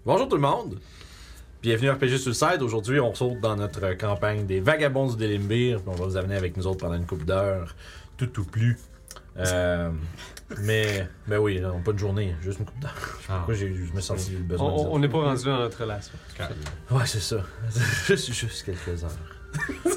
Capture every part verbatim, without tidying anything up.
Bonjour tout le monde! Bienvenue à R P G Suicide. Aujourd'hui, on saute dans notre campagne des Vagabonds du Délimbir. On va vous amener avec nous autres pendant une couple d'heures. Tout ou plus. Euh, mais, mais oui, non, pas une journée, juste une couple d'heures. Je sais pas pourquoi j'ai, je me sens le besoin on, de on n'est pas rendu dans notre relation. Ouais, c'est ça. Juste, juste quelques heures.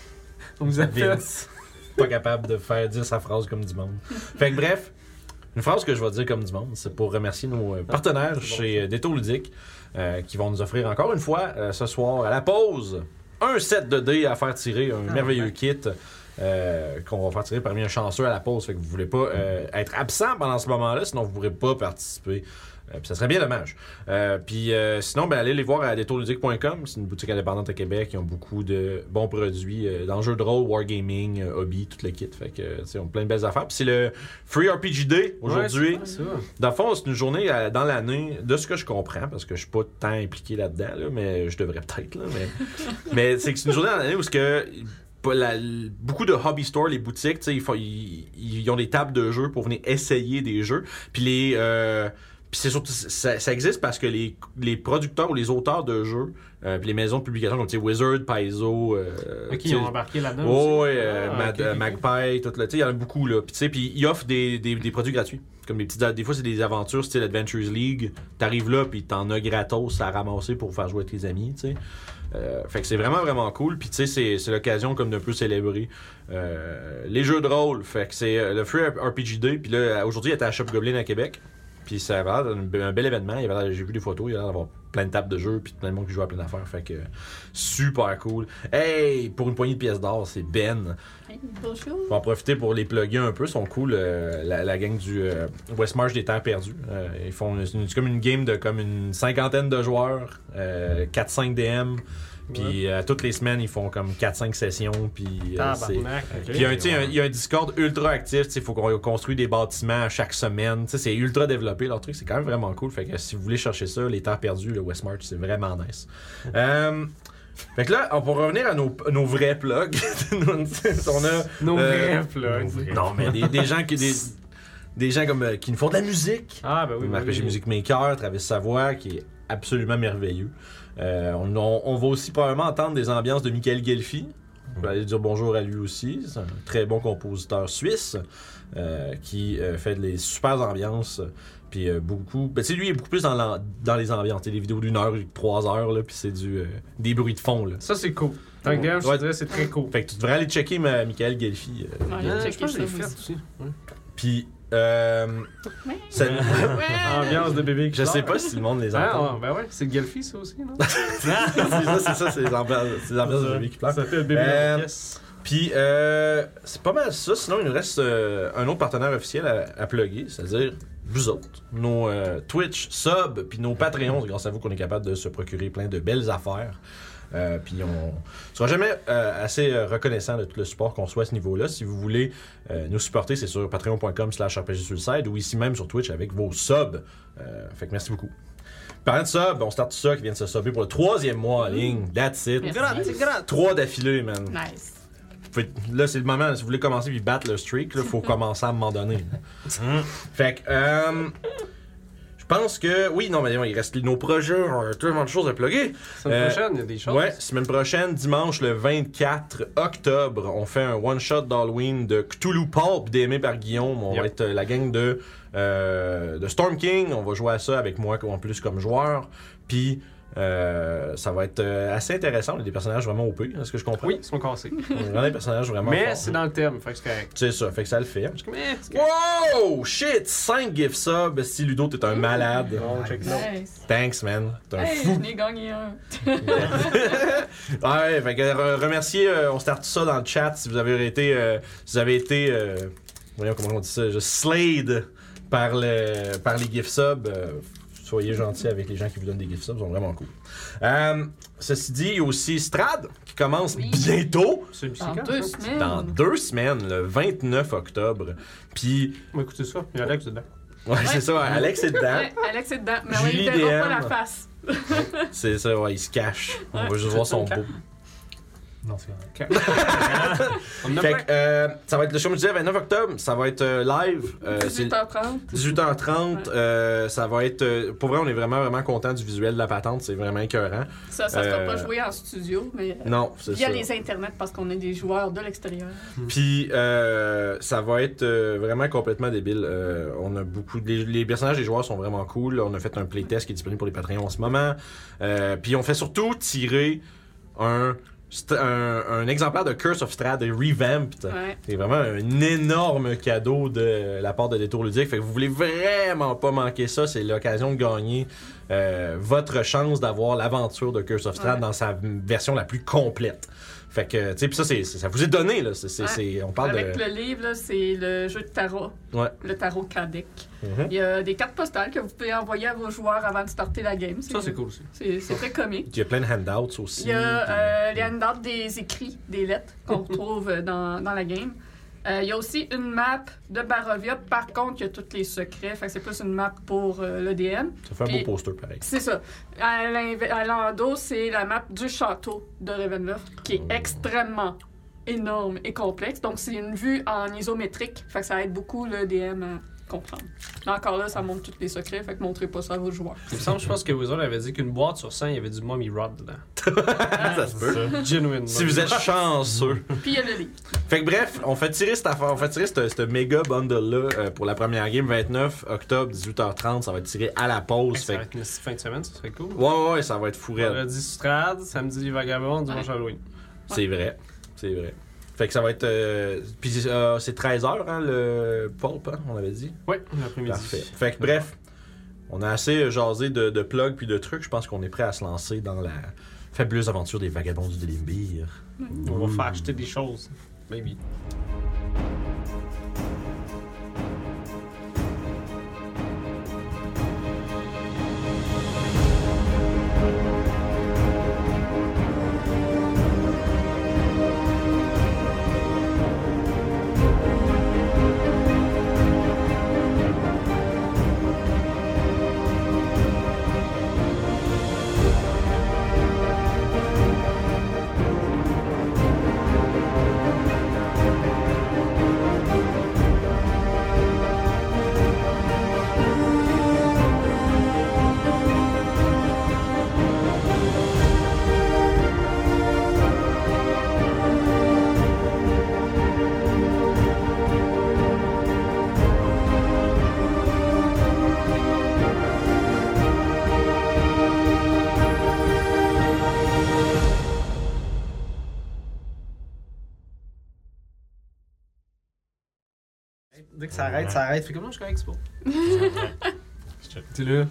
On vous appelle. Pas capable de faire dire sa phrase comme du monde. Fait que bref, une phrase que je vais dire comme du monde, c'est pour remercier nos euh, partenaires ah, chez euh, Détour Ludique euh, qui vont nous offrir encore une fois euh, ce soir à la pause un set de dés à faire tirer, un ah, merveilleux ouais. kit euh, qu'on va faire tirer parmi un chanceux à la pause. Fait que vous voulez pas euh, être absent pendant ce moment-là, sinon vous pourrez pas participer. Euh, puis ça serait bien dommage. Euh, puis euh, sinon, ben, allez les voir à détour ludique point com. C'est une boutique indépendante à Québec. Ils ont beaucoup de bons produits euh, dans le jeu de rôle, wargaming, euh, hobby, tout le kit. Fait que, euh, ils ont plein de belles affaires. Puis c'est le Free R P G Day aujourd'hui. Ouais, c'est dans le fond, c'est une journée euh, dans l'année, de ce que je comprends, parce que je suis pas tant impliqué là-dedans, là, mais je devrais peut-être. Là, mais mais c'est que c'est une journée dans l'année où ce que La, beaucoup de hobby stores, les boutiques, ils, font, ils, ils ont des tables de jeux pour venir essayer des jeux. Puis les, euh, puis c'est surtout, ça, ça existe parce que les, les producteurs ou les auteurs de jeux, euh, puis les maisons de publication comme Wizard, Paizo, euh, ok, ils ont embarqué là-dedans. Oh, ouais, euh, ah, Mad, okay, euh, okay. Magpie, tout là, il y en a beaucoup là. Puis puis ils offrent des, des, des produits gratuits. Comme des petites, des fois c'est des aventures style Adventures League. T'arrives là puis t'en as gratos à ramasser pour faire jouer avec tes amis, tu sais. Euh, fait que c'est vraiment vraiment cool. Puis tu sais c'est, c'est l'occasion comme d'un peu célébrer euh, les jeux de rôle. Fait que c'est euh, le Free R P G Day. Puis là aujourd'hui il était à Shop Goblin à Québec. Puis ça avait l'air un bel événement. Il avait l'air, j'ai vu des photos. Il y a l'air d'avoir plein de tables de jeux puis plein de monde qui joue à plein d'affaires. Fait que super cool. Hey, pour une poignée de pièces d'or, c'est Ben. Hey, bonjour. Je vais en profiter pour les plugger un peu. Ils sont cool. Euh, la, la gang du euh, West March des Terres Perdues. Euh, ils font c'est, une, c'est comme une game de comme une cinquantaine de joueurs, euh, quatre cinq D M. Puis euh, toutes les semaines, ils font comme quatre cinq sessions. Puis euh, c'est... Okay. Puis il y a un, ouais. il y a un Discord ultra actif. Il faut qu'on construise des bâtiments à chaque semaine. T'sais, c'est ultra développé. Leur truc, c'est quand même vraiment cool. Fait que si vous voulez chercher ça, les Terres Perdues, le West March, c'est vraiment nice. euh, fait que là, on va revenir à nos, nos vrais plugs. on a, nos euh, vrais plugs. Non, mais des, des gens qui... Des, des gens comme euh, qui nous font de la musique. Ah, ben oui. On oui, appelle oui. Music Maker, Travis Savoie, qui est absolument merveilleux. Euh, on, on, on va aussi probablement entendre des ambiances de Michael Gelfi. On va aller dire bonjour à lui aussi. C'est un très bon compositeur suisse euh, qui euh, fait des super ambiances. Puis euh, beaucoup. Ben, lui, il est beaucoup plus dans, dans les ambiances. T'sais, des vidéos d'une heure, trois heures, là, puis c'est du, euh, des bruits de fond. Là. Ça, c'est cool. Tant que je ouais. dirais, c'est très cool. Fait que tu devrais aller checker ma, Michael Gelfi. Euh, ouais, euh, je pense que je l'ai fait aussi. Ouais. Puis. Euh, ouais. ça... ouais. Ambiance de bébé qui Je sais pas si le monde les entend. Ah, ben ouais, c'est Gelfi ça aussi, non? c'est ça, c'est ça, c'est les ambiances, c'est les ambiances de bébé qui pleurent. Ça fait le bébé euh, dans la pièce. Puis, euh, c'est pas mal ça. Sinon, il nous reste euh, un autre partenaire officiel à, à plugger, c'est-à-dire vous autres. Nos euh, Twitch, sub, puis nos Patreons. C'est grâce à vous qu'on est capable de se procurer plein de belles affaires. Euh, puis on ne sera jamais euh, assez euh, reconnaissant de tout le support qu'on soit à ce niveau-là. Si vous voulez euh, nous supporter, c'est sur patreon point com slash R P G Suicide ou ici même sur Twitch avec vos subs. Euh, fait que merci beaucoup. Parlant de sub, on start tout ça qui vient de se subber pour le troisième mois en ligne. That's it. Merci. Trois d'affilée, man. Nice. Fait, là, c'est le moment. Si vous voulez commencer et battre le streak, il faut commencer à un moment donné. Fait que... Euh, Je pense que... Oui, non, mais il reste nos projets. On a tellement de choses à plugger. Semaine euh, prochaine, il y a des choses. Ouais, semaine prochaine, dimanche le vingt-quatre octobre, on fait un one-shot d'Halloween de Cthulhu Pulp, démé par Guillaume. On yep. va être la gang de, euh, de Storm King. On va jouer à ça avec moi en plus comme joueur. Puis... Euh, ça va être euh, assez intéressant. On a des personnages vraiment O P, est-ce que je comprends? Oui, ils sont cassés. On a des personnages vraiment Mais forts. c'est dans le thème, fait que c'est correct. C'est ça, fait que ça le fait. Je mais, c'est correct. Wow! Shit! cinq gift subs. Si Ludo, t'es un malade. Bon, check ça. Nice. Thanks, man. T'es un Hey, fou. j'en ai gagné un. Ouais, fait que re- remercier, euh, on start ça dans le chat si vous avez été, euh, si vous avez été, euh, voyons comment on dit ça, juste slayed par, le, par les gift subs. Euh, soyez gentils avec les gens qui vous donnent des gift subs, ils sont vraiment cool. Euh, ceci dit, il y a aussi Strad qui commence oui. bientôt. C'est Dans quand, deux ça? semaines. Dans deux semaines, le vingt-neuf octobre. Puis. On va écouter ça. Il y a Alex dedans. Ouais, ouais, c'est ça, Alex est dedans. Ouais, Alex est dedans. Mais Julie on ne D M. pas la face. C'est ça, ouais, il se cache. On Ouais. va juste voir son beau. Non, c'est correct. On a Fait plein. que, euh, ça va être le show, je disais, vingt-neuf octobre, ça va être euh, live. euh, c'est dix-huit heures trente. dix-huit heures trente, Ouais. euh, ça va être... euh, pour vrai, on est vraiment, vraiment content du visuel de la patente, c'est vraiment écœurant. Ça, ça sera Euh, pas joué en studio, mais euh, Non, c'est via ça. les internets parce qu'on est des joueurs de l'extérieur. Puis euh, ça va être euh, vraiment complètement débile. Euh, on a beaucoup de- les, les personnages des joueurs sont vraiment cool. On a fait un playtest qui est disponible pour les Patreons en ce moment. Euh, puis on fait surtout tirer un, st- un, un exemplaire de Curse of Strahd revamped. Ouais. C'est vraiment un énorme cadeau de la part de Détour Ludique. Fait que vous voulez vraiment pas manquer ça. C'est l'occasion de gagner euh, votre chance d'avoir l'aventure de Curse of Strahd Ouais. dans sa version la plus complète. Fait que, tu sais, pis ça, c'est, c'est- ça vous est donné, là. C'est, c'est, Ouais. c'est- on parle Avec de. le livre, là, c'est le jeu de tarot, Ouais. le tarot Kadek. Mhm. Il y a des cartes postales que vous pouvez envoyer à vos joueurs avant de starter la game. Ça, c'est cool aussi. C'est c'est très comique. Il y a plein de handouts aussi. Il y a puis- euh, les handouts des écrits, des lettres qu'on retrouve euh, dans, dans la game. Euh, il y a aussi une map de Barovia. Par contre, il y a tous les secrets. Fait que c'est plus une map pour euh, l'E D M. Ça fait un puis- beau poster, pareil. C'est ça. À l'inv- à l'endos, c'est la map du château de Ravenloft, qui est Oh. extrêmement énorme et complexe. Donc, c'est une vue en isométrique. Fait que ça aide beaucoup l'E D M à comprendre. Mais encore là, ça montre tous les secrets. Fait que montrez pas ça à vos joueurs. Il me semble, je pense que Wizard avait dit qu'une boîte sur cent, il y avait du Mummy Rod dedans. ça se peut. Genuine. Si vous êtes chanceux. Puis il y a le livre. Fait que bref, on fait tirer cette affaire, on fait tirer cette, cette méga bundle-là euh, pour la première game, vingt-neuf octobre, dix-huit heures trente. Ça va être tiré à la pause. Ça Fait va que- être une fin de semaine, ça serait cool. ouais, ouais, ouais, ça va être fou raide. Vendredi Strad, samedi les Vagabonds, dimanche Halloween. C'est vrai. C'est vrai. Fait que ça va être. Euh, puis euh, c'est treize heures, hein, le pulp, hein, on avait dit. Oui, l'après-midi. Parfait. Fait que bref, on a assez jasé de, de plugs puis de trucs. Je pense qu'on est prêt à se lancer dans la fabuleuse aventure des vagabonds du Délimbir. On va faire acheter des choses. Maybe. Dès que ça arrête, ça arrête. Fait comment je suis correct, c'est pas? T'es là.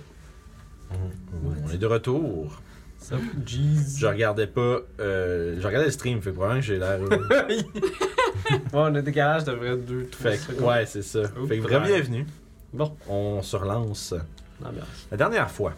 On est de retour. Ça, jeez. Je regardais pas. Euh, je regardais le stream, fait que probablement que j'ai l'air. Ouais, on a décalage de vrai deux, trois fait que, secondes. ouais, c'est ça. Oups, Fait que vrai ouais. bienvenue. Bon, On se relance. l'ambiance. La dernière fois,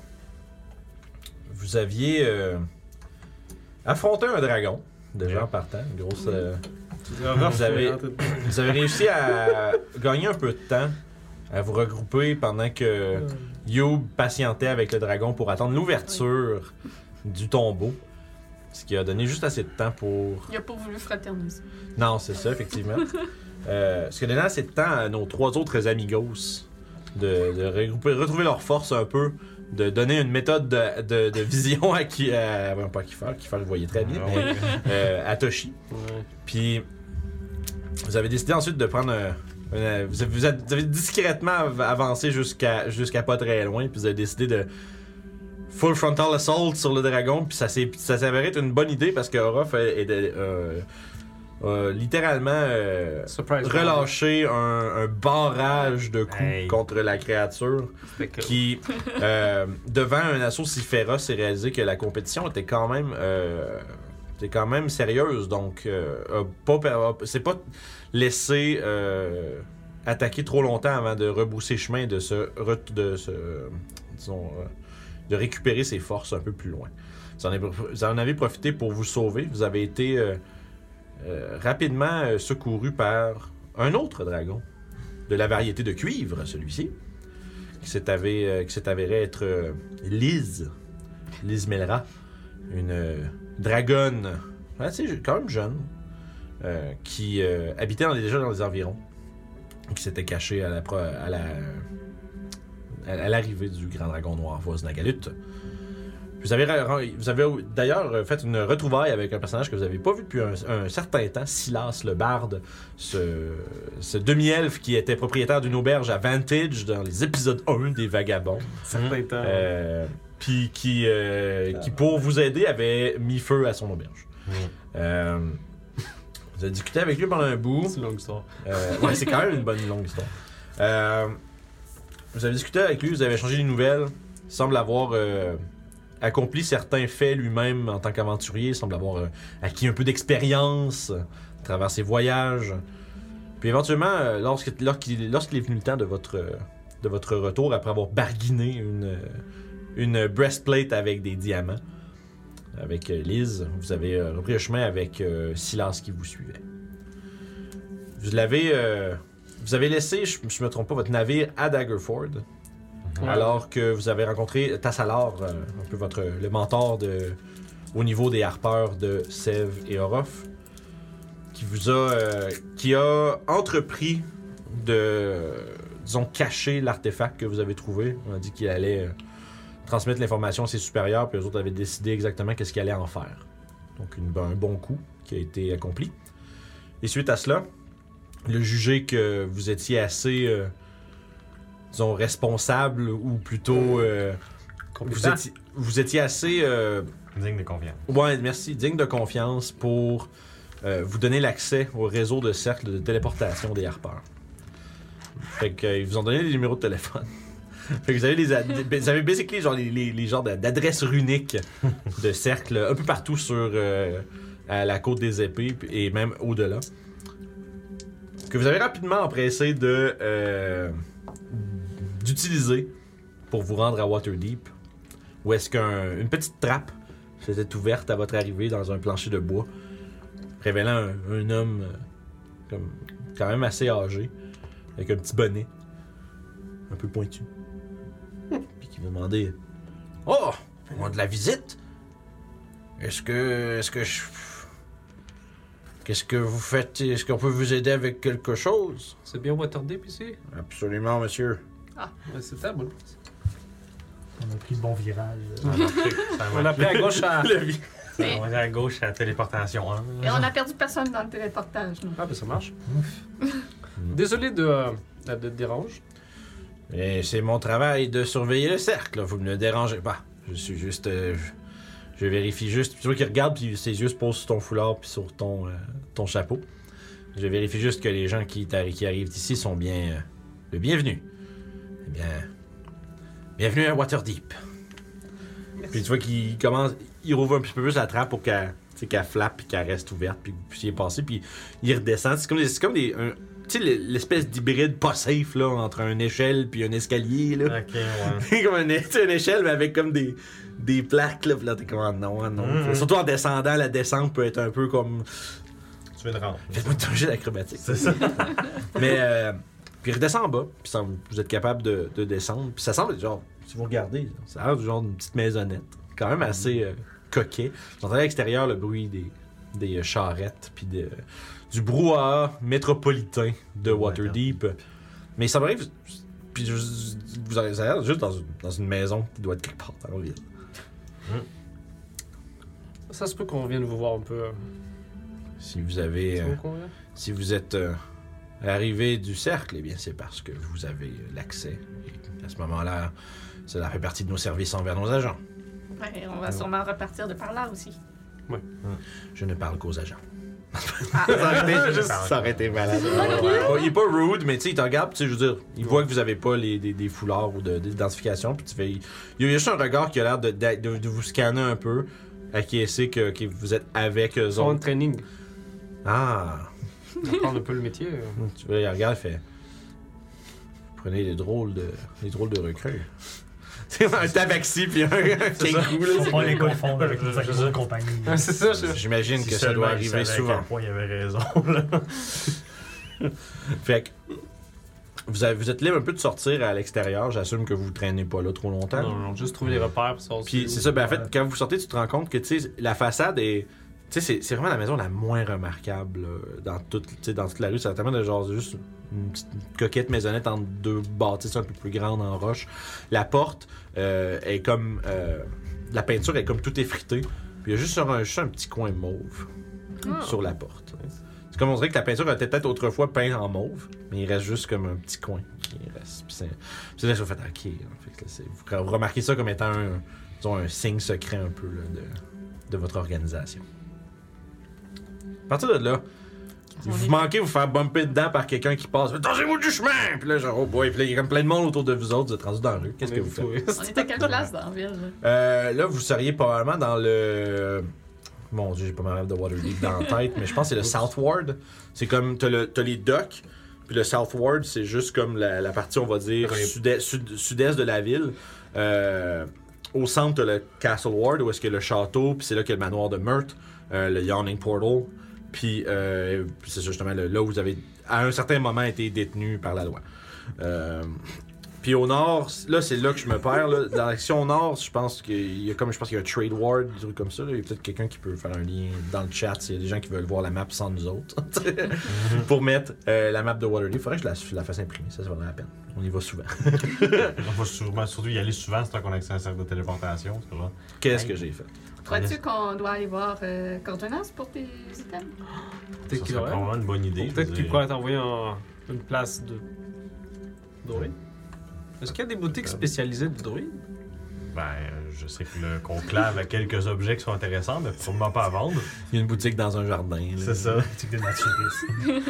vous aviez euh, affronté un dragon, déjà en partant, une grosse. euh, Vous avez- vous avez réussi à gagner un peu de temps, à vous regrouper pendant que Youb patientait avec le dragon pour attendre l'ouverture du tombeau. Ce qui a donné juste assez de temps pour. Il a pas voulu fraterniser. Non, c'est ça, effectivement. euh, ce qui a donné assez de temps à nos trois autres amigos de, de regrouper, retrouver leur force un peu, de donner une méthode de, de, de vision à qui. À, bon, pas à Kiefer, Kiefer le voyait très bien, mais euh, à Toshi. Ouais. Puis, vous avez décidé ensuite de prendre un. un- vous, avez, vous avez- vous avez discrètement av- avancé jusqu'à jusqu'à pas très loin, puis vous avez décidé de full frontal assault sur le dragon, puis ça s'est ça s'est avéré être une bonne idée parce que Orof est, est de- euh, a littéralement euh, Surprise. relâché un, un barrage de coups Hey. contre la créature C'était cool. qui, euh, devant un assaut si féroce, s'est réalisé que la compétition était quand même, euh, était quand même sérieuse. Donc, euh, a pas, per- a- c'est pas laissé euh, attaquer trop longtemps avant de rebousser chemin, de se, ret- de se, euh, disons, euh, de récupérer ses forces un peu plus loin. Vous en avez, vous en avez profité pour vous sauver. Vous avez été euh, euh, rapidement euh, secouru par un autre dragon de la variété de cuivre, celui-ci, qui s'est avéré, euh, qui s'est avéré être euh, Liz, Liz Melra, une euh, dragonne assez, quand même jeune, euh, qui euh, habitait dans les, déjà dans les environs, qui s'était caché à la, pro- à la à l'arrivée du Grand Dragon Noir Voznagalut. Vous avez, vous avez d'ailleurs fait une retrouvaille avec un personnage que vous n'avez pas vu depuis un, un certain temps, Silas le Barde, ce, ce demi-elfe qui était propriétaire d'une auberge à Vantage dans les épisodes un des Vagabonds. Certain temps. Euh, Puis qui, euh, qui, pour vous aider, avait mis feu à son auberge. Mm. Euh, vous avez discuté avec lui pendant un bout. C'est une longue histoire. Euh, ouais, c'est quand même une bonne longue histoire. Euh, vous avez discuté avec lui, vous avez échangé des nouvelles. Il semble avoir euh, accompli certains faits lui-même en tant qu'aventurier. Il semble avoir euh, acquis un peu d'expérience à travers ses voyages. Puis éventuellement, euh, lorsque, lorsqu'il, lorsqu'il est venu le temps de votre, euh, de votre retour, après avoir barguiné une, euh, une breastplate avec des diamants, avec euh, Liz, vous avez euh, repris le chemin avec euh, Silas qui vous suivait. Vous l'avez... Euh, Vous avez laissé, je ne me trompe pas, votre navire à Daggerford, Ouais. alors que vous avez rencontré Tassalar, euh, un peu votre, le mentor de, au niveau des harpeurs de Sèvres et Orof, qui vous a, euh, qui a entrepris de, disons, cacher l'artefact que vous avez trouvé. On a dit qu'il allait euh, transmettre l'information à ses supérieurs, puis les autres avaient décidé exactement qu'est-ce qu'il allait en faire. Donc une, un bon coup qui a été accompli. Et suite à cela, il a jugé que vous étiez assez, euh, disons, responsable ou plutôt... Euh, vous, étiez, vous étiez assez... Euh, Digne de confiance. ouais, merci, digne de confiance pour euh, vous donner l'accès au réseau de cercles de téléportation des harpeurs. Fait qu'ils euh, vous ont donné des numéros de téléphone. Fait que vous avez, les ad- vous avez basically genre les, les, les genres d'adresses runiques de cercles un peu partout sur euh, à la côte des épées et même au-delà. Que vous avez rapidement empressé de euh, d'utiliser pour vous rendre à Waterdeep, où est-ce qu'une petite trappe s'était ouverte à votre arrivée dans un plancher de bois, révélant un, un homme euh, comme, quand même assez âgé, avec un petit bonnet, un peu pointu, puis qui vous demandait « Oh, on a de la visite? Est-ce que... Est-ce que je... Qu'est-ce que vous faites? Est-ce qu'on peut vous aider avec quelque chose? » C'est bien Waterdeep ici? Absolument, monsieur. Ouais, c'est ça, bon. On a pris le bon virage. Ça a marché. Ça a On a marché. pris à gauche à... Et, On est à gauche à la téléportation un. et on a perdu personne dans le téléportage, nous. Ah, ben ça marche. Désolé de, euh, de te déranger. Et c'est mon travail de surveiller le cercle, là. Vous ne me dérangez pas. Je suis juste... euh, je, je vérifie juste... Tu vois qu'il regarde, puis ses yeux se posent sur ton foulard, puis sur ton, euh, ton chapeau. Je vérifie juste que les gens qui, qui arrivent ici sont bien... Euh, le bienvenus. Eh bien... Bienvenue à Waterdeep. Puis tu vois qu'il commence... Il rouvre un petit peu plus la trappe pour qu'elle, tu sais, qu'elle flappe puis qu'elle reste ouverte puis que vous puissiez passer. Puis il redescend. C'est comme des... C'est comme des un, tu sais, l'espèce d'hybride pas safe là, entre une échelle puis un escalier. Là. Ok, ouais. C'est comme une, une échelle mais avec comme des, des plaques. Là, puis là t'es comme ah, non, ah, non. Mm-hmm. Surtout en descendant, la descente peut être un peu comme... Tu veux une rampe. Faites-moi un jeu d'acrobatique. C'est ça. Mais... Euh, puis il redescend en bas. Puis ça, vous êtes capable de, de descendre. Puis ça semble genre... Si vous regardez, ça a l'air du genre d'une petite maisonnette. Quand même assez... Euh, coquet. Vous entendez à l'extérieur le bruit des, des euh, charrettes puis de, du brouhaha métropolitain de Waterdeep. Mais ça m'arrive... Puis je- vous avez ça a l'air juste dans une, dans une maison qui doit être quelque part dans la ville. Ça se peut qu'on vienne vous voir un peu. euh, Si vous avez... c'est euh, bon qu'on vient? si vous êtes euh, arrivé du cercle, eh bien c'est parce que vous avez euh, l'accès. Et à ce moment-là, cela fait partie de nos services envers nos agents. Ouais, on va sûrement repartir de par là aussi. Je ne parle qu'aux agents. Ah. Ça aurait été, juste- ça aurait été malade. Ouais, il est pas rude, mais tu sais, il te regarde, tu sais, je veux dire, il voit que vous avez pas les, des, des foulards ou de, d'identification, puis tu fais. Il y a juste un regard qui a l'air de, de, de- de vous scanner un peu, acquiescer que, que vous êtes avec eux Son autres. training. Ah! Apprendre un peu le métier. euh. Tu vois, il regarde, il fait. Prenez les drôles de, les drôles de recrues. C'est un tabaxi puis un, un kinkou, là. On pas les gars le font avec Je- nos je- avec je- nos compagnies. Ah, c'est ça, je... J'imagine Si que ça seulement doit il arriver savait à souvent. quel point il avait raison, là. Fait que. Vous, avez, vous êtes libre un peu de sortir à l'extérieur. J'assume que vous ne traînez pas là trop longtemps. Non, non, juste trouver les repères puis sortir. Puis c'est ça, ben en fait, quand vous sortez, tu te rends compte que tu sais, la façade est. Tu sais, c'est, c'est vraiment la maison la moins remarquable là, dans, toute, tu sais, dans toute la rue. C'est tellement de genre juste une petite coquette maisonnette entre deux bâtisses un peu plus grandes en roche. La porte euh, est comme... Euh, la peinture est comme tout effritée. Puis il y a juste, sur un, juste un petit coin mauve Ah. sur la porte. C'est comme on dirait que la peinture était peut-être autrefois peinte en mauve, mais il reste juste comme un petit coin qui reste. Puis c'est, c'est là que vous faites OK. Hein. Fait que là, c'est, vous remarquez ça comme étant un, disons, un signe secret un peu là, de, de votre organisation. À partir de là, On vous est- manquez vous faire bumper dedans par quelqu'un qui passe. Tangez-vous du chemin! Puis là, genre, oh boy, puis là, il y a comme plein de monde autour de vous autres. Vous êtes rendus dans la rue. Qu'est-ce que vous faites? On est à quelle place dans la ville? là? Euh, là, vous seriez probablement dans le. Mon dieu, j'ai pas ma map de Waterdeep dans la tête, mais je pense que c'est le Southward. C'est comme. T'as, le, t'as les docks, puis le Southward, c'est juste comme la, la partie, on va dire, Oui. sud-est, sud, sud-est de la ville. Euh, au centre, t'as le Castle Ward, où est-ce qu'il y a le château, puis c'est là qu'il y a le manoir de Myrte, euh, le Yawning Portal. Puis euh, puis c'est ça, justement le- là où vous avez, à un certain moment, été détenu par la loi. Euh, Puis au nord, là, c'est là que je me perds. Là. Dans l'action nord, je pense qu'il y a comme je pense qu'il y a un trade ward, des trucs comme ça. là. Il y a peut-être quelqu'un qui peut faire un lien dans le chat s'il y a des gens qui veulent voir la map sans nous autres. Pour mettre euh, la map de Waterdeep. Il faudrait que je la, je la fasse imprimer, ça, ça vaudrait la peine. On y va souvent. On va sûrement, surtout y aller souvent, c'est tant qu'on a accès à un cercle de téléportation. C'est genre. Qu'est-ce que j'ai fait? Crois-tu qu'on doit aller voir euh, Coordonance pour tes items? Ça Peut-être qu'il serait ouais. probablement une bonne idée. Ou je peut-être veux qu'il dire. pourrait t'envoyer en une place de druide. Est-ce qu'il y a des boutiques spécialisées de druides? Ben, euh, je sais que le conclave a quelques objets qui sont intéressants, mais probablement pas à vendre. Il y a une boutique dans un jardin. là. C'est ça. Boutique de naturistes.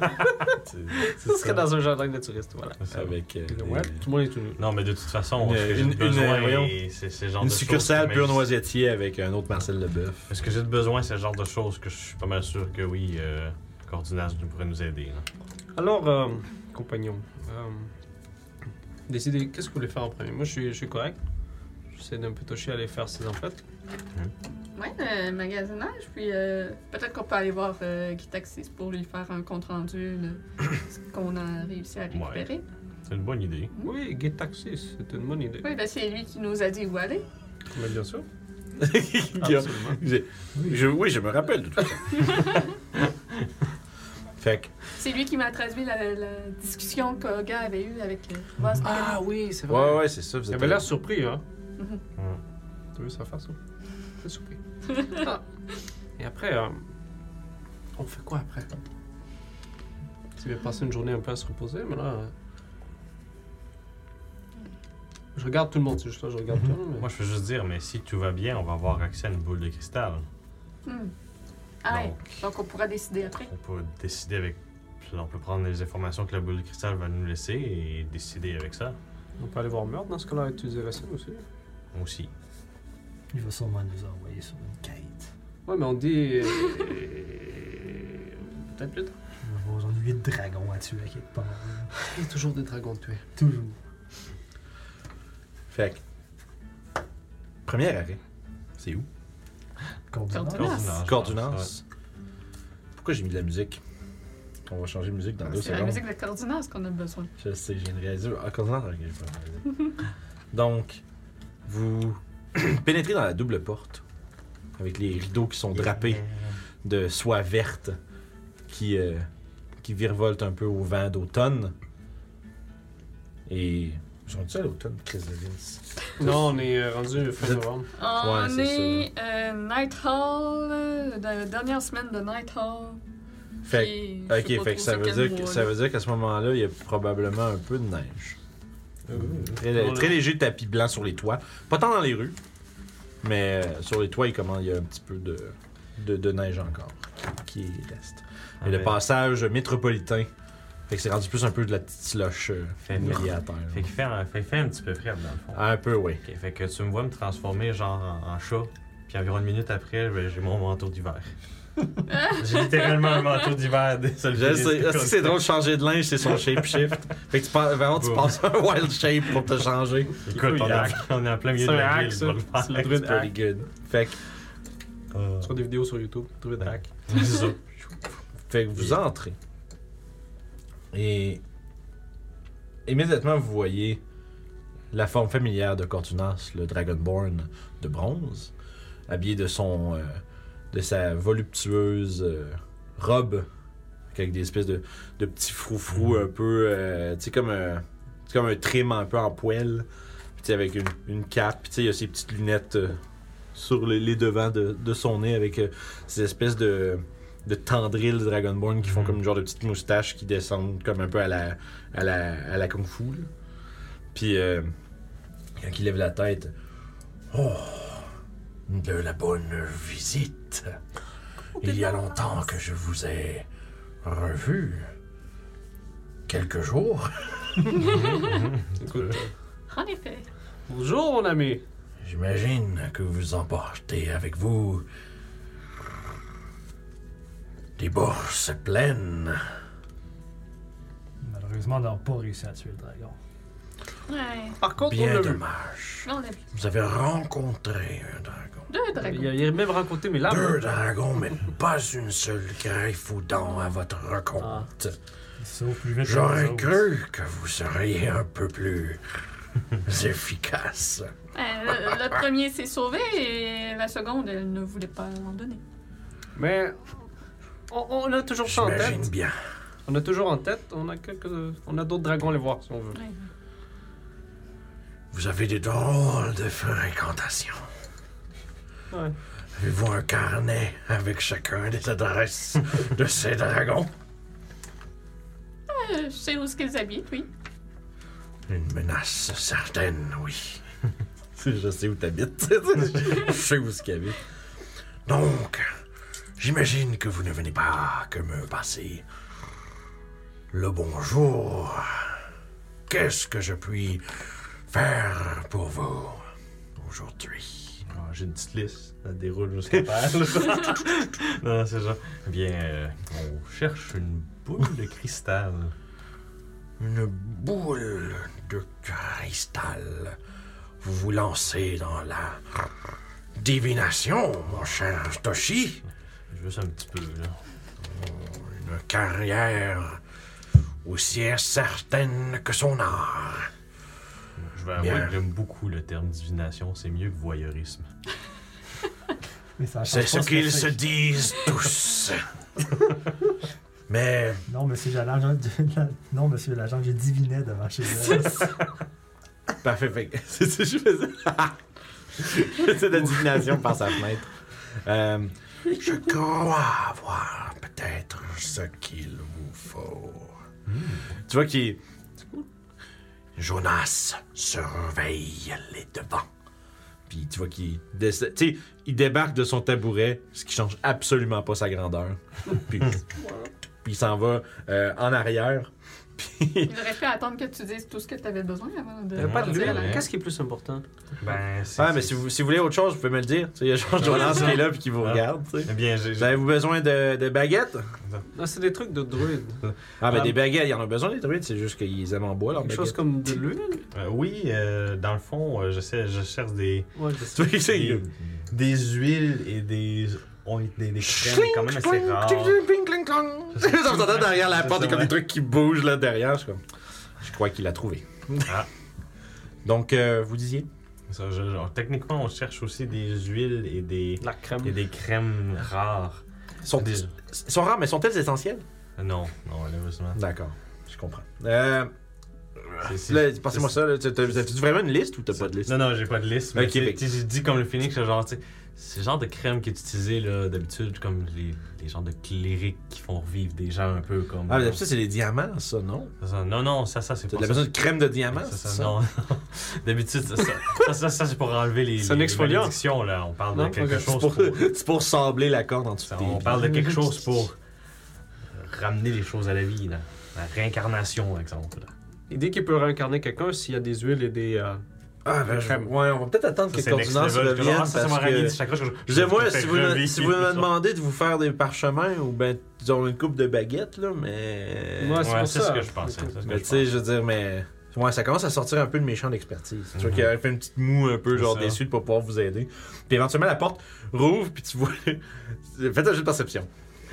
Ça serait dans un jardin naturiste, voilà. C'est ça. Avec euh, Ouais, des- tout le monde est tout nu. Non, mais de toute façon, Une- ce que j'ai une- de besoin, une- voyons. et c'est c'est le genre une de choses succursale que pur même- noisetier avec un autre Marcel Leboeuf. Ce que j'ai de besoin, c'est le genre de choses que je suis pas mal sûr que oui, euh, Coordination pourrait nous aider. Là. Alors, euh, compagnon, euh, décidez, qu'est-ce que vous voulez faire en premier? Moi, je suis, je suis correct. J'essaie d'un peu toucher à aller faire ses emplettes. Ouais, le magasinage, puis euh, peut-être qu'on peut aller voir euh, Guy Taxis pour lui faire un compte-rendu de ce qu'on a réussi à récupérer. C'est une bonne idée. Oui, Get Taxis, c'est une bonne idée. Oui, ben c'est lui qui nous a dit où aller. Mais bien sûr. Absolument. Absolument. Je, oui, je me rappelle de tout ça. Fait que. C'est lui qui m'a traduit la, la discussion que Guy avait eue avec euh, Ross. Ah oui, c'est Ouais, ouais, c'est ça. Vous Il êtes avait l'air surpris, hein? Mhm. T'as vu ça faire ça? C'est surpris. Ah. Et après, euh, on fait quoi après? Tu viens passer une journée un peu à se reposer, mais là... euh, Je regarde tout le monde, c'est juste là, je regarde tout le monde. mais- Moi, je veux juste dire, mais si tout va bien, on va avoir accès à une boule de cristal. Hmm. Ah ouais. Donc, Donc on pourra décider après. on peut décider avec. On peut prendre les informations que la boule de cristal va nous laisser et décider avec ça On peut aller voir Meurtre dans ce cas-là et utiliser la sienne aussi. aussi. Il va sûrement nous envoyer sur une quête. Ouais, mais on dit... euh, Peut-être plus tard. On va avoir genre huit dragons à tuer à quelque part. là. Il y a toujours des dragons de tuer. Toujours. Fait que. Premier arrêt. C'est où? Coordonnance. Coordonnance. Coordonnance. Pourquoi j'ai mis de la musique? On va changer de musique dans deux C'est la secondes. musique de Coordinance qu'on a besoin. Je sais, j'ai une réalisation. Ah, Coordonnance, ok, je vais réaliser. Donc, vous pénétrez dans la double porte avec les rideaux qui sont drapés de soie verte qui, euh, qui virevoltent un peu au vent d'automne. Et. Sont-ils à l'automne, Chris de Vince? Non, on est euh, rendu fin Vous êtes- novembre. On c'est est euh, Night Hall, euh, la dernière semaine de Night Hall. Fait Puis, je sais Ok, pas fait que trop ça c'est veut, quel dire que, mois, ça là. veut dire qu'à ce moment-là, il y a probablement un peu de neige. Très, Non, très là. léger tapis blanc sur les toits. Pas tant dans les rues, mais euh, sur les toits, il, commence- il y a un petit peu de, de, de neige encore qui reste. Ah, Et le mais- passage métropolitain, fait que c'est rendu plus un peu de la petite slush euh, Fait- mouillée à terre. Fait qu'il fait, un- fait, fait un petit peu frais dans le fond. Un peu, oui. Ok, fait que tu me vois me transformer genre en, en chat, puis environ une minute après, ben, j'ai mon manteau d'hiver. J'ai littéralement un manteau d'hiver des Je sais, est-ce que c'est drôle de changer de linge, c'est son shape-shift. Fait que tu, passes, vraiment, tu Boum. passes un wild shape pour te changer. Écoute, on, Il est a- en- on est en plein milieu C'est de un la hack, ville. ça. je vais le faire. C'est le druide Pretty hack. good. Fait que, Euh, Sur des vidéos sur YouTube, druide hack. c'est ça. fait que vous entrez. Et immédiatement, vous voyez la forme familière de Cortunas, le Dragonborn de bronze, habillé de son, euh, de sa voluptueuse euh, robe, avec des espèces de, de petits froufrous un peu, euh, tu sais, comme un, c'est comme un trim un peu en poêle, puis tu sais, avec une, une cape, puis tu sais, il y a ses petites lunettes euh, sur les, les devants de, de son nez, avec euh, ces espèces de, de tendrils Dragonborn qui font comme une genre de petites moustaches qui descendent comme un peu à la, à la, à la Kung Fu, là. Puis, euh, quand il lève la tête, oh, de la bonne visite. Il y a longtemps que je vous ai revu. Quelques jours. Écoute, En effet. bonjour mon ami. J'imagine que vous emportez avec vous des bourses pleines. Malheureusement, on n'a pas réussi à tuer le dragon. Ouais. Par contre, on Bien l'a vu. dommage. On l'a vu. Vous avez rencontré un dragon. Deux Il dragons. a, il a même rencontré mes larmes. Deux dragons, mais pas une seule griffe ou dent à votre recompte. Sauf plus vite que J'aurais les autres. cru que vous seriez un peu plus efficace. Euh, le, le premier s'est sauvé et la seconde, elle ne voulait pas en donner. Mais on, on a toujours ça en J'imagine tête. bien. On a toujours en tête. On a quelques, on a d'autres dragons à les voir si on veut. Ouais. Vous avez des drôles de fréquentations. Ouais. Avez-vous un carnet avec chacun des adresses de ces dragons? Euh, je sais où est-ce qu'ils habitent, oui. Une menace certaine, oui. Je sais où t'habites. Je sais où ce qu'il habite. Donc, j'imagine que vous ne venez pas que me passer le bonjour. Qu'est-ce que je puis faire pour vous aujourd'hui? Ah, j'ai une petite liste. Ça déroule jusqu'à terre. là. Non, c'est genre. Eh bien, euh, on cherche une boule de cristal. Une boule de cristal. Vous vous lancez dans la divination, mon cher Toshi. Juste un petit peu, là. Une carrière aussi incertaine que son art. Je vais Bien. avouer que j'aime beaucoup le terme divination. C'est mieux que voyeurisme. Mais ça C'est change ce pas qu'ils que se c'est. disent tous. Mais Non, monsieur l'agent, non, monsieur l'agent, je divinais devant chez elle. parfait, fait que- c'est ça que je faisais. Je faisais de la divination par sa fenêtre. Euh, je crois avoir peut-être ce qu'il vous faut. Tu vois qu'il... Jonas surveille les devants. Puis tu vois qu'il déc- tu sais, il débarque de son tabouret, ce qui change absolument pas sa grandeur. Puis, puis il s'en va euh, en arrière. Puis Il aurait pu attendre que tu dises tout ce que tu avais besoin avant de. Il y a pas de partir à l'huile. la- Qu'est-ce qui est plus important? Ben, c'est. ah, mais si vous, si vous voulez autre chose, vous pouvez me le dire. Tu sais, il y a genre Jonas qui est là puis qui vous Ah. regarde. tu sais. Eh bien, j'ai. Vous avez-vous besoin de, de baguettes? Non, c'est des trucs de druide. Ah, ben Ah. des baguettes, il y en a besoin des druides, c'est juste qu'ils aiment en bois leurs Quelque baguettes. chose comme de l'huile? Euh, oui, euh, dans le fond, euh, je, sais, je cherche des. Ouais, je Tu sais. vois qu'il sait, Des, il- des huiles et des. on- Des, des crèmes Schling, quand même assez schling, rares. schling, schling, schling, schling. Ça m'entend derrière la C'est porte, il y a ça, comme des ouais. trucs qui bougent là derrière. Je, suis comme... je crois qu'il l'a trouvé. Ah. Donc, euh, vous disiez? Ça, je- genre, techniquement, on cherche aussi des huiles et des, La crème. et des crèmes rares. Sont, Des- ils sont rares, mais sont-elles essentielles? Euh, Non, non, malheureusement. D'accord, je comprends. Euh, C'est- c'est- là, passez-moi c'est- ça. Là, t'as- t'as- T'as-tu vraiment une liste ou t'as pas de liste? Non, non, j'ai pas de liste. Mais Ok, tu sais, fait- tu sais, j'ai dit comme le Phoenix, genre, tu sais, c'est le genre de crème qui est utilisé là, d'habitude, comme les, les genres de clérics qui font revivre des gens un peu comme. Ah, mais d'habitude, c'est des diamants, ça, non? Ça, ça, non, non, ça, ça, c'est T'as pas de la ça. besoin de crème de diamants, Ça, c'est ça, ça? non, non. D'habitude, ça, ça, ça, ça, ça, c'est pour enlever les, C'est un les exfoliant. malédictions, là. On parle Non, de quelque ok. C'est chose pour, pour... c'est pour sabler la corde en dessous ça, de tes on pieds. parle de quelque chose pour ramener les choses à la vie, là. La réincarnation, par exemple. Là. L'idée qu'il peut réincarner quelqu'un s'il y a des huiles et des. euh, Ah, ben, je- crème. ouais, on va peut-être attendre Ça, que c'est next Cordinance level, que genre, revienne ah, ça, ça parce m'a ramené que... des chakras, je- je- Je disais, moi, je si fais vous, me- revivre si vous me ça. demandez de vous faire des parchemins ou ben, disons une coupe de baguettes, là, mais... Ouais, c'est Ouais, pour c'est ça. ce que je pensais. c'est ce que mais je tu sais, pensais. je veux dire, mais... Ouais, ça commence à sortir un peu de mes champs d'expertise. Tu vois Mhm. qu'il a fait une petite moue un peu, C'est genre ça. déçu de pas pouvoir vous aider. Puis éventuellement, la porte rouvre, puis tu vois... Faites un jeu de perception.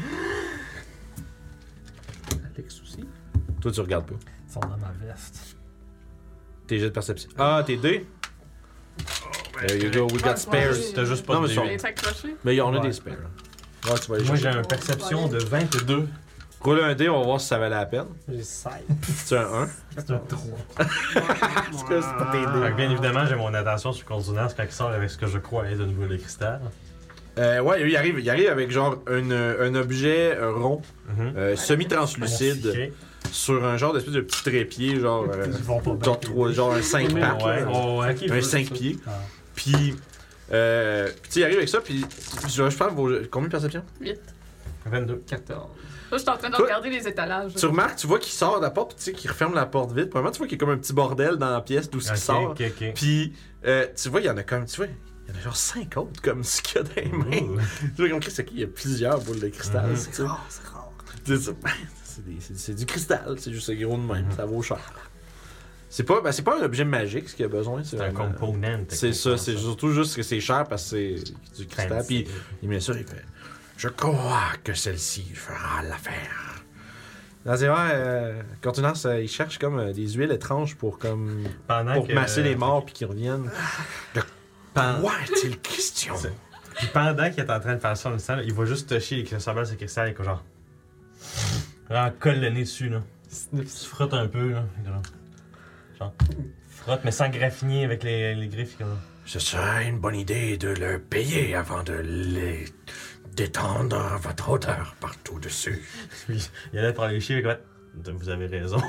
Alex aussi. Toi, tu regardes pas. Ils sont dans ma veste. Tes jeux de perception. Ah, tes dés? There you go, we got spares. T'as juste pas Non, de mais dés. son- Il est accroché. Mais on a Ouais. des spares. Ouais, tu vas aller Moi, chercher. j'ai une perception de vingt-deux. Roule un dé, on va voir si ça valait la peine. J'ai seize. C'est un un. C'est un trois. Parce que c'est pas tes dés. Fait que bien évidemment, j'ai mon attention sur Coordinaire quand il sort avec ce que je crois être une boule de cristal. Euh, ouais, il arrive, il arrive avec genre un, un objet euh, rond, Mhm. euh, semi-translucide, Ok. sur un genre d'espèce de petit trépied, genre, euh, Ils vont pas bien. genre, trois, genre un cinq Oui, pattes. Ouais, là. oh, ouais, ok. Un cinq pieds. Ah. Puis, euh, puis tu sais, il arrive avec ça, puis je, je parle vos. Combien de perception? huit. vingt-deux. quatorze. Là, je suis en train de Toi- regarder les étalages. Tu remarques, tu vois qu'il sort de la porte, puis tu sais qu'il referme la porte vite. Premièrement, tu vois qu'il y a comme un petit bordel dans la pièce d'où ce Ok, qui sort. ok, ok. Puis, euh, tu vois, il y en a comme, tu vois, il y en a genre cinq autres comme ce qu'il y a dans les mains. Ouh. Tu vois, comme Chris, il y a plusieurs boules de cristal. Mhm. tu sais. C'est rare, c'est rare. C'est ça. C'est des- c'est- c'est du cristal, c'est juste gros de même, Mhm. ça vaut cher. C'est pas, ben, c'est pas un objet magique ce qu'il y a besoin, c'est C'est un vraiment- component. C'est ça, c'est techniquement, surtout juste que c'est cher parce que c'est du cristal. Fancy. Puis il met ça, il fait je crois que celle-ci fera l'affaire. Là, c'est vrai, euh, Contenance, euh, il cherche comme euh, des huiles étranges pour comme Pendant pour que- masser les morts puis qu'ils reviennent. De Pen- quoi est-il question? C'est- Puis pendant qu'il est en train de faire ça, instant, il va juste toucher les cristaux ce cristal et que genre. Genre, colle le nez dessus, là. Tu frottes un peu, là. Genre. genre frotte, mais sans graffiner avec les, les griffes, comme. Ce serait une bonne idée de le payer avant de les détendre à votre odeur partout dessus. Puis il allait par les chiens, et comme. Vous avez raison.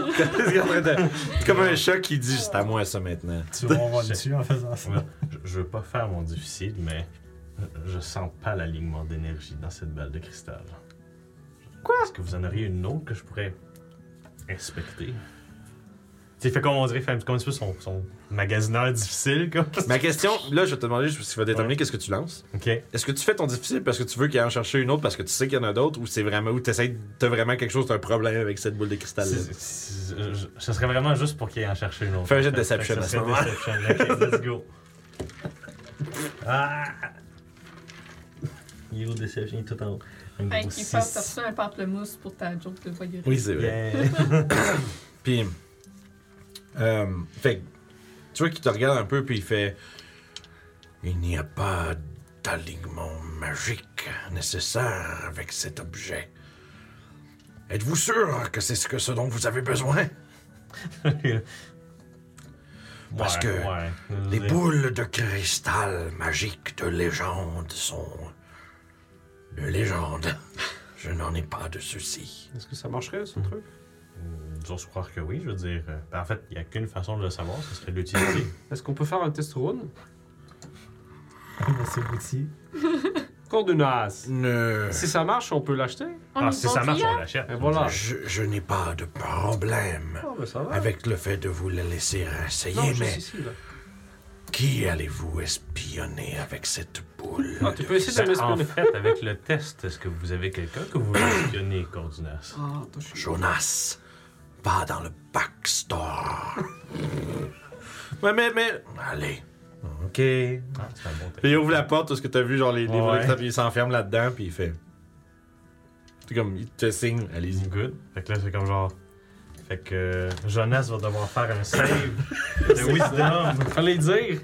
C'est comme un chat qui dit c'est à moi ça maintenant. Tu vas avoir dessus en faisant ça. Ouais. je, je veux pas faire mon difficile, mais je sens pas l'alignement d'énergie dans cette balle de cristal. Quoi? Est-ce que vous en auriez une autre que je pourrais inspecter? Tu sais, fait comme on dirait, fait comme un petit peu son, son magasineur difficile, quoi. Ma question, là, je vais te demander juste ce qui va déterminer Ouais. qu'est-ce que tu lances. Ok. Est-ce que tu fais ton difficile parce que tu veux qu'il y en chercher une autre parce que tu sais qu'il y en a d'autres ou c'est vraiment où tu essaies, t'as vraiment quelque chose, t'as un problème avec cette boule de cristal là? C'est- c'est- je- Ce serait vraiment juste pour qu'il en cherche une autre. Fais un jet de Fait- fait deception que à ça ce serait moment-là. deception. Ok, let's go. Ah! You deception, il est tout en haut. Un Fait gros qu'il six. fait ça un pamplemousse pour ta joke de voyeurisme. Oui, c'est vrai. Yeah. Puis, euh, fait que, tu vois qu'il te regarde un peu puis il fait il n'y a pas d'alignement magique nécessaire avec cet objet. Êtes-vous sûr que c'est ce, que ce dont vous avez besoin? Parce Ouais, que ouais. Les Je- boules de cristal magiques de légende sont de légende. Je n'en ai pas de ceci. Est-ce que ça marcherait, ce truc? J'ose croire que oui, je veux dire. euh, ben, en fait, il n'y a qu'une façon de le savoir, ce serait de l'utiliser. Est-ce qu'on peut faire un test rune? C'est l'outil. Cordunas. Ne... Si ça marche, on peut l'acheter? On Ah, est si bon ça marche, client. on l'achète. Et voilà. Je, je n'ai pas de problème Oh, ben ça va. avec le fait de vous le laisser essayer, Non, juste mais ici, là. qui allez-vous espionner avec cette boule? Ah, tu peux essayer de Ben, en m'espionner. fait, avec le test, est-ce que vous avez quelqu'un que vous voulez espionner, Cordunas? Ah, attends, je suis... Jonas, pas dans le backstore. ouais, mais, mais... Allez. OK. Ah, c'est un bon test. Puis il ouvre la porte, parce que t'as vu, genre, les, les Ouais. volets, puis il s'enferme là-dedans, puis il fait... C'est comme, il te signe, allez-y. Good. Fait que là, c'est comme genre. Fait que euh, Jonas va devoir faire un save de Wisdom. Fallait le dire!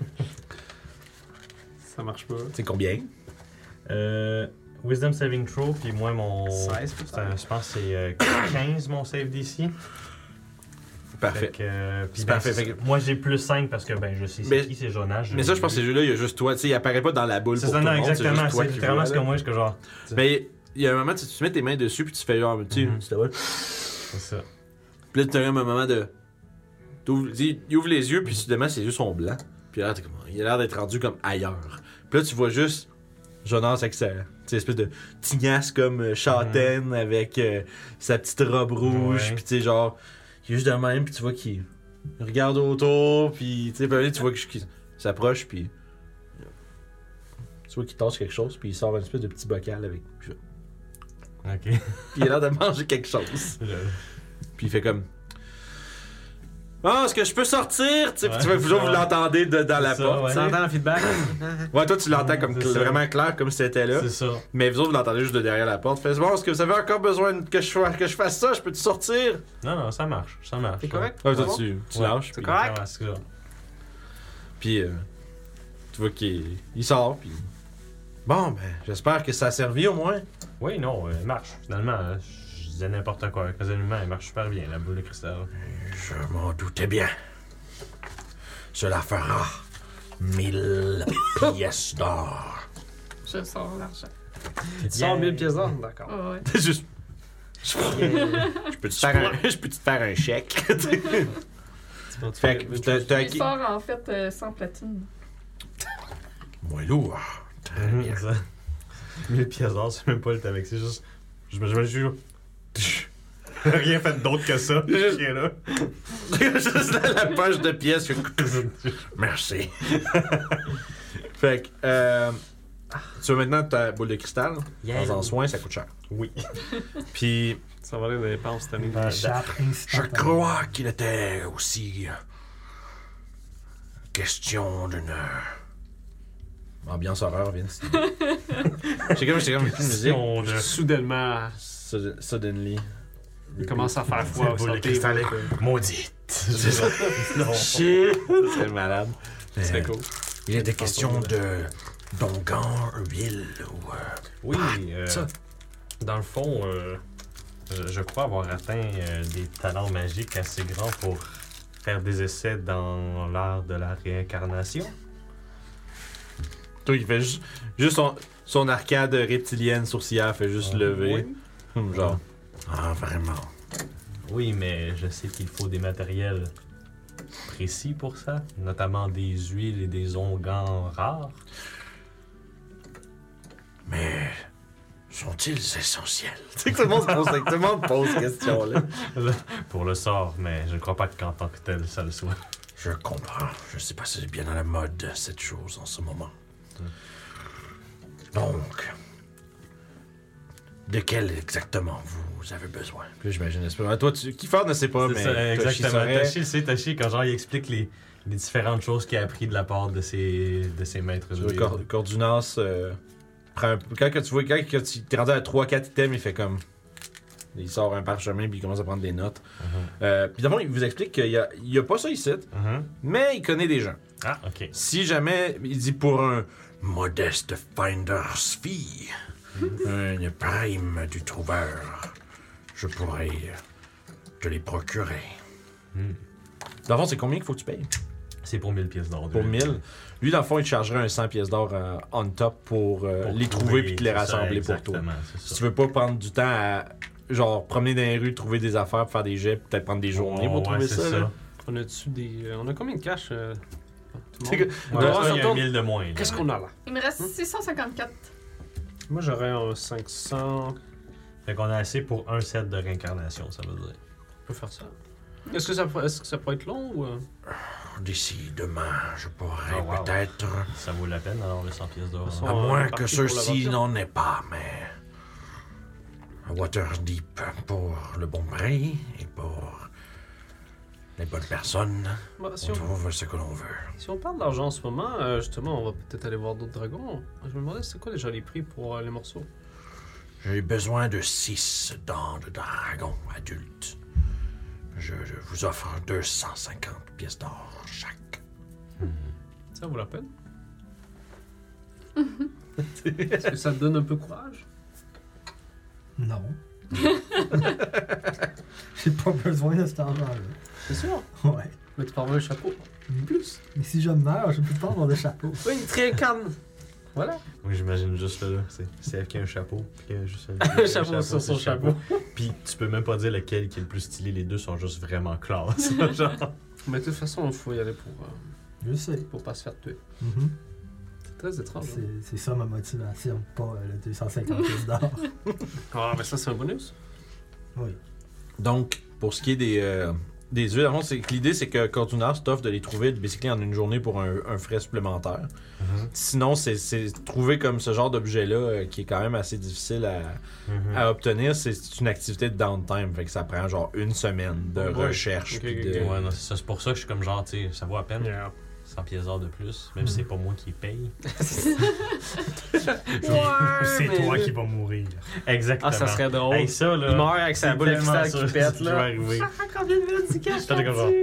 Ça marche pas. C'est combien? Euh, wisdom saving throw, puis moi, mon. seize, c'est un- Je pense que c'est euh, quinze mon save d'ici. Parfait. Fait que, euh, puis C'est ben, parfait, c'est- fait que- Moi, j'ai plus cinq parce que ben, je sais c'est Mais- qui, c'est Jonas. je Mais ça, je pense que l'ai ces vu. jeux-là, il y a juste toi. Tu sais, il apparaît pas dans la boule C'est pour ça, tout non, le monde, exactement. juste toi C'est qui littéralement vois, ce là. que moi, je que genre. Mais il y a un moment, tu, tu mets tes mains dessus, puis tu fais genre, tu sais, Mhm. tu t'avoles. C'est ça. Puis là, tu as un moment de. t'ouvres- Il il ouvre les yeux, puis soudainement, ses yeux sont blancs. Puis là, t'es comme- il a l'air d'être rendu comme ailleurs. Puis là, tu vois juste Jonas avec sa. Tu sais, espèce de tignasse comme euh, châtaine avec euh, sa petite robe rouge. Ouais. Puis tu sais, genre, il est juste de même, puis tu vois qu'il regarde autour, puis tu sais, puis là, tu vois qu'il s'approche, puis. Tu vois qu'il tasse quelque chose, puis il sort un espèce de petit bocal avec. Puis Ok. il a l'air de manger quelque chose. Je- Puis il fait comme. Ah, est-ce que je peux sortir? Tu sais, puis Ouais, tu vois, toujours ça. vous l'entendez de- dans la C'est ça, porte. ouais. tu sais. Tu entends le feedback? Ouais, toi tu l'entends comme C'est cl- ça. vraiment clair, comme si c'était là. C'est ça. Mais vous autres, vous l'entendez juste de derrière la porte. Faites bon, est-ce que vous avez encore besoin que je, fa- que je fasse ça? Je peux-tu sortir? Non, non, ça marche. Ça marche. C'est correct? Ouais, C'est toi bon? tu, tu Ouais. lâches. C'est Puis, correct? Vraiment, c'est ça. puis euh, tu vois qu'il il sort, puis Bon, ben, j'espère que ça a servi au moins. Oui, non, elle marche. Finalement, hein, je disais n'importe quoi. Occasionnellement, elle marche super bien, la boule de cristal. Je m'en doutais bien. Cela fera mille pièces d'or. Je sors l'argent. cent mille pièces d'or? D'accord. Oh, ouais. C'est juste. Je peux te faire un, je peux te faire un chèque. Fait que t'as t'as Il acquis. sort en fait euh, sans platine. Moins lourd. Très Mhm, bien. ça. mille pièces d'or, c'est même pas le avec. C'est juste. Je me je me suis. Rien fait d'autre que ça, ce chien-là. Juste dans la poche de pièces. Merci. Fait que. Euh, tu veux maintenant ta boule de cristal? Yeah. Dans un soin, ça coûte cher. Oui. Puis, Ça va aller des dépenses cette année. Ben, Échappe je instantanément. crois qu'il était aussi. euh, question d'une. Ambiance horreur, Vince. C'est comme, c'est comme une musique. On a- Soudainement, Sud- Suddenly. il commence à faire froid. Boule de sortez, cristal votre- est maudite. C'est ça. Non. Shit! C'est malade. C'est Euh, cool. Il était question de. Dongan, Huile ou. euh, Oui, euh, ça. dans le fond, euh, je, je crois avoir atteint euh, des talents magiques assez grands pour faire des essais dans l'art de la réincarnation. Toi, il fait juste, juste son, son arcade reptilienne sourcilière fait juste Ah, lever. Oui. Hum, Genre. Ah, vraiment. Oui, mais je sais qu'il faut des matériels précis pour ça, notamment des huiles et des onguents rares. Mais. Sont-ils essentiels? Tu sais que tout le monde se pose, tout le monde pose cette question-là. Pour le sort, mais je ne crois pas qu'en tant que tel, ça le soit. Je comprends. Je sais pas si c'est bien à la mode, cette chose, en ce moment. Donc. De quel exactement vous avez besoin? Puis j'imagine, n'est-ce pas? Toi, tu, Kiefer ne sait pas, mais. C'est ça, Toshi exactement. saurait. Tashi le sait, Tashi, quand genre il explique les, les différentes choses qu'il a appris de la part de ses, de ses maîtres Tu de vois, l'île. Cord- Cordunas euh, prend un peu- quand que tu vois, quand que tu t'es rendu à trois quatre items, il fait comme. Il sort un parchemin puis il commence à prendre des notes. Mhm. Euh, puis d'abord, il vous explique qu'il y a, il y a pas ça ici, Mhm. mais il connaît des gens. Ah, ok. Si jamais, il dit pour un modeste finder's fee, une prime du trouveur, je pourrais te les procurer. Hmm. Dans le fond, c'est combien qu'il faut que tu payes? C'est pour mille pièces d'or. Pour mille. Lui, dans le fond, il te chargerait un cent pièces d'or euh, on top pour, euh, Pour les trouver puis te les c'est ça, rassembler pour toi. exactement, c'est Si ça. tu veux pas prendre du temps à genre promener dans les rues, trouver des affaires, pour faire des jets, peut-être prendre des journées pour Ouais, trouver c'est ça. là. On a-tu des. euh, On a combien de cash? euh, tout le C'est monde? que- Ouais, Ouais, ça, ça il y a un tourne. mille de moins. là. Qu'est-ce qu'on a là? Il me reste six cent cinquante-quatre. Moi, j'aurais un cinq cents. Fait qu'on a assez pour un set de réincarnation, ça veut dire. On peut faire ça. Est-ce que ça, pourrait- est-ce que ça pourrait être long ou. euh? D'ici demain, je pourrais Oh, wow. peut-être. Ça vaut la peine alors le cent pièces d'or. De toute façon, À on moins est que parti pour ceux-ci l'aventure. n'en aient pas, mais. Waterdeep pour le bon prix et pour les bonnes personnes, Bah, si, on on, trouve ce que l'on veut. si on parle d'argent en ce moment, euh, justement, on va peut-être aller voir d'autres dragons. Je me demandais c'est quoi déjà les prix pour euh, les morceaux. J'ai besoin de six dents de dragon adultes. Je, je vous offre deux cent cinquante pièces d'or chaque. Ça vaut la peine? Est-ce que ça te donne un peu courage? Non. J'ai pas besoin de cet argent-là. C'est sûr. Ouais. Mais tu peux avoir un chapeau. Plus. Mais si je meurs, je peux pas avoir de chapeau. Oui, il te réincarne. Voilà. Oui, j'imagine juste là, là. C'est, c'est elle qui a un chapeau, puis qui a juste Un chapeau sur son c'est le chapeau. Puis tu peux même pas dire lequel qui est le plus stylé, les deux sont juste vraiment classe. genre. Mais de toute façon, il faut y aller pour, euh, Je sais. pour pas se faire tuer. Mhm. C'est très étrange. hein. C'est c'est ça ma motivation, pas euh, le deux cent cinquante pièces d'or. Ah, mais ça, c'est un bonus. Oui. Donc, pour ce qui est des, euh, des huiles, avant, c'est que l'idée, c'est que Cordunas t'offre de les trouver basically en une journée pour un, un frais supplémentaire. Sinon, c'est, c'est trouver comme ce genre d'objet-là euh, qui est quand même assez difficile à, Mhm. à obtenir. C'est, c'est une activité de downtime. Fait que ça prend genre une semaine de Ouais. recherche. Ok, puis ok, de- ok. Ouais, non, c'est ça. C'est pour ça que je suis comme genre, tu sais, ça vaut à peine. Yeah. cent pièces d'or de plus, même si c'est pas moi qui paye. C'est mais- toi qui vas mourir. Exactement. Ah, ça serait drôle. Hey, ça, là. Il meurt avec sa c'est boule de tellement cristal sûr qui pète, que ça là. va arriver. Combien de minutes du cash J'étais comme genre, là-dessus? hmm.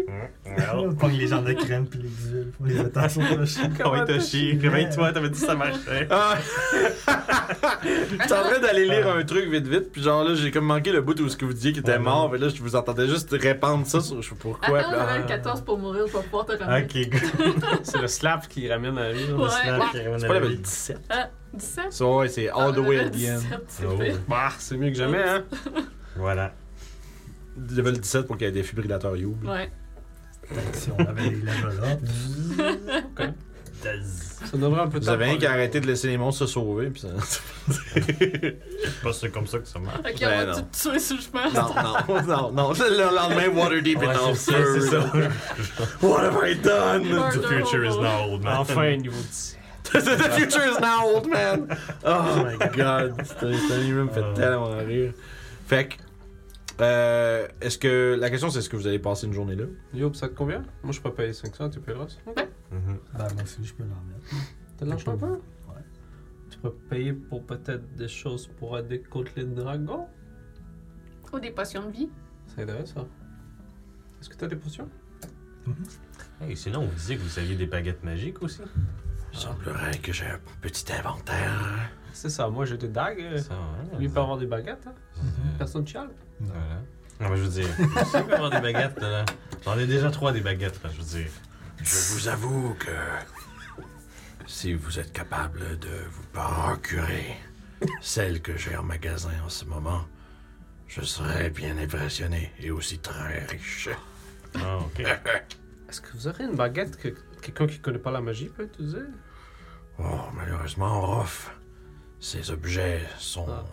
Well. Pogne les gens de crème puis les huiles pour les attaches au rocher. Comment il t'a chié? Réveille-toi, t'avais dit que ça marchait. Ah! J'étais en train d'aller lire un truc vite vite, puis genre là, j'ai comme manqué le bout où ce que vous disiez qu'il était Ouais, mort, non. mais là, je vous entendais juste répandre ça sur je sais pas pourquoi. Attends, puis là, level quatorze pour mourir, je vais pouvoir te ramener. Ok, good. C'est le slap qui ramène à la vie. là. Ouais. c'est pas level dix-sept. Ah, dix-sept? Ça, ouais, c'est all the way at the end. dix-sept, c'est Oh. fait. Bah, c'est mieux que jamais, hein? Voilà. Level dix-sept pour qu'il y ait des défibrillateurs You. Ouais. Si on avait les level up. Ça devrait un peu Vous avez rien qu'à arrêter de laisser les monstres se sauver, puis ça. C'est pas c'est comme ça que ça marche. Ok, Ben on va non. tout tuer sur le chemin. Non, non, non, non. Le lendemain, Waterdeep Ouais, est en c'est ça, feu. c'est ça. What have I done? Murder The future is hobo. now old, man. Enfin, niveau dix. The future is now, old man. Oh my god. C'était c'était me fait Oh. tellement rire. Fait que. Euh, est-ce que. La question, c'est est-ce que vous allez passer une journée là? Yo, ça te convient? Moi, je peux payer cinq cents, tu paieras ça. Mhm. Ben, moi aussi, je peux l'en mettre. T'as de l'argent pas? Ouais. Tu peux payer pour peut-être des choses pour aider contre les dragons? Ou des potions de vie. Ça aiderait, ça. Est-ce que t'as des potions? Hey, sinon, vous disiez que vous aviez des baguettes magiques aussi? Il semblerait que j'ai un petit inventaire. C'est ça, moi j'ai des dagues. Ça, ouais. Lui peut avoir des baguettes, hein? Euh, Personne chiale. Voilà. Non, mais je veux dire, vous savez avoir des baguettes, là. J'en ai déjà trois des baguettes, là, je veux dire. Je vous avoue que. Si vous êtes capable de vous procurer celle que j'ai en magasin en ce moment, je serais bien impressionné et aussi très riche. Ah, ok. Est-ce que vous aurez une baguette que quelqu'un qui connaît pas la magie peut utiliser? Oh, malheureusement, Rof, ces objets sont. Ah.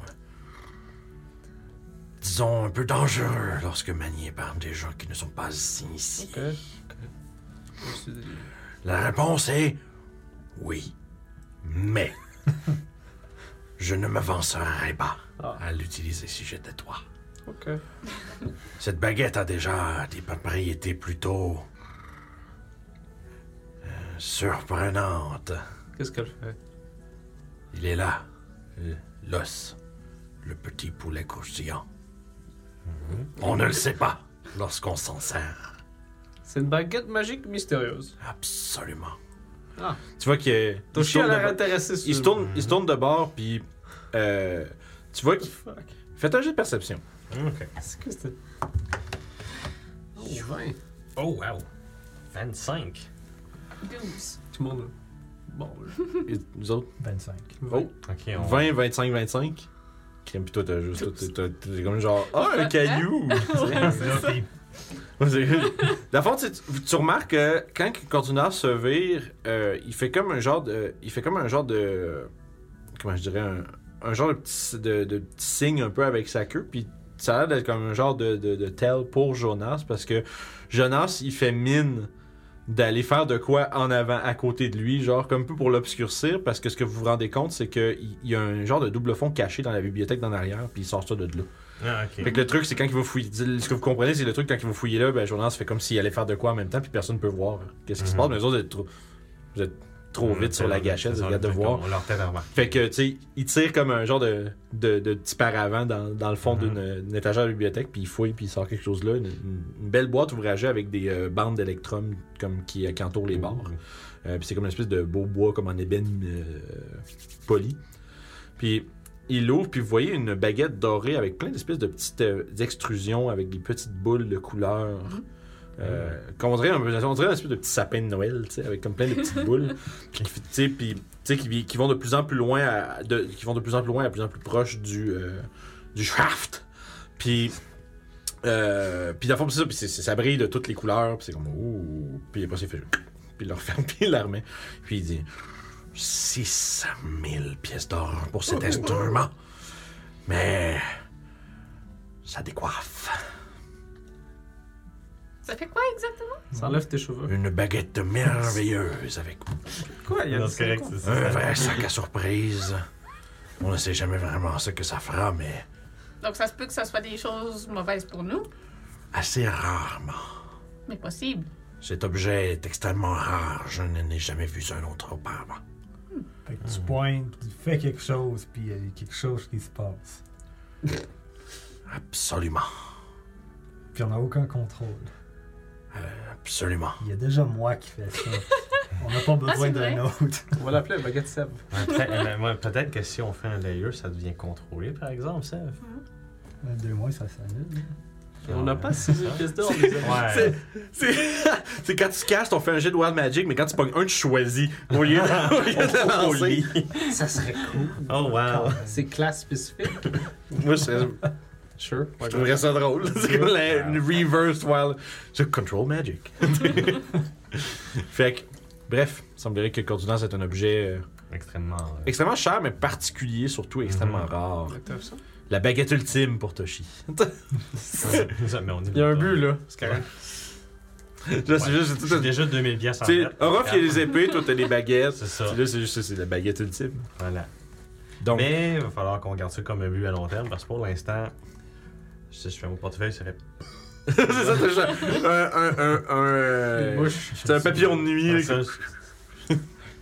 Disons, un peu dangereux lorsque maniés par des gens qui ne sont pas initiés. Ok. Ok. Je me suis dit- La réponse est oui. Mais je ne m'avancerai pas Ah. à l'utiliser si j'étais toi. Ok. Cette baguette a déjà des propriétés plutôt euh, surprenantes. Qu'est-ce qu'elle fait? Il est là, euh, l'os, le petit poulet croustillant. On ne le sait pas lorsqu'on s'en sert. C'est une baguette magique mystérieuse. Absolument. Ah. Tu vois qu'il il se Toshi a tourne de l'air bord- intéressé sur il se tourne, il se tourne de bord, puis euh, tu vois qu'il Fuck. fait un jet de perception. Ok. Qu'est-ce que c'était? Oh, vingt. Oh, wow. vingt-cinq. douze. Tout le monde. Bon, là. Et nous autres? vingt-cinq. Oh, Ok, on... vingt, vingt-cinq, vingt-cinque. Crème, puis toi, t'as juste. t'as- t'as- T'es comme genre. Ah, un caillou! Ouais, c'est ça. Dans le fond, tu, sais, tu remarques que quand il continue à se vire, euh, il fait comme un genre de. Il fait comme un genre de. Comment je dirais? Un, un genre de petit, de, de petit signe un peu avec sa queue. Puis ça a l'air d'être comme un genre de, de, de tel pour Jonas. Parce que Jonas, il fait mine d'aller faire de quoi en avant à côté de lui, genre comme un peu pour l'obscurcir. Parce que ce que vous vous rendez compte, c'est qu'il y a un genre de double fond caché dans la bibliothèque d'en arrière. Puis il sort ça de là. Ah, ok. Fait que le truc, c'est quand il va fouiller. Ce que vous comprenez, c'est le truc, quand il va fouiller là, ben, Jonas fait comme s'il allait faire de quoi en même temps, puis personne ne peut voir qu'est-ce qui se Mhm. passe. Mais eux autres, vous êtes trop, vous êtes trop vite sur la gâchette, vous êtes de voir. On leur tête à remarquer. Fait que, tu sais, il tire comme un genre de, de, de petit paravent dans, dans le fond Mhm. d'une d'une étagère de la bibliothèque, puis il fouille, puis il sort quelque chose là. Une, une- une belle boîte ouvragée avec des euh, bandes d'électrum comme qui, qui entourent les bords. Euh, puis c'est comme une espèce de beau bois comme en ébène euh, poli. Puis il l'ouvre, puis vous voyez une baguette dorée avec plein d'espèces de petites euh, extrusions avec des petites boules de couleur. Euh, qu'on dirait, un, on dirait un espèce de petit sapin de Noël, tu sais, avec comme plein de petites boules. Puis, qui- tu sais, puis, tu sais, qui, qui vont de plus en plus loin, à, de, qui vont de plus en plus loin, à plus en plus proche du, euh, du shaft. Puis, euh, puis dans le fond, c'est ça, puis c'est- c'est- ça brille de toutes les couleurs, puis c'est comme ouh, puis après, il fait, puis il le referme, puis il la remet. Puis il dit six mille pièces d'or pour cet instrument. Mais ça décoiffe. Ça fait quoi exactement? Ça enlève tes cheveux. Une baguette merveilleuse avec Quoi? Il y a Non, une c'est correct, c'est ça. un vrai sac à surprise. On ne sait jamais vraiment ce que ça fera, mais Donc ça se peut que ça soit des choses mauvaises pour nous, assez rarement. mais possible. Cet objet est extrêmement rare. Je n'en ai jamais vu un autre auparavant. Fait que tu pointes, tu fais quelque chose, puis il y a quelque chose qui se passe. Absolument. Puis on n'a aucun contrôle. Absolument. Il y a déjà moi qui fais ça. On n'a pas besoin c'est d'un vrai. autre. On va l'appeler Baguette Seb. Ouais, peut-être euh, ouais, peut-être que si on fait un layer, ça devient contrôlé, par exemple, ça. Deux mois, ça s'annule. On n'a pas six mille pièces d'or, les amis. Ouais. C'est, c'est quand tu castes, on fait un jet de Wild Magic, mais quand tu pognes un, tu choisis. Au lieu de, au lieu de lancer. Ça serait cool. Oh, wow. C'est classe spécifique. Moi, je, Sure. je trouverais ça drôle. C'est comme la une reverse Wild. C'est Control Magic. Fait que, bref, il semblerait que Coordinance est un objet euh, Extrêmement. euh, extrêmement cher, mais particulier, surtout extrêmement Mhm. rare. T'as vu ça? La baguette ultime pour Toshi. mais on est Il y a un but, là. C'est correct. Là, c'est juste. c'est tout- J'ai déjà deux mille pièces en Tu sais, tête. Orof, il y a les épées, toi, t'as les baguettes. C'est ça. Puis là, c'est juste ça, c'est la baguette ultime. Voilà. Donc, Mais il va falloir qu'on garde ça comme un but à long terme parce que pour l'instant, si je fais mon portefeuille, ça serait. c'est ça, t'as juste un. un, un, un, un, euh, Une mouche. c'est un papillon de nuit. là, Ça, qui-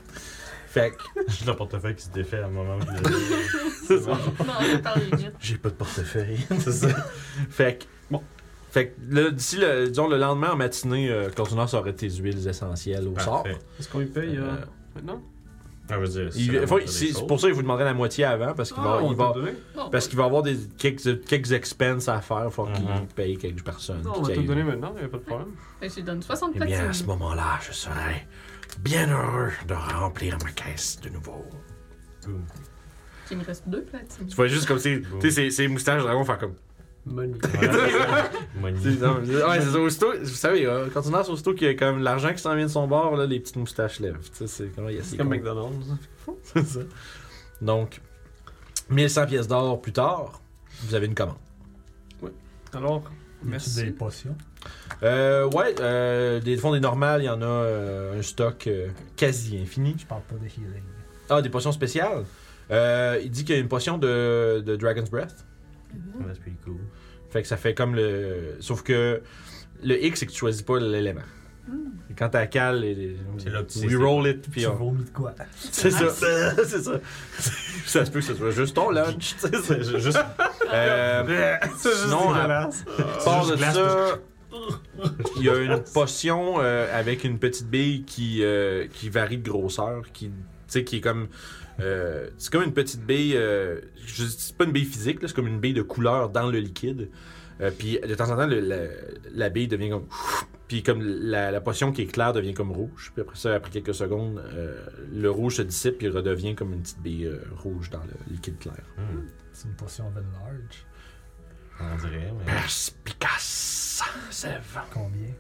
Fait que. Juste le portefeuille qui se défait à un moment où je le. C'est ça. Non, on parle vite. J'ai pas de portefeuille. c'est ça. Fait que. Bon. Fait que là, d'ici le, disons, le lendemain en matinée, euh, Coordinance aurait tes huiles essentielles au sort. Parfait. Est-ce qu'on lui paye euh, Euh, maintenant? Ah, je veux dire, Il- c'est la faut- moindre des c'est c'est choses. pour ça qu'il vous demanderait la moitié avant, parce qu'il va, Ah, on il t'a va, donné? Non, parce qu'il va avoir des, quelques, quelques expenses à faire. Il faut qu'il Mhm. paye quelques personnes. Non, puis on va qu'il tout aille- donner maintenant, il n'y a pas de problème. ben, je lui donne soixante Eh bien, à ce platines. moment-là, je serai bien heureux de remplir ma caisse de nouveau. Boom. Il me reste deux platines. Tu vois juste comme si, tu sais, ces- ces moustaches de dragon faire comme. Money. Voilà. Money. C'est- non, ouais, c'est ça. Aussitôt, vous savez, euh, quand on a aussitôt qu'il y a comme l'argent qui s'en vient de son bord, là, les petites moustaches lèvent. Tu sais, c'est comment il y a C'est ces comme cons. McDonald's. C'est ça. Donc, mille cent pièces d'or plus tard, vous avez une commande. Alors, Merci. merci. Des potions. Euh, ouais, euh, des fonds des normales, il y en a euh, un stock euh, quasi infini. Je parle pas de healing. Ah, des potions spéciales. Euh, il dit qu'il y a une potion de, de Dragon's Breath. That's pretty cool. Fait que ça fait comme le. Sauf que le X, c'est que tu choisis pas l'élément. Et quand t'as cale, les- les- C'est là que tu sais we c'est roll it, puis Tu on. vomis de quoi? C'est ça. c'est ça. Ça se peut que ce soit juste ton lunch. tu sais, c'est ju- juste. Euh, sinon, à part de glace, ça, il y a une potion euh, avec une petite bille qui, euh, qui varie de grosseur, qui, tu sais, qui est comme. euh, c'est comme une petite bille. Euh, je- c'est pas une bille physique, là, c'est comme une bille de couleur dans le liquide. Euh, puis de temps en temps, le- la, la bille devient comme. Puis comme la, la potion qui est claire devient comme rouge. Puis après ça, après quelques secondes, euh, le rouge se dissipe puis il redevient comme une petite bille euh, rouge dans le liquide clair. Hmm. C'est une potion large. On dirait, mais. Perspicace, Sève. Combien?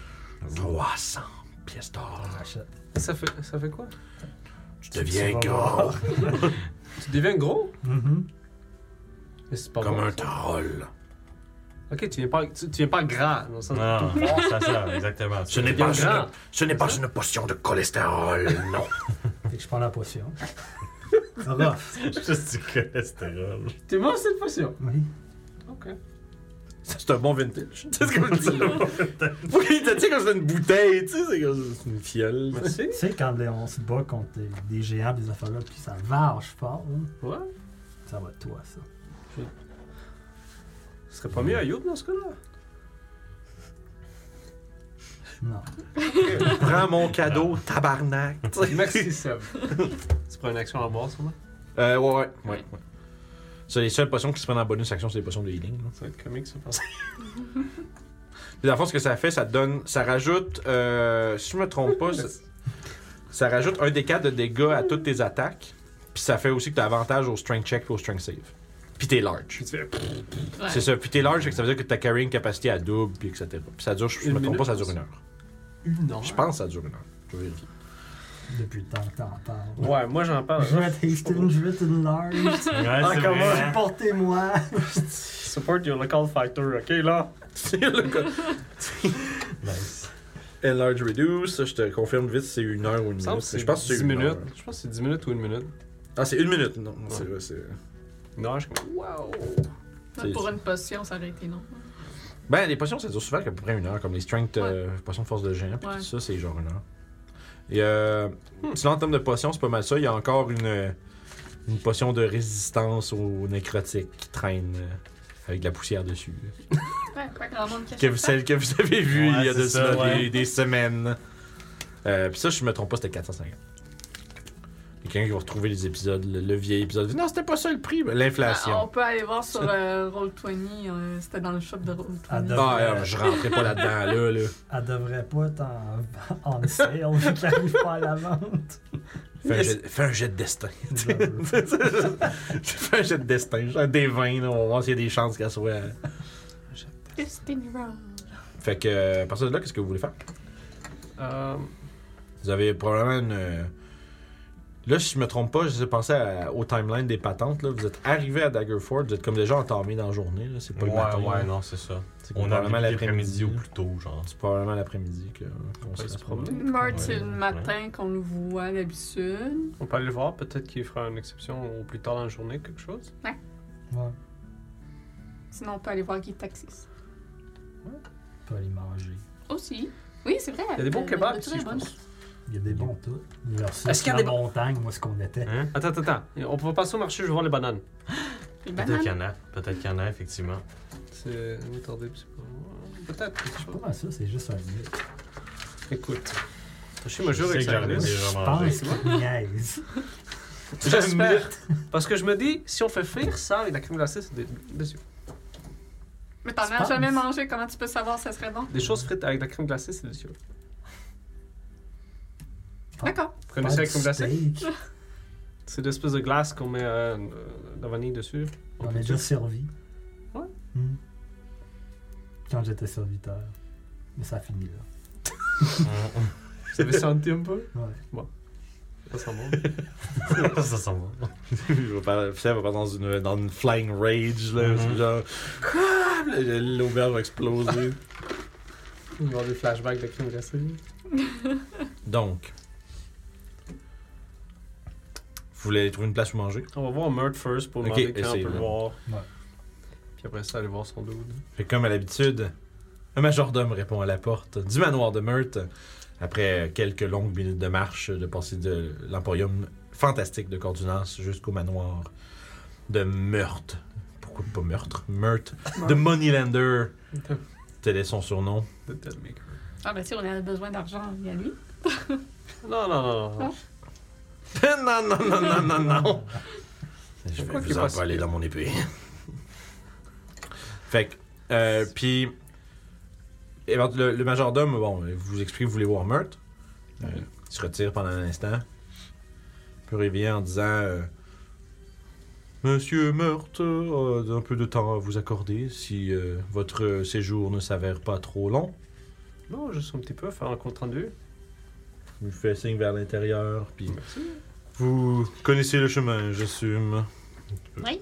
trois cents pièces d'or. J'achète. Ça fait, ça fait quoi? Tu deviens Tu vas gros voir. Tu deviens gros? Mhm. Mais c'est pas comme bon, un ça. troll. Ok, tu viens pas, tu, tu viens pas gras. Dans le sens- Non, c'est ça, exactement. Ce n'est deviens pas, une, grand. ce n'est pas une potion de cholestérol, non. Fait que je prends la potion. Ça va. Juste du cholestérol. T'es mort cette potion? Oui. Ok. C'est un bon vintage. C'est comme ça. Faut qu'il te tire comme c'est une bouteille, tu sais, c'est comme c'est une fiole. Merci. Tu sais, quand on se bat contre des, des géants, des affaires là, puis ça varge fort, là, Ouais. ça va de toi, ça. Ce serait pas mieux à Youb dans ce cas-là? Non. Prends mon cadeau, tabarnak. tu sais. Merci, Seb. Tu prends une action en bas, sûrement? Euh, ouais, ouais, ouais. ouais. C'est les seules potions qui se prennent en bonus action, c'est les potions de healing. là. Ça va être comique, ça, pense. Puis dans le fond, ce que ça fait, ça te donne. Ça rajoute. Euh, si je me trompe pas, ça, ça rajoute un des quatre de dégâts à toutes tes attaques. Puis ça fait aussi que tu as avantage au strength check et au strength save. Puis t'es large. Puis tu fais... Ouais. C'est ça. Puis t'es large, c'est que ça veut dire que ta carrying capacité à double, puis et cetera. Puis ça dure, je Une me trompe pas, minute, ça dure une heure. Une heure. Je pense que ça dure une heure. Je vais vérifier. Depuis le temps que t'en parles. Ouais, moi j'en parle. Je vais être Hastings, je vais être une large. Ouais, Ah, c'est comment vrai. supportez-moi? Support your local fighter, ok là? C'est le cas. Nice. Enlarge reduce, ça, je te confirme vite, c'est une heure ou une Il me semble minute. que c'est Je pense que c'est dix une minutes. heure. Je pense que c'est dix minutes ou une minute. Ah, c'est une minute, non. C'est vrai, c'est. Une heure, je suis comme, wow! c'est- Pour une potion, ça aurait été non. Ben, les potions, ça dure souvent à peu près une heure, comme les strength, euh, potions de force de géant, puis Ouais. tout ça, c'est genre une heure. Et euh, sinon, en termes de potions, c'est pas mal ça. Il y a encore une, une potion de résistance au nécrotique qui traîne euh, avec de la poussière dessus. Ouais, pas grand monde qui que vous, achète ça. celle que vous avez vue Ouais, il y a c'est de ça, cela ouais. des, des semaines. Euh, Puis ça, je me trompe pas, c'était quatre cent cinquante. Il y a quelqu'un qui va retrouver les épisodes, le, le vieil épisode. Non, c'était pas ça le prix, mais l'inflation. Ah, on peut aller voir sur euh, Roll vingt, euh, c'était dans le shop de Roll Ah, vingt. de- Ah, ouais, je rentrais pas là-dedans, là, là. Elle devrait pas être en, en sale, vu qu'elle arrive pas à la vente. Fais un, jet, fais un jet de destin. J'avoue. Fais un jet de destin, genre des vingt, là, on va voir s'il y a des chances qu'elle soit. Destiny Roll. Fait que, euh, à partir de là, qu'est-ce que vous voulez faire? Euh, Vous avez probablement une. euh, Là, si je me trompe pas, je pensais à- au timeline des patentes. Là. Vous êtes arrivé à Daggerford, vous êtes comme déjà entamé dans la journée. Là. C'est pas Ouais, le matin. ouais, là. non, c'est ça. C'est On a probablement l'après-midi l'après-midi ou plus tôt, genre. C'est probablement l'après-midi que- qu'on peut se se promener. promener. Meurtre, Ouais, c'est le ouais. matin qu'on le voit d'habitude. On peut aller le voir, peut-être qu'il fera une exception au plus tard dans la journée, quelque chose. Ouais. Sinon, on peut aller voir Guy Taxis. On peut aller manger. Aussi. Oui, c'est vrai. Il y a des bons euh, kebabs la ici, nourriture je est bonne. pense. Il y a des bons tout. Versus Est-ce qu'il y a la des bons- montagne, moi, ce qu'on était. Hein? Attends, attends, attends. On peut passer au marché, je vais voir les bananes. Les Peut-être bananes. qu'il y en a. Peut-être qu'il y en a, effectivement. C'est retardé, c'est pas. Peut-être. Je sais pas, ça, c'est juste un mythe. Écoute. Je suis majeur sais avec que ça. j'aurais Je déjà mangé. pense qu'il niaise. J'espère. Parce que je me dis, si on fait frire ça avec la crème glacée, c'est dé- délicieux. Mais t'en Tu as penses? jamais mangé, comment tu peux savoir si ça serait bon? Des choses frites avec la crème glacée, c'est délicieux. D'accord. Vous connaissez la crème glacée? Steak. C'est l'espèce de glace qu'on met euh, de la vanille dessus. On est déjà servi. Ouais. Hmm. Quand j'étais serviteur. Mais ça finit là. Vous avez senti un peu? Ouais. Ça sent bon. Ça sent bon. Je vais pas, Pierre va pas dans une, dans une flying rage, là. Mhm. C'est genre. Quoi? L'auberge va exploser. Il va y avoir des flashbacks de crème glacée. Donc. Vous voulez aller trouver une place où manger? On va voir Mert first pour Ok, demander quand on essayez, peut le là. voir. Ouais. Puis après ça, aller voir son dude. Fait que comme à l'habitude, un majordome répond à la porte du manoir de Meurthe. Après quelques longues minutes de marche, de passer de l'emporium fantastique de Cordunas jusqu'au manoir de Meurthe. Pourquoi pas Meurtre? Meurthe. De Moneylander. Tel est son surnom. The Deadmaker. Ah, ben si on a besoin d'argent, il y a lui. Non, non, non, non. Non. non, non, non, non, non, non. Je vais Pourquoi vous qu'il en passe- parler dans mon épée. Fait que, euh, puis, évent- le, le majordome, bon, il vous explique que vous voulez voir Meurthe. Euh, il se retire pendant un instant. Il peut réveiller en disant euh, Monsieur Meurthe a un peu de temps à vous accorder si euh, votre séjour ne s'avère pas trop long. Non, juste un petit peu, faire un compte rendu. Il fait signe vers l'intérieur, puis Merci. vous connaissez le chemin, j'assume. Oui.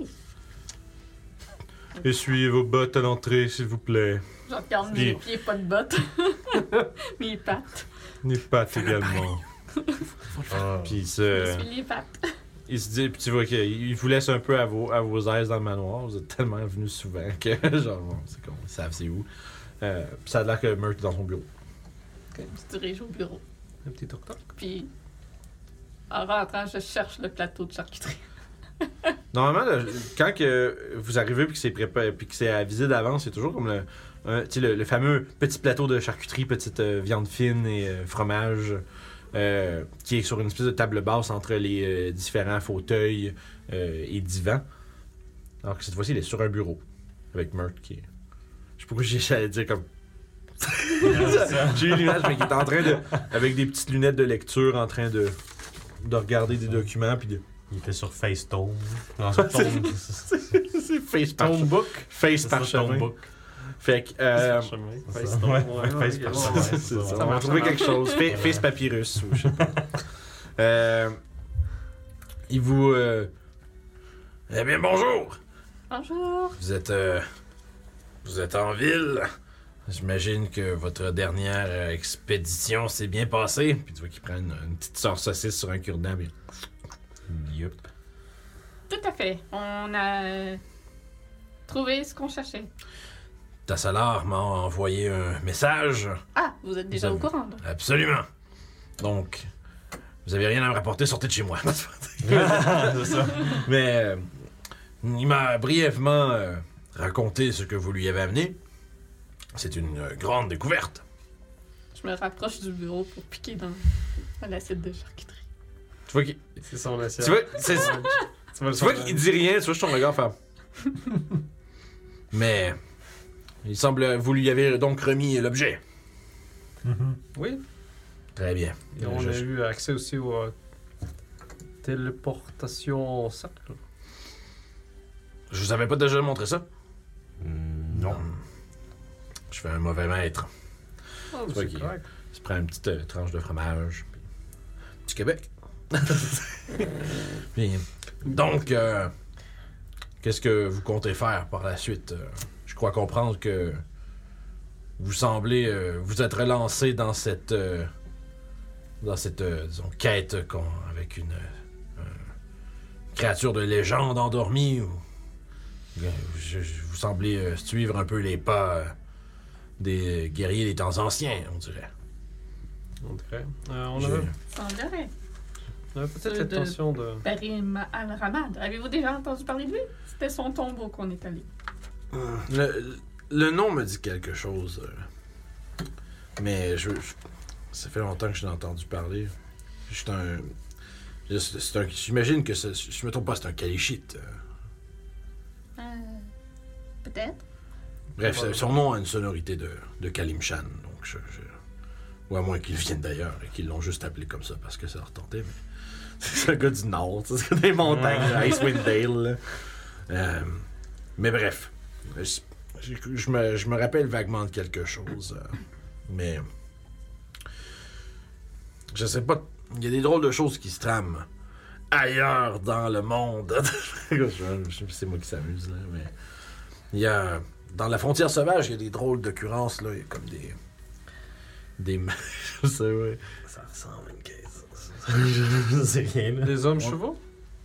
Essuyez vos bottes à l'entrée, s'il vous plaît. Je regarde Puis- mes pieds, pas de bottes. Mes pattes. Les pattes également. Ah. Puis il Je se, suis les pattes. il se dit, puis tu vois qu'il vous laisse un peu à vos, à vos aises dans le manoir. Vous êtes tellement venus souvent que, genre, bon, c'est con, ils savent c'est où. Euh, puis ça a l'air que Meurthe est dans son bureau. Je me dirige au bureau. Un petit toc-toc. Puis, en rentrant, je cherche le plateau de charcuterie. Normalement, là, quand que vous arrivez puis que c'est préparé, puis que c'est avisé d'avance, c'est toujours comme le, un- tu sais, le, le fameux petit plateau de charcuterie, petite euh, viande fine et euh, fromage, euh, qui est sur une espèce de table basse entre les euh, différents fauteuils euh, et divans. Alors que cette fois-ci, il est sur un bureau avec Meurthe qui est. Je sais pas pourquoi j'ai j'allais dire comme. J'ai eu l'image, mais qui est en train de. Avec des petites lunettes de lecture, en train de. de regarder des documents puis de. Il était sur FaceTime. Non, sur Tome. C'est face par Tomebook. face par chemin. Fait que. Euh, Chemin. C'est Face ça. Tome. Ouais, Ouais, ouais, ouais, face par ouais, chemin. ouais. c'est ça, Ça on va marche, trouver ça quelque chose. Fa- Ouais. Face papyrus ou je sais pas. Euh, il vous. euh, Eh bien, bonjour! Bonjour. Vous êtes. euh, Vous êtes en ville. J'imagine que votre dernière euh, expédition s'est bien passée. Puis tu vois qu'il prend une, une petite sort saucisse sur un cure-dent. Puis... Yup. Tout à fait. On a trouvé ce qu'on cherchait. Tassalar m'a envoyé un message. Ah, vous êtes déjà Vous au avez- courant, donc. Absolument. Donc, vous avez rien à me rapporter, sortez de chez moi. C'est ça. Mais euh, il m'a brièvement euh, raconté ce que vous lui avez amené. C'est une euh, grande découverte. Je me rapproche du bureau pour piquer dans, dans l'assiette de charcuterie. Tu vois qu'il C'est son assiette. tu vois, c'est- Tu vas le tu vois savoir. qu'il dit rien, tu vois juste ton regard faire. Mais il semble vous lui avez donc remis l'objet. Mhm. Oui. Très bien. Et on Je- a eu accès aussi aux euh, téléportations cercle. Je vous avais pas déjà montré ça? Hmm, Non. Je fais un mauvais maître. Oh, Tu vois c'est qu'il- correct. Il se prend une petite euh, tranche de fromage. puis- Du Québec. Puis, donc, euh, qu'est-ce que vous comptez faire par la suite? Euh, Je crois comprendre que vous semblez euh, vous être relancé dans cette euh, dans cette euh, disons, quête qu'on- avec une euh, créature de légende endormie. Ou, euh, je- je- vous semblez euh, suivre un peu les pas euh, des guerriers des temps anciens, on dirait. On dirait. Euh, on J'ai- avait, Ça en dirait. on avait peut-être De- l'intention de. Barim al-Ramad. Avez-vous déjà entendu parler de lui? C'était son tombeau qu'on est allé. Le, le nom me dit quelque chose. euh, mais je, je- ça fait longtemps que je l'ai entendu parler. C'est un. c'est- c'est un- J'imagine que c'est- si je me trompe pas, c'est un Kalishite. euh. Euh, peut-être. Bref, c'est- son nom a une sonorité de, de Kalimshan. Donc je, je- Ou à moins qu'ils viennent d'ailleurs et qu'ils l'ont juste appelé comme ça parce que ça leur tentait. Mais c'est un gars du Nord, tu sais, c'est des montagnes, là, Icewind Dale. là. Euh, mais bref. Je, je- je me, je me rappelle vaguement de quelque chose. euh, mais. Je sais pas. Il y a des drôles de choses qui se trament ailleurs dans le monde. Je- je- c'est moi qui s'amuse, là. Mais. Il y a. Dans la frontière sauvage, il y a des drôles d'occurrences, là. Il y a comme des. Des. Je sais, ouais. Ça ressemble à une caisse. Je sais rien, là. Des hommes On- chevaux?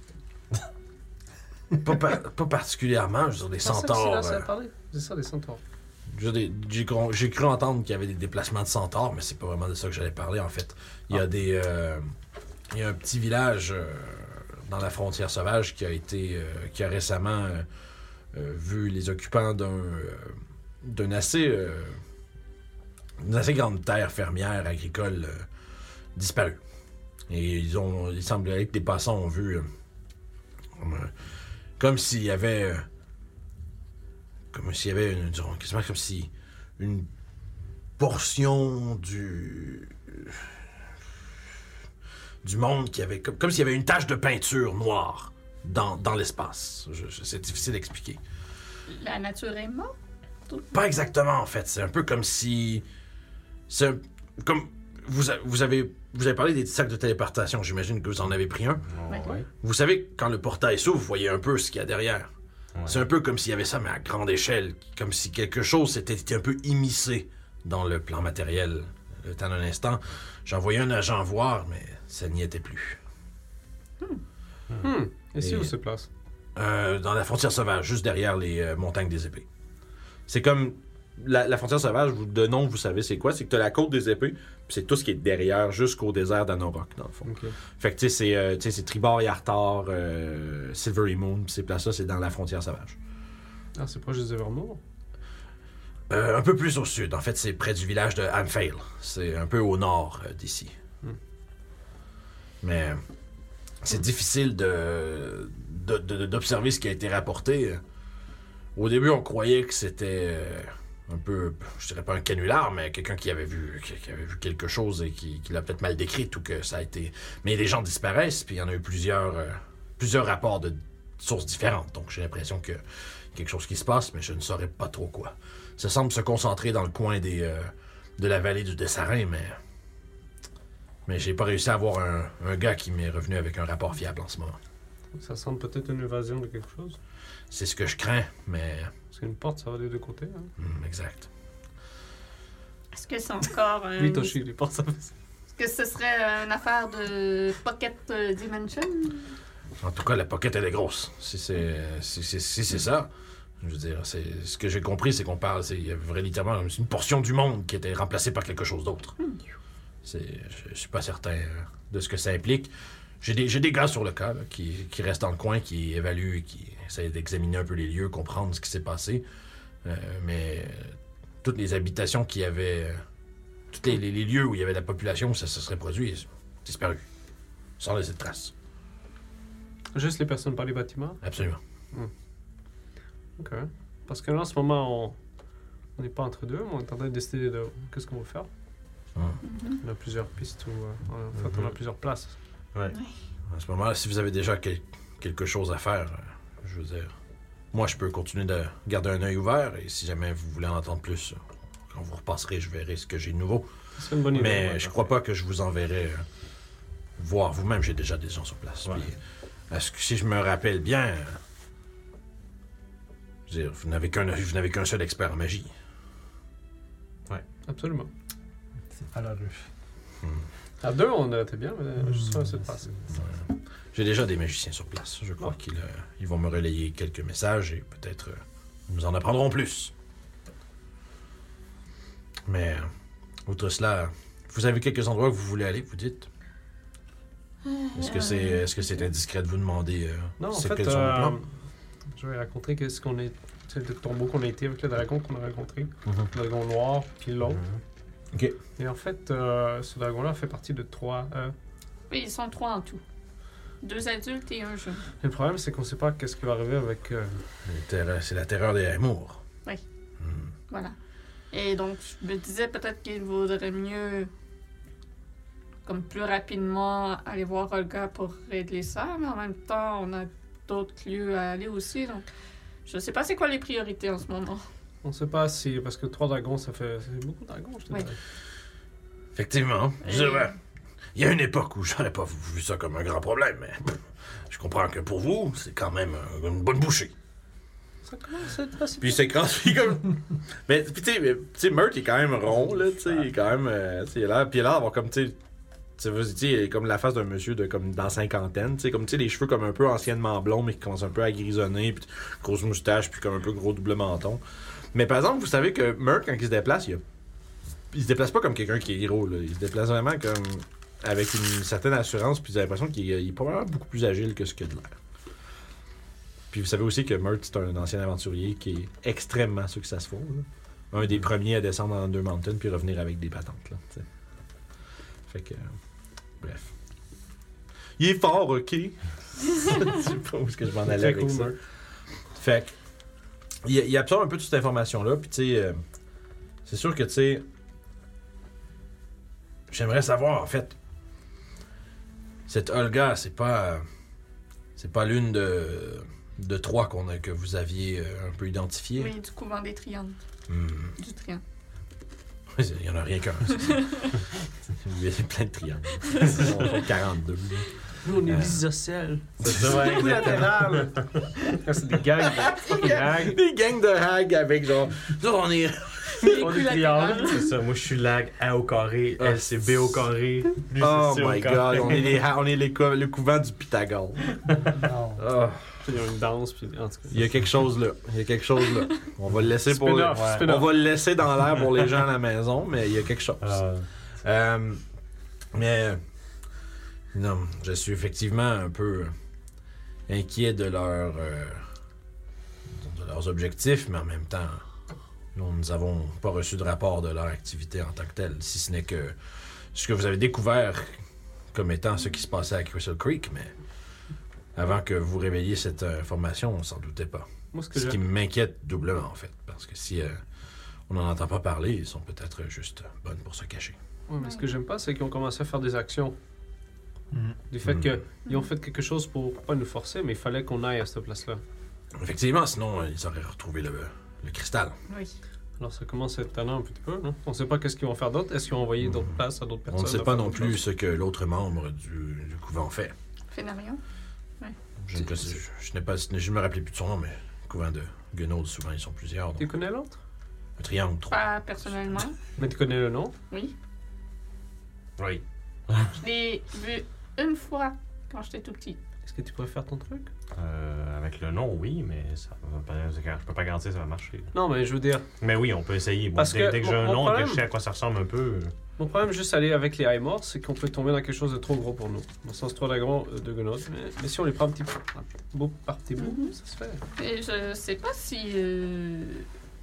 Pas, par- pas particulièrement, je veux dire, des C'est ça que centaures. Silas a euh, parlé. C'est ça, des centaures. je veux dire, J'ai cru, j'ai cru entendre qu'il y avait des déplacements de centaures, mais c'est pas vraiment de ça que j'allais parler, en fait. Il y a Ah. des. euh, il y a un petit village euh, dans la frontière sauvage qui a été. euh, qui a récemment euh, euh, vu les occupants d'un. euh, d'un assez. euh, d'une assez grande terre fermière agricole euh, disparue. Et ils ont. Il semblerait que des passants ont vu. euh, comme, euh, comme s'il y avait. euh, comme s'il y avait une. disons, quasiment comme si. Une portion du. du monde qui avait. Comme, comme s'il y avait une tache de peinture noire dans, dans l'espace. Je- je- c'est difficile d'expliquer. La nature est morte. Pas exactement, en fait. C'est un peu comme si. C'est un- comme. Vous, a- vous, avez, vous avez parlé des sacs de téléportation. J'imagine que vous en avez pris un. Ouais. Ouais. Vous savez, quand le portail s'ouvre, vous voyez un peu ce qu'il y a derrière. Ouais. C'est un peu comme s'il y avait ça, mais à grande échelle. Comme si quelque chose s'était été un peu immiscé dans le plan matériel. Le temps d'un instant, j'ai envoyé un agent voir, mais ça n'y était plus. Hmm. Et c'est Et- où se place? Euh, dans la frontière sauvage, juste derrière les euh, montagnes des épées. C'est comme. La, la frontière sauvage, vous, de nom, vous savez c'est quoi? C'est que tu as la côte des épées, puis c'est tout ce qui est derrière, jusqu'au désert d'Anorok, dans le fond. Ok. Fait que tu sais, c'est, euh, tu sais, c'est Tribar, Yartar, euh, Silvery Moon, pis ces places-là, c'est dans la frontière sauvage. Ah, c'est proche des Evermoor. Euh, un peu plus au sud, en fait, c'est près du village de Amphale. C'est un peu au nord euh, d'ici. Hmm. Mais c'est difficile de, de- de- d'observer ce qui a été rapporté. Au début, on croyait que c'était euh, un peu, je dirais pas un canular, mais quelqu'un qui avait vu, qui, qui avait vu quelque chose et qui, qui l'a peut-être mal décrit ou que ça a été. Mais les gens disparaissent, puis il y en a eu plusieurs, euh, plusieurs rapports de sources différentes. Donc j'ai l'impression que quelque chose qui se passe, mais je ne saurais pas trop quoi. Ça semble se concentrer dans le coin des, euh, de la vallée du Dessarin, mais. Mais j'ai pas réussi à avoir un, un gars qui m'est revenu avec un rapport fiable en ce moment. Ça semble peut-être une évasion de quelque chose. C'est ce que je crains, mais. Parce qu'une porte, ça va des deux côtés. Hein? hmm, exact. Est-ce que c'est encore un... Oui, Toshi, les portes, ça fait ça. Est-ce que ce serait une affaire de Pocket euh, Dimension? En tout cas, la pocket, elle est grosse. Si c'est si, si- si c'est ça, je veux dire, c'est, ce que j'ai compris, c'est qu'on parle, c'est, il y a vraiment littéralement une portion du monde qui était remplacée par quelque chose d'autre. C'est, je, je suis pas certain euh, de ce que ça implique. J'ai des, j'ai des gars sur le cas là, qui, qui restent dans le coin, qui évaluent, qui essayent d'examiner un peu les lieux, comprendre ce qui s'est passé. Euh, mais toutes les habitations qui avaient... euh, tous les, les- les lieux où il y avait de la population, ça se serait produit, disparu. Sans laisser de traces. Juste les personnes par les bâtiments? Absolument. Ok. Parce que là, en ce moment, on on n'est pas entre deux, mais on est en train de décider de qu'est-ce qu'on va faire. Hum. On a plusieurs pistes ou euh, en fait, on a Mhm. plusieurs places. Ouais. À ce moment-là, si vous avez déjà quel- quelque chose à faire, euh, je veux dire, moi, je peux continuer de garder un œil ouvert et si jamais vous voulez en entendre plus, euh, quand vous repasserez, je verrai ce que j'ai de nouveau. C'est une bonne idée. Mais ouais, je ouais. crois pas que je vous enverrai euh, voir vous-même. J'ai déjà des gens sur place. Ouais. Puis, est-ce que si je me rappelle bien, euh, je veux dire, vous n'avez qu'un vous n'avez qu'un seul expert en magie. Absolument. C'est pas la rue. À deux, on était bien, mais juste un, c'est de passer. J'ai déjà des magiciens sur place. Je crois Ouais. qu'ils euh, ils vont me relayer quelques messages et peut-être euh, nous en apprendrons plus. Mais, euh, outre cela, vous avez quelques endroits où vous voulez aller, vous dites? Est-ce que c'est est-ce que c'est indiscret de vous demander euh, Non, en c'est fait, quels sont vos euh, plans? je vais raconter qu'est-ce qu'on est. C'est le tombeau qu'on a été avec le dragon qu'on a rencontré. Mhm. Le dragon noir, puis l'autre. Ok. Et en fait, euh, ce dragon-là fait partie de trois. euh, Oui, ils sont trois en tout. Deux adultes et un jeune. Le problème, c'est qu'on sait pas qu'est-ce qui va arriver avec. euh, Le terreur- C'est la terreur des amours. Oui. Hmm. Voilà. Et donc, je me disais peut-être qu'il vaudrait mieux, comme plus rapidement, aller voir Olga pour régler ça, mais en même temps, on a d'autres lieux à aller aussi, donc je sais pas c'est quoi les priorités en ce moment. On sait pas si. Parce que trois dragons, ça fait. C'est beaucoup de dragons, je te Oui. dirais. Effectivement. Je Et- dirais, il y a une époque où j'aurais pas vu ça comme un grand problème, mais je comprends que pour vous, c'est quand même euh, une bonne bouchée. Ça commence à être pas si Puis c'est quand puis comme. Mais puis tu sais, mais, tu sais, Mert il est quand même rond, là, tu sais, il est quand même. euh, tu sais, il a l'air. Puis il a l'air d'avoir comme, tu sais. Tu sais, vas-y, tu sais, il a comme la face d'un monsieur de comme dans cinquantaine, tu sais, comme tu sais, les cheveux comme un peu anciennement blonds, mais qui commencent un peu à grisonner, puis grosse moustache, puis comme un peu gros double menton. Mais par exemple, vous savez que Mert, quand il se déplace, il, a... il se déplace pas comme quelqu'un qui est héros, là. Il se déplace vraiment comme avec une certaine assurance, puis vous avez l'impression qu'il est, il est probablement beaucoup plus agile que ce qu'il a de l'air. Puis vous savez aussi que Mert, c'est un ancien aventurier qui est extrêmement successful, là. Un des premiers à descendre dans Under Mountain puis revenir avec des patentes, là, tu sais. Fait que. euh, bref. Il est fort, ok? Je sais pas où est-ce que je m'en allais Très avec cool, ça. Mert. Fait que. Il, il absorbe un peu toute cette information-là, puis tu sais. euh, c'est sûr que, tu sais. J'aimerais savoir, en fait. Cette Olga, c'est pas. euh, c'est pas l'une de. de trois qu'on a, que vous aviez euh, un peu identifiées. Oui, du couvent des triangles. Hmm. Du triangle. Oui, il y en a rien qu'un. c'est ça. Il y a plein de triangles. Ils sont quarante-deux. là. Nous, on est Euh. des isocèles. C'est ça, ouais, exactement. C'est des gangs de fucking hags. Des gangs de hags avec genre. Nous, on est. On est triangles. C'est ça, moi je suis lag A au carré, Ah, elle c'est B au carré, lui Oh c'est C au my carré. god, on est, les, ha- on est les cou- le couvent du Pythagore. Non. Ah, Il y a une danse, puis en tout cas. il y a quelque chose là. Il y a quelque chose là. On va le laisser pour. Spin-off, Ouais. spin-off. On va le laisser dans l'air pour les gens à la maison, mais il y a quelque chose. Ah, Euh, mais non, je suis effectivement un peu inquiet de leur euh, de leurs objectifs, mais en même temps, nous n'avons pas reçu de rapport de leur activité en tant que telle, si ce n'est que ce que vous avez découvert comme étant ce qui se passait à Crystal Creek, mais avant que vous révéliez cette information, on s'en doutait pas. Moi, ce que Ce j'ai- qui m'inquiète doublement en fait, parce que si euh, on n'en entend pas parler, ils sont peut-être juste bonnes pour se cacher. Ouais, mais ce que j'aime pas, c'est qu'ils ont commencé à faire des actions. Mhm. Du fait Mhm. qu'ils ont fait quelque chose pour pas nous forcer, mais il fallait qu'on aille à cette place-là. Effectivement, sinon, euh, ils auraient retrouvé le, le cristal. Oui. Alors ça commence à être tannant un petit peu, non? On sait pas qu'est-ce qu'ils vont faire d'autre. Est-ce qu'ils vont envoyer d'autres Mhm. places à d'autres On personnes? ne sait de pas faire non d'autres plus choses? ce que l'autre membre du, du couvent fait. Fénarion. Je ne, je, je n'ai pas, je ne me rappelais plus de son nom, mais le couvent de Guenaude, souvent, ils sont plusieurs. Tu Donc, connais l'autre? un triangle, trois. Pas personnellement, Mais tu connais le nom? oui. oui. Je l'ai vu une fois quand j'étais tout petit. Est-ce que tu pourrais faire ton truc? Euh, avec le nom, oui, mais ça va pas, je peux pas garantir que ça va marcher. Non, mais je veux dire, Mais oui, on peut essayer. Bon, Parce dès, que dès que j'ai mon- un mon nom, problème- que je sais à quoi ça ressemble un peu. mon problème juste aller avec les high morts, c'est qu'on peut tomber dans quelque chose de trop gros pour nous. Dans le sens trois dragons euh, de Gunod. Mais, mais si on les prend un petit peu, un petit bout par petit bout, Mhm. ça se fait. Et je sais pas si. euh,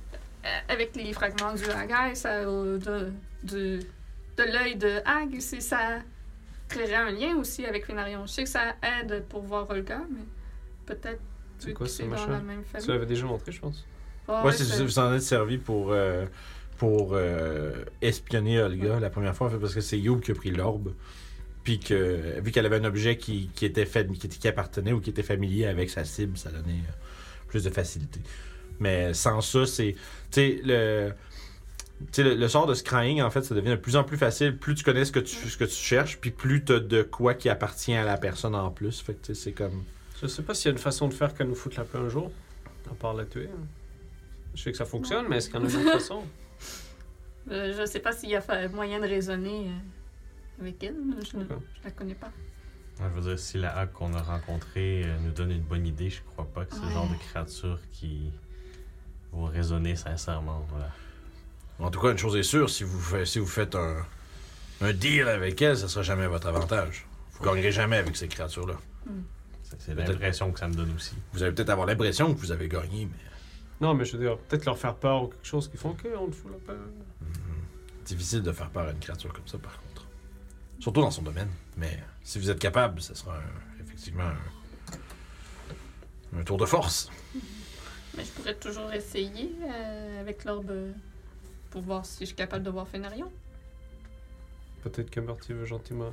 avec les fragments du Hag, ça, euh, de, de, de l'œil de Hag, si ça créerait un lien aussi avec Fénarion. Je sais que ça aide pour voir Olga, mais peut-être C'est vu quoi que ce c'est dans machin? la même Tu famille. l'avais déjà montré, je pense. Ah, Ouais, ouais, c'est, c'est- vous en êtes servi pour, euh, pour euh, espionner Olga la première fois, en fait, parce que c'est Youb qui a pris l'orbe. Puis que, vu qu'elle avait un objet qui, qui, était fami- qui, était- qui appartenait ou qui était familier avec sa cible, ça donnait euh, plus de facilité. Mais sans ça, c'est. Tu sais, le. Tu sais, le, le sort de scrying, en fait, ça devient de plus en plus facile. Plus tu connais ce que tu, ce que tu cherches, puis plus tu as de quoi qui appartient à la personne en plus. Fait que, tu sais, c'est comme. Je sais pas s'il y a une façon de faire qu'elle nous foute la paix un jour, à part la tuer. hein. Je sais que ça fonctionne, mais est-ce qu'il y en a une autre façon? Euh, je sais pas s'il y a fa- moyen de raisonner euh, avec elle. Je, ne- D'accord. je la connais pas. Ouais, je veux dire, si la hack qu'on a rencontrée euh, nous donne une bonne idée, je crois pas que c'est le genre de créature qui va résonner sincèrement. Voilà. En tout cas, une chose est sûre, si vous, fa- si vous faites un, un deal avec elle, ça sera jamais à votre avantage. Vous gagnerez jamais avec ces créatures-là. C'est, c'est Peut-être- l'impression que ça me donne aussi. Vous allez peut-être avoir l'impression que vous avez gagné, mais Non, mais je veux dire, peut-être leur faire peur ou quelque chose qui font qu'on te fout la paix. difficile de faire peur à une créature comme ça, par contre. Surtout dans son domaine. Mais si vous êtes capable, ce sera un- effectivement un, un tour de force. Mais je pourrais toujours essayer euh, avec l'orbe euh, pour voir si je suis capable de voir Fénarion. Peut-être que Marty veut gentiment.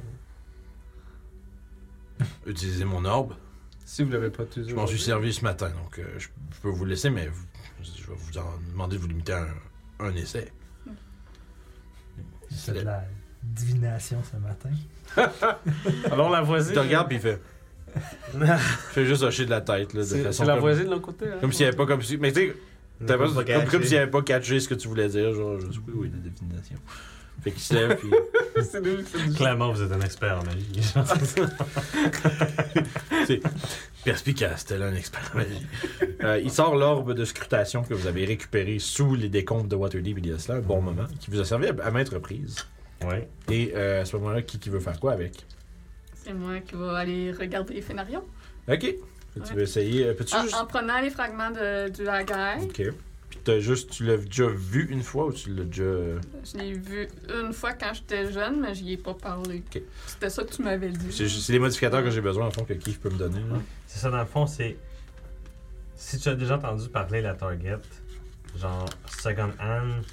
Utilisez mon orbe. Si vous l'avez pas utilisé. Je m'en suis aujourd'hui. servi ce matin, donc euh, je, je peux vous le laisser, mais vous- je vais vous en demander de vous limiter à un, un essai. J'ai fait de la divination ce matin. Alors la Il voisine. te regarde puis il fait. Il fait juste hocher de la tête. Là, de C'est façon c'est la comme, voisine de l'autre côté. hein? Comme s'il n'y avait pas comme si. Mais tu sais, t'as pas- Pas comme, catché. comme s'il n'y avait pas catché ce que tu voulais dire. Genre, je sais pas, oui, la divination. Fait qu'il se lève puis. C'est nous qui fait du- Clairement, vous êtes un expert en magie. C'est perspicace, tel un expert en magie. Euh, il sort l'orbe de scrutation que vous avez récupéré sous les décombres de Waterdeep il y a cela un bon moment, qui vous a servi à, à maintes reprises. Ouais. Et euh, à ce moment-là, qui, qui veut faire quoi avec? C'est moi qui vais aller regarder Fénarion. Ok. Tu Ouais. veux essayer. euh, Peux-tu En, juste. en prenant les fragments de, du Haggai, Ok. Puis t'as juste. Tu l'as déjà vu une fois ou tu l'as déjà. je l'ai vu une fois quand j'étais jeune, mais j'y ai pas parlé. Ok. C'était ça que tu m'avais dit. C'est c'est les modificateurs que j'ai besoin, en fond, que Keith peut me donner. là. C'est ça, dans le fond, c'est. Si tu as déjà entendu parler de la Target, genre Second Hand.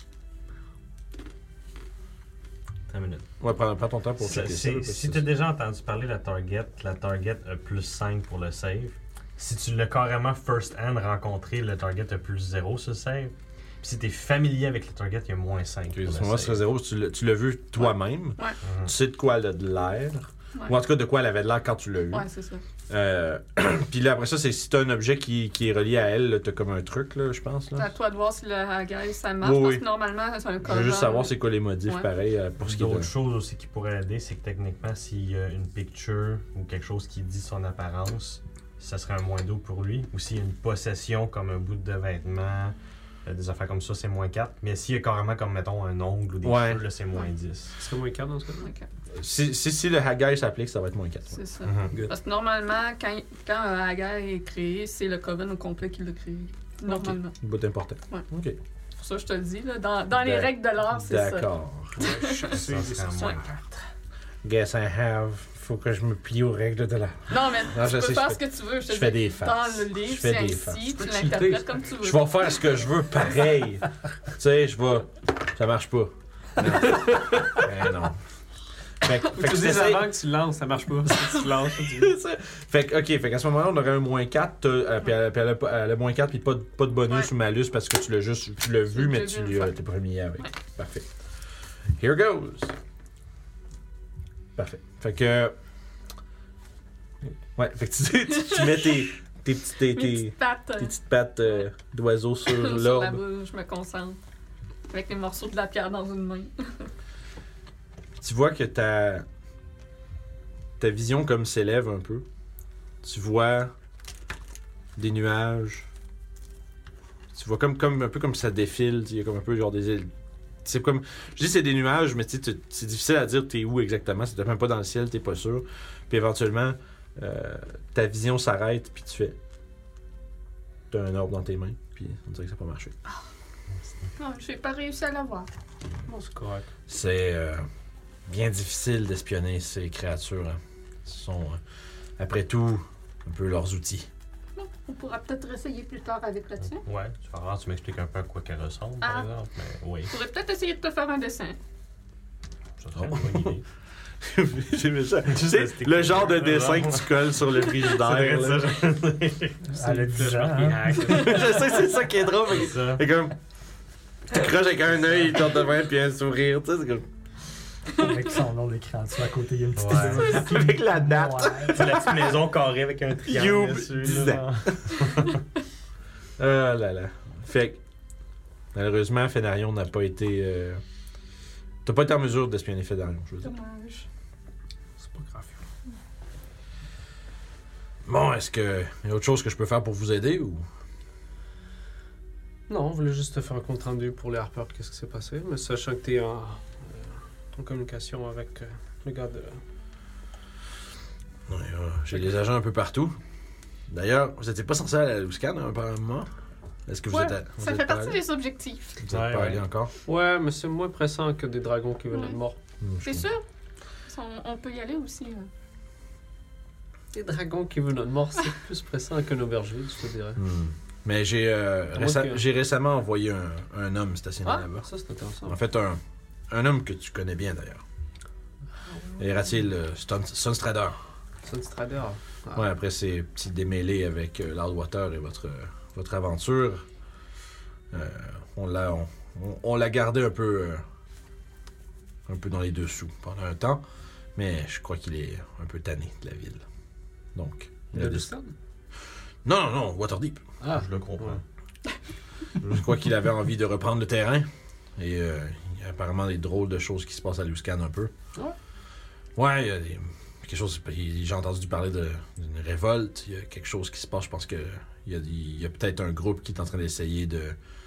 Attends une minute. Ouais, prends, prends ton temps pour Ça, checker ça. c'est- là, parce si que tu as c'est- déjà entendu parler de la Target, la Target a plus cinq pour le save. Si tu l'as carrément first hand rencontré, le Target a plus zéro sur le save. Puis si tu es familier avec le Target, il y a moins cinq. Ok, pour à le ce moment-là, ce serait save. zéro. Tu l'as- tu l'as vu toi-même. Ouais. Mhm. Tu sais de quoi elle a de l'air. Ouais. Ou en tout cas, de quoi elle avait de l'air quand tu l'as eu. Ouais, c'est ça. Euh, Puis là, après ça, c'est si t'as un objet qui, qui est relié à elle, là, t'as comme un truc, là, je pense. C'est Là. à toi de voir si le Haggai ça marche. Oui, parce oui. que normalement, c'est un Je code. veux juste savoir c'est quoi les modifs, Ouais. pareil, euh, pour ce qui est de... D'autres choses aussi qui pourraient aider, c'est que techniquement, s'il y a une picture ou quelque chose qui dit son apparence, ça serait un moins deux pour lui. Ou s'il y a une possession comme un bout de vêtement, euh, des affaires comme ça, c'est moins quatre. Mais s'il y a carrément comme, mettons, un ongle ou des Ouais. cheveux, là, c'est moins dix. Ce serait moins quatre dans ce cas-là. Ok, Si, si, si le Haggai s'applique, ça va être moins quatre. c'est ça. Mhm. Parce que normalement, quand, quand un Haggai est créé, c'est le Coven au complet qui l'a créé. Normalement. Un bout important. Ouais. OK. C'est pour ça que je te le dis. Là, dans dans les D'ac- règles de l'art, c'est ça. D'accord. Ça serait moins Guess I have. Faut que je me plie aux règles de l'art. Non, mais Non, tu je peux sais, faire je ce que tu veux. Je te je fais dis, des farces. Dans le livre, Je fais c'est des ainsi, farces. tu peux l'interprètes cheater, comme tu veux. Je vais faire ce que je veux pareil. Tu sais, je vais... Ça marche pas. Non. Ben non. Fait, que- fait Faut que que tu tu dises essayes- avant que tu lances, ça marche pas. Si tu lances, tu dis. C'est ça. Fait que, ok, fait qu'à ce moment-là, on aurait un moins quatre, t'as- euh, puis elle, puis elle a, pas- elle a moins quatre, puis pas, de- pas de bonus Ouais. ou malus parce que tu l'as juste tu l'as vu, Je mais l'ai tu vu une l'as- fois. t'es pas familier avec. Ouais. Parfait. Here goes. Parfait. Fait que. Ouais, fait que tu, tu, tu mets tes, tes, petits- tes, Mes tes, petites pattes tes euh, petites pattes euh, d'oiseau sur sur la l'orbe. bouche, je me concentre. Avec les morceaux de la pierre dans une main. Tu vois que ta, ta vision comme s'élève un peu. Tu vois des nuages. Tu vois comme, comme un peu comme ça défile. Il y a comme un peu genre des îles. C'est comme. Je dis c'est des nuages, mais tu sais, tu- c'est difficile à dire t'es où exactement. C'est même pas dans le ciel, t'es pas sûr. Puis éventuellement, euh, ta vision s'arrête, puis tu fais. T'as un orbe dans tes mains, puis on dirait que ça n'a pas marché. Non, j'ai pas réussi à l'avoir. Bon, c'est correct. C'est euh, bien difficile d'espionner ces créatures. Hein. Ce sont, euh, après tout, un peu leurs outils. Bon, on pourra peut-être essayer plus tard avec le tien. Ouais, tu vas voir, tu m'expliques un peu à quoi qu'elle ressemble, Ah. par exemple. Mais oui, On pourrait peut-être essayer de te faire un dessin. ça serait une bonne idée. J'aimais ça. Tu sais, le genre de dessin que tu colles sur le frigidaire. là. Elle a dix ans, hein? Je sais, c'est ça qui est drôle. C'est ça. C'est comme. Tu croches avec un œil, il tourne de main, puis un sourire. Tu sais, c'est comme. Avec son nom d'écran dessus à côté, il y a une petite Ouais. étoile. Avec la date. Ouais. C'est la petite maison carrée avec un triangle Youb, dessus. dix là. Ah là là. Fait que, malheureusement, Fénarion n'a pas été. Euh... T'as pas été en mesure d'espionner Fénarion, je veux dire. Dommage. C'est pas grave. Bon, est-ce que. Il y a autre chose que je peux faire pour vous aider ou. Non, on voulait juste te faire un compte rendu pour les Harper, qu'est-ce qui s'est passé, mais sachant que t'es en, euh, en communication avec euh, le gars de... Ouais, euh, j'ai des agents un peu partout. D'ailleurs, vous n'étiez pas censé aller à la Luscan hein, par un moment? Est-ce que vous Ouais, êtes, à... vous Ça êtes fait pas partie allé? des objectifs. Vous êtes Ouais, pas ouais. allé encore? Ouais, mais c'est moins pressant que des dragons qui venaient Ouais. de mort. Hmm, je C'est comprends. sûr? On, on peut y aller aussi. Là. Des dragons qui venaient de mort, c'est plus pressant qu'un aubergine, je te dirais. Hmm. Mais j'ai euh, Comment réce- que- j'ai récemment envoyé un, un homme stationné Ah, là-bas. ça c'est intéressant. En fait, un, un homme que tu connais bien d'ailleurs. Iratil euh, Stun- Sunstrider. Sunstrider. Ah. Ouais, après ces petits démêlés avec euh, Loudwater et votre, euh, votre aventure, euh, on l'a on, on- on l'a gardé un peu, euh, un peu dans les dessous pendant un temps, mais je crois qu'il est un peu tanné de la ville. Donc, il a De décidé- Lustan? Non, non, non, Waterdeep. Ah, Je le comprends. Je crois qu'il avait envie de reprendre le terrain. Et euh, il y a apparemment des drôles de choses qui se passent à Luscan un peu. Ouais. Ouais, il y a des, quelque chose. il- J'ai entendu parler de- d'une révolte. Il y a quelque chose qui se passe. Je pense que il y a, il y a peut-être un groupe qui est en train d'essayer de.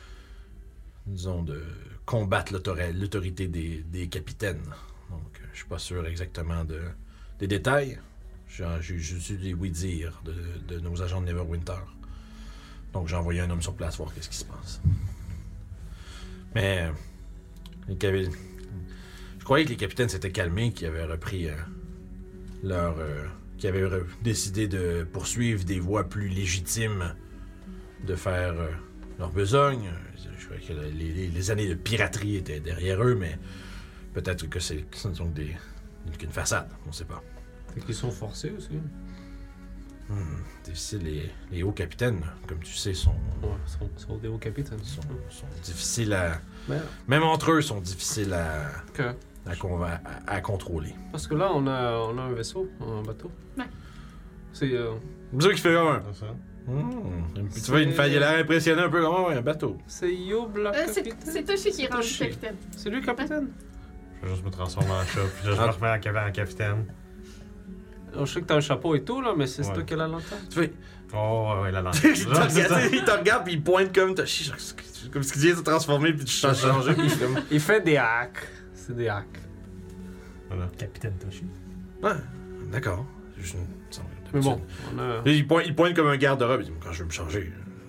Disons, de combattre l'autori- l'autorité des, des capitaines. Donc, euh, je suis pas sûr exactement de, des détails. J'ai j'ai juste eu des oui-dire de, de nos agents de Neverwinter. Donc j'ai envoyé un homme sur place voir qu'est-ce qui se passe. Mais... euh, les capi- je croyais que les capitaines s'étaient calmés, qu'ils avaient repris euh, leur... euh, qu'ils avaient re- décidé de poursuivre des voies plus légitimes de faire euh, leur besogne. Je croyais que les, les- les années de piraterie étaient derrière eux, mais peut-être que c'est ce ne sont que des, qu'une façade, on sait pas. fait qu'ils sont forcés aussi. Hmm, difficile, les, les hauts capitaines, comme tu sais, sont, Ouais, ils sont, sont des hauts capitaines. sont, sont difficiles à... Mais, Même entre eux, sont difficiles à, que, à, con- à- à contrôler. parce que là, on a, on a un vaisseau, un bateau. Ouais. C'est... euh, C'est ça qui fait comme un... C'est ça. Hmm, tu vois, il me fait- il a l'air impressionné un peu comme oh, ouais, un bateau. c'est Yob, le Euh, c'est capitaine. c'est Toshi qui est rendu Toshi. capitaine. C'est lui le capitaine. Je vais juste me transformer en chat, puis là, je Ah. me remets en cav- en capitaine. Alors, je sais que t'as un chapeau et tout, là, mais c'est Ouais. toi qui as la lanterne. Tu fais... Oh, ouais, la lanterne. il, te regarde, il te regarde, puis il pointe comme... t'as- Comme ce qu'il vient de se transformer, puis tu changes, changer, puis je suis comme... Il fait des hacks. C'est des hacks. Voilà. Capitaine Toshi. Ouais, d'accord. Juste une- ça- Mais bon, on a... Là, il, pointe, il pointe comme un garde-robe, il dit quand je veux me changer...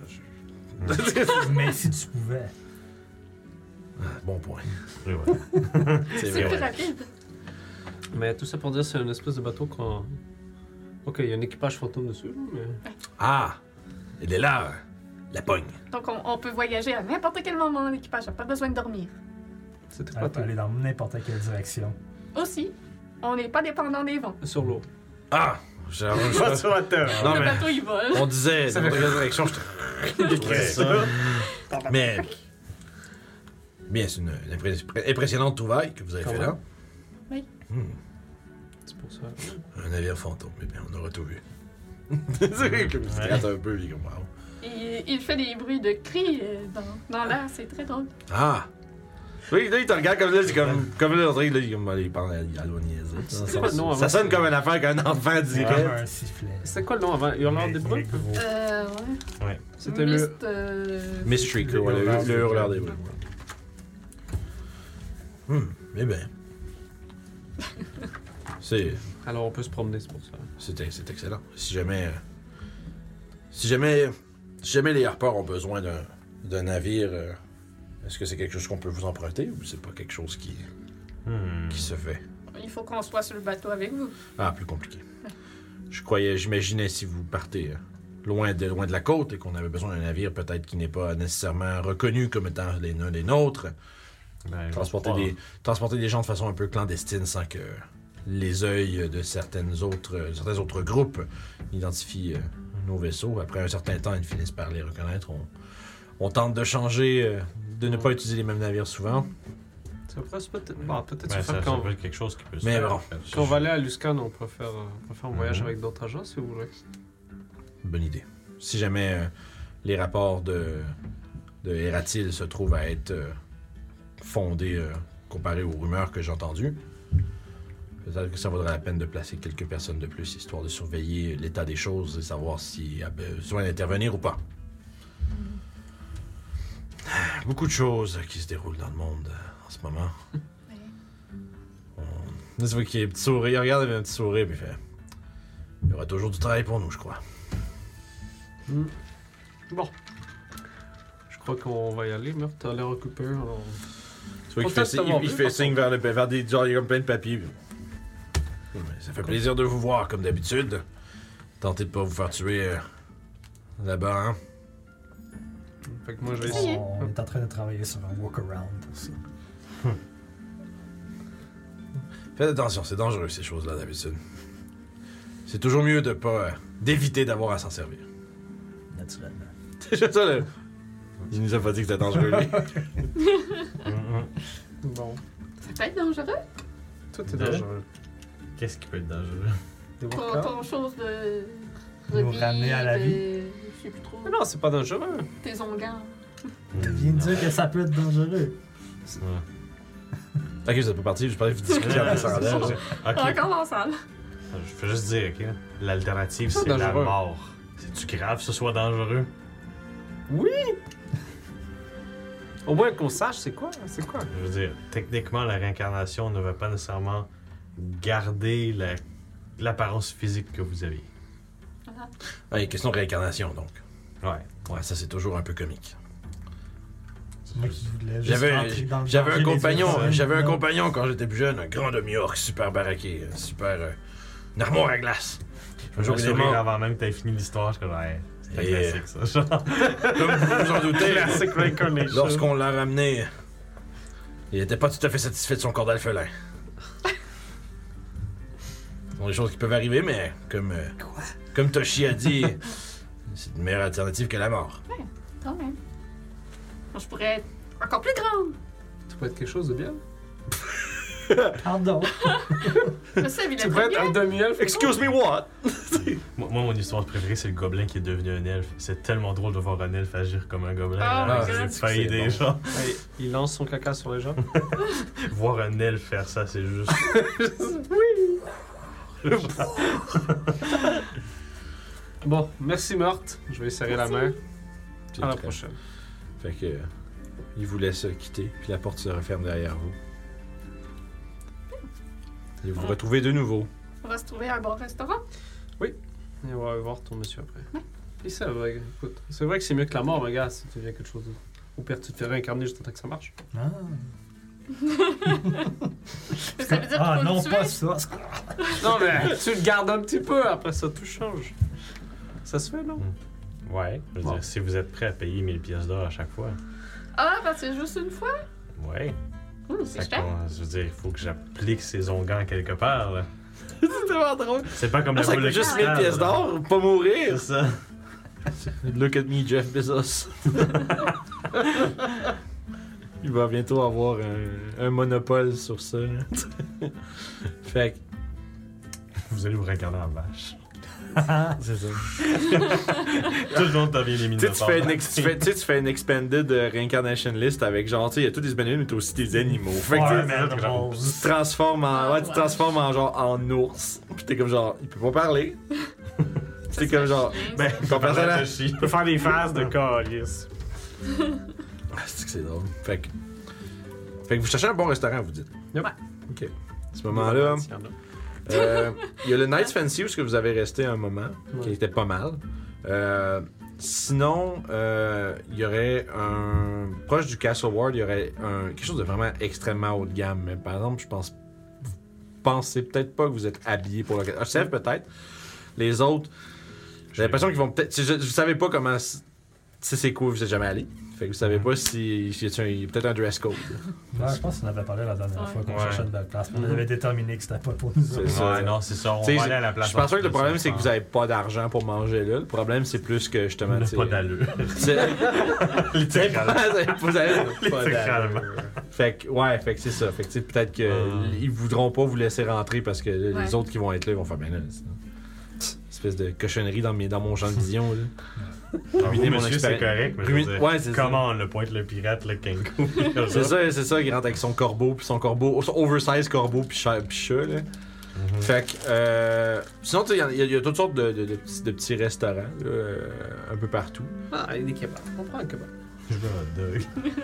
je- Mais si tu pouvais. Ah, bon point. Et ouais. C'est C'est plus vrai. rapide. Mais tout ça pour dire, c'est une espèce de bateau qu'on... Ok, il y a un équipage fantôme dessus, là, mais... Ah, elle est là, la pogne. Donc on, on peut voyager à n'importe quel moment. L'équipage n'a pas besoin de dormir. C'est Elle peut exploité. aller dans n'importe quelle direction. Aussi, on n'est pas dépendant des vents. Sur l'eau. Ah, j'ai je- sur la terre. Non, le mais bateau, il vole. on disait Ça dans fait- quelle direction, je te décrivais Ouais. ça. Mais, bien, c'est une, une impré- impressionnante trouvaille que vous avez Quand fait même. là. Oui. Hmm, C'est pour ça. un navire fantôme, mais bien, on aura tout vu. C'est comme il se gratte un peu, il est comme wow. Il, il fait des bruits de cris euh, dans, dans l'air, c'est très drôle. Ah! Oui, là, il te regarde comme ça, c'est comme, comme là, on dirait, là, il, comme, il parle à, à l'eau niaiser. C'est Ça, quoi le ça, nom ça avant? sonne comme une affaire qu'un enfant Comme dirait. un sifflet. C'était quoi le nom avant? Hurleur des brumes? gros. Euh, ouais. Ouais. C'était Mist, le... euh... Mystery Le Crew, ouais, le, hurleur le des hurleur des brumes. brumes. Hum, eh bien. C'est. Alors on peut se promener, c'est pour ça. C'est, c'est excellent. Si jamais. euh, Si jamais. Si jamais les Harpers ont besoin d'un, d'un navire euh, Est-ce que c'est quelque chose qu'on peut vous emprunter ou c'est pas quelque chose qui, Hmm. qui se fait? Il faut qu'on soit sur le bateau avec vous. Ah, plus compliqué. Je croyais, j'imaginais si vous partez euh, loin, de, loin de la côte et qu'on avait besoin d'un navire peut-être qui n'est pas nécessairement reconnu comme étant les, les nôtres. Ben, Transporter je des, transporter des gens de façon un peu clandestine sans que les œils de certaines autres, euh, certains autres groupes identifient euh, nos vaisseaux. Après un certain temps, ils finissent par les reconnaître. On, on tente de changer, euh, de ne pas utiliser les mêmes navires souvent. Ça pourrait se peut-être. Bon, peut-être Ben, se ça, faire ça quand, peut être quelque chose qui peut se Mais faire. bon. en fait. quand on va aller à Luscan, on peut faire, euh, on peut faire un voyage Mhm. avec d'autres agents si vous voulez. Bonne idée. Si jamais euh, les rapports de, de Eratil se trouvent à être euh, fondés euh, comparés aux rumeurs que j'ai entendues, peut-être que ça vaudrait la peine de placer quelques personnes de plus, histoire de surveiller l'état des choses et savoir s'il y a besoin d'intervenir ou pas. Beaucoup de choses qui se déroulent dans le monde euh, en ce moment. On... Là, tu vois qu'il y a un petit sourire, il regarde avec un petit sourire, puis il fait... Il y aura toujours du travail pour nous, je crois. Hmm. Bon. Je crois qu'on va y aller. Merde, t'as l'air occupé. Alors... Tu vois qu'il Content fait, de t'avoir il, il vu, fait par signe vers, le, vers des... Genre, il y a comme plein de papiers. Mais ça fait plaisir de vous voir, comme d'habitude. Tentez de pas vous faire tuer euh, là-bas, hein. Fait que moi, je vais Ça y est. On est en train de travailler sur un walk-around pour ça. Faites attention, c'est dangereux, ces choses-là, d'habitude. C'est toujours mieux de pas... euh, d'éviter d'avoir à s'en servir. Naturellement. C'est juste ça, là. Il nous a pas dit que c'était dangereux, lui. Mhm. Bon. Ça peut être dangereux. Tout est De- dangereux. Qu'est-ce qui peut être dangereux? Des Ton, workouts. ton chose de. Nous de ramener à la de- vie. Je sais plus trop. Mais non, c'est pas dangereux. Tes ongans. Tu viens de dire que ça peut être dangereux. Ok, vous êtes pas parti, je parlais que vous discutiez en passant d'air. Ok. Encore dans la salle. Je peux juste dire, ok? L'alternative, C'est c'est la dangereux. mort. C'est-tu grave que ce soit dangereux? Au moins qu'on sache c'est quoi. C'est quoi? Je veux dire, techniquement, la réincarnation ne va pas nécessairement garder la- l'apparence physique que vous aviez. Ouais, question de réincarnation, donc. Ouais. Ouais, ça, c'est toujours un peu comique. Moi qui voulais juste J'avais, rentrer dans le j'avais un danger des compagnon, personnes. j'avais un compagnon quand j'étais plus jeune, un grand demi-orc, super baraqué, euh, super... euh, une armoire à glace. Je Un jour, vais il est sourire mort. avant même que t'aies fini l'histoire, je suis comme, ouais, c'est Et, classique, ça. Genre. Comme vous vous en doutez, Classic reincarnation. lorsqu'on l'a ramené, il n'était pas tout à fait satisfait de son corps d'alphelin. Ce sont des choses qui peuvent arriver, mais comme, euh, comme Toshi a dit, c'est une meilleure alternative que la mort. Quand même. Moi, je pourrais être encore plus grande. Ça peut être quelque chose de bien. Pardon. Je sais, il Tu est pourrais très être un bien. demi-elfe. Excuse me, what? Moi, moi, mon histoire préférée, c'est le gobelin qui est devenu un elfe. C'est tellement drôle de voir un elfe agir comme un gobelin. Oh là. my J'ai God. pas C'est idée, bon. genre. Ouais, il lance son caca sur les gens. Voir un elfe faire ça, c'est juste. Bon, merci Meurthe. Je vais lui serrer la main. C'est À la très- prochaine. Fait que, euh, il vous laisse quitter, puis la porte se referme derrière vous. Et vous vous retrouvez de nouveau. On va se trouver à un bon restaurant. Et on va voir ton monsieur après. Et c'est vrai, écoute, c'est vrai que c'est mieux que la mort, mais gars, si tu deviens quelque chose de... Au pire, tu te fais réincarner juste en temps que ça marche. Ah, Mais ça veut dire ah qu'il faut non, le pas tuer. ça. Non, mais tu le gardes un petit peu, après ça, tout change. Ça se fait, non? Ouais. Je veux Bon. dire, si vous êtes prêt à payer mille pièces d'or à chaque fois. Ah, bah c'est juste une fois. Ouais. Hum, c'est Fait cher. qu'on- je veux dire, il faut que j'applique ces onguents quelque part, là. C'est tellement drôle. C'est pas comme Ah, la ça boule de coûte juste cristal, mille pièces là. d'or, pas mourir. C'est ça. Look at me, Jeff Bezos. Il va bientôt avoir un, un monopole sur ça. là. Fait que, Vous allez vous réincarner en vache. c'est ça. Tout le monde devient des Tu sais, tu minotaures. fais une, ex- tu fais, tu sais, tu fais une expanded euh, reincarnation list avec genre, tu sais, il y a tous des humains, mais t'as aussi des animaux. Fait que Ouais, tu sais, mais c'est drôle. tu te transformes en, ouais, tu te transformes en genre en ours. Pis t'es comme genre, il peut pas parler. C'est comme genre, Ben, ton personnage. Toshi. Tu peux faire des phases de calice. Ah, c'est que c'est drôle. Fait que, fait que vous cherchez un bon restaurant, vous dites. Yep. Ok. À ce moment-là, Il y en a. euh, il y a le Night's Fancy où ce que vous avez resté un moment, qui Ouais. était pas mal. Euh, Sinon, euh, il y aurait un... Proche du Castle Ward, il y aurait un... quelque chose de vraiment extrêmement haut de gamme. Mais par exemple, je pense... Vous pensez peut-être pas que vous êtes habillé pour le... Ah, Sèvres, peut-être. Les autres, j'ai l'impression qu'ils vont peut-être... Je, je savais pas comment... Tu sais c'est quoi, vous êtes jamais allé. Fait que vous savez pas si il y a, un, il y a peut-être un dress code. Ouais, je pense qu'on avait parlé la dernière Ouais. fois qu'on Ouais. cherchait une belle place. On avait déterminé que c'était pas pour nous. C'est autres. ça. Ouais, non, c'est ça. On T'sais, va aller à la place. Je pense pas que le problème, c'est que vous avez avez pas d'argent pour manger là. Le problème, c'est plus que justement... pas t'sais, d'allure. c'est- Littéralement. Vous avez pas Littéralement. d'allure. Fait que, ouais, fait que c'est ça. Fait que, tu sais, peut-être qu'ils Ah. voudront pas vous laisser rentrer parce que là, les Ouais. autres qui vont être là, ils vont faire bien là. c'est- Espèce de cochonnerie dans, mes, dans mon champ de vision. Là. Ruiner mon mon monsieur, c'est expérience. correct, mais je veux Ruiner- dire, ouais, c'est ça. comment on le pointe le pirate, le Kenku? C'est ça, c'est ça, il rentre avec son corbeau, puis son corbeau, son oversize corbeau, puis chat, puis chat, là. Mhm. Fait que, euh, sinon, tu sais, il y a- il y, a- il y a toutes sortes de, de, de petits, de petits restaurants, là, euh, un peu partout. Ah, il y a des kebabs. On prend un kebab. Je veux un dog.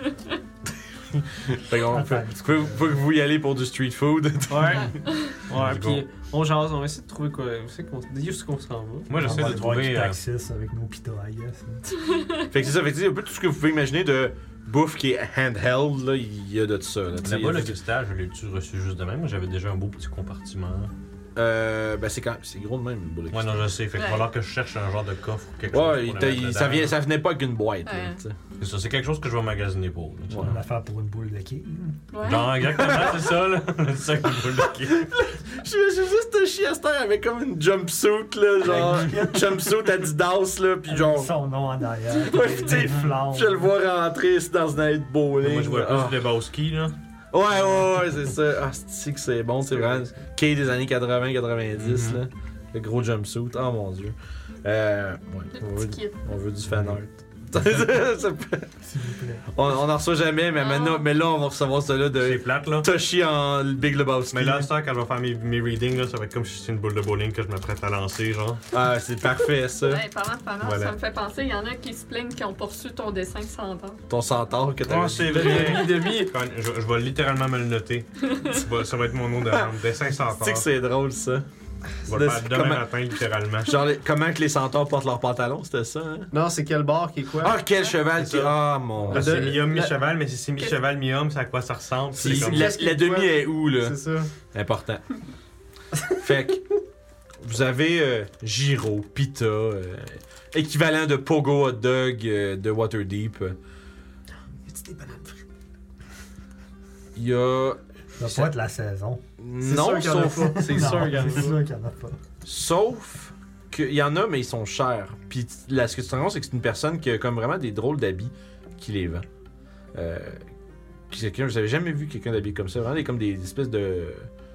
Fait qu'on Enfin, peut, faut, faut que vous y allez pour du street food. Ouais. Ouais, Let's puis on jase, on va essayer de trouver quoi. On sait qu'on dit juste qu'on s'en va. Moi, on j'essaie va de aller voir trouver. qui euh, taxis avec nos pitas, I guess. Fait que c'est ça, fait que, tu sais, un peu tout ce que vous pouvez imaginer de bouffe qui est handheld, là, il y a de ça. Là, tu sais. Là-bas, le cristal, je l'ai-tu reçu juste de même? Moi, j'avais déjà un beau petit compartiment. Euh, ben c'est quand c'est gros de même, le bullet. Ouais, non, je sais. Fait qu'il va Ouais. falloir que je cherche un genre de coffre ou quelque chose. Ouais, il pour t'a- le il- mettre ça, dedans. vient, ça venait pas avec une boîte. là, Ouais. tu sais. C'est ça, c'est quelque chose que je vais magasiner pour. là, tu sais. Ouais. Une affaire pour une boule de quai. Ouais. Non, exactement, c'est ça, là. C'est ça qui me boule de kick. Je je suis juste un chien à cette heure avec comme une jumpsuit, là, genre jumpsuit Adidas, là, pis genre. Son nom en arrière. Ouais, des- pis t'sais, des flammes. Je le vois rentrer c'est dans une allée de bowling. Moi, je vois Ah. plus Lebowski, là. Ouais, ouais, ouais, c'est ça. Ah, c'est que c'est bon, c'est vraiment. Kay des années quatre-vingts quatre-vingt-dix, Mhm. là. Le gros jumpsuit. Oh mon dieu. Euh. Ouais, Le on veut, petit kit. on veut du fan art. Ça peut- S'il vous plaît. on, on en reçoit jamais, mais, Ah. maintenant, mais là, on va recevoir ça là C'est de plate, là. Toshi en Big Lebowski. Mais là, c'est ça, quand je vais faire mes, mes readings, là, ça va être comme si c'était une boule de bowling que je m'apprête à lancer, genre. Ah, c'est parfait ça. Ouais, parlant de fanart, Voilà. ça me fait penser, il y en a qui se plaignent qui ont poursu ton dessin sans temps. Ton centaure que t'as Ah, c'est vrai. De vie. Quand- Je, je vais littéralement me le noter. Ça va- ça va être mon nom de vente. Dessin centaure. Tu sais que c'est drôle ça. Je vais le faire C'est demain comment- matin, littéralement. Genre, les- comment que les centaures portent leurs pantalons, c'était ça, hein? Non, c'est quel bar qui est quoi? Ah, quel cheval C'est qui. ça. Ah, mon. Là, de- c'est mi-homme, la- mi-cheval, mais si c'est mi-cheval, mi-homme, c'est à quoi ça ressemble? Si- C'est comme... la, qu'est-ce qui la est demi quoi? est où, là? C'est ça. Important. Fait que. Vous avez euh, Giro, Pita, euh, équivalent de Pogo Hot Dog euh, de Waterdeep. Y a-tu des bananes frites? Il y a. Ça va pas être la saison. Non, sûr qu'il y en a sauf. pas. C'est Non, sûr qu'il y en a C'est pas. sûr qu'il y en a pas. Sauf qu'il y en a, mais ils sont chers. Puis là, ce que tu te rends compte, c'est que c'est une personne qui a comme vraiment des drôles d'habits qui les vend. Euh, qui- quelqu'un, je n'avais jamais vu quelqu'un d'habillé comme ça. Vraiment, des, comme des, des espèces de.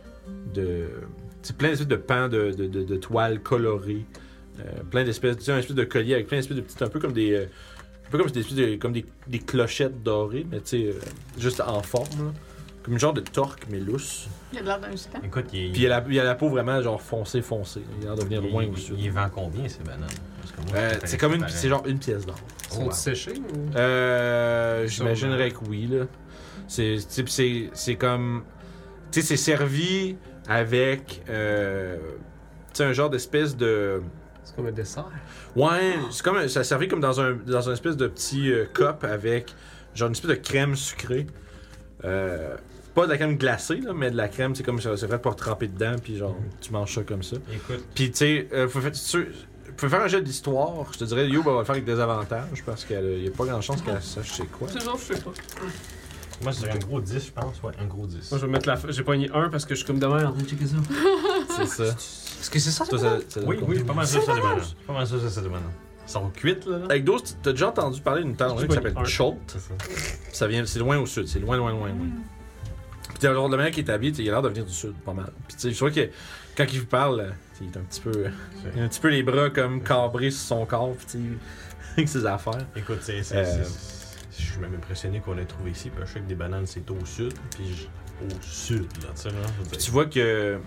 de c'est plein d'espèces de pans de, de, de, de toiles colorées. Euh, plein d'espèces. Tu sais, un espèce de collier avec plein d'espèces de petites. Un peu comme des. euh, un peu comme des, espèces de- comme des, des clochettes dorées, mais tu sais, euh, juste en forme. Là. Comme une genre de torque, mais lousse. Il a l'air d'un stand. Écoute, il, Puis il y a la, il y a la peau vraiment genre foncée, foncée. Il a l'air de venir il, loin il, au sud. il vend combien, ces bananes? Parce que moi, Euh, je c'est préfère comme une, pareil. c'est genre une pièce d'or. Sont-ils wow. séchés ou. Euh, j'imaginerais que oui là. C'est, c'est, c'est, c'est comme, tu sais, c'est servi avec, euh, tu sais, un genre d'espèce de, C'est comme un dessert. ouais, c'est comme, ça servi comme dans un, dans un espèce de petit euh, cup avec, genre une espèce de crème sucrée. Euh, pas de la crème glacée là, mais de la crème, c'est comme ça, c'est fait pour tremper dedans, puis genre, tu manges ça comme ça. Écoute, Puis tu sais, euh, faut, faire- tu faut faire un jeu d'histoire. Je te dirais, Yo, va le faire avec des avantages parce qu'il n'y a pas grand chance qu'elle sache c'est quoi. Toujours, je sais pas. moi, c'est un gros dix, je pense. Ouais, un gros dix. Moi, je vais mettre la. f- J'ai pogné un parce que je suis comme demain en train de checker ça. C'est ça. Est-ce que c'est ça? Toi, ça, ça donne Oui, combien? oui, pas mal ça, ça, des bananes. Pas mal ça, ça, c'est des bananes. Ils sont cuites, là. là. Avec d'autres, t'as déjà entendu parler d'une terre J'ai qui s'appelle pas dit un. Cholt. C'est ça. Ça vient, c'est loin au sud, c'est loin, loin, loin, loin. Puis t'as genre le mec qui est habillé, il a l'air de venir du sud, pas mal. Puis tu sais, je trouve que quand il vous parle, euh, il est un petit peu, il a un petit peu les bras comme cabrés sur son corps, puis tu sais, avec ses affaires. Écoute, c'est. c'est- Euh, c'est- Je suis même impressionné qu'on ait trouvé ici. Puis je sais que des bananes, c'est au sud. Puis je- au sud, là, tu sais, là. je veux Puis dire. tu vois que,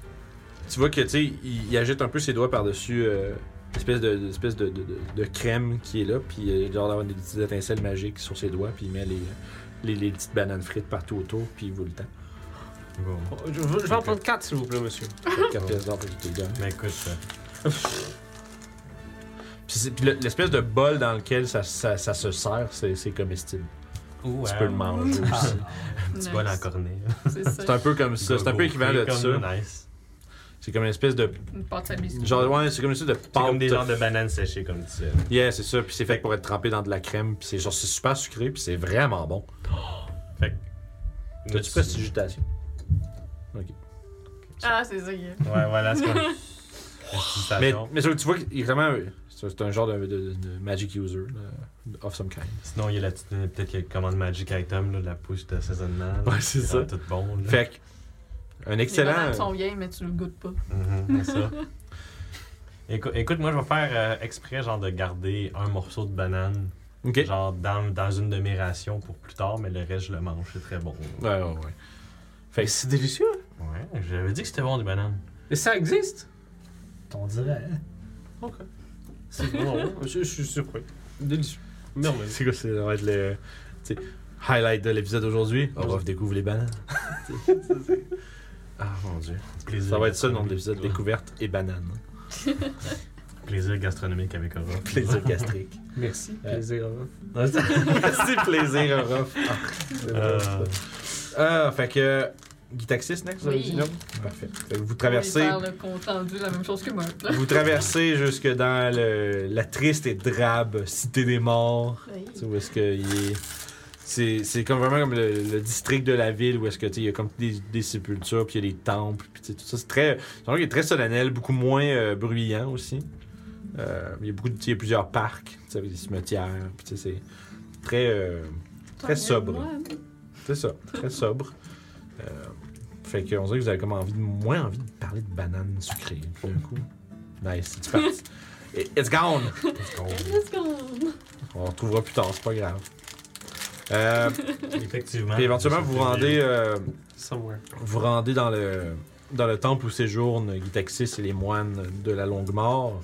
tu vois que tu sais, il, il agite un peu ses doigts par-dessus euh, l'espèce de, de- espèce de, de, de, de crème qui est là, puis il a l'air d'avoir des petites étincelles magiques sur ses doigts, puis il met les, les, les petites bananes frites partout autour, puis il vous le tend. Bon. Je veux, je veux en prendre quatre, s'il vous plaît, monsieur. quatre pièces d'or pour tout le gars. Mais écoute, euh, Puis, c'est- puis le- l'espèce de bol dans lequel ça, ça, ça se sert, c'est, c'est comestible. Ouh, Tu ouais. peux le manger Ah, aussi. Un petit Nice. bol en cornet. C'est ça. C'est un peu comme ça. C'est un peu équivalent de ça. Comme nice. C'est comme une espèce de. Une pâte à biscuits. Genre, ouais, c'est comme une espèce de C'est comme pâte. des genres de bananes séchées, comme tu sais. Yeah, c'est ça. Puis c'est fait pour être trempé dans de la crème. Puis c'est genre, c'est super sucré. Puis c'est vraiment bon. Fait que. T'as-tu prestidigitation? Ok. Ah, c'est ça. yeah. Ouais, voilà, c'est comme. Mais, Prestige. mais ça, tu vois qu'il est vraiment. C'est c'est un genre de, de- de magic user, là, of some kind. Sinon, il y a la petite. Peut-être qu'il y a commande Magic Item, là, de la push d'assaisonnement. Ouais, c'est ça. Tout bon, là. Fait que, un Les excellent. bananes sont vieilles, mais tu le goûtes pas. Mhm, c'est ça. Écoute, écoute, moi, je vais faire euh, exprès, genre, de garder un morceau de banane, Ok. genre, dans, dans une de mes rations pour plus tard, mais le reste, je le mange. C'est très bon. Ouais, ouais, ouais. Fait que C'est délicieux. Ouais, j'avais dit que c'était bon, du banane. Et ça existe. On dirait, hein? Ok. C'est vraiment bon. Je, je suis surpris. Délicieux. Merveilleux. c'est quoi, c'est- ça va être le tu sais, highlight de l'épisode d'aujourd'hui. On va découvrir les bananes. Ah mon dieu. Plaisir Ça va être ça le nom de gastronomique. l'épisode, découverte et banane. Plaisir gastronomique avec Aura. Plaisir gastrique. Merci. Ouais. Plaisir. hein. Merci, plaisir, Orof. Ah, c'est bon, Euh, ça. Ah, fait que. Guitaxis, next, vous avez Oui. dit, non? Parfait. Fait que vous On va traversez. faire le compte rendu, la même chose que moi. là. Vous traversez jusque dans le, la triste et drabe cité des morts. Tu sais, où est-ce que il est. C'est, c'est comme vraiment comme le, le district de la ville où est-ce que tu sais, il y a comme des, des sépultures, puis il y a des temples, puis tu sais, tout ça. C'est très. C'est un qui est très solennel, beaucoup moins euh, bruyant aussi. Euh, il y a beaucoup de, il y a plusieurs parcs, tu sais, avec des cimetières, puis tu sais, c'est très. euh, très sobre. Moi, C'est ça, très sobre. Euh, fait qu'on dirait que vous avez comme envie de, moins envie de parler de bananes sucrées, tout d'un coup. Nice, c'est parti. Et- It's gone! Let's go! On le retrouvera plus tard, c'est pas grave. Euh, Effectivement. puis éventuellement, vous vous rendez, euh, Somewhere. vous rendez dans le, dans le temple où séjournent Gitaxis et les moines de la Longue Mort.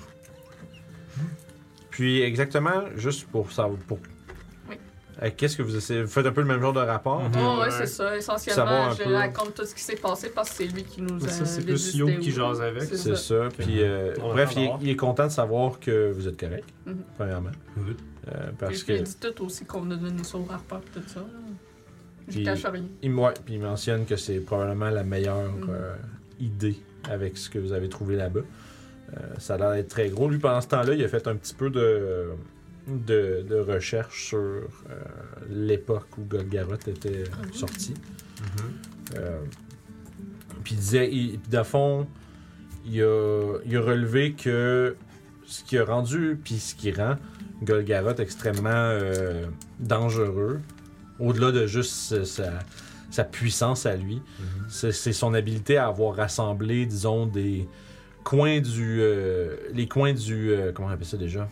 Puis exactement, juste pour savoir, pour... Oui. Euh, qu'est-ce que vous essayez? Vous faites un peu le même genre de rapport? Mhm. Oh, ouais, Ouais. c'est ça. Savoir Essentiellement, un je peu. raconte tout ce qui s'est passé parce que c'est lui qui nous a. Ça, c'est dit plus Yo c'était qui où. jase avec. C'est C'est ça. Puis, euh, On bref, attend il est, d'avoir. il est content de savoir que vous êtes correct, Mhm. premièrement. Good. Euh, Puis parce je que lui ai dit tout aussi qu'on a donné ça au rapport et tout ça. là. Je Puis- cache rien. il, ouais, puis il mentionne que c'est probablement la meilleure Mhm. euh, idée avec ce que vous avez trouvé là-bas. Euh, ça a l'air d'être très gros. Lui, pendant ce temps-là, il a fait un petit peu de, de, de recherche sur euh, l'époque où Golgaroth était euh, Mhm. sorti. Mhm. Euh, puis il disait, il, puis dans le fond, il a, il a relevé que ce qui a rendu, puis ce qui rend Golgaroth extrêmement euh, dangereux, au-delà de juste sa, sa puissance à lui, Mhm. c'est, c'est son habileté à avoir rassemblé, disons, des coins du, euh, les coins du, euh, comment on appelle ça déjà?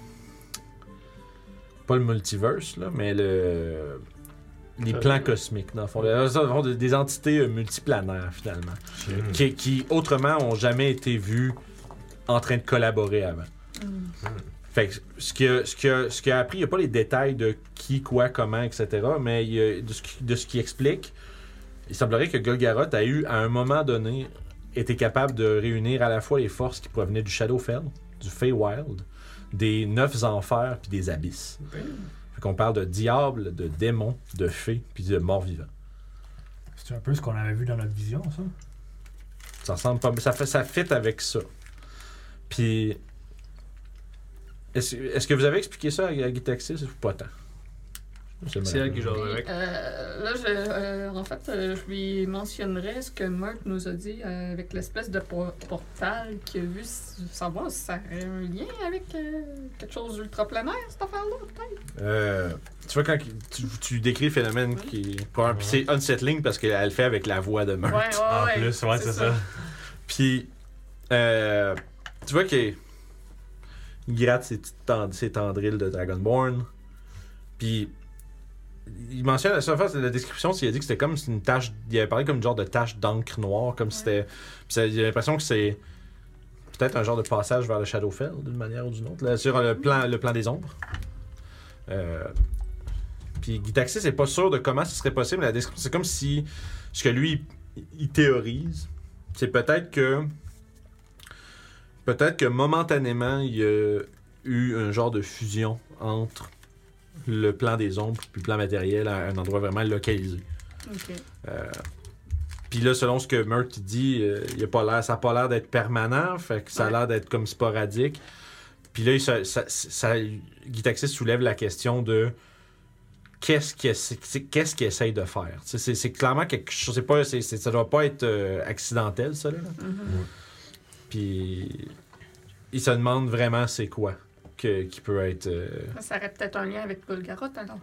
Pas le multiverse là, mais le les Euh, plans cosmiques, dans le fond. Dans le fond, des- des entités euh, multiplanaires, finalement. Mhm. Qui, qui, autrement, ont jamais été vues en train de collaborer avant. Mm. Fait que ce qu'il a, ce qu'il a- ce qu'il a appris, il n'y a pas les détails de qui, quoi, comment, et cetera, mais il y a- de ce qui, de ce qui explique, il semblerait que Golgaroth a eu, à un moment donné, été capable de réunir à la fois les forces qui provenaient du Shadowfell, du Feywild, des Neuf Enfers, puis des Abysses. Fait qu'on parle de diables, de démons, de fées, puis de morts-vivants. C'est un peu ce qu'on avait vu dans notre vision, ça. Ça ressemble pas, ça fait ça fit avec ça. Puis est-ce, est-ce que vous avez expliqué ça à, à Gitaxis ou pas tant? C'est elle qui jase Puis, avec. euh, là, je, euh, en fait, euh, je lui mentionnerais ce que Mark nous a dit euh, avec l'espèce de por- portal qu'il a vu, s- savoir si ça a un lien avec euh, quelque chose d'ultraplanaire, cette affaire-là, peut-être. Euh, tu vois, quand tu, tu décris le phénomène qui est. Puis c'est unsettling parce qu'elle le fait avec la voix de Meurtre. Ouais, ouais, En ouais. plus, ouais, c'est ça. Puis, euh, tu vois qu'il il gratte ses, petites tend- ses tendrils de Dragonborn. Puis, il mentionne à la la description, il a dit que c'était comme une tache. Il avait parlé comme une genre de tache d'encre noire, comme si c'était. Puis, ça- il a l'impression que c'est peut-être un genre de passage vers le Shadowfell, d'une manière ou d'une autre, là, sur le plan, le plan des ombres. Euh, puis, Gitaxis n'est pas sûr de comment ce serait possible. La description, c'est comme si ce que lui, il, il théorise, c'est peut-être que. Peut-être que momentanément, il y a eu un genre de fusion entre le plan des ombres puis le plan matériel à un endroit vraiment localisé. Ok. Euh, Puis là, selon ce que Mert dit, euh, il a pas l'air, ça n'a pas l'air d'être permanent, fait que ça a Ouais. l'air d'être comme sporadique. Puis là, ça, ça, ça, Guy Taxis soulève la question de qu'est-ce qu'il essa- qu'est-ce qu'il essaye de faire. Tu sais, C'est, c'est clairement quelque chose, c'est pas, c'est, c'est- ça doit pas être euh, accidentel, ça. Là. Mhm. Puis il se demande vraiment c'est quoi que, qui peut être... euh, Ça aurait peut-être un lien avec Golgaroth, alors.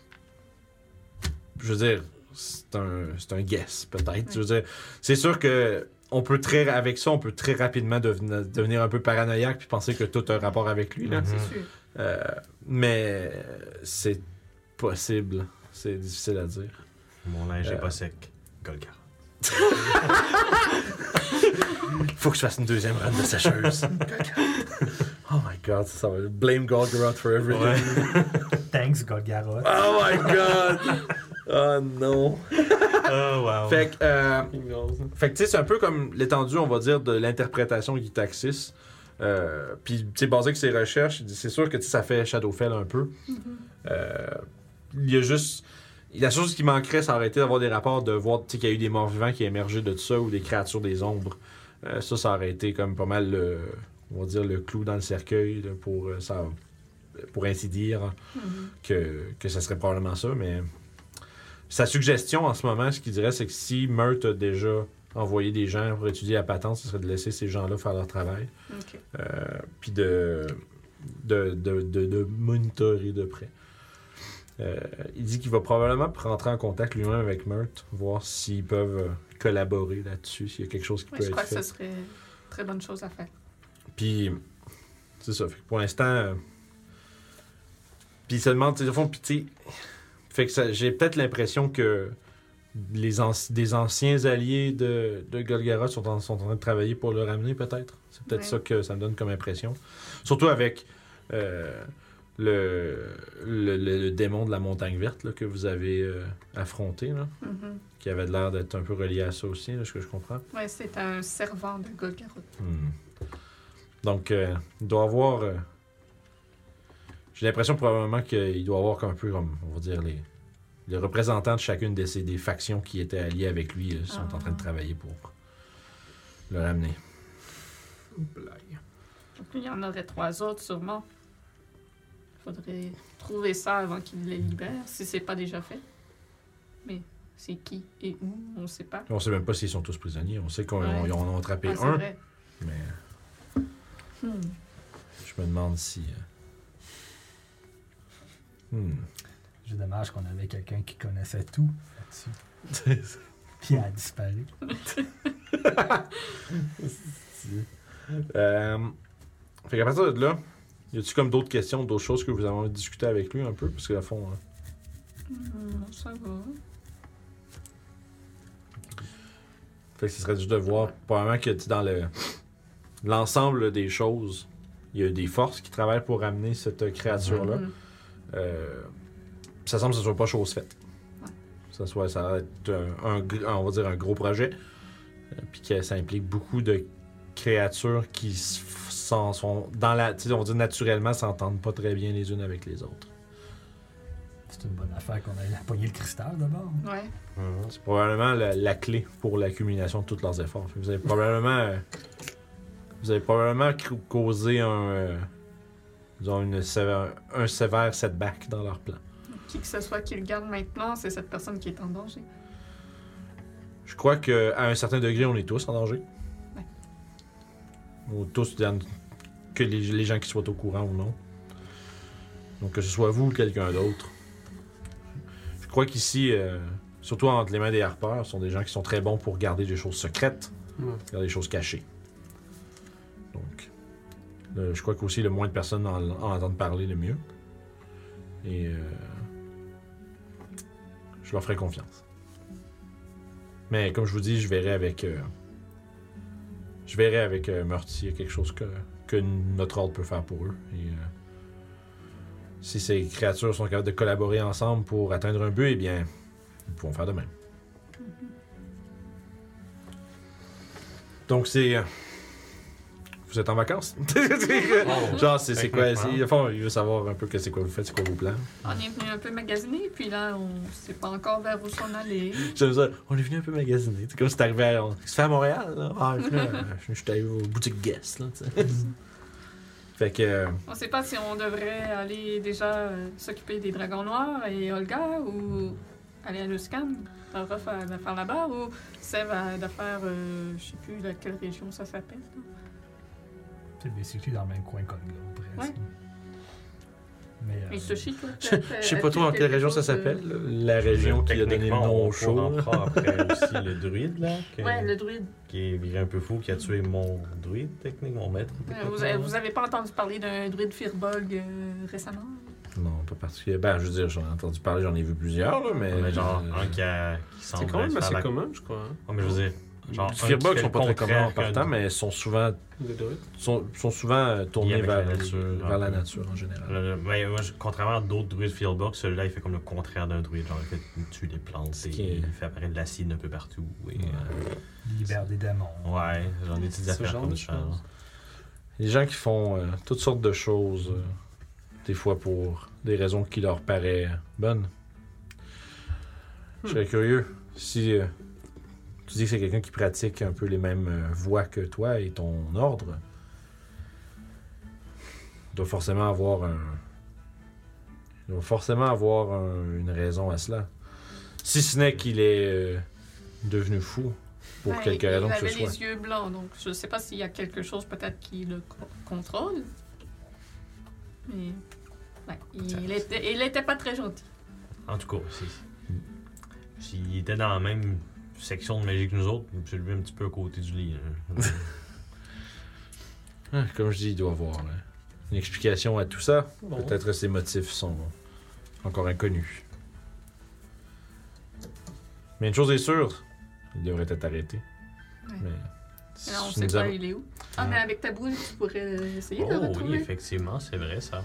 je veux dire, c'est un, c'est un guess, peut-être. Je veux dire, c'est sûr que on peut très, avec ça, on peut très rapidement devenir, devenir un peu paranoïaque puis penser que tout a un rapport avec lui. Là. Mhm. C'est sûr. Euh, mais c'est possible. C'est difficile à dire. Mon linge Euh. est pas sec. Golgara. Faut que je fasse une deuxième run de sécheuse. Oh my god, ça va. Blame Golgaroth for everything. Ouais. Thanks, Golgaroth. Oh my god! Oh non! Oh, wow. Fait que, euh, Ingalls. fait que tu sais, c'est un peu comme l'étendue, on va dire, de l'interprétation de Guy Taxis. Euh, Puis, tu sais, basé sur ses recherches, il dit, c'est sûr que tu sais, ça fait Shadowfell un peu. Euh, il y a juste. La chose qui manquerait, ça aurait été d'avoir des rapports, de voir tu sais, qu'il y a eu des morts vivants qui émergeaient de tout ça ou des créatures des ombres. Euh, ça, ça aurait été comme pas mal le, on va dire, le clou dans le cercueil là, pour, euh, ça, pour ainsi dire Mhm. que, que ça serait probablement ça. Mais sa suggestion en ce moment, ce qu'il dirait, c'est que si Mert a déjà envoyé des gens pour étudier la patente, ce serait de laisser ces gens-là faire leur travail. Ok. Euh, puis de, de, de, de, de monitorer de près. Euh, il dit qu'il va probablement rentrer en contact lui-même avec Mert, voir s'ils peuvent euh, collaborer là-dessus, s'il y a quelque chose qui Ouais, peut je être crois que fait. ce serait une très bonne chose à faire. Puis, c'est ça. Fait que pour l'instant, euh, puis il se demande, tu sais, au fond, puis tu sais, fait que ça- j'ai peut-être l'impression que les anci- des anciens alliés de, de Golgaroth sont en, sont en train de travailler pour le ramener, peut-être. C'est peut-être Ouais. ça que ça me donne comme impression. Surtout avec euh, le, le, le- le démon de la montagne verte là, que vous avez euh, affronté, là, Mhm. qui avait l'air d'être un peu relié à ça aussi, là, ce que je comprends. Ouais, c'est un servant de Golgaroth. Hmm. Donc, euh, il doit avoir. euh, J'ai l'impression probablement qu'il doit avoir un peu, comme, on va dire, les, les représentants de chacune de ces des factions qui étaient alliées avec lui euh, sont Ah. en train de travailler pour le ramener. Blague. Donc, il y en aurait trois autres, sûrement. Faudrait trouver ça avant qu'il les libère, si c'est pas déjà fait. Mais c'est qui et où, on sait pas. On sait même pas s'ils sont tous prisonniers. On sait qu'on Ouais. ils en ont attrapé Ah, c'est un, vrai. mais Hmm. je me demande si. euh, hmm. C'est dommage qu'on avait quelqu'un qui connaissait tout là-dessus. Puis elle a disparu. Euh, fait qu'à partir de là, y a-tu comme d'autres questions, d'autres choses que vous avez envie de discuter avec lui un peu? Parce que, à fond, hein, Hmm, ça va. fait que ce serait juste de voir, probablement que tu sais, dans le l'ensemble des choses, il y a des forces qui travaillent pour ramener cette créature-là. Hmm. Euh, ça semble que ce soit pas chose faite. Ouais. Ça, soit, ça va être un, un gr- on va dire un gros projet, euh, puis que ça implique beaucoup de créatures qui s- s'en sont dans la, tu sais, on va dire naturellement, s'entendent pas très bien les unes avec les autres. C'est une bonne affaire qu'on ait pogné le cristal d'abord. Ouais. Mhm. C'est probablement la, la clé pour l'accumulation de tous leurs efforts. Fait que vous avez probablement, euh, vous avez probablement cr- causé un, euh, disons une sévère- un sévère setback dans leur plan. Qui que ce soit qui le garde maintenant, c'est cette personne qui est en danger. Je crois qu'à un certain degré, on est tous en danger. Ouais. Ou tous, dans- que les, les gens qui soient au courant ou non. Donc que ce soit vous ou quelqu'un d'autre. Je crois qu'ici, euh, surtout entre les mains des harpeurs, ce sont des gens qui sont très bons pour garder des choses secrètes, Ouais. garder des choses cachées. Donc, le- je crois qu'aussi le moins de personnes en, en entendent parler, le mieux. Et euh, je leur ferai confiance. Mais comme je vous dis, je verrai avec. euh, je verrai avec euh, Meurthe s'il y a quelque chose que, que notre ordre peut faire pour eux. Et euh, si ces créatures sont capables de collaborer ensemble pour atteindre un but, eh bien, nous pouvons faire de même. Donc c'est. euh, Vous vous êtes en vacances. Genre, c'est, c'est quoi? C'est, au fond, il veut savoir un peu que c'est quoi vous faites, c'est quoi vos plans. On est venu un peu magasiner, puis là, on sait pas encore vers où s'en aller. J'aime ça. On est venu un peu magasiner. C'est comme si t'arrivais à... On... Qu'est-ce que tu fais à Montréal, là? Ah, je suis là, je suis allé aux boutiques Guess, là, tu sais. Fait que... euh, On sait pas si on devrait aller déjà euh, s'occuper des dragons noirs et Olga, ou aller à Luskan, Ruff à la faire là-bas, ou Sev à la faire, euh, je sais plus de quelle région ça s'appelle. là. C'est basically dans le même coin qu'Olga, presque. Ouais. Mais, euh, Et Sushi, toi, Je je sais pas trop dans quelle région ça s'appelle, là. La région qui a donné le nom au show. On prend après aussi le druide, là. que- Ouais, le druide. Qui est viré un peu fou, qui a tué mon druide, techniquement, mon maître. Euh, vous, avez, vous avez pas entendu parler d'un druide Firbolg euh, récemment? Non, pas particulier. Ben, je veux dire, j'en ai entendu parler, j'en ai vu plusieurs, là, mais... Mais genre, euh, un qui, a, qui semble C'est quand même faire assez la- commun, je crois. Hein? Ouais, mais je veux dire, genre, un qui Firbolg fait sont le pas très communs en contraire partant, qu'un- mais ils sont souvent, Les druides. sont, sont souvent euh, tournés avec vers, la nature. vers la Ah, nature en général. Le- le- mais moi, je- contrairement à d'autres druides Fieldbox, celui-là, il fait comme le contraire d'un druide. Genre, il fait il tue des plantes, et qui est- il fait apparaître de l'acide un peu partout. Et, Ouais. il libère des démons. euh, ouais, genre des petites Ce affaires genre comme de ça. choses. Les gens qui font euh, toutes sortes de choses, euh, des fois pour des raisons qui leur paraissent bonnes. Je serais curieux si euh, tu dis que c'est quelqu'un qui pratique un peu les mêmes euh, voies que toi et ton ordre. Il doit forcément avoir un. Il doit forcément avoir un- une raison à cela. Si ce n'est qu'il est euh, devenu fou pour Ouais, quelque il raison que avait ce soit. les yeux blancs, donc je sais pas s'il y a quelque chose peut-être qui le co- contrôle. Mais ouais, il, était, il était pas très gentil. En tout cas, c'est- s'il était dans la même section de magie que nous autres, c'est lui un petit peu à côté du lit. hein. Ah, Comme je dis, il doit avoir là, une explication à tout ça. Bon. Peut-être que ses motifs sont encore inconnus. Mais une chose est sûre, il devrait être arrêté. Ouais. Mais Mais là, on si sait nous pas avons- il est où. Ah, mais avec ta boule, tu pourrais euh, essayer de le Oh oui, retrouver. effectivement, c'est vrai ça.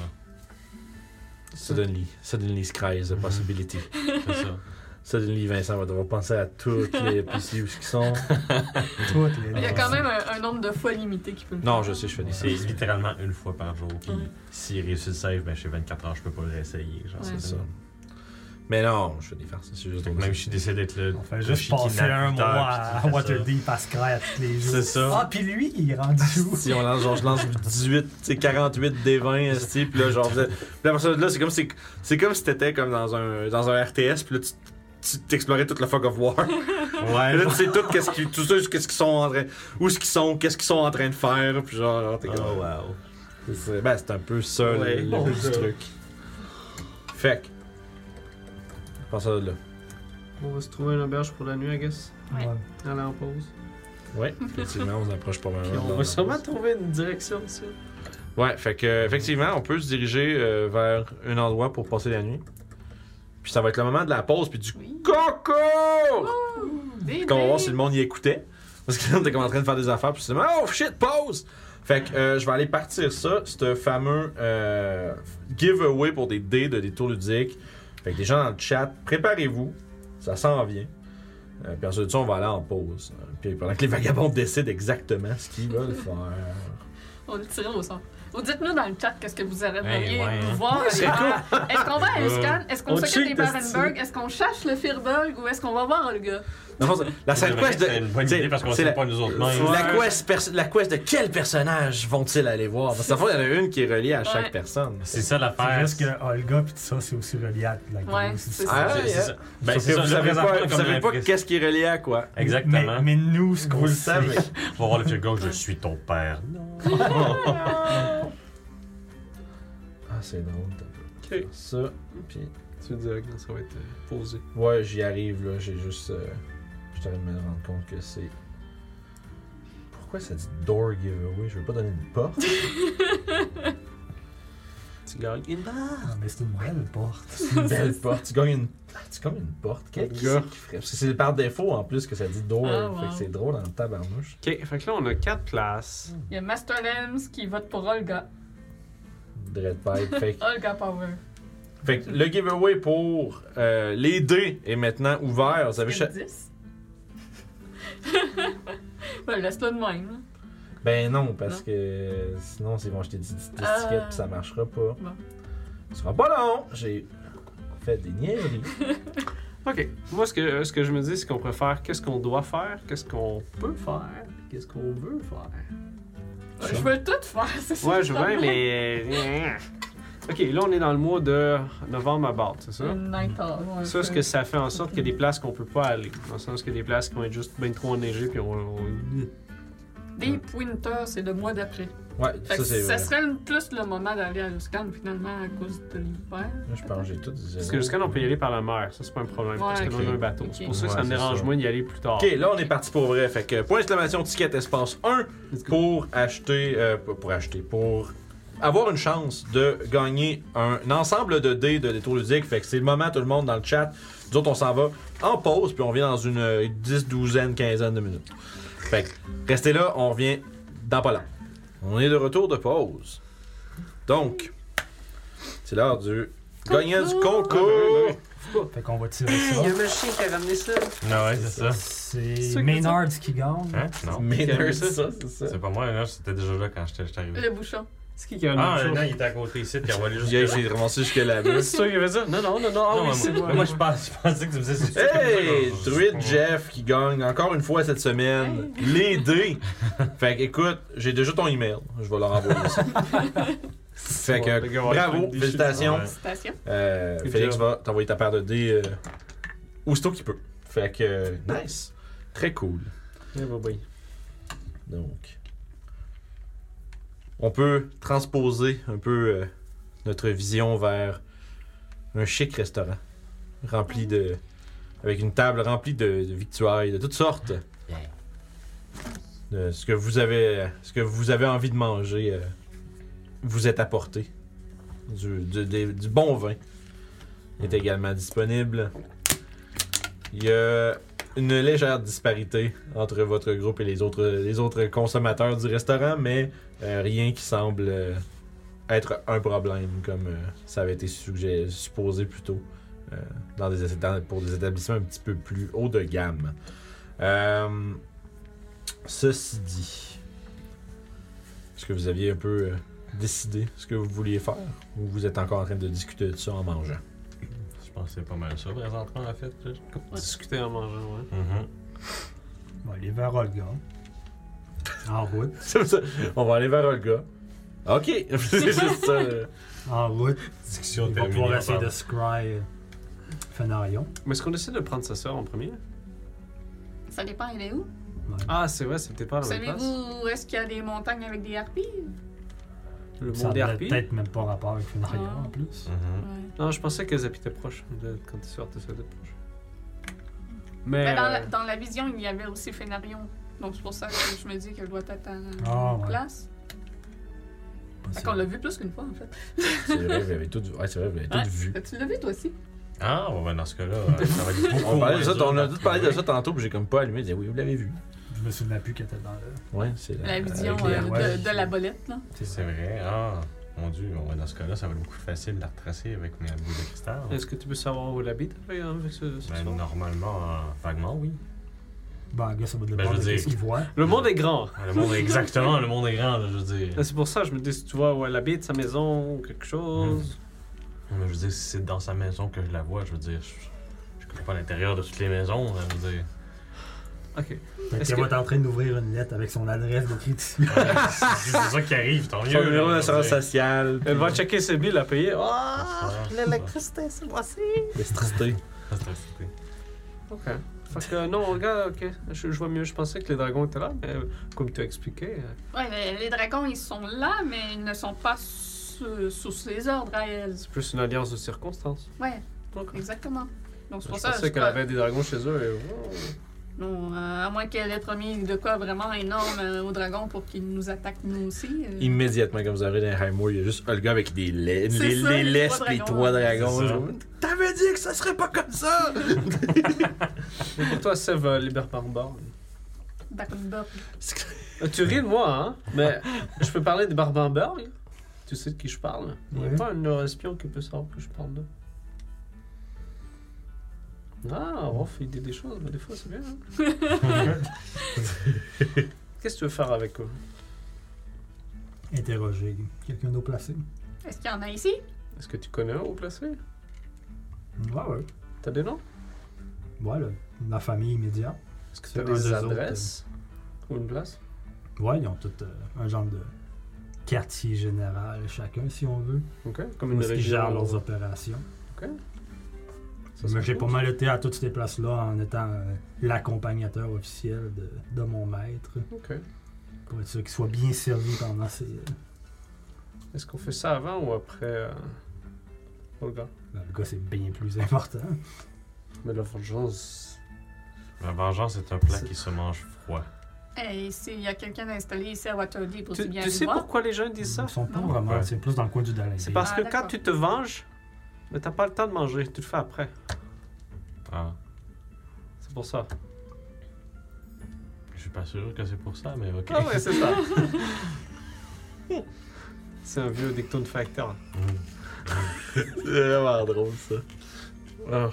Suddenly, suddenly skies a possibility. C'est ça. Suddenly, Vincent va devoir penser à toutes les P C où ils sont. Toutes les Il y a quand même un, un nombre de fois limité qui peut le Non, faire. je sais, je fais des C'est littéralement une fois par jour. Puis Ouais. s'il réussit le save, ben chez vingt-quatre heures, je peux pas le réessayer. Genre, Ouais. c'est C'est ça. Mais non, je fais des farces. C'est juste Fait que drôle. même si je décide d'être le. On fait le juste passer Shikina un plus tard, mois puis tu à fais ça. Waterdeep à Scry à tous les jours. C'est ça. Ah, puis lui, il est rendu où? Si on lance, genre, je lance dix-huit, tu sais, quarante-huit D vingt, esti, puis là, genre, vous êtes- puis la personne là, c'est comme, si- c'est comme si t'étais comme dans un, dans un R T S, puis là, tu, tu t'explorais toute le Fog of War. Ouais. Puis là, tu sais tout, qu'est-ce qui, tout ça, qu'est-ce qu'ils sont en train, où est-ce qu'ils sont, qu'est-ce qu'ils sont en train de faire, puis genre, genre, t'es comme, Oh wow. c'est, c'est- ben, c'est un peu ça, le- Ouais, le, bon, but ça. du truc. Fait que, je pense à là. On va se trouver une auberge pour la nuit, I guess. Ouais. Ouais. Aller en pause. Ouais, effectivement, on approche pas mal. Puis on va sûrement trouver une direction, ça. Ouais, fait que effectivement, on peut se diriger euh, vers un endroit pour passer la nuit. Puis ça va être le moment de la pause puis du Oui. coco! Des Qu'on va voir dés. si le monde y écoutait. Parce que là, on était comme en train de faire des affaires, puis c'est oh shit, pause! Fait que euh, je vais aller partir ça, ce fameux euh, giveaway pour des dés de détour ludique. Fait que les gens dans le chat, préparez-vous, ça s'en vient. Euh, puis ensuite de ça, on va aller en pause. Euh, Puis pendant que les vagabonds décident exactement ce qu'ils veulent faire. On le tirait au sort. Ou dites-nous dans le chat qu'est-ce que vous aimeriez Ouais, ouais, hein. voir. C'est cool. Est-ce qu'on va à Escan? Est-ce qu'on On s'occupe des cheat, Barenberg? Est-ce qu'on cherche le Firbolg ou est-ce qu'on va voir Olga? Dans le fond, la side quest de. C'est une bonne t'sais, idée parce qu'on c'est sait la- pas nous autres. La même. quest, perso- la quest de quel personnage vont-ils aller voir? Parce que dans le fond, il y en a une qui est reliée à chaque Ouais. personne. C'est ça C'est l'affaire. juste que Olga pis tout ça, c'est aussi relié à la grosse Ouais, histoire. c'est ça. Ah, C'est- ouais, c'est hein? ça. Ben, Sauf c'est que ça, vous le savez pas, présentement, vous comme savez pas l'impression- qu'est-ce qui est relié à quoi. Exactement. Mais, mais nous, ce qu'on Vous le sait, savez. On va voir le film gauche, je suis ton père. Non. Ah, c'est drôle. t'as peu. Ok. Ça, puis. Tu veux dire que ça va être euh, posé. Ouais, j'y arrive là. J'ai juste. Euh, je suis en train de me rendre compte que c'est. Pourquoi ça dit door giveaway? Je veux pas donner une porte. Tu gagnes une barre. Ah, mais c'est une belle porte. C'est une belle porte. Tu gagnes une. Ah, tu gagnes une porte. Quel qui c'est qui ferait? Parce que c'est par défaut en plus que ça dit door. Ah, wow. Fait que c'est drôle en tabarnouche. Ok, fait que là, on a quatre places. Il y a Master Lems qui vote pour Olga. Dreadpipe. Fait que Olga Power. Fait que le giveaway pour euh, les dés est maintenant ouvert. Vous avez Il y a cha- dix. Ben, laisse-le de même. là. Ben non, parce Non? que euh, sinon, ils vont acheter des, des Ah. tickets puis ça marchera pas. Bon. Ce sera pas long. J'ai fait des niaiseries. Ok. Moi, ce que, ce que je me dis, c'est qu'on préfère qu'est-ce qu'on doit faire, qu'est-ce qu'on peut faire, qu'est-ce qu'on veut faire. Je veux tout faire, c'est ça. Ouais, le je veux, problème. mais. Ok, là, on est dans le mois de novembre à Bart, c'est ça? Une night off, ouais, Ça, ce un que ça fait en sorte qu'il y a des places qu'on peut pas aller. Dans le sens qu'il y a des places qui vont être juste bien trop enneigées, puis on. on... Deep Winter, c'est le mois d'après. Ouais, Fait ça que c'est ça vrai. serait le- plus le moment d'aller à Luscan, finalement, à cause de l'hiver. Moi, je pense que j'ai tout dit. Parce que jusqu'à là, on peut y aller par la mer, ça, c'est pas un problème. parce Ouais, que là, ok. on a un bateau. Ok. C'est pour ça que Ouais, ça me c'est dérange ça. moins d'y aller plus tard. Ok, là on est parti pour vrai. Fait que point d'exclamation ticket espace un Let's go. pour acheter. euh, pour acheter. Pour avoir une chance de gagner un, un ensemble de dés de détour ludique. Fait que c'est le moment, tout le monde dans le chat. Nous autres, on s'en va en pause, puis on vient dans une euh, dix, douzaine, quinzaine de minutes. Fait que restez là, on revient dans pas long. On est de retour de pause. Donc, c'est l'heure du gagnant du concours. Fait qu'on va tirer Il y a ça. un machin qui a ramené ça. Non, ouais, c'est ça. C'est ça que Maynard qui gagne. Hein? Non. Maynard, ça? c'est ça, c'est ça. C'est pas moi, là, c'était déjà là quand j'étais j'étais arrivé. Le bouchon. C'est qui qui a Ah, amené non, ça? il était à côté ici, puis on va aller juste. Il a essayé de ramasser jusque là-bas. C'est toi qui avait ça? Non, non, non, non. Ah Non, oui, moi, c'est moi, moi. moi, je pense- je pensais que tu me disais c'est Hey! Druid Jeff qui gagne encore une fois cette semaine. Les dés! Fait que écoute, j'ai déjà ton email. Je vais leur envoyer ça. Fait que Ouais, le gars va bravo, être des félicitations. Ouais. Félicitations. Euh, Good Félix job. va t'envoyer ta paire de dés euh, aussitôt qu'il peut. Fait que euh, nice. Très cool. Eh, bah, bah. Donc, on peut transposer un peu euh, notre vision vers un chic restaurant rempli de. Avec une table remplie de, de victuailles de toutes sortes. De ce que vous avez, ce que vous avez envie de manger, euh, vous est apporté. Du, du, des- du bon vin est également disponible. Il y a une légère disparité entre votre groupe et les autres, les autres consommateurs du restaurant, mais euh, rien qui semble euh, être un problème comme euh, ça avait été suggé- supposé plus tôt euh, dans des, dans- pour des établissements un petit peu plus haut de gamme. Euh, ceci dit, est-ce que vous aviez un peu euh, décidé ce que vous vouliez faire ou vous êtes encore en train de discuter de ça en mangeant? Je pense que c'est pas mal ça, présentement, en fait. là. Discuter en mangeant, ouais. Mhm. On va aller vers Olga. En route. C'est ça. On va aller vers Olga. Ok, c'est juste ça. euh. En route. Discussion On va terminée. pouvoir on essayer de parle. scry Fenarion. Mais est-ce qu'on essaie de prendre sa soeur en premier? Ça dépend, il est où? Ah, c'est vrai, c'est peut-être pas à la même place. Savez-vous où est-ce qu'il y a des montagnes avec des harpies? Le Ça monde des n'a harpies? peut-être même pas rapport avec Fenarion Ah. en plus. Mhm. Ouais. Non, je pensais qu'elles habitaient proches. De, quand tu sortais, ça d'être proche. Mais. Mais dans euh, la, dans la vision, il y avait aussi Fénarion. Donc c'est pour ça que je me dis qu'elle doit être à Ah, ouais. place. Fait qu'on l'a vu plus qu'une fois, en fait. C'est vrai, vous avez tout, ouais, c'est vrai, vous avez Ouais. tout vu. Tu l'as vu, toi aussi? Ah, bon, ben dans ce cas-là, euh, ça va être beaucoup On, parlait de ça, moins on a dur tout parlé de d'en ça tantôt, puis j'ai comme pas allumé. Je disais, oui, vous l'avez vu. Je me souviens plus qu'elle était dans le. Ouais, c'est La vision avec les- euh, ouais. de, de la bolette, là. C'est vrai. Ah, mon Dieu. Bon, ben, dans ce cas-là, ça va être beaucoup plus facile de la retracer avec mes boules de cristal. Est-ce que tu peux savoir où elle habite avec, avec ce, ce Ben, soir? normalement, euh, vaguement, oui. Ben, gars, ça va Ben, dépendre je de veux dire- ce qu'il voit. Le monde est grand. Ah, Le monde est exactement, le monde est grand, là, je veux dire. Là, C'est pour ça, je me dis si tu vois où elle habite, sa maison, ou quelque chose. Mais je veux dire, si c'est dans sa maison que je la vois, je veux dire, je, je connais pas l'intérieur de toutes les maisons, là, je veux dire. Ok. Fait Est-ce qu'elle que- va être en train d'ouvrir une lettre avec son adresse écrite dessus. Ouais, c'est c'est ça qui arrive, tant mieux. Son numéro là, d'assurance je veux dire. sociale. Elle va checker ses billes à payer. Ah! Ah, L'électricité, c'est moisi. L'électricité. ça, c'est assez- Ok. Fait que non, regarde, ok. Je, je vois mieux. Je pensais que les dragons étaient là, mais euh, comme tu as expliqué. euh, Ouais, les, les dragons, ils sont là, mais ils ne sont pas sous, sous ses ordres à elle. C'est plus une alliance de circonstances. Ouais, Ok. exactement. Donc c'est Je pour ça pensais je qu'elle crois- avait des dragons chez eux. Et... oh. Non, euh, à moins qu'elle ait promis de quoi vraiment énorme euh, aux dragons pour qu'ils nous attaquent nous aussi. euh. Immédiatement, quand vous arrivez dans Highmoor, il y a juste Olga avec des, la- C'est les, ça, les les laisses trois pis les dragons. trois dragons. C'est ça. Je- T'avais dit que ça serait pas comme ça! Mais pour toi, Sève euh, libère barbare. Barbe. Euh, tu ris de moi, hein? Mais je peux parler des barbares. Tu sais de qui je parle? Il n'y a Oui. pas un espion qui peut savoir que je parle d'eux. Ah, on fait aider des choses, mais des fois c'est bien. Hein? Qu'est-ce que tu veux faire avec eux? interroger quelqu'un d'eau placé. Est-ce qu'il y en a ici? Est-ce que tu connais un haut placé? Ouais, ouais. T'as des noms? Ouais, là, la famille immédiate. Est-ce que C'est t'as un des des autres, adresses? Ou une place? Ouais, ils ont tout euh, un genre de quartier général chacun, si on veut. Ok. Comme Où une est-ce qu'ils région. gèrent leurs opérations. Ok. Ça, Mais c'est j'ai cool. pas mal été à toutes ces places-là en étant euh, l'accompagnateur officiel de, de mon maître. Ok. Pour être sûr qu'il soit bien servi pendant ces... euh, Est-ce qu'on fait ça avant ou après euh... Olga? ben, le gars, c'est bien plus important. Mais la vengeance... La vengeance est un plat C'est- qui se mange froid. Et s'il y a quelqu'un d'installé ici à Waterdeep, aussi Tu, bien tu aller sais voir. pourquoi les gens disent ça? Ils sont pas Non. vraiment... Ouais. C'est plus dans le coin du Dalin. C'est parce Ah, que d'accord. quand tu te venges, mais t'as pas le temps de manger, tu le fais après. Ah. C'est pour ça. Je suis pas sûr que c'est pour ça, mais ok. Ah ouais, c'est ça. C'est un vieux dicton de facteur. Mm. C'est vraiment drôle, ça. Ah.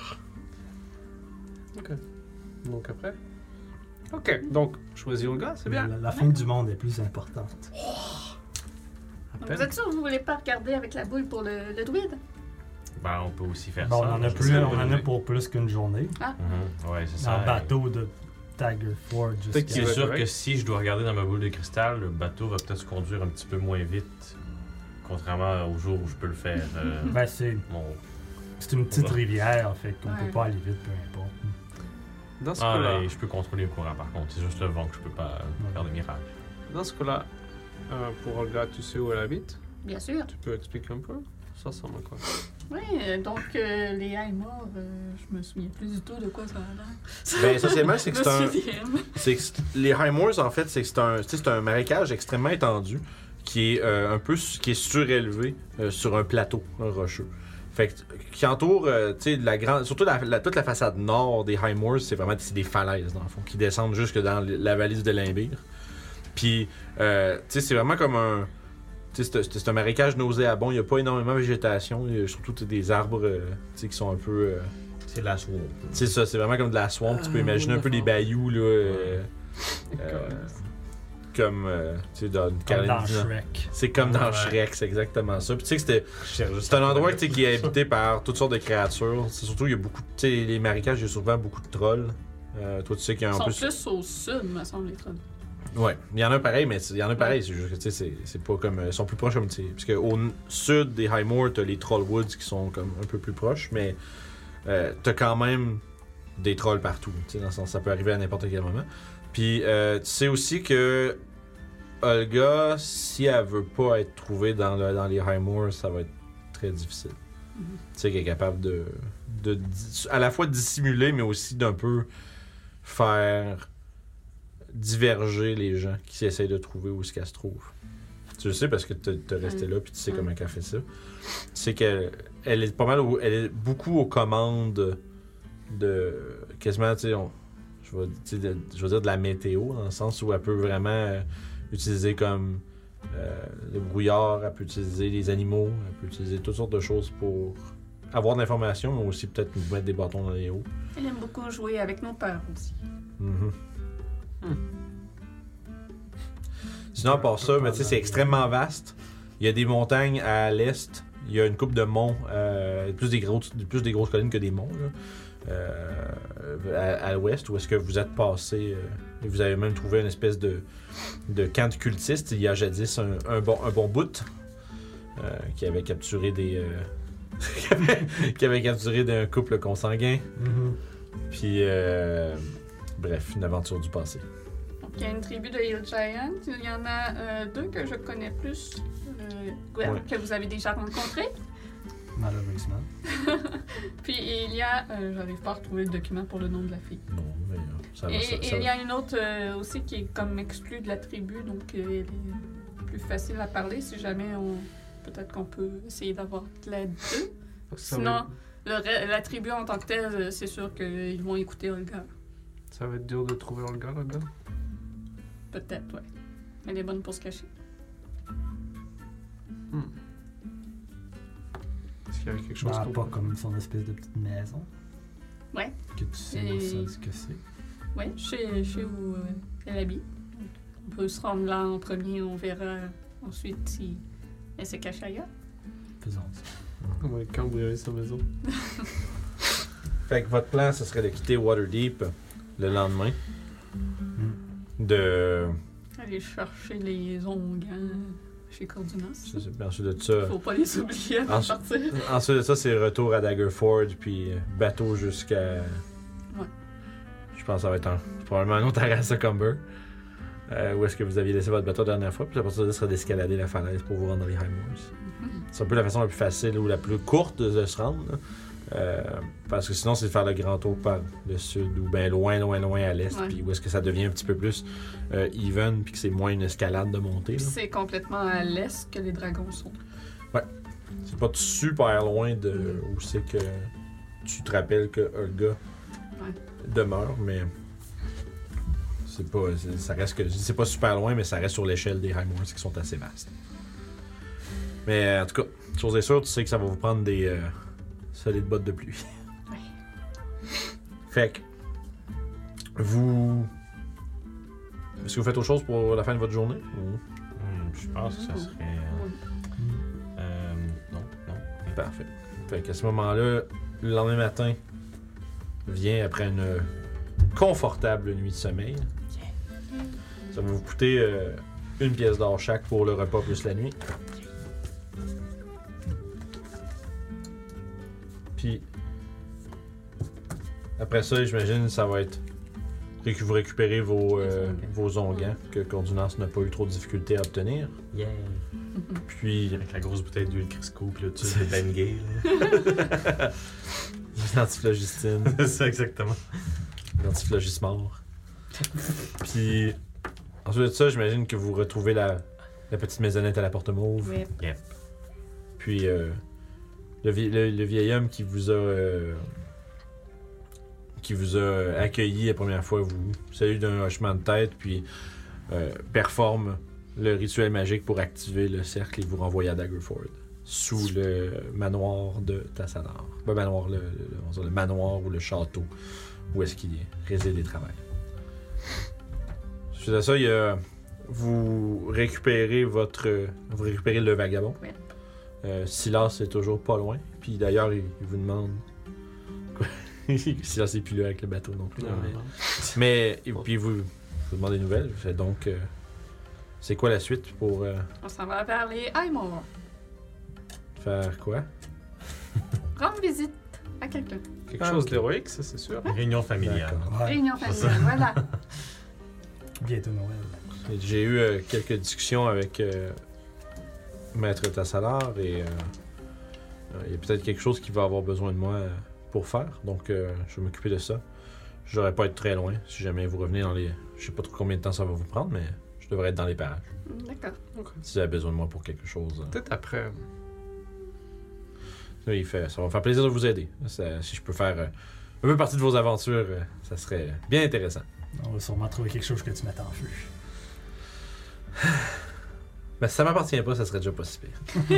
Ok. Donc après? Ok, donc choisis Olga, c'est bien. La, la fin du monde est plus importante. À Vous peine. êtes sûr que vous voulez pas regarder avec la boule pour le, le druide? Ben, on peut aussi faire Bon, ça. on en a Je plus, sais on pas, en a mais- pour plus qu'une journée. Mhm. Ouais, c'est ça. En bateau de Tiger Forge Peut-être jusqu'à... qu'il C'est va sûr correct. que si je dois regarder dans ma boule de cristal, le bateau va peut-être se conduire un petit peu moins vite. Contrairement au jour où je peux le faire. euh, Ben, c'est, mon... c'est une petite Ouais. rivière, fait qu'on Ouais. peut pas aller vite, peu importe. Dans ce Ah, cas-là, et je peux contrôler le courant par contre. C'est juste le vent que je peux pas euh, faire de miracle. dans ce cas-là, euh, pour Olga, tu sais où elle habite? Bien sûr. Tu peux expliquer un peu? Ça ressemble à quoi? Oui, euh, donc euh, les Haimors, euh, je me souviens plus du tout de quoi ça a l'air. Ben, essentiellement, c'est que Je c'est me un. souviens. C'est que c'est- les High Moors, en fait, c'est que c'est un, tu sais, c'est un marécage extrêmement étendu qui est euh, un peu su- qui est surélevé euh, sur un plateau un rocheux. Fait que, qui entoure, euh, tu sais, la grande, surtout la, la- toute la façade nord des High Moors, c'est vraiment c'est des falaises dans le fond qui descendent jusque dans la vallée de Limbir. Puis, euh, tu sais, c'est vraiment comme un, tu sais, c'est- c'est c'est un marécage nauséabond. Il y a pas énormément de végétation, il y a surtout tu sais, des arbres, euh, tu sais, qui sont un peu. euh, C'est la swamp. c'est ça, c'est vraiment comme de la swamp. tu peux Ah, imaginer oui, un peu des d'accord. bayous, là. euh, euh, comme, euh, tu sais, dans une Comme Caroline dans du Nord. Shrek. C'est comme dans Ouais. Shrek, c'est exactement ça. Puis tu sais que c'était- c'est un endroit tu sais, qui est habité par toutes sortes de créatures. C'est surtout, il y a beaucoup, tu sais, les marécages, il y a souvent beaucoup de trolls. Euh, toi, tu sais qu'il y a Ils en sont plus. plus au sud, me semble, les trolls. Ouais, il y en a un pareil, mais c'est- il y en a pareil, c'est juste que tu sais, c'est- c'est pas comme. Ils sont plus proches comme tu sais. Parce qu'au n- sud des High Moors, t'as les Trollwoods qui sont comme un peu plus proches, mais euh, t'as quand même des trolls partout. Tu sais, dans le sens, ça peut arriver à n'importe quel moment. Puis euh, tu sais aussi que Olga, si elle veut pas être trouvée dans, le- dans les High Moors, ça va être très difficile. Mhm. Tu sais, qu'elle est capable de, de, di- à la fois dissimuler, mais aussi d'un peu faire diverger les gens qui essayent de trouver où est-ce qu'elle se trouve. Tu le sais parce que t'es t'es resté Mm. là puis tu sais Mm. comment elle fait ça. C'est qu'elle elle est pas mal, au- elle est beaucoup aux commandes de quasiment, tu sais, on- je vais, tu sais, de- je vais dire de la météo dans le sens où elle peut vraiment euh, utiliser comme euh, le brouillard, elle peut utiliser les animaux, elle peut utiliser toutes sortes de choses pour avoir de l'information, mais aussi peut-être nous mettre des bâtons dans les roues. Elle aime beaucoup jouer avec nos peurs aussi. Mhm. Hmm. Sinon, à part ça, ben, tu sais, c'est extrêmement vaste. Il y a des montagnes à l'est. Il y a une coupe de monts, euh, plus, des grosses, plus des grosses collines que des monts, là. Euh, à, à l'ouest, où est-ce que vous êtes passé. euh, et vous avez même trouvé une espèce de, de camp de cultistes. Il y a jadis un, un, bon, un bon bout euh, qui avait capturé des. euh, qui, avait, qui avait capturé d'un couple consanguin. Mhm. Puis, euh, bref, une aventure du passé. Donc, il y a une tribu de Hill Giant. Il y en a euh, deux que je connais plus, euh, Gwen, Ouais. que vous avez déjà rencontrés. Malheureusement. Puis il y a, euh, j'arrive pas à retrouver le document pour le nom de la fille. Non, mais euh, ça va. Et ça, et ça il y va. a une autre euh, aussi qui est comme exclue de la tribu, donc euh, elle est plus facile à parler si jamais on. Peut-être qu'on peut essayer d'avoir de l'aide d'eux. Ça Sinon, va, le re- la tribu en tant que telle, euh, c'est sûr qu'ils vont écouter Olga. ça va être dur de trouver Olga là-dedans. Peut-être, ouais. Elle est bonne pour se cacher. Hmm. Est-ce qu'il y avait quelque chose Bah, qu'on pas peut- comme son espèce de petite maison. Ouais. Que tu sais Et- où ça, ce que c'est. Ouais, chez, chez où euh, elle habite. Donc, on peut se rendre là en premier, on verra Ensuite, il... elle s'est cachée ailleurs. Faisons ça. On va cambrioler sa maison. Fait que votre plan, ce serait de quitter Waterdeep le lendemain. Hmm. De. Aller chercher les onguents chez Cordunas. c'est ça, puis ensuite de ça. Faut pas les oublier avant de Ensuite- partir. Ensuite de ça, c'est retour à Daggerford, puis euh, bateau jusqu'à. Ouais. Je pense que ça va être un, probablement un autre arrêt à Succumber. Euh, où est-ce que vous aviez laissé votre bateau la dernière fois, puis à partir de là, ce serait d'escalader la falaise pour vous rendre dans les High Moors. C'est un peu la façon la plus facile ou la plus courte de, de se rendre. là. Euh, parce que sinon, c'est de faire le grand tour par le sud ou bien loin, loin, loin à l'est, Ouais. puis où est-ce que ça devient un petit peu plus euh, even, puis que c'est moins une escalade de montée. Puis là. c'est complètement à l'est que les dragons sont. C'est pas super loin de où c'est que tu te rappelles que Olga demeure, mais c'est pas, c'est- ça reste que c'est pas super loin, mais ça reste sur l'échelle des High Moors qui sont assez vastes. Mais euh, en tout cas, chose est sûre, tu sais que ça va vous prendre des euh, solides bottes de pluie. Ouais. Fait que vous, est-ce que vous faites autre chose pour la fin de votre journée? Ou- Hmm, je pense que ça serait. euh, euh, non, non. Parfait. Fait qu'à ce moment-là, le lendemain matin vient après une confortable nuit de sommeil. Ça va vous coûter euh, une pièce d'or chaque pour le repas plus la nuit. Puis après ça, j'imagine ça va être récu- vous récupérez vos, euh, vos onguents que Cordunas n'a pas eu trop de difficulté à obtenir. Yeah. Puis Avec la grosse bouteille d'huile Crisco, puis là, tu sais, des Bengay. l'antiflogistine. C'est ça, exactement. L'antiflogismore. Puis, ensuite de ça, j'imagine que vous retrouvez la, la petite maisonnette à la porte mauve. Oui. Puis, euh, le, vie- le, le vieil homme qui vous a. euh, qui vous a accueilli la première fois, vous salue d'un hochement de tête, puis euh, performe le rituel magique pour activer le cercle et vous renvoyer à Daggerford, sous le manoir de Tassadar. Pas manoir, le, le, le- on va dire le manoir ou le château où est-ce qu'il réside et travaille. Suite à ça, il y a, vous récupérez votre, vous récupérez le vagabond. Oui. Euh, Silas est toujours pas loin. Puis d'ailleurs, il, il vous demande. Quoi? Silas n'est plus là avec le bateau non plus. Non, mais non. mais et puis vous, vous demandez des nouvelles. Fait donc, euh, c'est quoi la suite pour euh, On s'en va vers les Highmore. faire quoi? Rendre visite à quelqu'un. Quelque Ah, chose ok. d'héroïque, ça, c'est sûr. Réunion familiale. D'accord. Ouais, Réunion familiale, voilà. bientôt Noël. J'ai eu euh, quelques discussions avec euh, Maître Tassadar et euh, euh, il y a peut-être quelque chose qui va avoir besoin de moi euh, pour faire. Donc, euh, je vais m'occuper de ça. Je devrais pas être très loin si jamais vous revenez dans les. Je sais pas trop combien de temps ça va vous prendre, mais je devrais être dans les parages. D'accord. Si vous avez besoin de moi pour quelque chose. euh, Peut-être après. Oui, il fait, ça va me faire plaisir de vous aider. Ça- si je peux faire euh, un peu partie de vos aventures, euh, ça serait bien intéressant. On va sûrement trouver quelque chose que tu mettes en feu. Mais si ça m'appartient pas, ça serait déjà pas si pire.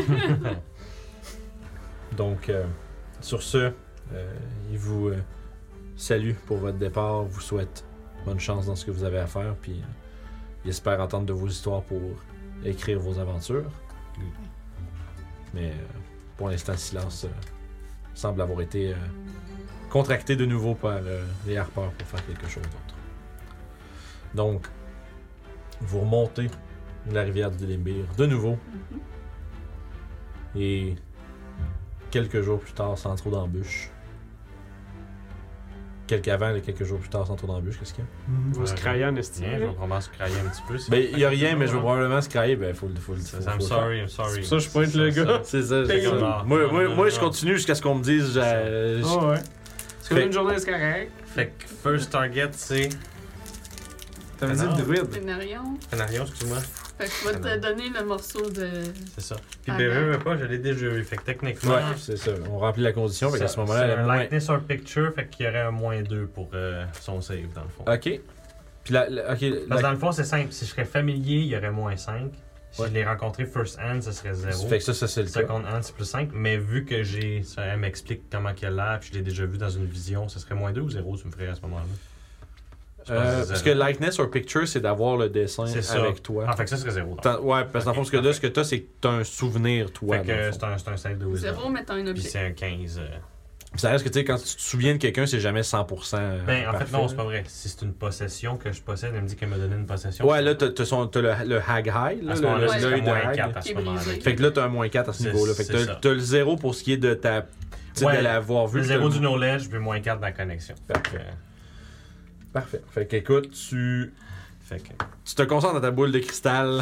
Donc, euh, sur ce, euh, il vous euh, salue pour votre départ, vous souhaite bonne chance dans ce que vous avez à faire, puis euh, il espère entendre de vos histoires pour écrire vos aventures. Mais euh, pour l'instant, Silence euh, semble avoir été euh, contracté de nouveau par euh, les Harpers pour faire quelque chose d'autre. Donc, vous remontez la rivière du Limbir de nouveau. Mhm. Et quelques jours plus tard, sans trop d'embûches. Quelques avant et quelques jours plus tard, sans trop d'embûches, qu'est-ce qu'il y a? Vous se craillez en Tiens, estime. je vais probablement se crailler un petit peu. si Ben, on il y a fait rien, quelque mais je chose, vais hein. probablement se crailler. Ben, faut, le- faut, le- faut, I'm faut le sorry, I'm sorry. C'est pour ça que je pointe le C'est gars. ça. C'est ça. Ding. c'est ça. Non, Moi, non, moi, non, moi je non. continue jusqu'à ce qu'on me dise. j'ai- j'ai- Oh ouais. Parce qu'on a Fait- une journée, c'est correct. Fait que first target, c'est. T'avais dit Ah non. le druide. Vénarion. Canarion, excuse-moi. Fait que je vais te donner le morceau de. C'est ça. Puis Ah, ben, ben. veux pas, je l'ai déjà eu. Fait que techniquement. Ouais, c'est ça. On remplit la condition. Fait qu'à ça- ce moment-là, c'est elle a un moins. likeness or picture, fait qu'il y aurait un moins deux pour euh, son save, dans le fond. Ok. Puis la. la- ok. Parce que la- dans le fond, c'est simple. Si je serais familier, il y aurait moins cinq. Si Ouais. je l'ai rencontré first hand, ce serait zéro. Fait que ça, ça c'est le cas. Second hand, c'est plus cinq. Mais vu que j'ai. Ça, elle m'explique comment qu'elle a l'air, puis je l'ai déjà vu dans une vision, ce serait moins deux ou zéro, tu me ferais à ce moment-là. Je pense Euh, que c'est parce que zéro. likeness or picture, c'est d'avoir le dessin C'est ça. avec toi. Ah, fait que ça serait zéro. T'en- Ouais, parce que dans le fond, ce que là, parfait. ce que t'as, c'est que t'as un souvenir, toi. Fait dans le que fond. c'est un, c'est un save de wisdom. Zéro, mais t'as un Puis objet. c'est un quinze. euh. Puis ça reste que, tu sais, quand tu te souviens de quelqu'un, c'est jamais cent pour cent. euh, Ben, en fait, parfait, non, là. c'est pas vrai. Si c'est une possession que je possède, elle me dit qu'elle m'a donné une possession. Ouais, là, t'as, t'as son- t'as le, le hag high, là, à ce le- moment-là, le- c'est l'œil c'est de moins hag. quatre à Qui ce est moment-là. brisé. Fait que là, t'as un moins quatre à ce C'est- niveau-là. Fait que c'est t'as, ça. t'as le zéro pour ce qui est de ta. Tu sais, Ouais. de l'avoir vu. Le t'as zéro le- du knowledge, puis moins quatre dans la connexion. Parfait. Euh, Parfait. Fait que, écoute, tu, Fait que. tu te concentres dans ta boule de cristal,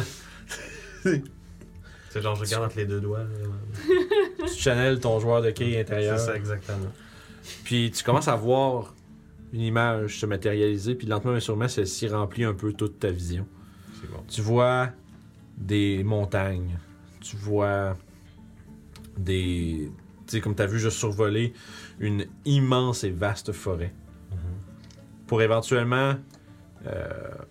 C'est genre, je regarde entre les deux doigts. Là. tu channels ton joueur de quai intérieur. C'est ça, exactement. Puis tu commences à voir une image se matérialiser, puis lentement mais sûrement, celle-ci remplit un peu toute ta vision. C'est bon. Tu vois des montagnes, tu vois des... Tu sais, comme tu as vu juste survoler une immense et vaste forêt. Pour éventuellement, euh,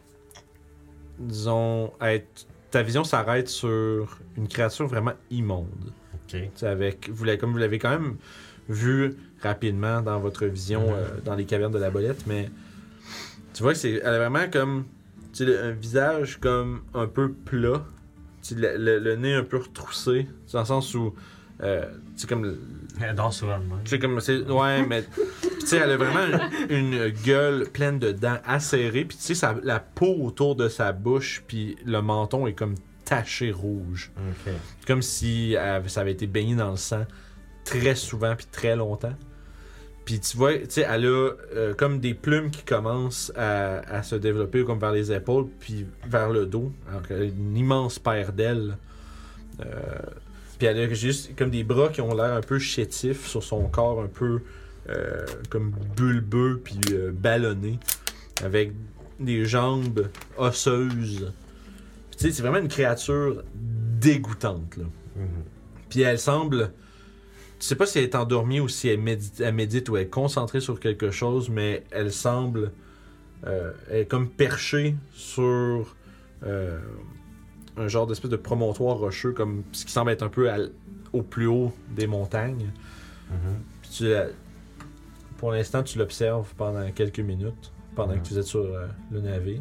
disons, être... Ta vision s'arrête sur une créature vraiment immonde. Ok. Tu sais, avec, vous l'avez- comme vous l'avez quand même vu rapidement dans votre vision Mhm. euh, dans les cavernes de la Bolette, mais tu vois que c'est elle a vraiment comme tu sais, le- un visage comme un peu plat, tu sais, le, le- le nez un peu retroussé, dans le sens où euh, tu sais comme Elle dort souvent de même. tu sais comme c'est ouais mais tu sais elle a vraiment une, une gueule pleine de dents acérées, puis tu sais sa- la peau autour de sa bouche puis le menton est comme taché rouge. Ok. Comme si elle- ça avait été baigné dans le sang très souvent puis très longtemps. Puis tu vois, tu sais, elle a euh, comme des plumes qui commencent à, à se développer comme vers les épaules puis vers le dos. Alors qu'elle a une immense paire d'ailes. Euh, puis elle a juste comme des bras qui ont l'air un peu chétifs sur son corps, un peu euh, comme bulbeux puis euh, ballonné, avec des jambes osseuses. Puis tu sais, c'est vraiment une créature dégoûtante, là. Mhm. Puis elle semble... Tu sais pas si elle est endormie ou si elle médite, elle médite ou elle est concentrée sur quelque chose, mais elle semble... Euh, elle est comme perchée sur euh, un genre d'espèce de promontoire rocheux, comme ce qui semble être un peu à l- au plus haut des montagnes. Mhm. Puis tu la- pour l'instant, tu l'observes pendant quelques minutes, pendant Mhm. que tu es sur euh, le navire.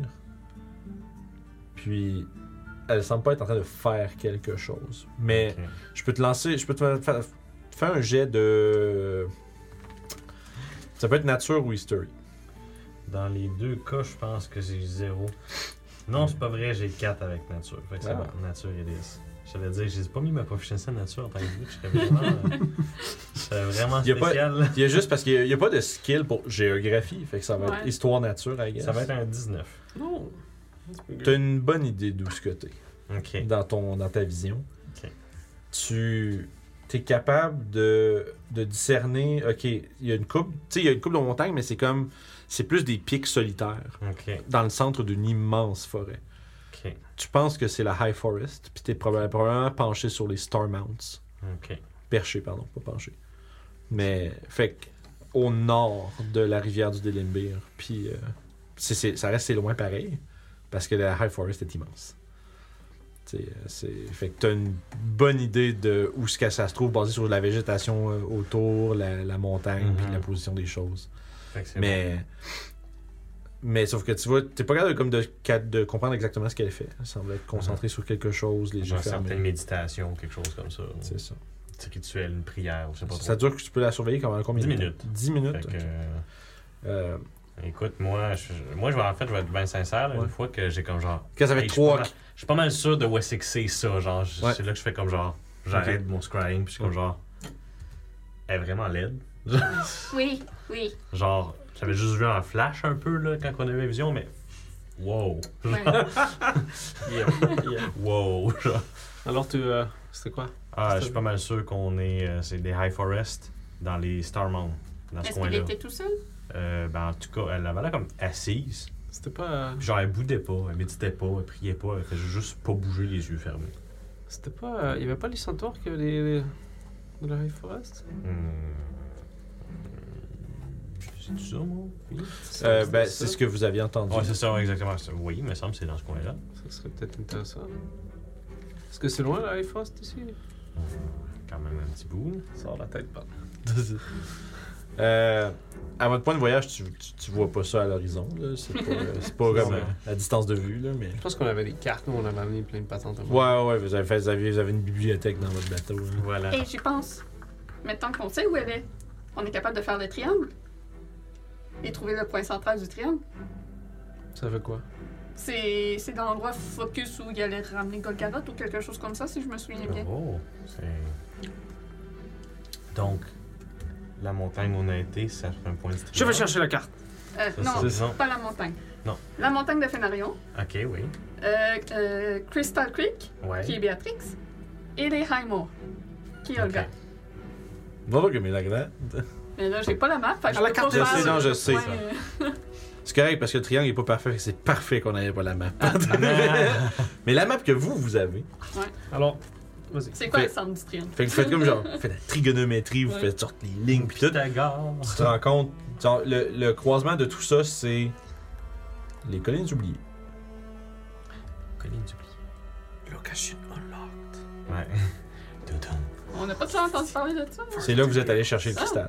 Puis elle semble pas être en train de faire quelque chose. Mais Ok. je peux te lancer, je peux te faire, faire un jet de... Ça peut être nature ou history. Dans les deux cas, je pense que j'ai zéro. Non, c'est pas vrai, j'ai quatre avec nature. Fait que c'est Ah. bon, nature et dix. J'allais dire, j'ai pas mis ma proficiency en nature en tant que vu que je serais vraiment, euh, je serais vraiment Y a pas- spécial. Il y a juste parce qu'il n'y a, pas de skill pour géographie, fait que ça va être Ouais. histoire nature, I guess. Ça va être un dix-neuf. Non. T'as une bonne idée d'où ce que t'es Ok. dans, ton, dans ta vision. Ok. Tu es capable de, de discerner, ok, il y a une coupe, tu sais, il y a une coupe de montagne, mais c'est comme, c'est plus des pics solitaires Ok. dans le centre d'une immense forêt. Ok. Tu penses que c'est la High Forest, puis t'es probablement, probablement penché sur les Star Mounts. Ok. Perché, pardon, pas penché. Mais, fait que, au nord de la rivière du Délimbir, puis euh, c'est, c'est- ça reste c'est loin pareil, parce que la High Forest est immense. Tu sais, euh, c'est, fait que t'as une bonne idée de où ce que ça se trouve, basé sur la végétation euh, autour, la, la montagne, Mhm. puis la position des choses. Fait que c'est Mais, mais sauf que tu vois, t'es pas capable comme de, de comprendre exactement ce qu'elle fait. Elle semble être concentrée sur quelque chose, les bon. yeux Genre fermés. certaines méditations, quelque chose comme ça. C'est ça. Un petit rituel, une prière, je sais pas trop. Ça dure que tu peux la surveiller pendant combien dix de temps? minutes. dix minutes. Fait que, ok. Euh, écoute, moi, je, moi, je vais en fait, je vais être bien sincère. là, Ouais. Une fois que j'ai comme genre. Quand ça fait Hey, je suis trois. pas mal- Je suis pas mal sûr de où est-ce que c'est ça. Genre, je- Ouais. c'est là que je fais comme genre. J'arrête mon scrying, puis je suis comme genre. Elle est vraiment laide. Oui, oui. Genre, j'avais juste vu un flash un peu là, quand on avait la vision, mais. Wow! Ouais. Yeah, yeah. Wow! Genre. Alors, tu. euh, C'était quoi? Ah, je suis pas mal sûr qu'on est. euh, c'est des High Forest dans les Star Mountains, dans ce Est-ce qu'il coin-là. était tout seul? Euh, ben, en tout cas, elle avait l'air comme assise. C'était pas. euh, Puis genre, elle boudait pas, elle méditait pas, elle priait pas, elle faisait juste pas bouger les yeux fermés. C'était pas. euh, Il y avait pas les centaures qui avaient les. les- de la High Forest? Hmm. C'est ça, moi? Oui. Euh, ben, ça. c'est ce que vous aviez entendu. Ouais, c'est ça, ouais, exactement. C'est- Oui, il me semble que c'est dans ce coin-là. Ça serait peut-être intéressant. là. Est-ce que c'est loin la High Forest ici? Quand même un petit bout. Sors la tête, pas. Euh, à votre point de voyage, tu, tu, tu vois pas ça à l'horizon. Là. C'est pas, c'est pas comme euh, à distance de vue. Là, mais... Je pense qu'on avait des cartes, nous, on avait amené plein de patentes. Ouais, ouais, vous avez, fait, vous avez, vous avez une bibliothèque dans votre bateau. Là. Voilà. Et j'y pense. Maintenant qu'on sait où elle est, on est capable de faire le triangle. Et trouver le point central du triangle. Ça fait quoi? C'est, c'est dans l'endroit focus où il allait ramener Golgaroth ou quelque chose comme ça, si je me souviens bien. Oh, c'est... Donc, la montagne où on a été, ça fait un point de Je vais chercher la carte. Euh, Ça, non, c'est ça. pas la montagne. Non. La montagne de Fénarion, Ok, oui. euh, euh, Crystal Creek, Ouais. qui est Béatrix, et les Highmore, qui est Olga. Ok. Bonjour, comme il a Mais là, j'ai pas la map, fait que À je la peux carte, pas je faire sais, non, le je sais. point, euh, C'est correct parce que le triangle est pas parfait, fait que c'est parfait qu'on n'avait pas la map. Mais la map que vous, vous avez, Alors, vas-y. C'est quoi Fait- le centre du triangle? fait que vous faites comme genre, vous faites la trigonométrie, vous Ouais. faites sorte les lignes, pis tout. Pythagore. Tu te rends compte, genre, le, le croisement de tout ça, c'est les collines oubliées. Colline du Location unlocked. Ouais. Doudou. On n'a pas déjà entendu parler de ça? hein? C'est là que vous êtes allé chercher le Ah. cristal.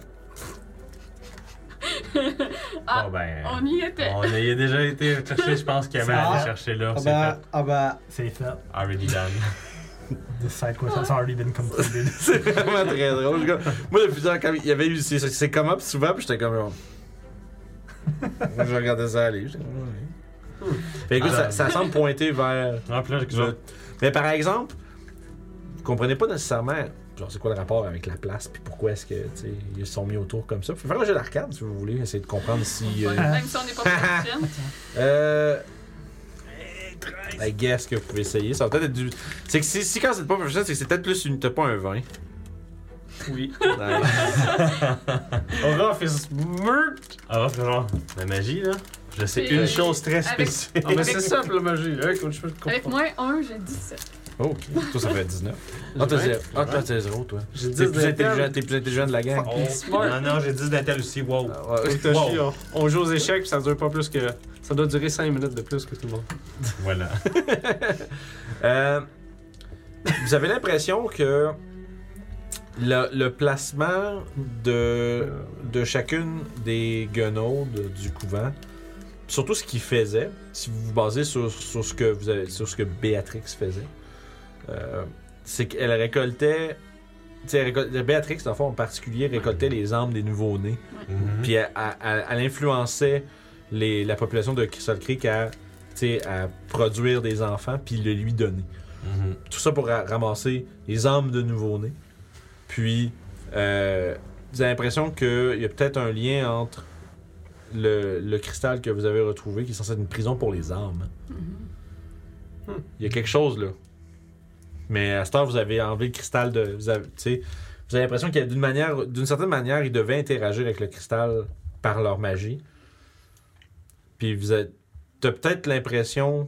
Ah, Bon, ben... on y était. On y a déjà été chercher, je pense qu'il y avait Ça à aller va. chercher là. Ah C'est ben, fait. ah ben, C'est fait. Already done. The side quest has already been completed. C'est vraiment très drôle. je- Moi, depuis temps, quand il y avait eu ces, ces come-up souvent, puis j'étais comme. genre- Moi, je regardais ça aller. j'étais comme, ouais. Fait écoute, ça, ça semble pointer vers. Non, puis là, j'ai le- Mais par exemple, vous comprenez pas nécessairement. Genre, c'est quoi le rapport avec la place, puis pourquoi est-ce que, tu sais, ils sont mis autour comme ça. Vous pouvez faire un jeu d'arcade si vous voulez, essayer de comprendre si. Ouais, Euh, Même si on n'est pas professionnel. euh I guess que vous pouvez essayer. Ça va peut-être être du. C'est que si, si quand c'est pas professionnel, c'est que c'est peut-être plus une. T'as pas un vingt. Oui. Nice. Aura fait ce meurtre. Ah, genre, la magie, là. Je sais C'est- une chose très avec- spécifique. Non, mais c'est simple, la magie. Hein, comme je peux te Avec comprendre. moins un, j'ai dix-sept. Oh, ok. Toi, ça fait dix-neuf. Ah, J'ai t'as vingt. zéro. Ah, toi, t'as zéro, toi. J'ai T'es dix plus intelligent, t'es plus intelligent de la gang. Oh, smart. Non, non, j'ai dix d'intel aussi, wow. Ah, ouais. Toshi, on, on joue aux échecs, puis ça dure pas plus que. Ça doit durer cinq minutes de plus que tout le monde. Voilà. Euh, vous avez l'impression que le, le placement de, de chacune des guenaudes du couvent, surtout ce qu'ils faisaient, si vous vous basez sur, sur, ce, que vous avez, sur ce que Béatrix faisait, euh, c'est qu'elle récoltait. Tu sais, elle récol- Béatrix, dans le fond, en particulier, récoltait les âmes des nouveaux-nés. Mhm. Puis elle, elle- elle influençait les, la population de Crystal Creek à, tu sais, à produire des enfants puis le lui donner. Mhm. Tout ça pour ra- ramasser les âmes de nouveau-nés. Puis, euh, vous avez l'impression qu'il y a peut-être un lien entre le, le cristal que vous avez retrouvé, qui est censé être une prison pour les âmes. Il y a quelque chose là. Mais à cette heure, vous avez enlevé le cristal de. Vous avez, tu sais, vous avez l'impression qu'il y a d'une manière, d'une certaine manière, ils devaient interagir avec le cristal par leur magie. Puis vous avez. T'as peut-être l'impression,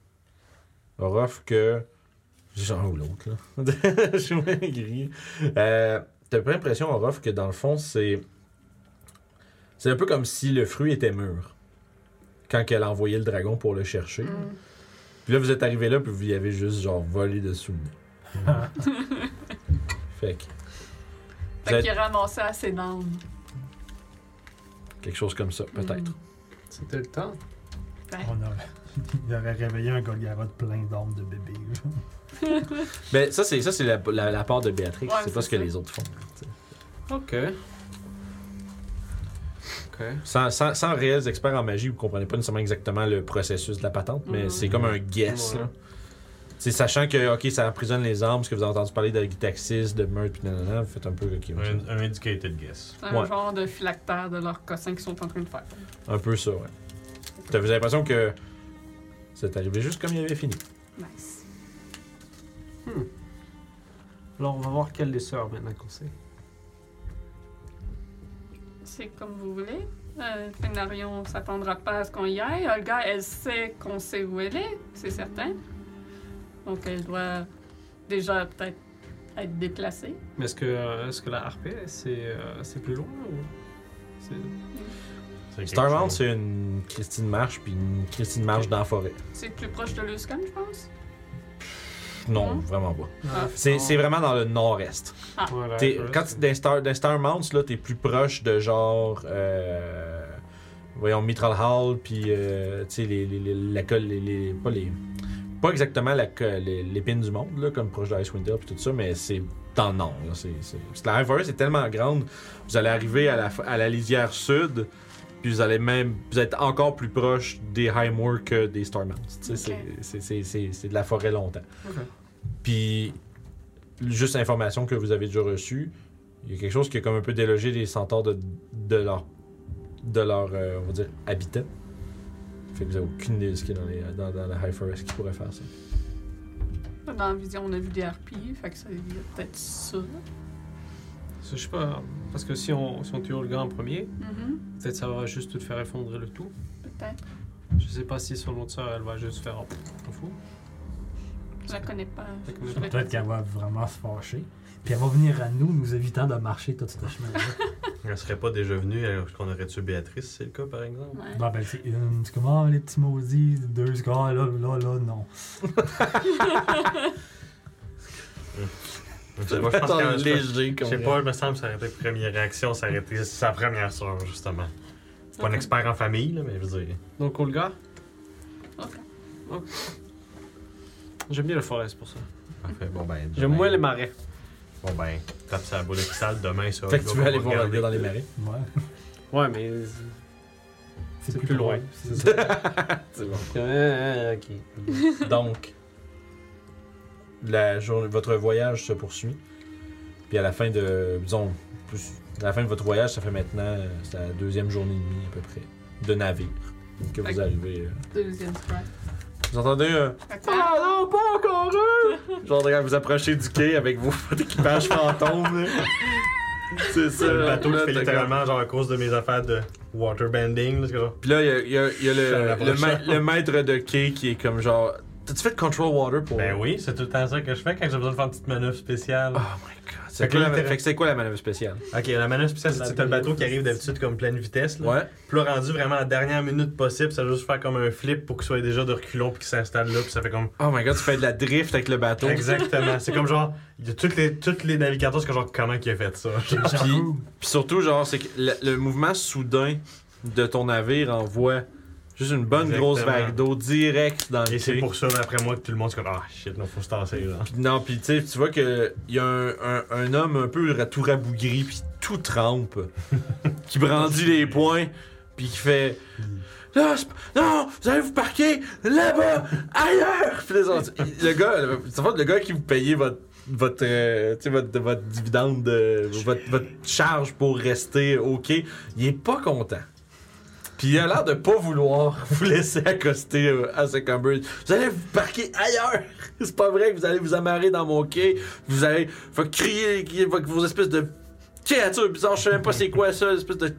Orof, que. J'ai genre un ou l'autre, là. Je suis moins gris. Euh, t'as pas l'impression, Orof, que dans le fond, c'est. C'est un peu comme si le fruit était mûr. Quand elle a envoyé le dragon pour le chercher. Mm. Puis là, vous êtes arrivé là, puis vous y avez juste, genre, volé dessous le nez. Fait que. Vous Fait êtes- qu'il ramassait assez d'âmes. Quelque chose comme ça, peut-être. C'était le temps. Ben, On aurait, il aurait réveillé un Golgaroth plein d'âmes de bébés. Mais ça, c'est ça, c'est la, la, la part de Béatrix. Ouais, c'est pas c'est ce que ça. les autres font. t'sais. Ok. Ok. Sans, sans, sans réels experts en magie, vous comprenez pas nécessairement exactement le processus de la patente, mais Mhm. c'est comme un guess. Ouais. Là. T'sais, sachant que, ok, ça emprisonne les armes, parce que vous avez entendu parler de taxis, de meurtre, puis nanana, vous faites un peu, ok, Un, un educated guess. c'est un Ouais. genre de phylactère de leurs cossins qu'ils sont en train de faire. un peu ça, ouais. T'as- Vous avez l'impression que c'est arrivé juste comme il avait fini. Nice. Alors, on va voir quelle des sœurs maintenant qu'on sait. C'est comme vous voulez. Euh, Fénarion s'attendra pas à ce qu'on y aille. Olga, elle sait qu'on sait où elle est, c'est certain. Donc elle doit déjà peut-être être déplacée. Mais est-ce que, euh, est-ce que la harpée, c'est, euh, c'est plus loin ou. C'est... C'est quelque Starmount, chose. c'est une Christine marche, puis une Christine marche dans la forêt. C'est plus proche de Luskan, je pense. Non, Mhm. vraiment pas. Ah, C'est c'est vraiment dans le nord-est. Voilà, T'es- voilà, quand c'est- tu dans Star, dans Star Mounts, là, t'es plus proche de genre. Euh, voyons, Mithril Hall, puis. Euh, tu sais, les, les, les, la colle- les, les- Pas les. Pas exactement la, co- les- l'épine du monde, là, comme proche de Icewind puis tout ça, mais c'est dans le nord. Là, c'est, c'est, parce que la High Forest est tellement grande, vous allez arriver à la, à la lisière sud, puis vous allez même. Vous êtes encore plus proche des High Moor que des Star Mounts. Tu sais, Ok. c'est, c'est, c'est, c'est, c'est de la forêt longtemps. Ok. Puis, juste l'information que vous avez déjà reçue, il y a quelque chose qui est comme un peu délogé des centaures de, de leur, de leur euh, on va dire, habitat. Fait que vous avez aucune idée de ce qui est dans, les, dans, dans la High Forest qui pourrait faire ça. Dans la vision, on a vu des harpies, fait que ça y a peut-être ça. Je sais pas, parce que si on, si on tue Olga en premier, Mhm. peut-être ça va juste tout faire effondrer le tout. Peut-être. Je sais pas si son autre sœur, elle va juste faire. Oh, on s'en fout. Je la connais pas. Je la connais Je pas. l'ai Peut-être qu'elle va vraiment se fâcher. Puis elle va venir à nous, nous évitant de marcher tout ce chemin-là. Elle serait pas déjà venue alors qu'on aurait tué Béatrice, c'est le cas par exemple? Ouais. Bon, ben, c'est une. C'est comme, ah, les petits maudits, deux secondes, là, là, là, non. Je sais pas, je pense que- léger Je comme sais pas, il me semble que ça aurait été première réaction, ça aurait été sa première soeur, justement. C'est pas un Ok. expert en famille, là, mais je veux dire. Donc Olga, Ok. j'aime bien la forêt, c'est pour ça. Parfait, bon ben. J'aime demain- moins les marais. Bon ben, tape sa boule de cristal demain, ça. Fait que tu veux on aller va voir le regarder. gars dans les marais. Ouais. Ouais, mais. C'est plus loin. loin. C'est ça. C'est bon. Ah, ok. Donc, la journée, votre voyage se poursuit. Puis à la fin de, disons, plus, à la fin de votre voyage, ça fait maintenant, euh, c'est la deuxième journée et demie à peu près de navire que vous Fait que- arrivez. euh. Deuxième strike. Vous entendez euh, Ah non, pas encore eux! Genre quand vous approchez du quai avec vos votre équipage fantôme. là. C'est ça. Le là, bateau qui là, fait t'as littéralement, genre, à cause de mes affaires de waterbending, là, c'est genre. Puis là, il y a, il y a- il y a Je suis à le, la le, prochaine. ma- le maître de quai qui est comme genre. T'as-tu fait de Control Water pour. Ben oui, c'est tout le temps ça que je fais quand j'ai besoin de faire une petite manœuvre spéciale. Oh my god. C'est Fait que quoi, là, la, t'es- fait que c'est quoi la manœuvre spéciale? Ok, la manœuvre spéciale, c'est La que t'as le bateau manœuvre qui arrive d'habitude comme pleine vitesse, là. Ouais. Puis là, rendu vraiment à la dernière minute possible, ça va juste faire comme un flip pour qu'il soit déjà de reculons puis qu'il s'installe là, puis ça fait comme. Oh my god, tu fais de la drift avec le bateau. Exactement. C'est comme genre, il y a toutes les, toutes les navigateurs, c'est comme genre, comment il a fait ça? J'avoue. Puis surtout, genre, c'est que le, le mouvement soudain de ton navire envoie juste une bonne Exactement. grosse vague d'eau direct dans le Et c'est quai. pour ça, après moi, que tout le monde, c'est comme, ah shit, non, faut se tasser, là. Puis non, puis tu sais, tu vois que il y a un, un, un homme un peu ra- tout rabougri, puis tout trempe, qui brandit les poings, puis qui fait là, c'est pas- non, vous allez vous parquer là-bas, ailleurs. Puis les autres, le gars, le, c'est en fait, le gars qui vous payait votre votre, euh, tu sais, votre, votre dividende, de, votre, votre charge pour rester au quai, il est pas content. Puis il a l'air de pas vouloir vous laisser accoster euh, à ce Cumber. Vous allez vous parquer ailleurs. C'est pas vrai que vous allez vous amarrer dans mon quai. Vous allez faut crier, crier vos vos espèces de créatures bizarres. Je sais même pas c'est quoi ça, espèce de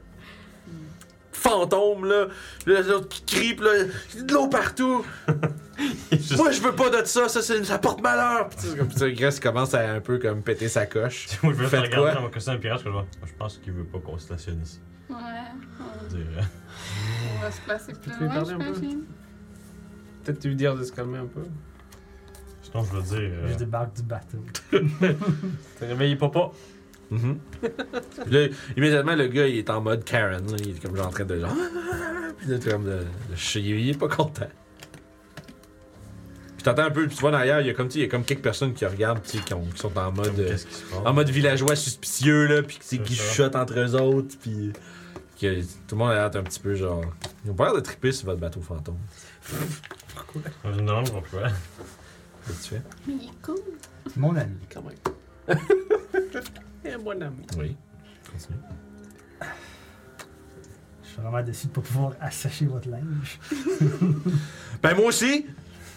fantôme là. Là, l'autre qui crie, pis là, il y a de l'eau partout. Juste- Moi je veux pas de ça, ça, c'est, ça porte malheur. Puis tu sais, comme ça, Grèce commence à un peu comme péter sa coche. Moi, je veux Faites te regarder quoi? dans mon costume de pirate, je, vois, je pense qu'il veut pas qu'on stationne ici. Ouais. On, Je veux dire, on va se placer plus Tu peux loin, parler un peu? j'imagine. Peut-être lui dire de se calmer un peu. Sinon, je veux dire. euh, Je débarque du bateau. T'as réveillé papa. Mhm. Puis là, immédiatement, le gars, il est en mode Karen. Là. Il est comme genre en train de genre. Puis là, t'es comme de, de chier. Il est pas content. Puis t'entends un peu, puis tu vois derrière, il y a comme, tu sais, il y a comme quelques personnes qui regardent, tu sais, qui, ont- qui sont en mode. comme, euh, Qu'est-ce qui se passe? en mode villageois suspicieux, là, puis c'est C'est qui ça. chuchotent entre eux autres, puis. Que tout le monde a l'air un petit peu genre. Ils ont pas l'air de triper sur votre bateau fantôme. Non, pourquoi? Qu'est-ce que tu fais? Mais il est cool. Mon ami. Quand même. Un bon ami. Oui. Continue. Je suis vraiment déçu de pas pouvoir assécher votre linge. Ben, moi aussi!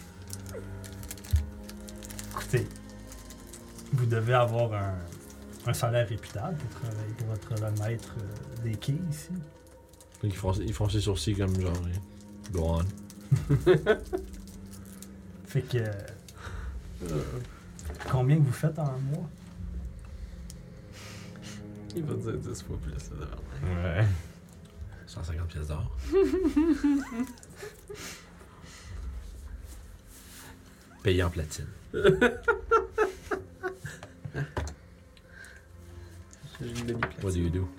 Écoutez, vous devez avoir un, un salaire réputable pour travailler pour être le maître euh, des quais ici. Ils font, ils font ses sourcils comme genre. euh, Go on. Fait que. euh, combien que vous faites en mois? Il va dire dix fois plus, là, devant. Ouais. cent cinquante pièces d'or. Payé en platine. J'ai une demi What do you do?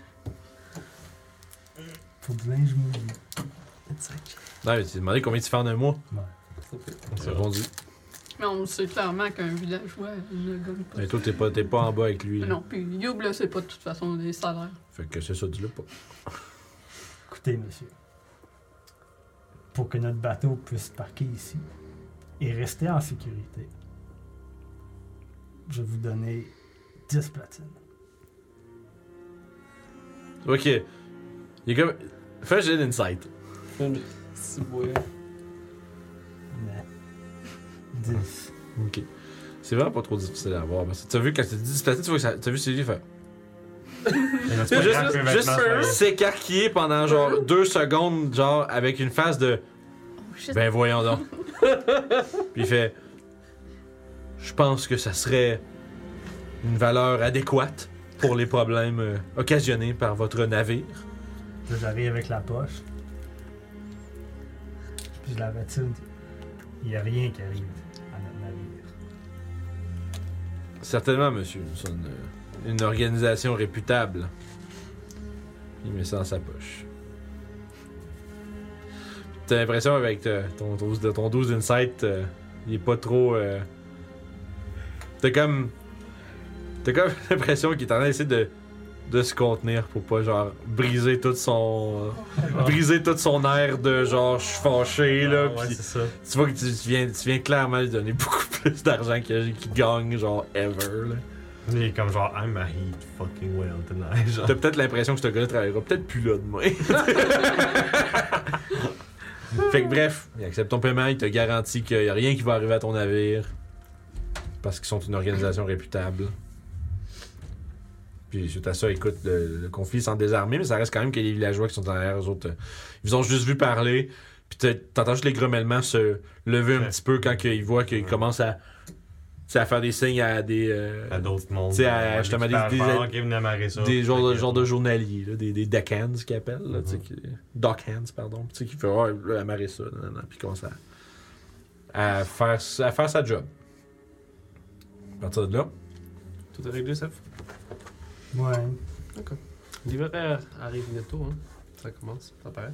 Pour du linge mouillé. Non, mais tu t'es demandé combien tu fais en un mois? C'est répondu. Mais on sait clairement qu'un villageois ne gagne pas. Mais toi, t'es pas, t'es pas en bas avec lui. Mais là. non, puis Youb, là, c'est pas de toute façon des salaires. Fait que c'est ça, dis-le pas. Écoutez, monsieur. Pour que notre bateau puisse parquer ici et rester en sécurité, je vais vous donner dix platines. Ok. Il est comme. Fais un jet d'insight. C'est beau. Mais dix. Ok. C'est vraiment pas trop difficile à avoir. Parce que t'as vu, quand tu dis dix platines, tu vois que ça- t'as vu Sylvie faire. Juste, Juste, juste s'écarquiller pendant genre deux secondes, genre avec une face de. Oh shit. Ben voyons donc. Puis il fait. Je pense que ça serait une valeur adéquate pour les problèmes euh, occasionnés par votre navire. Là, j'arrive avec la poche. Puis je la vatine. Il n'y a rien qui arrive à notre navire. Certainement, monsieur. Nous sommes une, une organisation réputable. Il met ça dans sa poche. T'as l'impression avec euh, ton, ton, ton douze d'insight, euh, il est pas trop. Euh... T'as comme. T'as comme l'impression qu'il est en train d'essayer de, de se contenir pour pas genre briser tout son. briser tout son air de genre je suis fâché là. Ouais, Pis c'est ça. tu vois que tu, tu viens, tu viens clairement lui donner beaucoup plus d'argent qu'il qu'il gagne, genre ever là. Il est comme genre, I'm a heat fucking well tonight. Genre. T'as peut-être l'impression que ce gars-là travaillera peut-être plus là demain. Fait que bref, il accepte ton paiement, il te garantit qu'il n'y a rien qui va arriver à ton navire. Parce qu'ils sont une organisation réputable. Puis suite à ça, écoute, le, le conflit s'en désarmer, mais ça reste quand même que les villageois qui sont en arrière, eux autres, euh, ils ont juste vu parler. Puis t'as- t'entends juste les grommellements se lever un Ouais. petit peu quand ils voient qu'ils commencent à, tu sais, à faire des signes à des... euh, À d'autres mondes. Tu sais, à- justement, des- des- qui venaient amarrer ça. des genres de, Fait que- genre de journaliers, là, des, des deckhands qu'ils appellent, là, tu sais, Mhm. qui- dockhands, pardon, tu sais, qui fait ouais, là, amarrer ça, nan, nan, puis commence à, à, faire, à faire sa job. À partir de là, Tout est réglé, Seth? Ouais. L'hiver arrive bientôt, hein. Ça commence, ça paraît.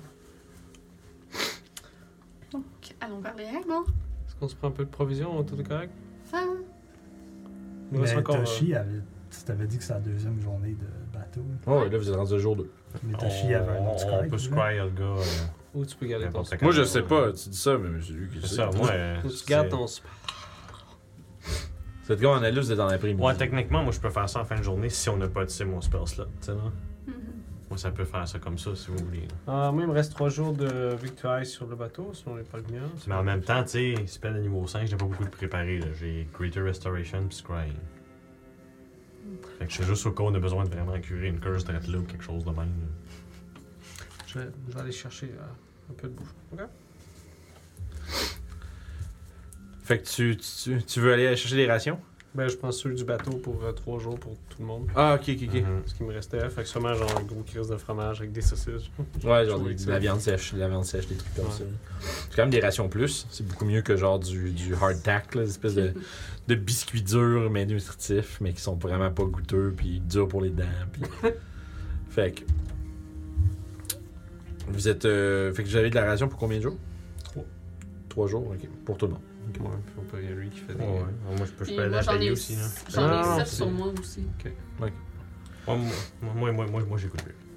Donc, allons vers les règles, bon. Est-ce qu'on se prend un peu de provision? Tout est correct? Ça. Il nous reste Mais encore. Toshi, avait, tu t'avais dit que c'est la deuxième journée de bateau. oh, ouais, là, vous êtes rendu au jour deux. Mais Toshi avait un autre On, on scribe. peut là. scry le gars. euh, euh, où tu peux garder ton n'importe spell? quand. Moi, je sais pas, tu dis ça, mais c'est lui qui C'est sait. ça, moi. euh, Où tu c'est- gardes ton spell? Cette gars en allus, vous êtes dans l'après-midi. Ouais, techniquement, moi, je peux faire ça en fin de journée si on n'a pas utilisé mon spell slot. Tu sais, là. Mhm. Moi, ça peut faire ça comme ça si vous voulez. là. Ah, moi, il me reste trois jours de victoire sur le bateau, si on n'est pas le mien. Mais en même temps, tu sais, spell de niveau cinq, j'ai pas beaucoup de préparé. là. J'ai Greater Restoration puis Scrying. Fait que c'est juste au cas où on a besoin de vraiment curer une curse d'être là ou quelque chose de même. là. Je vais, je vais aller chercher euh, un peu de bouffe. Ok? Fait que tu, tu, tu veux aller chercher des rations? Ben, je prends ceux du bateau pour euh, trois jours pour tout le monde. Ah, ok, ok, ok. Mhm. Ce qui me restait. Fait que sûrement, genre, un gros crise de fromage avec des saucisses. Ouais, genre Je des- trouvais de la que viande sèche, de la viande sèche, des trucs comme Ouais. ça. C'est quand même des rations plus. C'est beaucoup mieux que genre du, du hard tack, là, des espèces de, de biscuits durs mais nutritifs, mais qui sont vraiment pas goûteux puis durs pour les dents. Puis... fait que. Vous êtes. euh, Fait que vous avez de la ration pour combien de jours? Trois. Trois jours, ok. Pour tout le monde. Ok. Ouais, puis on peut, il y a lui qui fait des. Ouais, ouais. Moi, je peux, je Puis peux aider moi, à j'en payer ai, aussi. Là. j'en Non, ai non, sept c'est- sur moi aussi. Ouais, moi, moi, moi, moi, moi, j'écoute plus.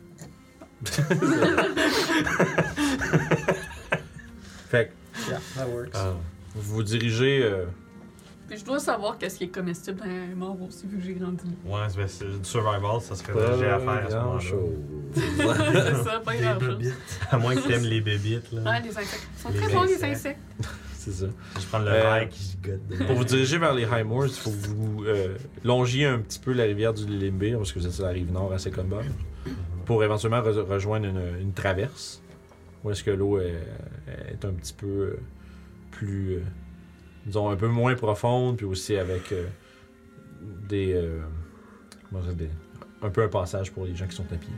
Fait que Yeah, that works. Ah. vous vous dirigez. euh, Puis je dois savoir qu'est-ce qui est comestible dans les morts aussi, vu que j'ai grandi là. Ouais, c'est c'est du survival, ça serait pas léger à faire à ce grand moment-là. chose. C'est ça, pas Des grand chose. bobites. À moins que t'aimes les bébites, là. Ouais, les insectes. Ils sont Les très bons, les insectes. insectes. C'est ça. Je prends le Euh, rail qui se gotte. Pour vous diriger vers les High Moors, il faut que vous euh, longiez un petit peu la rivière du Limbir, parce que vous êtes sur la rive nord à Secomba, pour éventuellement re- rejoindre une, une traverse, où est-ce que l'eau est, est un petit peu euh, plus, euh, disons, un peu moins profonde, puis aussi avec euh, des, euh, comment dire, des, un peu un passage pour les gens qui sont à pied.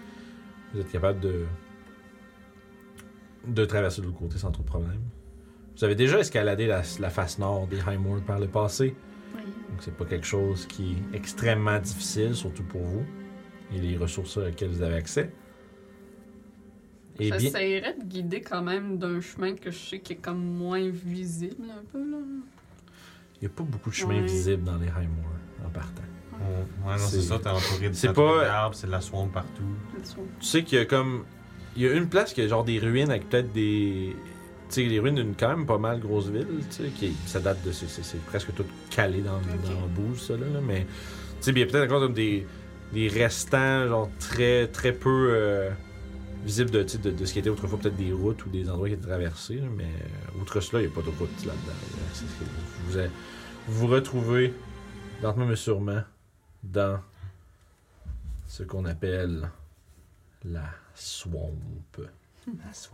Vous êtes capable de, de traverser de l'autre côté sans trop de problème. Vous avez déjà escaladé la, la face nord des High Moor par le passé. Oui. Donc c'est pas quelque chose qui est extrêmement difficile, surtout pour vous. Et les ressources auxquelles vous avez accès. Et bien... J'essaierais de guider quand même d'un chemin que je sais qui est comme moins visible un peu, là. Il n'y a pas beaucoup de chemins Ouais. visibles dans les High Moor en partant. Ouais, non, c'est C'est- ça, t'es entouré de c'est t'es pas- entouré d'arbres, c'est de la swamp partout. C'est ça. Tu sais qu'il y a comme... Il y a une place qui a genre des ruines avec peut-être des... Tu sais, les ruines d'une quand même pas mal grosse ville, tu sais, qui ça date de... C'est, c'est, c'est presque tout calé dans, dans le bout, ça, là, là, mais... Tu sais, il y a peut-être encore comme des, des restants, genre, très, très peu euh, visibles de, tu sais, de, de ce qui était autrefois peut-être des routes ou des endroits qui étaient traversés, là, mais euh, outre cela, il n'y a pas de route là-dedans. Là. C'est ce que vous, vous, vous vous retrouvez, lentement mais sûrement, dans ce qu'on appelle la swamp. La swamp.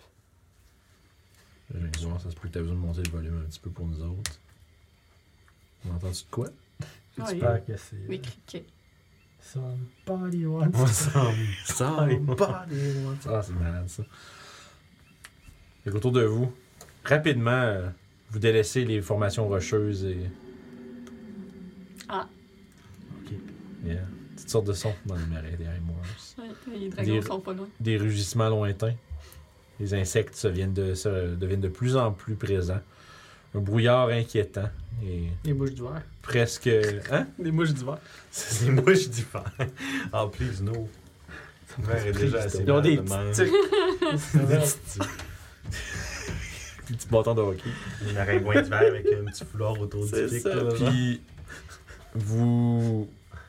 Je vais voir, ça se peut que tu as besoin de monter le volume un petit peu pour nous autres. On entend-tu de quoi? Oui. J'espère que c'est. Les criquets. Somebody wants. Somebody wants- Ah, c'est malade ça. Fait qu'autour de vous, rapidement, euh, vous délaissez les formations rocheuses et. Ah. Ok. Yeah. Toutes sortes de sons dans les marais des High Moors. Ouais, les dragons Des- sont pas loin. Des rugissements lointains. Les insectes se viennent de, se, deviennent de plus en plus présents. Un brouillard inquiétant et Les mouches d'hiver. presque. Hein? Des mouches d'hiver. C'est des mouches d'hiver. Ah, please, no. L'hiver est déjà assez Ils ont mal des de même. petits Des petits tics. Des petits bâtons de hockey. Une maringouin d'hiver avec un petit foulard autour du pic. là, genre. Puis, vous.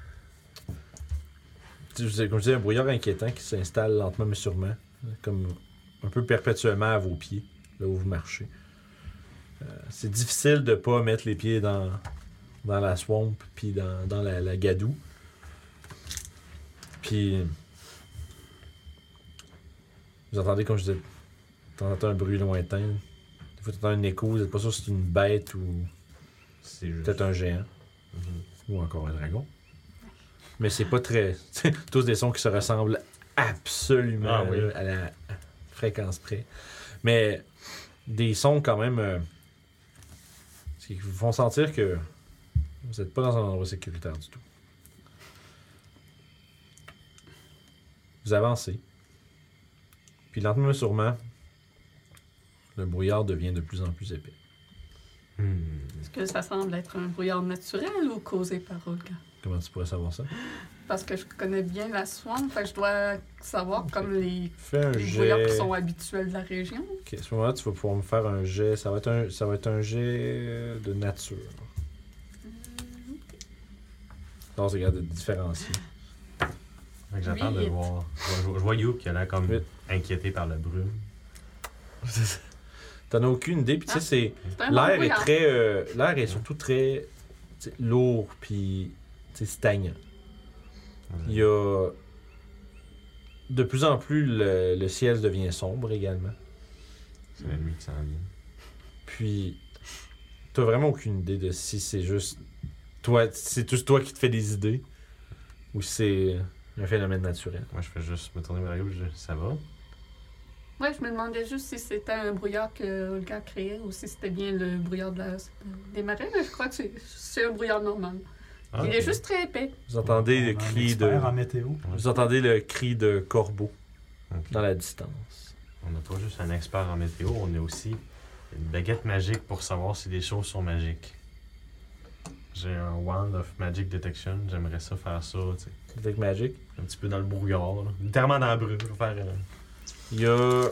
Tu sais, Comme je disais, un brouillard inquiétant qui s'installe lentement mais sûrement, comme un peu perpétuellement à vos pieds, là où vous marchez. Euh, c'est difficile de pas mettre les pieds dans, dans la swamp puis dans, dans la, la gadoue. Puis, vous entendez, comme je disais, vous entendez un bruit lointain. Des fois, tu entends un écho, vous n'êtes pas sûr si c'est une bête ou C'est juste. peut-être un géant. Mhm. Ou encore un dragon. Mais c'est pas très. C'est tous des sons qui se ressemblent absolument Ah oui. là, à la fréquence près. Mais des sons quand même. Euh, qui vous font sentir que vous n'êtes pas dans un endroit sécuritaire du tout. Vous avancez. Puis lentement mais sûrement, le brouillard devient de plus en plus épais. Hmm. Est-ce que ça semble être un brouillard naturel ou causé par Olga? Comment tu pourrais savoir ça? Parce que je connais bien la swamp, fait que je dois savoir Ok. comme les, Fais un les brouillards qui jet. sont habituels de la région. Ok, à ce moment-là, tu vas pouvoir me faire un jet. Ça va être un, ça va être un jet de nature. Non, c'est regarde de différencier. Fait que j'attends de Huit. voir. Je vois, je vois You qui a l'air comme Huit. inquiété par la brume. T'en as aucune idée, puis tu sais, c'est. C'est un bon L'air est brouillard. très. euh, l'air est surtout très tu sais, lourd, puis tu sais, stagnant. Il y a. De plus en plus, le, le ciel devient sombre également. C'est la nuit qui s'en vient. Puis, t'as vraiment aucune idée de si c'est juste. Toi, c'est juste toi qui te fais des idées, ou si c'est un phénomène naturel. Moi, je fais juste me tourner vers You, je dis ça va. Ouais, je me demandais juste si c'était un brouillard que Olga créait ou si c'était bien le brouillard de la, des marais, mais je crois que c'est, c'est un brouillard normal. Ah, Il ok. est juste très épais. Vous entendez le On a un cri de. expert en météo. Vous entendez le cri de corbeau Ok. dans la distance. On n'a pas juste un expert en météo, on a aussi une baguette magique pour savoir si les choses sont magiques. J'ai un Wand of Magic Detection, j'aimerais ça faire ça, tu sais, Avec Magic. un petit peu dans le brouillard, là. Littéralement dans la brume, je vais faire... euh, Il y a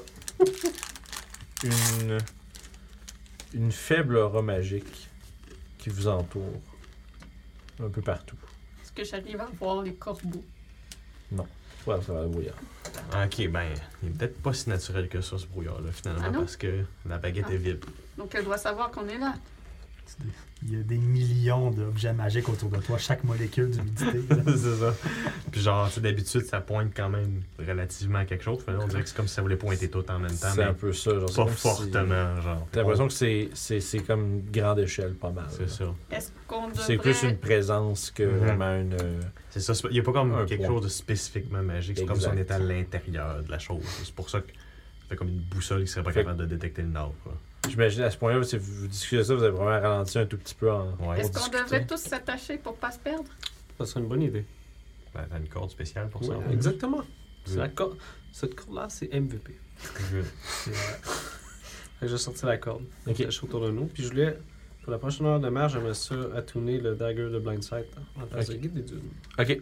une, une faible aura magique qui vous entoure un peu partout. Est-ce que j'arrive à voir les corbeaux? Ouais, ça va le brouillard. Ah, ok, ben, il est peut-être pas si naturel que ça, ce brouillard-là, finalement, Ah non? parce que la baguette Ah. est vide. Donc elle doit savoir qu'on est là. C'est des- Il y a des millions d'objets magiques autour de toi, chaque molécule d'humidité. là. c'est ça. Puis genre, tu sais, d'habitude, ça pointe quand même relativement à quelque chose. Fait là, on dirait que c'est comme si ça voulait pointer tout en même temps, C'est mais un peu ça. Genre, c'est pas comme si- fortement, genre. T'as l'impression que c'est, c'est, c'est comme grande échelle, pas mal. C'est là. ça. Est-ce qu'on devrait... C'est plus une présence que Mhm. vraiment une. euh, C'est ça. Il n'y a pas comme Un quelque point. chose de spécifiquement magique. C'est comme si on Exact. était à l'intérieur de la chose. C'est pour ça que ça fait comme une boussole qui serait pas Fait- capable de détecter le nord. Quoi. J'imagine à ce point-là, si vous discutez ça, vous avez vraiment ralenti un tout petit peu en. Ouais. Est-ce pour qu'on discuter. devrait tous s'attacher pour pas se perdre? Ça serait une bonne idée. Ben, t'as une corde spéciale pour ça. Ouais, hein? exactement. C'est Oui. la corde. Cette corde-là, c'est M V P. Good. C'est vrai. Fait que j'ai sorti la corde. Ok. Je suis autour de nous. Puis je voulais, pour la prochaine heure de mer, j'aimerais ça attuner le dagger de Blindsight en place Ok. de guide des dunes. Ok.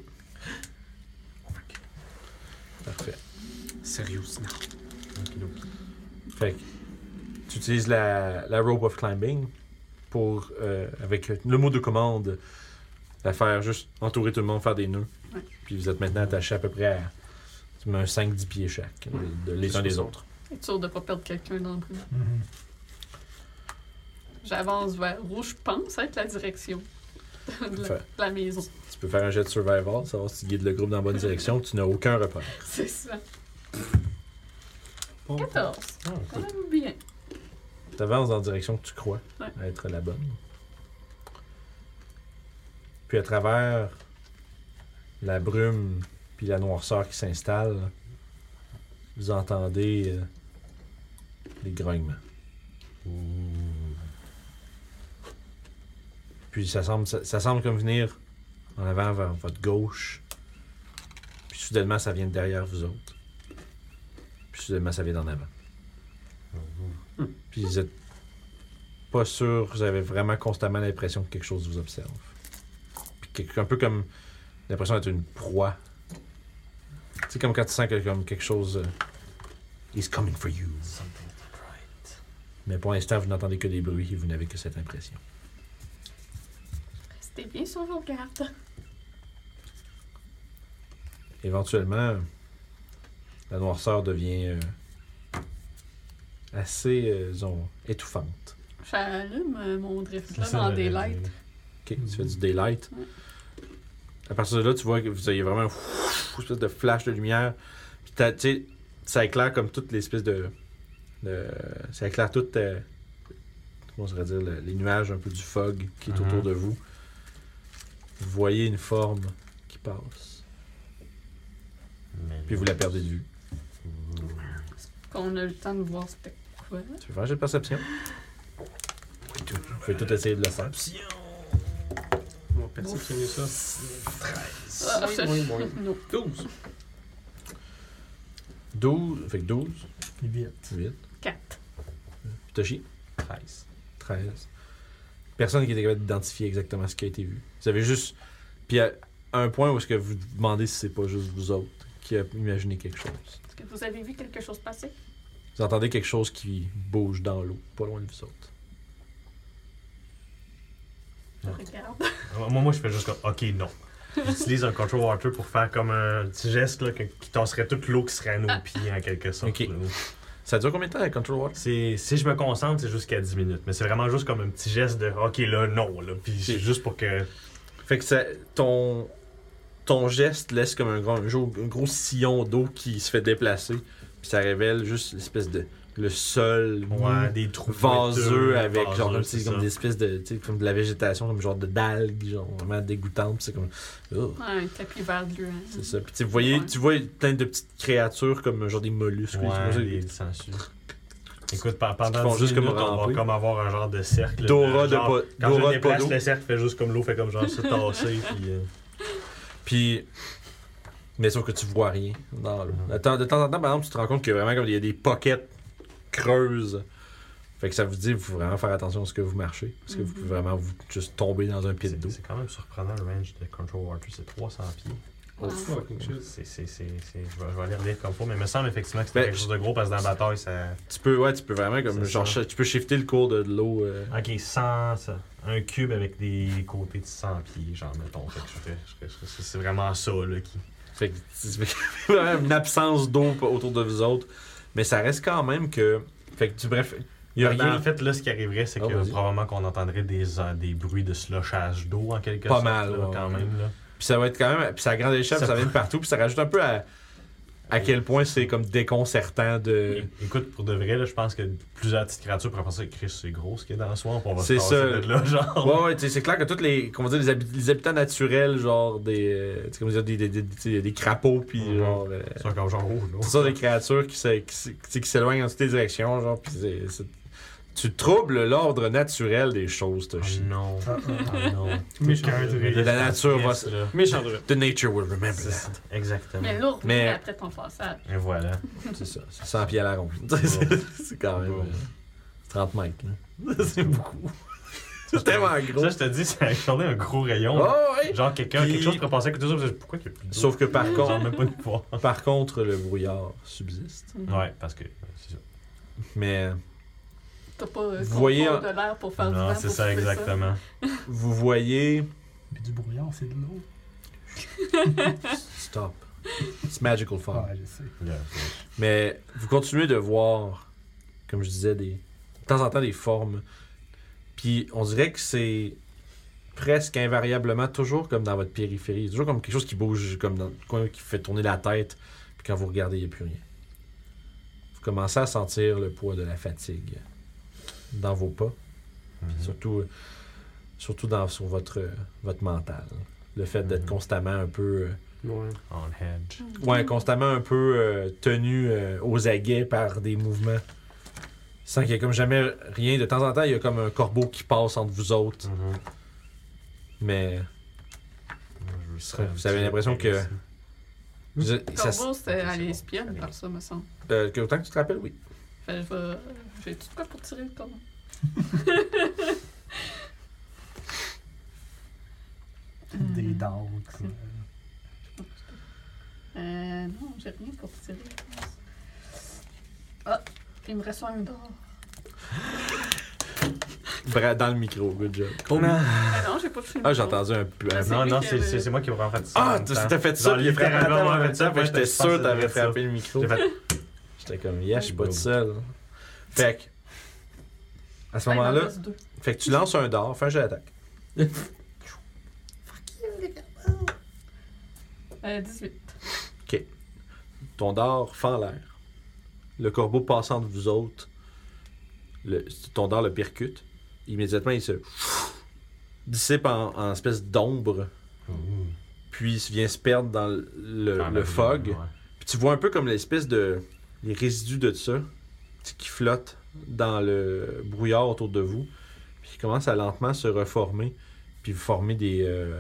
Parfait. Sérieusement. Fait que tu utilises la, la rope of climbing pour, euh, avec le mot de commande, la faire juste entourer tout le monde, faire des nœuds. Ouais. Puis vous êtes maintenant attachés à peu près à tu mets un cinq dix pieds chaque, de, de- les uns des soixante. autres. Être sûr de pas perdre quelqu'un dans le bruit. Mhm. J'avance vers où je pense être la direction de la, Fait- de la maison. Tu peux faire un jet de survival, savoir si tu guides le groupe dans la bonne direction, tu n'as aucun repère. C'est ça. Bon. quatorze. Ah, Quand écoute, même bien. Tu avances dans la direction que tu crois Ouais. être la bonne. Puis à travers la brume puis la noirceur qui s'installe, vous entendez euh, les grognements. Puis ça semble, ça, ça semble comme venir en avant vers votre gauche. Puis soudainement, ça vient de derrière vous autres. Puis soudainement, ça vient d'en avant. Puis vous êtes pas sûr, vous avez vraiment constamment l'impression que quelque chose vous observe. Puis quelque- un peu comme l'impression d'être une proie. Tu sais, comme quand tu sens que comme quelque chose euh, is coming for you. something's not right. Mais pour l'instant, vous n'entendez que des bruits et vous n'avez que cette impression. Restez bien sur vos gardes. Éventuellement, la noirceur devient euh, assez, euh, disons, étouffante. J'allume euh, mon drift C'est là ça, dans j'allais Daylight. dire. Ok, tu fais du daylight. Ouais. À partir de là, tu vois que vous avez vraiment un une espèce de flash de lumière. Puis t'as- tu sais, ça éclaire comme toutes les espèces de. de- ça éclaire toutes. euh, comment on pourrait dire, le- les nuages un peu du fog qui est Mhm. autour de vous. Vous voyez une forme qui passe. Mais- Puis vous la perdez de vue. Qu'on a eu le temps de voir c'était quoi. Tu veux faire un jet de perception? Vous pouvez tout essayer de le faire. On va perceptionner ça. Ah, Oui, ça- oui, oui. Non. douze. douze. Fait que douze. Puis vite. huit. quatre. Toshi. treize. treize. Personne qui était capable d'identifier exactement ce qui a été vu. Vous avez juste. Puis à un point où est-ce que vous vous demandez si c'est pas juste vous autres qui a imaginé quelque chose. Est-ce que vous avez vu quelque chose passer? Vous entendez quelque chose qui bouge dans l'eau, pas loin de vous autres. Je Non. regarde. Ah, Moi, moi, je fais juste comme, ok, non. J'utilise un control water pour faire comme un petit geste là, que- qui tasserait toute l'eau qui serait à nos pieds en quelque sorte. Ok. là. Ça dure combien de temps la Control Water? C'est, si je me concentre, c'est jusqu'à dix minutes. Mais c'est vraiment juste comme un petit geste de ok, là, non. Là. Puis c'est juste pour que. Fait que ça, ton, ton geste laisse comme un gros, un gros, un gros sillon d'eau qui se fait déplacer. Puis ça révèle juste l'espèce de. Le sol Ouais, mou, des trous vaseux fouetteux, avec genre vaseux, tu sais, c'est comme ça. des espèces de. Tu sais, comme de la végétation, comme genre de d'algues, genre vraiment dégoûtantes. Puis c'est comme. Oh. Ouais, un tapis vert gluant. C'est ça. Puis tu sais, vous voyez, Ouais. tu vois plein de petites créatures comme genre des mollusques. Ouais, Moi, j'ai- des sangsues. Écoute, pe- pendant font dix juste comme minutes, on ramper. va comme avoir un genre de cercle. Dora de genre, pas- Quand Dora je de pas déplace d'eau. le cercle, fait juste comme l'eau, fait comme genre se tasser. puis, euh, Puis. Mais sauf que tu vois rien dans l'eau. Mhm. De temps de temps en temps, par exemple, tu te rends compte qu'il y a vraiment comme il y a des pockets creuses. Fait que ça vous dit, il faut vraiment faire attention à ce que vous marchez. Parce que vous Mhm. pouvez vraiment vous juste tomber dans un pit c'est, d'eau. c'est quand même surprenant le range de Control Water, c'est trois cents pieds. Oh, fucking shit. C'est, c'est, c'est, c'est- je, vais, je vais aller relire comme faut, mais il me semble effectivement que c'était Ben, quelque chose de gros parce que dans la bataille, ça. Tu peux, ouais, tu peux vraiment comme C'est genre ça. tu peux shifter le cours de, de l'eau. euh, Ok, cent, ça. Un cube avec des côtés de cent pieds, genre, mettons. Fait que je fais, je fais- je fais- c'est vraiment ça, là, qui. Fait que c'est vraiment une absence d'eau autour de vous autres. Mais ça reste quand même que. Fait que tu bref. Il y a Ben, rien. En fait, là, ce qui arriverait, c'est Oh, que vas-y. probablement qu'on entendrait des, euh, des bruits de sloshage d'eau, en quelque Pas sorte. mal, là, ouais, quand ouais. même, là. Puis ça va être quand même. Puis c'est à grande échelle, Ça ça, peut- vient de partout. Puis ça rajoute un peu à. À quel point c'est comme déconcertant de. É- Écoute, pour de vrai, là, je pense que plusieurs petites créatures pourraient penser que Chris, c'est gros ce qu'il y a dans le swamp, on va C'est se passer ça. de là, genre. Ouais, ouais, tu sais, c'est clair que tous les, comment dire, les, habi- les habitants naturels, genre des, euh, tu sais, comment dire, des, des, des, tu sais, des crapauds, puis Mhm. genre, euh, C'est comme genre, oh, là. c'est ça, des créatures qui, s'é- qui, s'é- tu sais, qui s'éloignent dans toutes les directions, genre, puis c'est, c'est Tu troubles l'ordre naturel des choses, Oh Toshi. non. Ah, ah, Ah non. Méchant druide. La nature va... Yes, là. Méchant druide. The nature will remember C'est ça. that. Exactement. Mais lourd, Mais- mais après ton passage. Et voilà. C'est ça, c'est cent pieds à la ronde. C'est- c'est quand même... Bon. euh, trente mètres, là. C'est beaucoup. C'est tellement gros. Ça, je te dis, ça a accordé un gros rayon. Oh, ouais. Genre, quelqu'un, Puis- quelque chose pourrait penser que tout ça, pourquoi qu'il y a plus d'eau? Sauf que par Genre, contre, même pas de pouvoir. par contre, le brouillard subsiste. Ouais, parce que c'est ça. Mais T'as pas euh, Vous voyez contrôle un- de l'air pour faire du Non, vent c'est pour ça, souffler exactement. vous voyez... Mais du brouillard, c'est de l'eau. Stop. It's magical fog. Ouais, je sais. Yeah, Mais vous continuez de voir, comme je disais, des, de temps en temps des formes. Puis on dirait que c'est presque invariablement toujours comme dans votre périphérie. Toujours comme quelque chose qui bouge, comme dans le coin qui fait tourner la tête. Puis quand vous regardez, il n'y a plus rien. Vous commencez à sentir le poids de la fatigue dans vos pas. Mhm. Surtout, surtout dans, sur votre, votre mental. Le fait d'être Mhm. constamment un peu... euh, Ouais. On hedge. Ouais, constamment un peu euh, tenu euh, aux aguets par des mouvements. Sans qu'il y ait comme jamais rien. De temps en temps, il y a comme un corbeau qui passe entre vous autres. Mhm. Mais Moi, je veux ça, Vous avez un petit l'impression que- ici. vous- ça, Corbeau, c'était c'est aller bon. espionne par ça, me semble. euh, que autant que tu te rappelles, oui. Fait je vais. J'ai tout quoi pour tirer le corbeau. Des Euh, dents. Euh, non, j'ai rien pour tirer. je pense. Ah, il me reste un d'or. Bra- Dans le micro, good job. Ah non, j'ai pas touché le Ah, j'ai micro. entendu un peu. Ah, un- c'est Non, lui non, qui c'est avait- c'est- c'est moi qui ai en fait ça. en Ah, même tu temps. t'as fait ça, Genre, puis il a frappé la littéralement, table en ouais, même temps, puis ouais, j'étais je sûr pense que t'avais que c'est frappé le micro. J'ai fait. J'étais comme, yeah, je suis pas tout seul. Fait que, à ce Ah, il m'en moment-là, reste deux. fait que tu lances un dard, fais un jet d'attaque. Euh, dix-huit. Ton dard fend l'air. Le corbeau passe entre vous autres. Le, ton dard le percute. Immédiatement, il se dissipe en, en espèce d'ombre, puis il vient se perdre dans le, le- Ah, le ben, fog. ouais. Puis tu vois un peu comme l'espèce de... les résidus de ça tu sais, qui flottent dans le brouillard autour de vous. Puis qui commencent à lentement se reformer, puis former des... euh,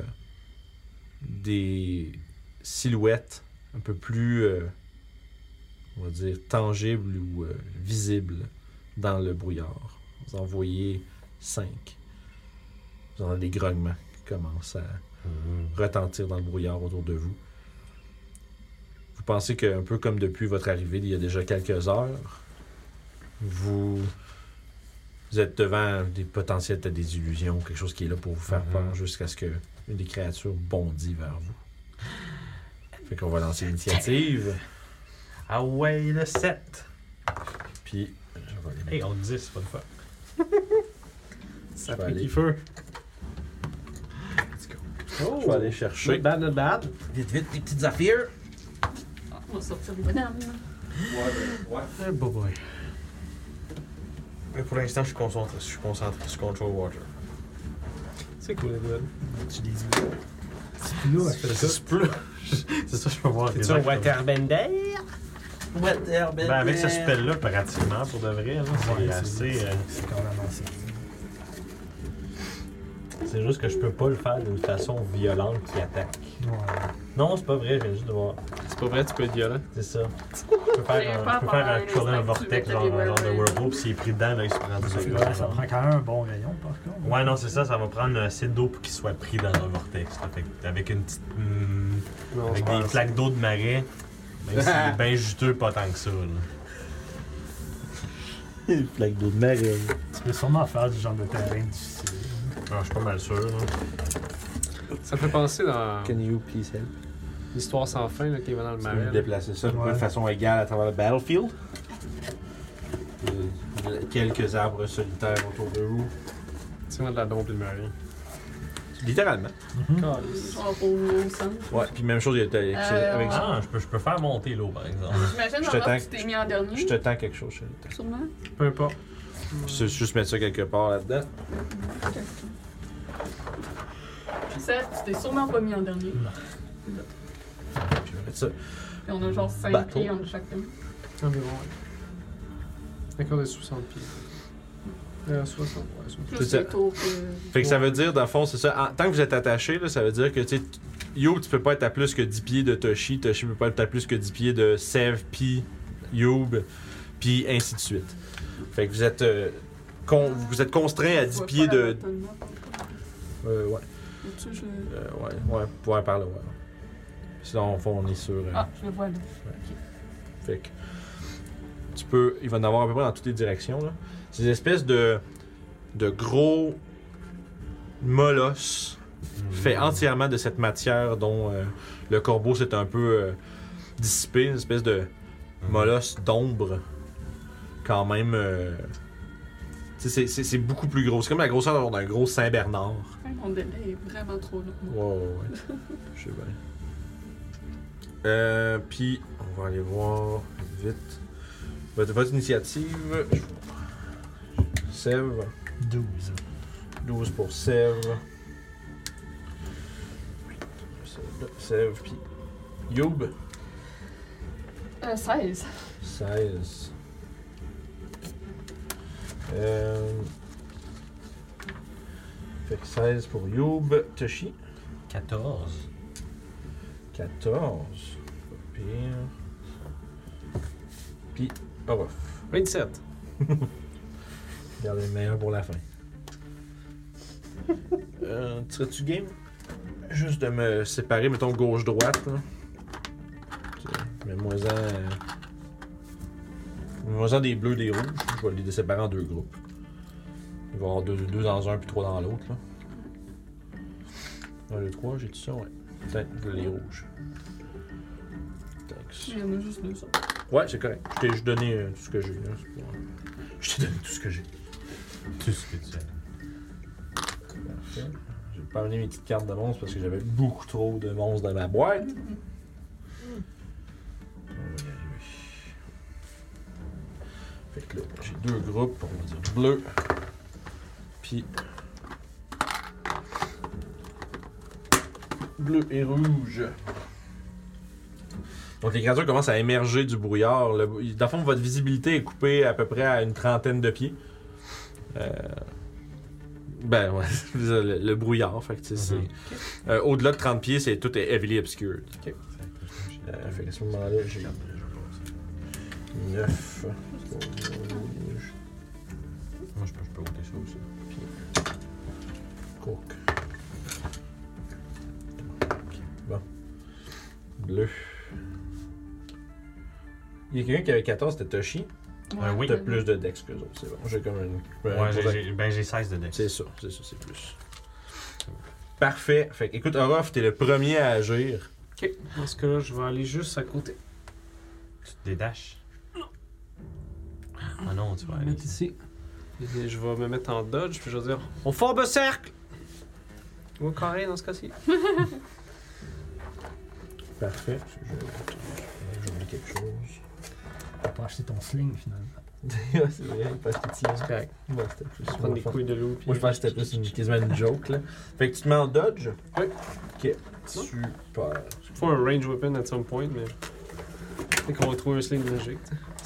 des silhouettes un peu plus... euh, on va dire, tangibles ou euh, visibles dans le brouillard. Vous en voyez cinq. Vous en avez des grognements qui commencent à Mhm. retentir dans le brouillard autour de vous. Vous pensez qu'un peu comme depuis votre arrivée il y a déjà quelques heures, vous, vous êtes devant des potentielles peut-être des illusions, quelque chose qui est là pour vous faire Mhm. peur jusqu'à ce que une des créatures bondit vers vous. Fait qu'on va lancer l'initiative. Ah ouais, le sept. Puis, je vais aller mettre- Hey, on le dit, c'est pas le fun. je vais Fait aller- qu'il feu. je vais aller chercher. Not bad, not bad. Vite, vite, des petites affaires. Ah, on va sortir le bonhomme. Eh, boy, boy. Mais pour l'instant, je suis concentré, je suis concentré sur Control Water. C'est cool, les dudes. Utilise l'eau. C'est l'eau, elle fait ça. C'est plus. C'est ça, je peux voir. C'est un waterbender? Ben, avec ce spell-là, pratiquement, pour de vrai, là, c'est Ouais, assez. euh, C'est carrément ça. C'est juste que je peux pas le faire d'une façon violente qui attaque. Ouais. Non, c'est pas vrai, je viens juste de voir. C'est pas vrai, tu peux être violent. C'est ça. Je peux faire J'ai un, peur je peux faire un, pendant contrôler un l'instant que tu vortex, veux genre, que les un genre de whirlwind. whirlpool, puis s'il est pris dedans, là, il se prend dessus. Ouais, ça prend quand même un bon rayon, par contre. Ouais, non, c'est ça, ça va prendre assez d'eau pour qu'il soit pris dans le vortex. là. Fait que avec une petite. hum, Non, avec je des pense. flaques d'eau de marais, même s'il est bien juteux, pas tant que ça. Là. Une flaque d'eau de mer. Tu peux sûrement faire du genre de terrain difficile. Ah, je suis pas mal sûr. Là. Ça me fait penser dans Can you please help? l'histoire sans fin là, qui va dans le Tu peux marais. là. déplacer ça Ouais. de façon égale à travers le battlefield. Euh, quelques arbres solitaires autour de vous. Tu vois de la dompe et le marais. Littéralement. Genre au, au centre. Ouais, puis même chose, il y a- avec, Euh, avec ça. Ah, je peux, je peux faire monter l'eau, par exemple. J'imagine Je te vraiment que tends- tu t'es mis en dernier. Je te tends quelque chose, chérie. Sûrement. Peu importe. Je vais juste mettre ça quelque part là-dedans. Ça, tu t'es sûrement pas mis en dernier. Puis je vais mettre ça. Puis on a genre cinq Bateau. pieds entre chacun. Environ, ouais. D'accord, des soixante pieds. Euh, soixante, ouais, soixante. Plus C'est ça. les tours que... Fait que ça veut dire, dans le fond, c'est ça. En- tant que vous êtes attaché, là, ça veut dire que, tu sais, Youb, tu peux pas être à plus que dix pieds de Toshi. Toshi peut pas être à plus que dix pieds de Sev, puis Youb, puis ainsi de suite. Fait que vous êtes, euh, con- vous êtes contraint à dix pieds de. Euh, ouais. Au-dessus, je... Euh, ouais, ouais, ouais, par là, ouais. Sinon, au fond, on est sur. euh, Ah, je le vois là. Fait que. Tu peux. Il va en avoir à peu près dans toutes les directions, là. C'est des espèces de. de gros. molosses. Fait entièrement de cette matière dont euh, le corbeau s'est un peu euh, dissipé, une espèce de molosse d'ombre, quand même. Euh, tu sais, c'est- c'est c'est beaucoup plus gros. C'est comme la grosseur d'un gros Saint-Bernard. Ouais, mon délai est vraiment trop long. Ouais, ouais, ouais. Je sais bien. Euh, Puis, on va aller voir vite. Votre, votre initiative. Sèvres. douze. douze pour Sèvres. Sèvres, puis Youb. Euh, seize. seize. Euh... Fait que seize pour Youb. Toshi. quatorze. quatorze. Pas pire. Puis Orof. vingt-sept. Regardez le meilleur pour la fin. euh, Serais-tu game? Juste de me séparer, mettons gauche-droite. là. Mets-moi-en. Euh... Mets-moi-en des bleus, des rouges. Je vais les séparer en deux groupes. Il va y avoir deux, deux dans un puis trois dans l'autre. là. Un, deux, trois, j'ai tout ça, ouais. Tiens, je veux les rouges. Thanks. Il y en a juste deux ça. Ouais, c'est correct. Je t'ai juste donné euh, tout ce que j'ai. là. C'est pas- Je t'ai donné tout ce que j'ai. Tout ce que tu as. Parfait. J'ai pas amené mes petites cartes de monstres parce que j'avais beaucoup trop de monstres dans ma boîte. On va y arriver. Fait que là, j'ai deux groupes, on va dire bleu. Puis. Bleu et rouge. Donc les créatures commencent à émerger du brouillard. Le, dans le fond, votre visibilité est coupée à peu près à une trentaine de pieds. Euh, ben ouais, le, le brouillard. Fait que, tu sais, Mhm. c'est, euh, au-delà de trente pieds, c'est tout est heavily obscured. Ok. Euh, fait qu'à ce moment-là, j'ai neuf. Moi, je peux, je peux ôter ça aussi. Cook. Ok, bon. Bleu. Il y a quelqu'un qui avait quatorze, c'était Toshi. Euh, oui. T'as plus de dex que les autres, c'est bon. J'ai comme une. Ouais, j'ai- j'ai- ben j'ai seize de dex. C'est ça, c'est ça, c'est plus. Parfait. Fait que, écoute, Orof, t'es le premier à agir. Ok, dans ce cas-là, je vais aller juste à côté. Tu te dédaches? Ah non, tu Je vas vais aller mettre ici. Et je vais me mettre en dodge, puis je vais dire on forme un cercle! Ou un carré dans ce cas-ci. Parfait. Je- je- J'oublie quelque chose. T'as pas acheté ton sling finalement. Ouais, c'est vrai, parce que tu C'est correct. Ouais, c'était plus. Prendre des couilles de loup. puis- Moi, je pense que c'était plus une, quasiment une joke, là. Fait que tu te mets en dodge. Oui. Ok. Super. Il faut un range weapon at some point, mais. Fait qu'on va trouver un sling magique.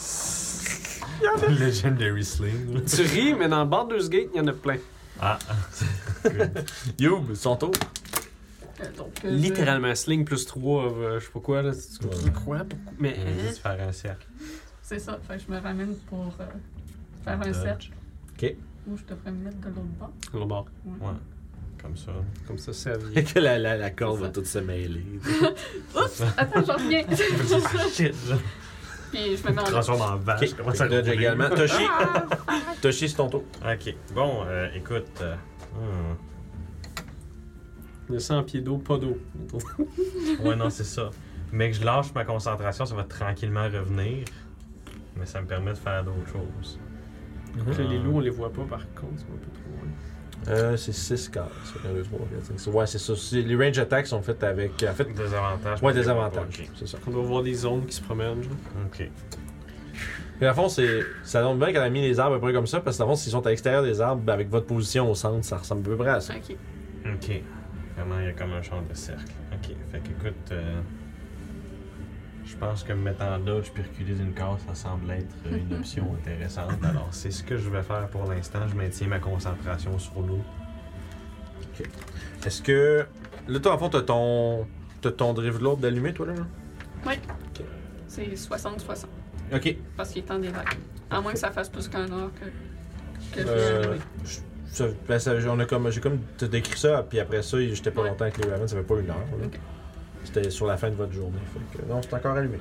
Legendary Sling. Tu ris, mais dans Baldur's Gate, il y en a plein. Ah, Youb, son tour. Euh, donc, euh, Littéralement, sling plus trois, euh, je sais pas quoi, là. Tu Ouais. quoi? Pourquoi? Mais. on va juste faire un cercle. je- C'est ça, fait que je me ramène pour euh, faire un Dodge. cercle. Ok. Ou je devrais me mettre de l'autre bord. Au bord. Ouais. Ouais. Comme ça. Comme ça, ça Fait vient. que la, la, la corde C'est va ça. toute se mêler. Oups! Attends, j'en reviens! Shit, genre. Puis je me mets en Transforme en vache. Ok. Comment Fait ça que dodge rouler? également. Toshi. Toshi, c'est ton tour. Ok. Bon, euh, écoute. euh, hmm. Il y a cent pieds d'eau, pas d'eau. Ouais, non, c'est ça. Mais que je lâche ma concentration, ça va tranquillement revenir. Mais ça me permet de faire d'autres choses. Donc là, les loups, on les voit pas par contre, c'est un peu trop loin. Euh, c'est six cases. un, deux, trois, quatre, cinq, six. Ouais, c'est ça. C'est- Les range attacks sont faits avec. En fait, Des avantages. ouais, mais des je les vois avantages. pas, C'est ça. On doit voir des ombres qui se promènent, genre. Ok. Et à fond, c'est. Ça donne bien qu'elle a mis les arbres à peu près comme ça, parce que à fond, s'ils sont à l'extérieur des arbres, ben, avec votre position au centre, ça ressemble à peu près à ça. Ok. Ok. Vraiment, il y a comme un champ de cercle. Ok. Fait qu'écoute. Euh... Je pense que me mettre en dodge puis reculer d'une case, ça semble être une option intéressante. Alors, c'est ce que je vais faire pour l'instant. Je maintiens ma concentration sur l'eau. Ok. Est-ce que. Là, toi, en fond, t'as ton. T'as ton drive lourd d'allumé, toi, là? là? Oui. Ok. C'est soixante soixante. Ok. Parce qu'il est temps des vagues. À moins que ça fasse plus qu'un heure que, que je Euh, l'ai allumé. je- ça, ben, ça- on a comme, j'ai comme t'as décrit ça, puis après ça, j'étais pas Ouais. longtemps avec les Ravens, ça fait pas une heure. là. Ok. C'était sur la fin de votre journée. Fait que, non, c'est encore allumé.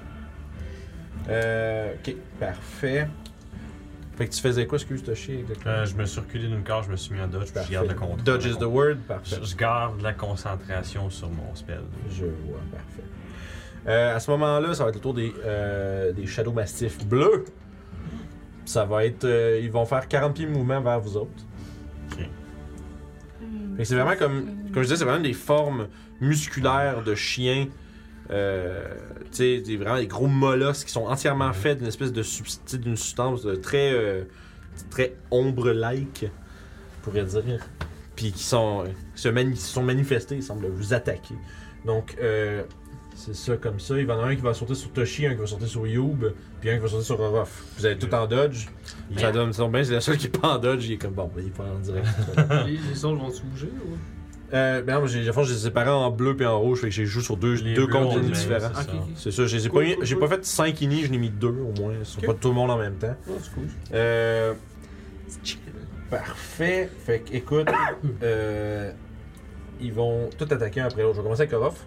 Euh, ok, parfait. Fait que tu faisais quoi, excuse Toshi, exactement? Euh, je me suis reculé d'une case, je me suis mis en dodge, puis je Parfait. garde le contrôle. Dodge is the word, parfait. Je, je garde la concentration sur mon spell. Je vois, parfait. Euh, à ce moment-là, ça va être le tour des, euh, des Shadow Mastiffs bleus. Ça va être. euh, ils vont faire quarante pieds de mouvement vers vous autres. Ok. Hmm. Fait que c'est vraiment comme. Comme je disais, c'est vraiment des formes musculaires de chiens. Euh, tu sais, des, vraiment des gros mollusques qui sont entièrement faits d'une espèce de substance, d'une substance de très. euh, très ombre-like, je pourrais dire. Puis qui sont, se mani- sont manifestés, ils semblent vous attaquer. Donc, euh, c'est ça comme ça. Il y en a un qui va sauter sur Toshi, un qui va sauter sur Youb, puis un qui va sauter sur Orof. Vous avez tout en dodge. Ça donne ça bien, c'est le seul qui est pas en dodge. Il est comme bon, ben, il est pas en direct. Les, les autres vont-tu bouger ou? euh, ben non, j'ai, j'ai, j'ai séparé en bleu et en rouge, fait que j'ai joué sur deux, Les deux bleus ont contenus le même, différents. c'est ça. Ok, ok. C'est ça, je les ai Cool, pas, mis- cool, j'ai cool. pas fait cinq inis, je n'ai mis deux au moins. Ils sont Ok. pas tout le monde en même temps. Oh, c'est cool. Euh, parfait. Fait que, écoute, euh, ils vont tout attaquer un après l'autre. Je vais commencer avec Orof.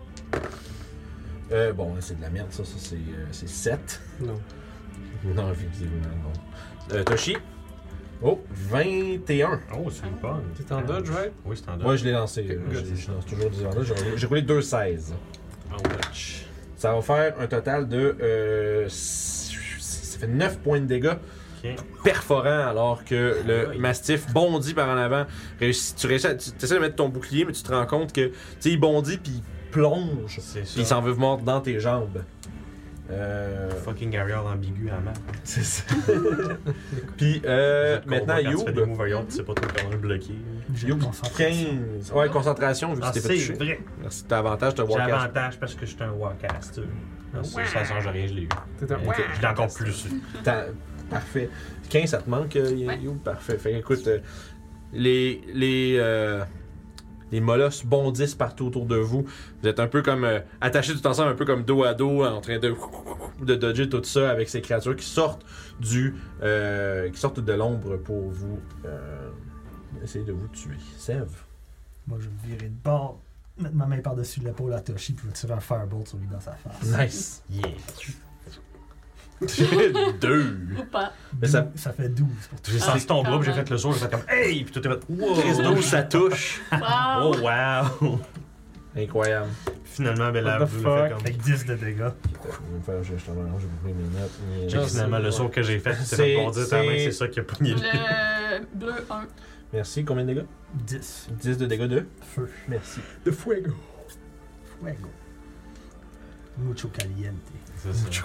Euh, bon, c'est de la merde, ça. Ça, c'est, euh, c'est sept. Non. Non, visiblement, non. Euh, Toshi. Oh, vingt et un. Oh, c'est une bonne. T'es en dodge, right? Oui, c'est en dodge. Moi, je l'ai lancé. euh, good. je, je lance toujours des avantages. J'ai, j'ai roulé deux seize. En dodge. Ça va faire un total de. Euh, s- ça fait neuf points de dégâts Ok. perforants alors que le Aïe. Mastiff bondit par en avant. Réussi- tu réussis à- tu essaies de mettre ton bouclier, mais tu te rends compte que tu sais, il bondit puis il plonge. C'est Puis il ça. s'en veut mordre dans tes jambes. Euh, Fucking Ariel ambigu à main. c'est ça. Puis euh, maintenant, Quand tu fais des Youb. moves ailleurs, tu sais pas trop comment le bloquer. J'ai Youb, concentration. quinze. Ouais, concentration, vu que Ah, tu t'es fait c'est toucher. vrai. Merci, t'as avantage, t'as J'ai walk avantage parce que je suis un warcaster. Non, ça, ça change rien, je l'ai eu. T'es un. Ok. Je l'ai encore plus eu. T'as- Parfait. quinze, ça te manque, euh, Ouais. Youb? Parfait. Fait que, écoute, euh, les, les, euh, les mollusques bondissent partout autour de vous. Vous êtes un peu comme euh, attachés tout ensemble, un peu comme dos à dos, en train de, de dodger tout ça avec ces créatures qui sortent du, euh, qui sortent de l'ombre pour vous euh, essayer de vous tuer. Sève. Moi, je vais me virer de bord, mettre ma main par-dessus l'épaule à Toshi, puis je vais tirer un firebolt sur lui dans sa face. Nice. Yeah. Deux. Ou pas. Mais ça- Dou- ça fait douze pour J'ai toi. senti ton bras, puis j'ai quand fait le saut, j'ai fait comme hey, puis tout est fait wow. Chris douze, ça touche. Wow! Oh wow. Incroyable. Finalement, ben là, What the vous le fait fuck? comme. Avec dix de dégâts. Je vais me faire, je, je, je, j'ai pris mes notes. mais- Fait que Just- finalement, le saut que j'ai fait, C'est- c'est fait bondir ta main, c'est- c'est ça qui a pogné le. Le bleu un. Merci. Combien de dégâts? dix. dix de dégâts de. Feu. Merci. De fuego. Fuego. Mucho caliente. C'est ça.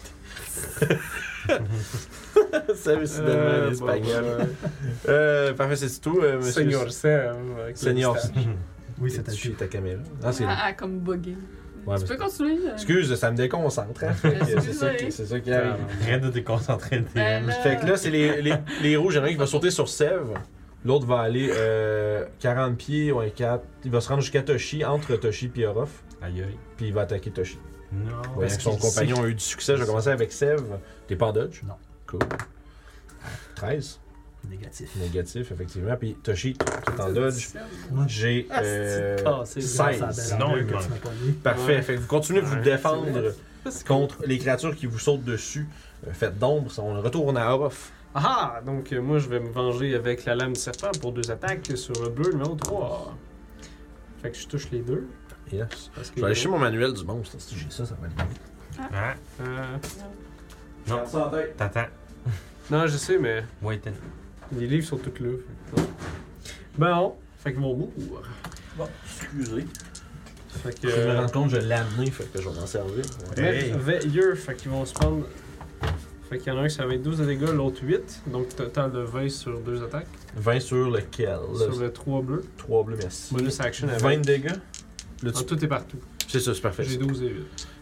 Ça veut c'est Euh, de l'espagnol. bon, ouais. Euh, parfait, c'est tout, euh, monsieur. Seigneur Sam. avec le Seigneur. moustache. Oui, c'était Tu tout. ta caméra. Ah, c'est. Ah, ah, comme buggé. Ouais, tu mais peux c'est- continuer? euh? Excuse, ça me déconcentre. Hein? Fait que c'est ça qui, Désolé. c'est ça qui arrive. Arrête de déconcentrer le Ben, D M. là- Fait que là, c'est les, les, les rouges. Il y en a un qui va sauter sur Sève. L'autre va aller euh, quarante pieds, ouais, quatre. Il va se rendre jusqu'à Toshi, entre Toshi et Orof. Aïe aïe. Puis il va attaquer Toshi. Non. Voyant que son qu'il compagnon a eu du succès, je vais commencer avec Sève. T'es pas en dodge? Non. Cool. treize. Négatif. Négatif, effectivement. Puis Toshi, t'es en dodge. J'ai Ah, euh, c'est cassé, seize. Non, Non, il que manque. tu m'as pogné. Parfait. Ouais. Fait que vous continuez de vous Ouais, défendre c'est contre les créatures qui vous sautent dessus. Euh, faites d'ombre. On retourne à Orof. Ah! Donc, euh, moi, je vais me venger avec la lame du serpent pour deux attaques sur le bleu numéro trois. Fait que je touche les deux. Yes. Parce Je que vais aller chercher mon manuel du monstre. Si j'ai ça, ça va aller vite. Ah, Euh, non. Garde ça en tête. T'attends. non, je sais, mais Wait and. les livres sont tous là. fait que non. Bon, fait qu'ils vont mourir. Bon, excusez. Fait que. Je me rends compte que je l'ai amené, fait que je vais m'en servir. Ouais. Hey. Veilleux, fait qu'ils vont se prendre. Fait qu'il y en a un qui ça va être douze de dégâts, l'autre huit. Donc total de vingt sur deux attaques. vingt sur lequel? Sur le trois bleu. trois bleus, merci. Bonus action avec. vingt de dégâts? Là, Ah, tu- tout est partout. C'est ça, c'est parfait. J'ai douze et huit.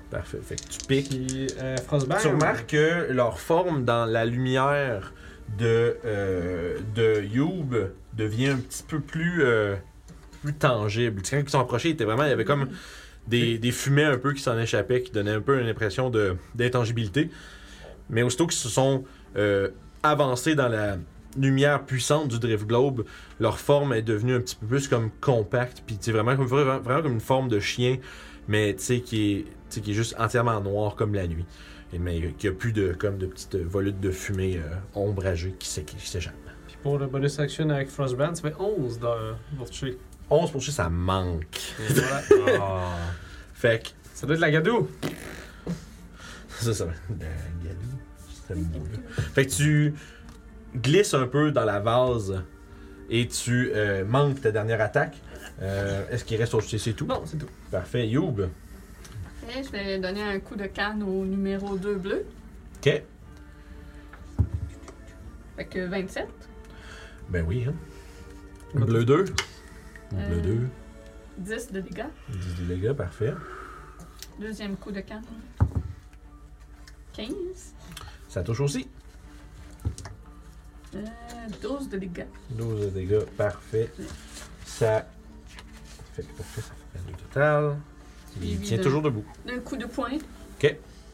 Parfait. Fait que tu piques. Puis, euh, Frostbite. Tu remarques que leur forme dans la lumière de, euh, de Youb devient un petit peu plus, euh, plus tangible. Tu sais, quand ils sont approchés, il était vraiment, il y avait comme des, des fumées un peu qui s'en échappaient, qui donnaient un peu une impression de, d'intangibilité. Mais aussitôt qu'ils se sont euh, avancés dans la lumière puissante du Drift Globe, leur forme est devenue un petit peu plus comme compacte, puis c'est vraiment, vraiment, vraiment comme une forme de chien, mais tu sais, qui est, tu sais, qui est juste entièrement noir comme la nuit. Et, mais il n'y a plus de, comme de petites volutes de fumée euh, ombragées qui s'é- qui s'échappent. Puis pour le bonus action avec Frostbrand, ça fait onze de, pour toucher. onze pour toucher, ça manque. Et voilà. Ah. Fait que, Ça doit être la gadou. ça, ça va. Le galou, c'est le mot, là. Fait que tu glisses un peu dans la vase et tu euh, manques ta dernière attaque. Euh, est-ce qu'il reste au c'est, c'est tout? Non, c'est tout. Parfait. Youb. Et je vais donner un coup de canne au numéro deux bleu. OK. Fait que vingt-sept. Ben oui, hein. Bleu deux. Euh, Bleu deux. dix de dégâts. dix de dégâts, parfait. Deuxième coup de canne. quinze. Ça touche aussi. Euh, douze de dégâts. douze de dégâts, parfait. Ça fait que parfait, ça fait deux total. Il Suivi tient d'un- toujours debout. Un coup de poing. OK.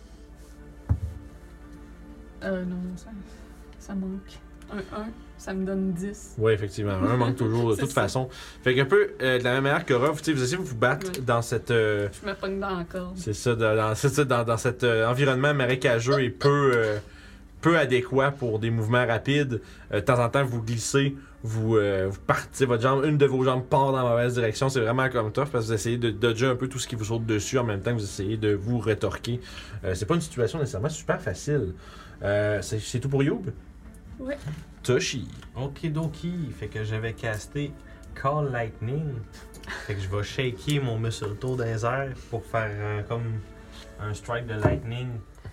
Euh, non, ça, ça manque. Un un, ça me donne dix. Oui, effectivement. Un manque toujours de C'est toute ça. façon. Fait qu'un peu euh, de la même manière que Ruff, tu sais, vous essayez de vous battre Ouais. dans cette. euh, Je me pogne dans la corde. c'est ça, dans, dans, c'est ça, dans, dans cet euh, environnement marécageux et peu, euh, peu adéquat pour des mouvements rapides. Euh, de temps en temps, vous glissez, vous, euh, vous partez, votre jambe, une de vos jambes part dans la mauvaise direction. C'est vraiment comme tough parce que vous essayez de dodger un peu tout ce qui vous saute dessus en même temps que vous essayez de vous rétorquer. Euh, c'est pas une situation nécessairement super facile. Euh, c'est, c'est tout pour Youb? Ouais. Toshi. Okidoki. Fait que j'avais casté Call Lightning. Fait que je vais shaker mon Mistletoe dans les airs pour faire un- comme un strike de lightning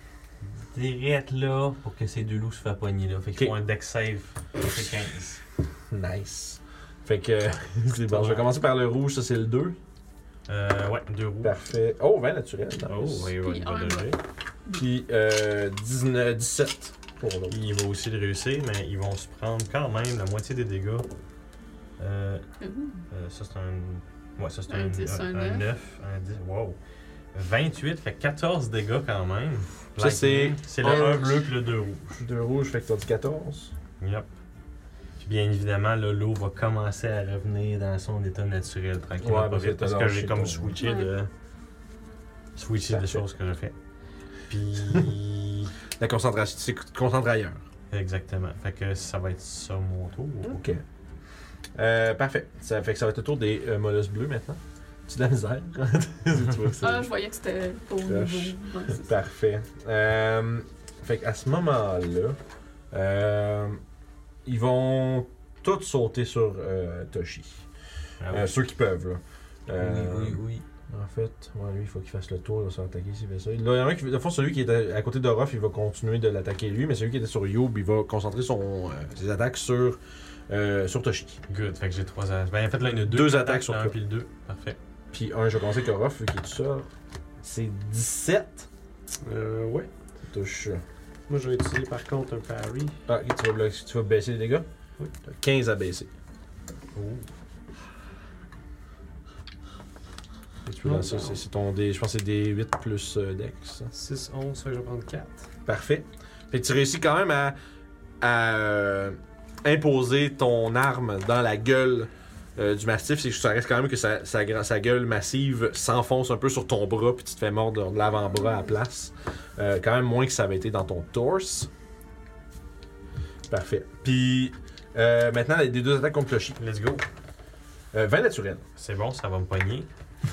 direct là pour que ces deux loups se fassent pogner là. Fait qu'ils Ok. font un deck save. C'est quinze. Nice. Fait que c'est bon. Je vais commencer par le rouge, ça c'est le deux. Euh, ouais, deux roues. Parfait. Oh, vingt naturel. Nice. Oh, oui, oui, Puis il va un lever. Puis euh, dix-neuf, dix-sept pour l'autre. Il va aussi le réussir, mais ils vont se prendre quand même la moitié des dégâts. Euh, Ouh. euh, ça c'est un. Ouais, ça c'est Un un, dix, un neuf. neuf, un dix. Wow. vingt-huit, fait quatorze dégâts quand même. Ça, c'est Lightning. C'est le un- un bleu puis le deux rouge. Deux rouges, fait que t'as dit quatorze. Yep. Puis bien évidemment, là, l'eau va commencer à revenir dans son état naturel tranquillement. Ouais, pas parce vite, que parce t'as que lâché j'ai comme ton- switché Ouais. de. Switché de Parfait. choses que j'ai fait. Puis. La concentration, c'est concentre ailleurs. Exactement. Fait que ça va être ça mon tour. Ok. Euh, parfait. Ça fait que ça va être le tour des euh, mollusques bleus maintenant. Tu de la misère? Tu vois que c'est- Ah, je voyais que c'était pas au niveau. Cloche. Ouais, c'est ça. Parfait. Euh, fait qu'à ce moment-là, euh, ils vont tous sauter sur euh, Toshi. Ah Euh, oui. ceux qui peuvent, là. Euh, oui, oui, oui. En fait, ouais, lui, il faut qu'il fasse le tour de se faire attaquer s'il fait ça. Il y en a un qui, de fond, celui qui est à, à côté de Ruff, il va continuer de l'attaquer lui, mais celui qui était sur Youb, il va concentrer son, euh, ses attaques sur, euh, sur Toshi. Good. Fait que j'ai trois attaques. Ben, en fait, là, il y en a deux. Deux qui attaques sur le un toi. puis le deux. Parfait. Puis un, je vais commencer avec Ruff, vu qu'il est tout seul. C'est dix-sept. Euh, ouais. Ça touche. Moi, je vais utiliser par contre un parry. Ah, ok, tu vas, bloquer- tu vas baisser les dégâts? Oui. T'as quinze à baisser. Oh. Et tu peux Non, lancer, non. c'est, c'est ton dé, je pense que c'est des huit plus euh, Dex. six, onze, fait que je vais prendre quatre. Parfait. Fait que tu réussis quand même à, à, euh, imposer ton arme dans la gueule euh, du mastif. C'est que ça reste quand même que sa, sa, gra- sa gueule massive s'enfonce un peu sur ton bras puis tu te fais mordre de l'avant-bras à la place. Euh, quand même moins que ça avait été dans ton torse. Parfait. Puis euh, maintenant, les deux attaques contre Clochi. Let's go. Euh, vingt naturel. C'est bon, ça va me pogner.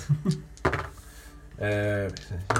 Euh,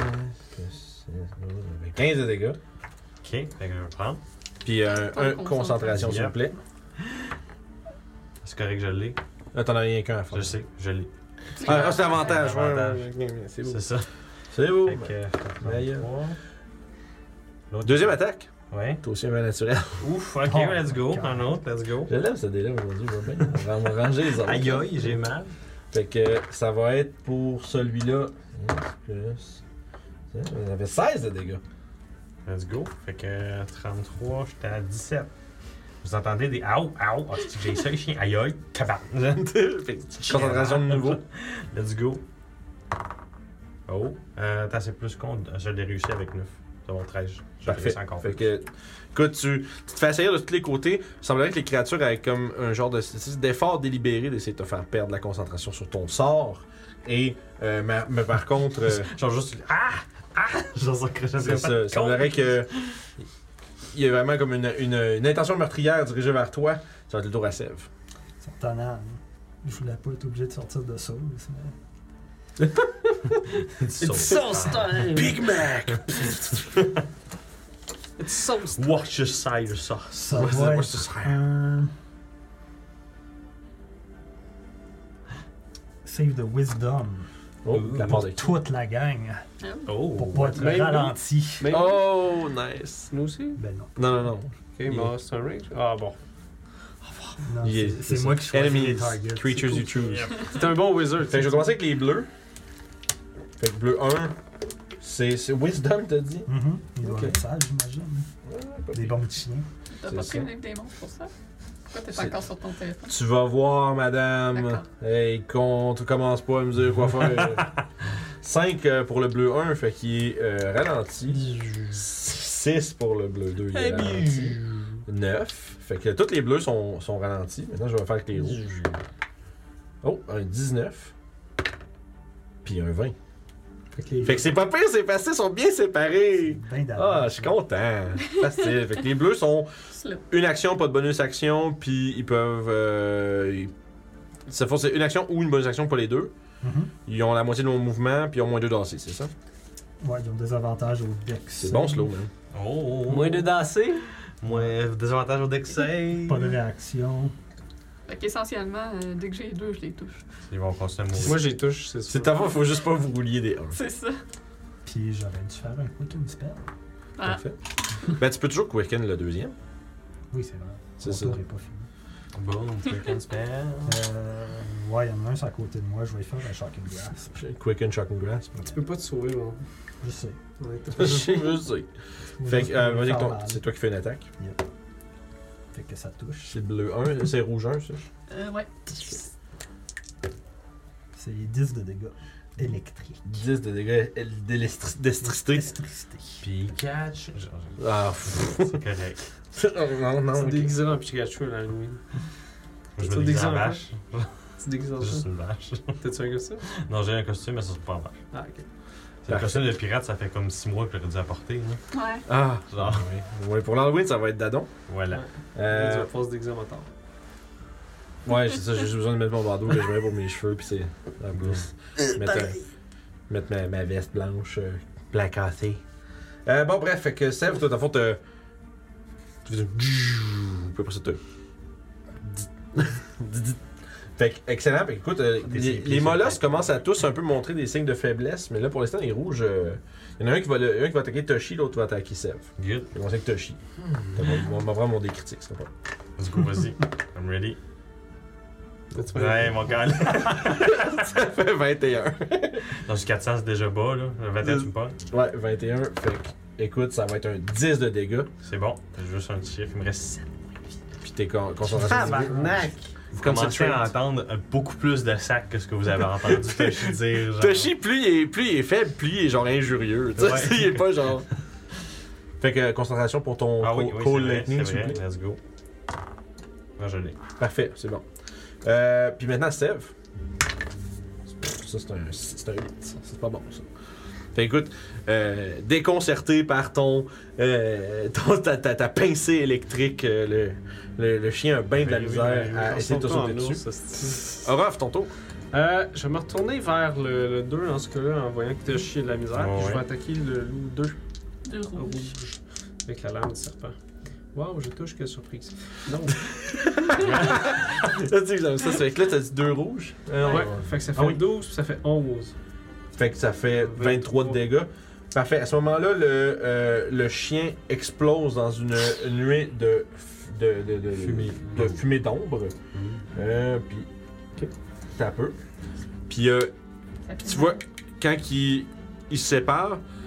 quinze de dégâts. Ok. Fait que je vais prendre. Puis euh, Pas de un concentration, s'il vous plaît. C'est correct, je l'ai. Là, t'en as rien qu'un à faire. Je sais, je l'ai. Ah, ah, c'est avantage. C'est avantage. ouais, ouais, ouais, c'est beau. C'est ça. C'est beau. Fait que. euh, D'ailleurs. trois. L'autre- Deuxième attaque. Ouais. T'as aussi un vin naturel. Ouf, ok, Oh, let's go. God. Un autre, let's go. Je l'aime ce délai aujourd'hui, je vois bien. On va ranger les autres. Aïe aïe, j'ai mal. Fait que ça va être pour celui-là. Plus. On avait seize de dégâts. Let's go. Fait que trente-trois, j'étais à dix-sept. Vous entendez des aou, aou, ah, c'est que j'ai ça, les chiens, aïe aïe, cabane. Concentration de nouveau. Let's go. Oh, euh, attends, c'est plus con, je l'ai réussi avec neuf. C'est bon, treize. Je Parfait. réussi encore Fait plus. que, écoute, tu, tu te fais assaillir de tous les côtés. Il semblerait que les créatures aient comme un genre de, d'effort délibéré d'essayer de te faire perdre la concentration sur ton sort. Et, euh, mais, mais par contre, euh, Genre juste, ah, ah, genre ça que je c'est ça. Il semblerait que il y a vraiment comme une, une, une intention meurtrière dirigée vers toi. Ça va être le tour à Sèvres. C'est étonnant. Je voulais pas être obligé de sortir de Souls, mais... It's so style! Big Mac! It's so style! Watch your side, ça. Ça Ouais, va c'est- ouais, être ce serait- un... Save the Wisdom. Oh, la part Pour de qui? toute la gang. Oh, Pour pas être Même ralenti. Même Oh, nice! nous aussi? Ben non. Non, non, non. Ok, mais c'est un range. Ah bon. Non, Yeah, c'est- c'est c'est moi ça. qui choisis les Enemies, targets. creatures C'est you choose. T'es un bon wizard. Fait que je vais commencer avec les bleus. Fait que bleu un, c'est, c'est Wisdom, t'as dit? cool. Mhm. Il doit Ok. être sage, j'imagine. Des bons petits chiens. T'as C'est pas ça. pris le livre des monstres pour ça? Pourquoi t'es C'est- encore sur ton téléphone? Tu vas voir, madame. D'accord. Hey, con, tu commences pas à me dire quoi faire. cinq pour le bleu un, fait qu'il est euh, ralenti. six pour le bleu deux, il est ralenti. neuf. Fait que tous les bleus sont, sont ralentis. Maintenant, je vais faire avec les rouges. Oh, un dix-neuf. Puis un vingt. Fait que les Fait que c'est pas pire, ces pastés sont bien séparés. ben d'avance. Ah, je suis content. Facile. Fait que les bleus sont Slip. une action, pas de bonus action, puis ils peuvent. Euh, ils- Ça fait c'est une action ou une bonus action, pas les deux. Mhm. Ils ont la moitié de mon mouvement, puis ils ont moins deux d'A C, c'est ça? Ouais, ils ont des avantages au dex. C'est bon, slow, man. Oh, Moins de danser? Moins désavantage au deck save. Pas de réaction. Fait qu'essentiellement, euh, dès que j'ai deux, je les touche. Ils vont continuer à mourir. Moi, j'ai touche, c'est sûr. C'est ta faute, faut juste pas vous rouliez des un. C'est ça. Puis j'aurais dû faire un quicken spell. Ah, Parfait. Ben, tu peux toujours quicken le deuxième. Oui, c'est vrai. C'est Mon ça. tour est pas fini. Boom, quicken spell. Euh, ouais, il y en a un sur à côté de moi. Je vais y faire un Shocking Grasp. Quicken, Shocking Grasp. Tu peux pas te sauver, non? Je sais. Ouais, Je sais. Fait que, euh, vas-y, Faire ton- mal. c'est toi qui fais une attaque. Fait que ça touche. C'est bleu un, c'est rouge un, ça. euh, ouais. C'est dix de dégâts électriques. dix de dégâts d'élestri- d'électricité. Électricité. Puis catch. Genre, Ah, pff. C'est correct. non, non, C'est ok. déguisé en Pikachu à l'Halloween. Je Tu me te déguise déguises en en vache. Tu déguises en Juste ça? une vache. T'es-tu un gars ça? Non, j'ai un costume, mais ça c'est pas en vache. Ah, ok. C'est le costume de pirate, ça fait comme six mois que j'aurais dû apporter. Là. Ouais. Ah, Genre, oui. Ouais, pour l'Halloween, ça va être Dadon. voilà. Ouais. Euh, Tu vas pas se déguiser en motard. ouais, c'est ça, j'ai juste besoin de mettre mon bandeau que je mets pour mes cheveux, puis c'est la blouse. Mettre, un- mettre ma, ma veste blanche, euh, blanc cassé. Euh, bon, bref, fait que Sèvres, toi, dans le fond, te. Tu fais un. Puis après ça, te. Fait que, excellent. Fait que, écoute, euh, Des les, pieds les sur molosses la tête. commencent à tous un peu montrer des signes de faiblesse, mais là, pour l'instant, les rouges. euh, Il y en a un qui va, le- un qui va attaquer Toshi, l'autre va attaquer Sèvres. Good. Je vais commencer avec Toshi. On va prendre mon dé critique, c'est pas. Let's go, vas-y. I'm ready. T'as-tu pas- Ouais, mon gars. Ça fait vingt et un. Dans le quatre cents, c'est déjà bas, là. Le vingt et un, tu me parles? Ouais, vingt et un. Fait que, écoute, ça va être un dix de dégâts. C'est bon. J'ai juste un petit chiffre. Il me reste sept. Puis t'es con concentration. Tabarnak! Vous Comme commencez ça, à entendre euh, beaucoup plus de sacs que ce que vous avez entendu Toshi dire. Genre. Toshi, plus il, est, plus il est faible, plus il est genre injurieux. Tu sais, Ouais. il est pas genre. Fait que concentration pour ton Ah oui, co- oui, Cold c'est vrai, Lightning, c'est s'il vous vrai. plaît. Let's go. Moi, je l'ai. Parfait, c'est bon. Euh, puis maintenant, Steve. Ça, c'est un, c'est un huit. ça. C'est pas bon, ça. Fait écoute, euh, déconcerté par ton, euh, ton ta, ta, ta pincée électrique, euh, le, le, le chien a bien de la Oui, oui, misère oui, oui, à On essayer de te s'entend sauter en dessus. ours, ça, c'est- Orof, ton tour. Euh, je vais me retourner vers le, le deux dans ce cas-là en voyant que Toshi a de la misère. Ouais, Puis je ouais. vais attaquer le loup deux Deux rouges. rouge avec la lame du serpent. Waouh, je touche, quelle surprise. Non. Là, tu sais, j'aime ça. C'est que là, t'as dit deux rouges. Euh, Ouais, fait que ça fait Ah oui. douze puis ça fait onze. Fait que ça fait vingt-trois de dégâts. Parfait. À ce moment-là, le, euh, le chien explose dans une, une nuée de, f- de, de, de, Fumée. de fumée d'ombre. Euh, puis, ok, t'as peu. Puis, euh, Ça fait tu mal. vois, quand il, il se sépare,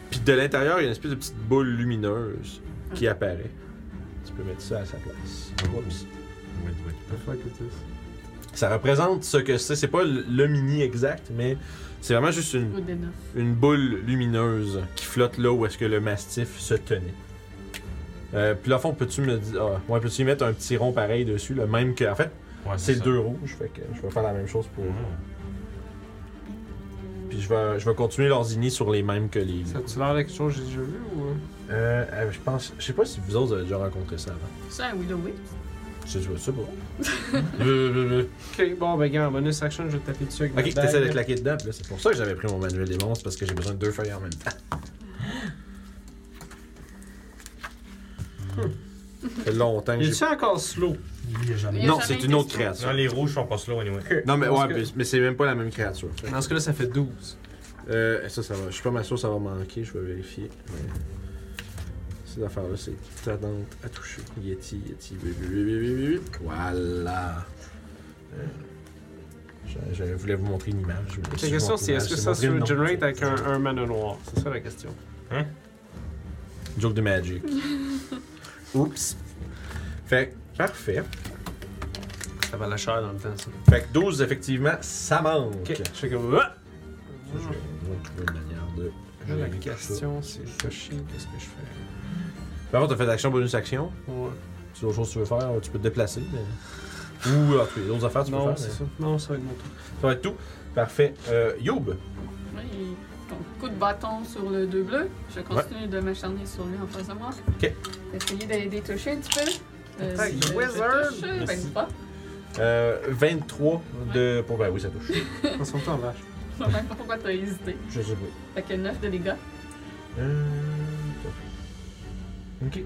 Puis de l'intérieur, il y a une espèce de petite boule lumineuse qui apparaît. Tu peux mettre ça à sa place. Oups. Wait, wait. The fuck is this? Ça représente ce que c'est. C'est pas le, le mini exact, mais c'est vraiment juste une, Good enough. une boule lumineuse qui flotte là où est-ce que le mastif se tenait. Euh, puis là, au fond, peux-tu me dire. Ah, ouais, peux-tu y mettre un petit rond pareil dessus, le même que. En fait, Ouais, c'est ça. deux rouges, fait que je vais faire la même chose pour. Mhm. Puis je vais, je vais continuer l'ordini sur les mêmes que les. Ça a-tu l'air de quelque chose que j'ai déjà vu ou. Euh, euh, je pense. Je sais pas si vous autres avez déjà rencontré ça avant. C'est un Willow Wisp. Je sais sais pas. Euh, euh, euh. Ok, bon, ben, gars, en bonus action, je vais te taper dessus avec ma Ok, dague. t'essaies de claquer dedans, puis là, c'est pour ça que j'avais pris mon manuel des monstres, parce que j'ai besoin de deux feuilles en même temps. Ça fait longtemps que Il j'ai. est-tu encore slow? Lui, il a jamais. Il a Non, jamais c'est été une autre slow. créature. Non, les rouges sont pas slow anyway. Non, mais Dans ouais, ce cas- mais, mais c'est même pas la même créature. Fait. Dans ce cas-là, ça fait douze. Euh, ça, ça va. Je suis pas mal sûr que ça va manquer, je vais vérifier. Mais... Ces affaires-là, c'est tendance à toucher. Yeti, Yeti, oui, oui, oui, oui, oui, oui, oui. Voilà. Euh, je, je voulais vous montrer une image. mais La si je question, montre c'est est-ce l'image, que c'est ça montrer se le nom. regenerate avec un, un mana noir? C'est ça la question. Joke de Magic. Oups. Fait que, parfait. Ça va la chair dans le temps, ça. Fait que douze, effectivement, ça manque. Ok, je fais comme. Ah! Ça, je vais je vais trouver une manière de. Là, la gérer tout ça. question, c'est Toshi, qu'est-ce que je fais? Par contre, t'as fait action, bonus action. Ouais. Si d'autres choses que tu veux faire, tu peux te déplacer. Mais... Ou, en tout cas, d'autres affaires, tu peux Non, faire. c'est mais- ça. Non, ça va être mon tour. Ça va être tout. Parfait. Euh, Youb. Oui, donc coup de bâton sur le deux bleu. Je continue de m'acharner sur lui en face de moi. Ok. Essayer de les toucher un petit peu. Euh, Attaque si de je- je wizard. touche, Merci. vingt-trois. Euh, vingt-trois de. Pour... Ben oui, ça touche. On s'en en vache. Je sais même pas pourquoi t'as hésité. Je sais pas. Fait que neuf de dégâts. Euh... Ok.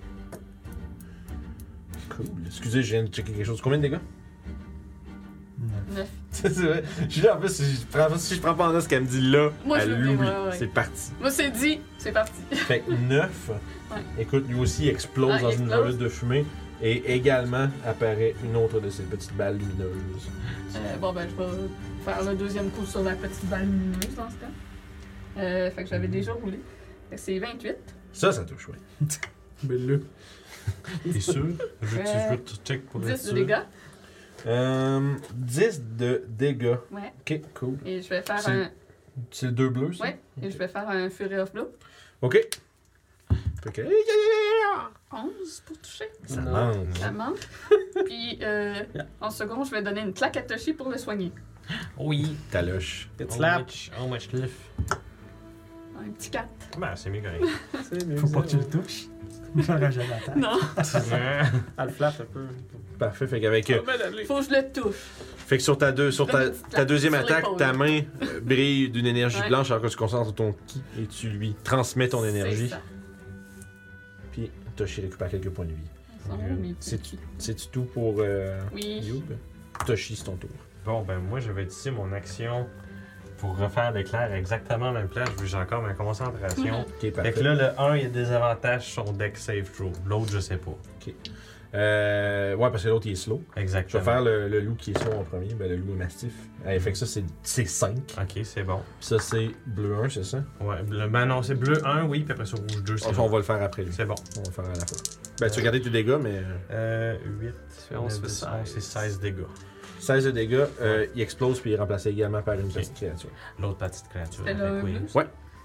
Cool. Excusez, je viens de checker quelque chose. Combien de dégâts? neuf. C'est vrai. Je suis là, en plus, si je prends, si je prends pas en note ce qu'elle me dit là, Moi, je elle l'oublie, l'oublie. ouais, ouais. C'est parti. Moi, c'est dit, c'est parti. Fait que neuf. Ouais. Écoute, lui aussi il explose Ah, dans il une explose. volute de fumée. Et également apparaît une autre de ces petites balles lumineuses. Euh, bon, ben, je vais faire le deuxième coup sur la petite balle lumineuse dans ce cas. Euh, fait que j'avais déjà roulé. Fait que c'est vingt-huit. Ça, ça touche, oui. Ben là. T'es sûr? Je veux que tu- je veux que tu check pour être dix de sûr. dégâts. Euh, dix de dégâts. Ouais. Ok, cool. Et je vais faire C'est- un. C'est le deux bleus, ça? Ouais. Et je vais faire un Fury of Blow. Ok. Fait que. onze pour toucher. Ça Non. manque. Ça manque. Puis, euh, en second, je vais donner une claque à Toshi pour le soigner. Oui. Taloche. It's How slap. much, how much lift? Un petit quatre. Ben, c'est mieux correct. C'est mieux. Faut pas que tu le touches. J'aurais jamais l'attaque. Non, Elle flatte un peu. Parfait. Fait qu'avec. euh, Ah, ben, allez. faut que je le touche. Fait que sur ta, deux, sur ta, Donne une petite ta claque deuxième sur attaque, l'épaule. ta main euh, brille d'une énergie Ouais. blanche alors que tu concentres ton ki et tu lui transmets ton C'est énergie. ça. Puis Toshi récupère quelques points de vie. Ça va, mes C'est petits. C'est tout pour euh, Oui. Youb? Toshi, c'est ton tour. Bon, ben moi, je vais utiliser mon action pour refaire l'éclair exactement à la même place, vu que j'ai encore ma concentration. Ok, Fait parfait. que là, le un, il y a des avantages sur Deck Save Throw. L'autre, je sais pas. Euh, ouais, parce que l'autre il est slow. Je Exactement. vais faire le, le loup qui est slow en premier. Ben, le loup est mastif. Euh, fait que ça, c'est- c'est cinq. Ok, c'est bon. Puis ça, c'est bleu un, c'est ça? Ouais, le, ben non, c'est bleu un, oui, puis après ça, rouge deux, c'est Enfin, bon. on va le faire après lui. C'est bon. On va le faire à la fois. Ben, tu vas garder tes dégâts, mais. euh, Euh, huit. fait onze, fait seize. c'est seize dégâts. seize de dégâts, euh, il explose puis il est remplacé également par une petite créature. L'autre petite créature. C'était avec le Will. bleu? Ouais.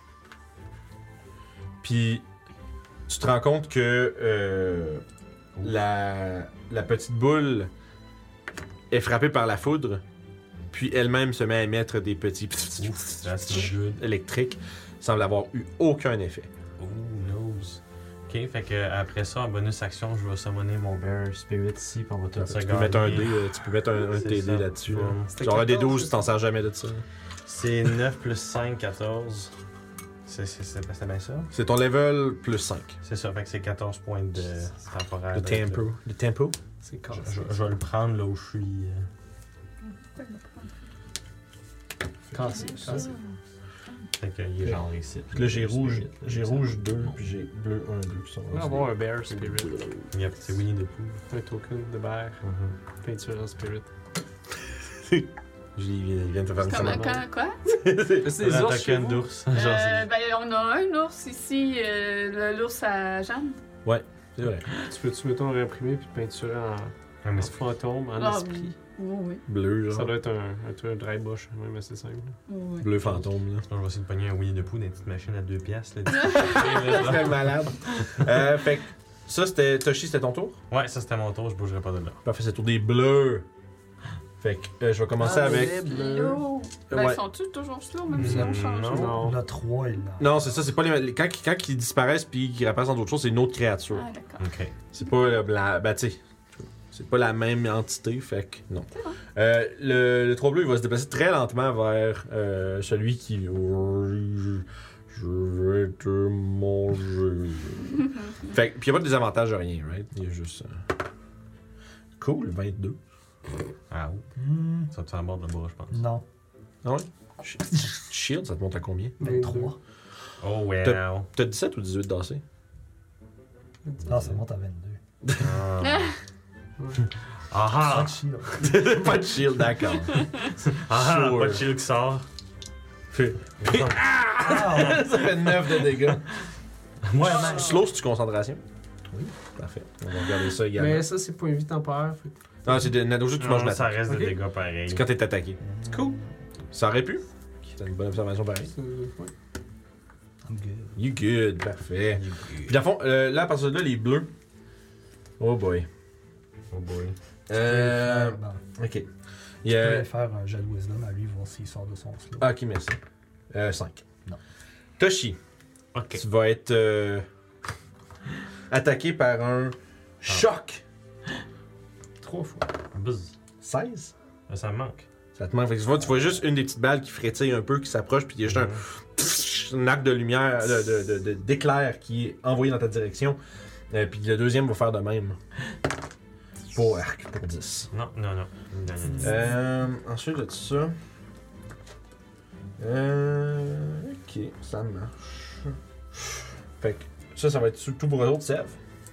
Puis tu te rends compte que euh, la, la petite boule est frappée par la foudre, puis elle-même se met à émettre des petits That's good. électriques, semble avoir eu aucun effet. Oh, nose. Ok, fait que après ça, en bonus action, je vais summoner mon Bear Spirit ici, puis on va tout Tu ça peux mettre un gagner. dé, euh, tu peux mettre un, un de C'est tes ça. dés là-dessus. Là. Ouais. C'était Genre un des quatorze, douze, tu t'en sers jamais de ça. C'est neuf plus cinq, quatorze. C'est c'est- c'est- c'est bien ça? C'est ton level plus cinq. C'est ça, fait que c'est quatorze points de temporaire. Le tempo. Le tempo? C'est Je, cassé. je- je vais le prendre là où je suis. euh. Cassé. Cassé. Fait qu'il est genre ici. Puis là, j'ai rouge, j'ai rouge deux, puis j'ai bleu un, deux qui sont On va avoir un Bear Spirit. Yep, c'est Winnie the Pooh. Un token de bear. Peinture en Spirit. Je dis, il vient de te faire une Comme commande. quand, quoi? C'est C'est des un ours chez token vous? d'ours. Euh, Genre, c'est- ben, on a un ours ici, euh, le- l'ours à Jeanne. C'est vrai. Tu peux-tu, mettons, le réimprimer puis le peinturer en, Un en esprit. fantôme, en Ah, esprit? Oui, oui. Bleu, Ça genre. doit être un, un, truc- un dry bush, même assez simple. oui, oui. Bleu fantôme, là. Sinon, je vais essayer de pogner un Winnie the Pooh dans une petite machine à deux piastres. Là. Très malade. euh, fait que ça, c'était. Toshi, c'était ton tour? Ouais, ça c'était mon tour, je bougerai pas de là. Parfait, c'est le tour des bleus. Fait que euh, je vais commencer Ah, avec. Slow. Ben, Ouais. sont-tu toujours slow, même si on change? Non. Non. Le trois, il l'a. Non, c'est ça, c'est pas les. Quand, quand ils disparaissent puis qu'ils réapparaissent dans d'autres choses, c'est une autre créature. Ah, d'accord. Ok. C'est pas la. la- ben, tu sais. C'est pas la même entité, fait que non. C'est bon. Euh, le, le trois bleu, il va se déplacer très lentement vers euh, celui qui. Je, je vais te manger. Fait que. Puis il n'y a pas de désavantage de rien, right? Il y a juste. euh, Cool, vingt-deux. Ah, oh. Hmm, Ça te fait en bord de bas, je pense. non, Ah ouais? Shield, ça te monte à combien? vingt-trois. Oh, wow. T'as dix-sept ou dix-huit d'A C? Ah, ça monte à vingt-deux. Ah. Ah Pas ah! de shield. Pas de shield, d'accord. Ah, Sure. pas de shield qui sort. Fait- Ah, ça fait neuf de dégâts. Ouais, Slow, c'est-tu concentration? Oui. Parfait. On va regarder ça également. Mais ça, c'est point de vie temporaire. Fait... que- Non, c'est de Nadojo, tu manges Non, la ça reste Ok. des dégâts pareils. C'est quand t'es attaqué. Cool. Ça aurait pu. C'est une bonne observation pareil. C'est- ouais. I'm good. You good, parfait. Puis dans le fond, euh, là, à partir de là, les bleus. Oh boy. Oh boy. Euh. Bon, Ok. Il je y a. pourrais faire un jet de wisdom à lui, voir s'il sort de son slot. Ah, ok, merci. Euh, cinq. Non. Toshi, Ok. tu vas être euh, attaqué par un choc. Trois fois. Buzz. seize? Là, ça me manque. Ça te manque. Fait que tu vois, tu vois juste une des petites balles qui frétille un peu, qui s'approche, puis il y a juste un, un arc de lumière, de, de, de- de- d'éclair qui est envoyé dans ta direction. Euh, puis le deuxième va faire de même. Pour arc, pour dix. Non, non, non. Non, non, non. Euh, ensuite de ça. Euh, ok, ça marche. Fait que ça, ça va être tout pour eux autres, Sèvres.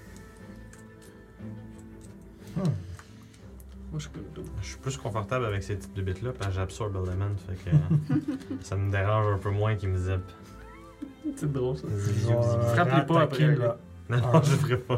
Hmm. Moi, je peux le double. Je suis plus confortable avec ces types de bits-là parce que j'absorbe Element, fait que euh, ça me dérange un peu moins qu'ils me zippent. C'est drôle, ça. Il va, euh, Frappe-les pas attaquer après, le- là. Non, non, Ah. je ferai pas.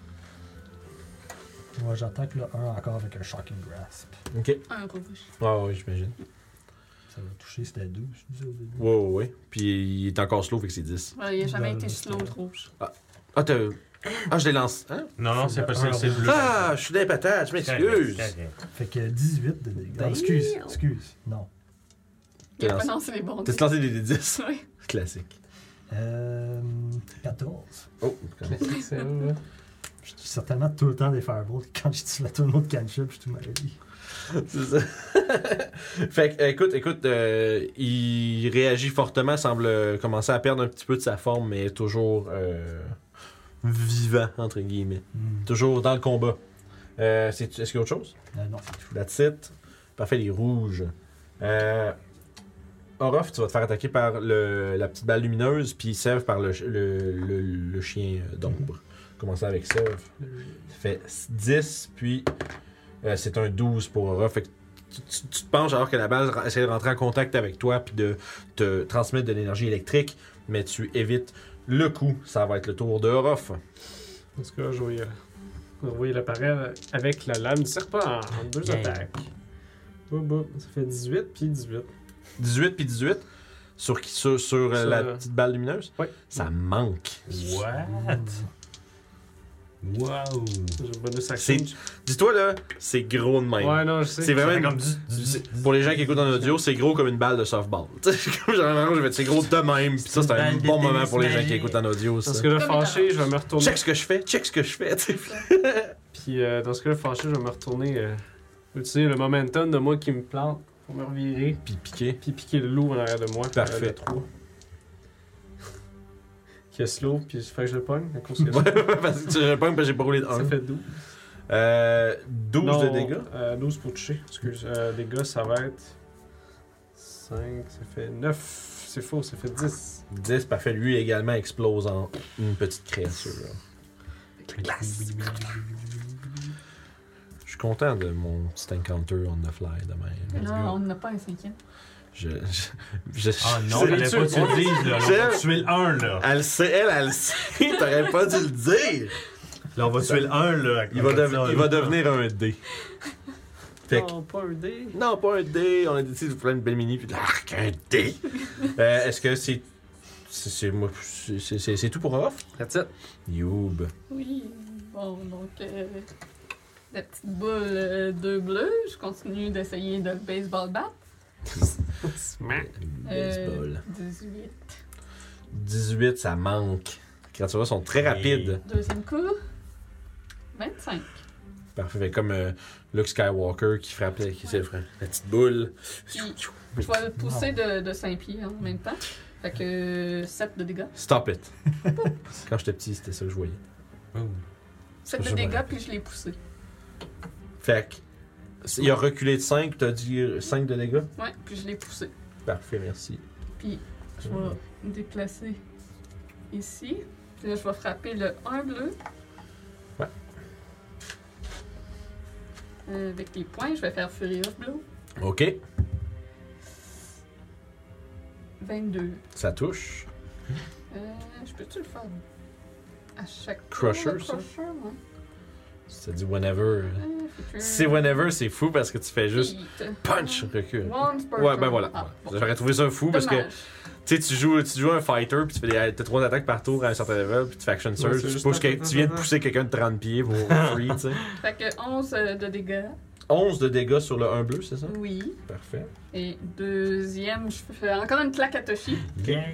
Moi, j'attaque le un encore avec un Shocking Grasp. Ok. Un rouge. Ah oui, j'imagine. Ça va toucher, c'était douze, je disais au début. Ouais, ouais, ouais. Puis il est encore slow, fait que c'est dix. Ouais, il a jamais Dans été le- slow, le rouge. Ah, t'as. Ah, je les lance. Hein? Non, non, c'est pas ça, c'est bleu. Ah, je suis des patates, je m'excuse. Fait que dix-huit de dégâts. Ah, Damn. excuse, excuse. Non. Il a T'as pas lancé- lancé les bons. T'as lancé des D dix. Oui. Classique. Euh, quatorze. Oh, quand même. C'est elle, là. Je tue certainement tout le temps des fireballs. Quand je tue la tourneau de cantrip, je suis tout maladie. C'est ça. Fait que, écoute, écoute, euh, il réagit fortement, semble euh, commencer à perdre un petit peu de sa forme, mais toujours euh, vivant, entre guillemets. Hmm. Toujours dans le combat. Euh, c'est- Est-ce qu'il y a autre chose? Euh, non, c'est tout. That's it. Parfait, les rouges. Euh, Orof, tu vas te faire attaquer par le, la petite balle lumineuse, puis Sèvres par le, le, le, le chien d'ombre. Commencer avec Sèvres. Ça fait dix, puis euh, c'est un douze pour Orof. Fait que tu, tu- tu te penches alors que la balle essaie de rentrer en contact avec toi, puis de te transmettre de l'énergie électrique, mais tu évites le coup. Ça va être le tour de Orof. Parce que là, je vais euh, envoyer l'appareil avec la lame du serpent en deux Yeah. attaques. Boum, boum. Ça fait dix-huit puis dix-huit. dix-huit puis dix-huit sur, qui- sur, sur euh, Ça, la là. petite balle lumineuse. Ouais. Ça manque. What? Wow! J'ai le bonus action. C'est- Dis-toi là, c'est gros de même. Ouais, non, je sais. C'est vraiment une- comme du. c'est- Pour les gens qui écoutent en audio, c'est gros comme une balle de softball. Tu sais, comme genre, j'ai fait, c'est gros de même. Puis ça, c'est un une balle de bon moment tennis pour les gens magique. qui écoutent en audio. Ça. Dans ce cas-là, Comme une fâché, je vais me retourner. Check ce que je fais, check ce que je fais. tu sais. Puis euh, dans ce cas-là, fâché, je vais me retourner. Euh, utiliser le momentum de moi qui me plante pour me revirer. Puis piqué. Puis piquer le loup en arrière de moi. Parfait. Euh, le trois. Qui est slow, puis il fait que je le pogne. À cause que Ouais, parce que tu réponds parce que j'ai pas roulé de ça un. fait douze. Euh, douze Non, de dégâts. Euh, douze pour toucher. Excuse. Euh, dégâts, ça va être. cinq, ça fait neuf. C'est faux, ça fait dix. dix, parfait. Lui également explose en une petite créature. Je suis content de mon petit encounter on the fly de même. Non, on n'a pas un cinquième. Je, je, je, Ah non, je- fallait je- pas que tu le dises, là. je- On va tuer le un, là. Elle le sait, elle, elle le sait. T'aurais pas dû le dire. Là, on va tuer le un, là. Il va, dev- il va devenir un dé. Fait que- Non, pas un dé. Non, pas un dé. On a décidé de faire une belle mini. Puis l'arc, un dé. euh, Est-ce que c'est. C'est c'est- moi, c'est- c'est- c'est- c'est tout pour off? That's it. Youb. Oui, bon, donc euh, la petite boule euh, deux bleus, je continue d'essayer de le baseball bat. Smack. Baseball. Euh, dix-huit. dix-huit, ça manque. Les créatures sont très rapides. Deuxième coup, vingt-cinq. Parfait. Fait comme euh, Luke Skywalker qui frappe la, qui s'est frappé la petite boule. Puis, je vais le pousser de, de cinq pieds en même temps. Fait que sept de dégâts. Stop it. Quand j'étais petit, c'était ça que je voyais. sept Je de me dégâts, rappelle. puis je l'ai poussé. Fait que. Il a reculé de cinq, t'as dit cinq de dégâts? Ouais, puis je l'ai poussé. Parfait, merci. Puis je vais me déplacer ici. Puis là, je vais frapper le un bleu. Ouais. Euh, avec les points, je vais faire Fury of Blow. Ok. vingt-deux. Ça touche. Euh, je peux-tu le faire à chaque Crusher, tour, le ça? Crusher, ouais. Ça dit whenever. Euh, fait que- C'est whenever, c'est fou parce que tu fais juste Hit. punch, recul. Once per Ouais, ben turn. voilà. Ah, bon. J'aurais trouvé ça fou parce que Dommage. tu sais, tu joues, tu joues un fighter puis tu fais des, t'as trois attaques par tour à un certain level puis tu fais action surge, c'est tu, juste pousses un- quel- tu viens de pousser quelqu'un de trente pieds pour free, tu sais. Fait que onze euh, de dégâts. onze de dégâts sur le un bleu, c'est ça? Oui. Parfait. Et deuxième, je fais encore une claque à Toshi. Bien.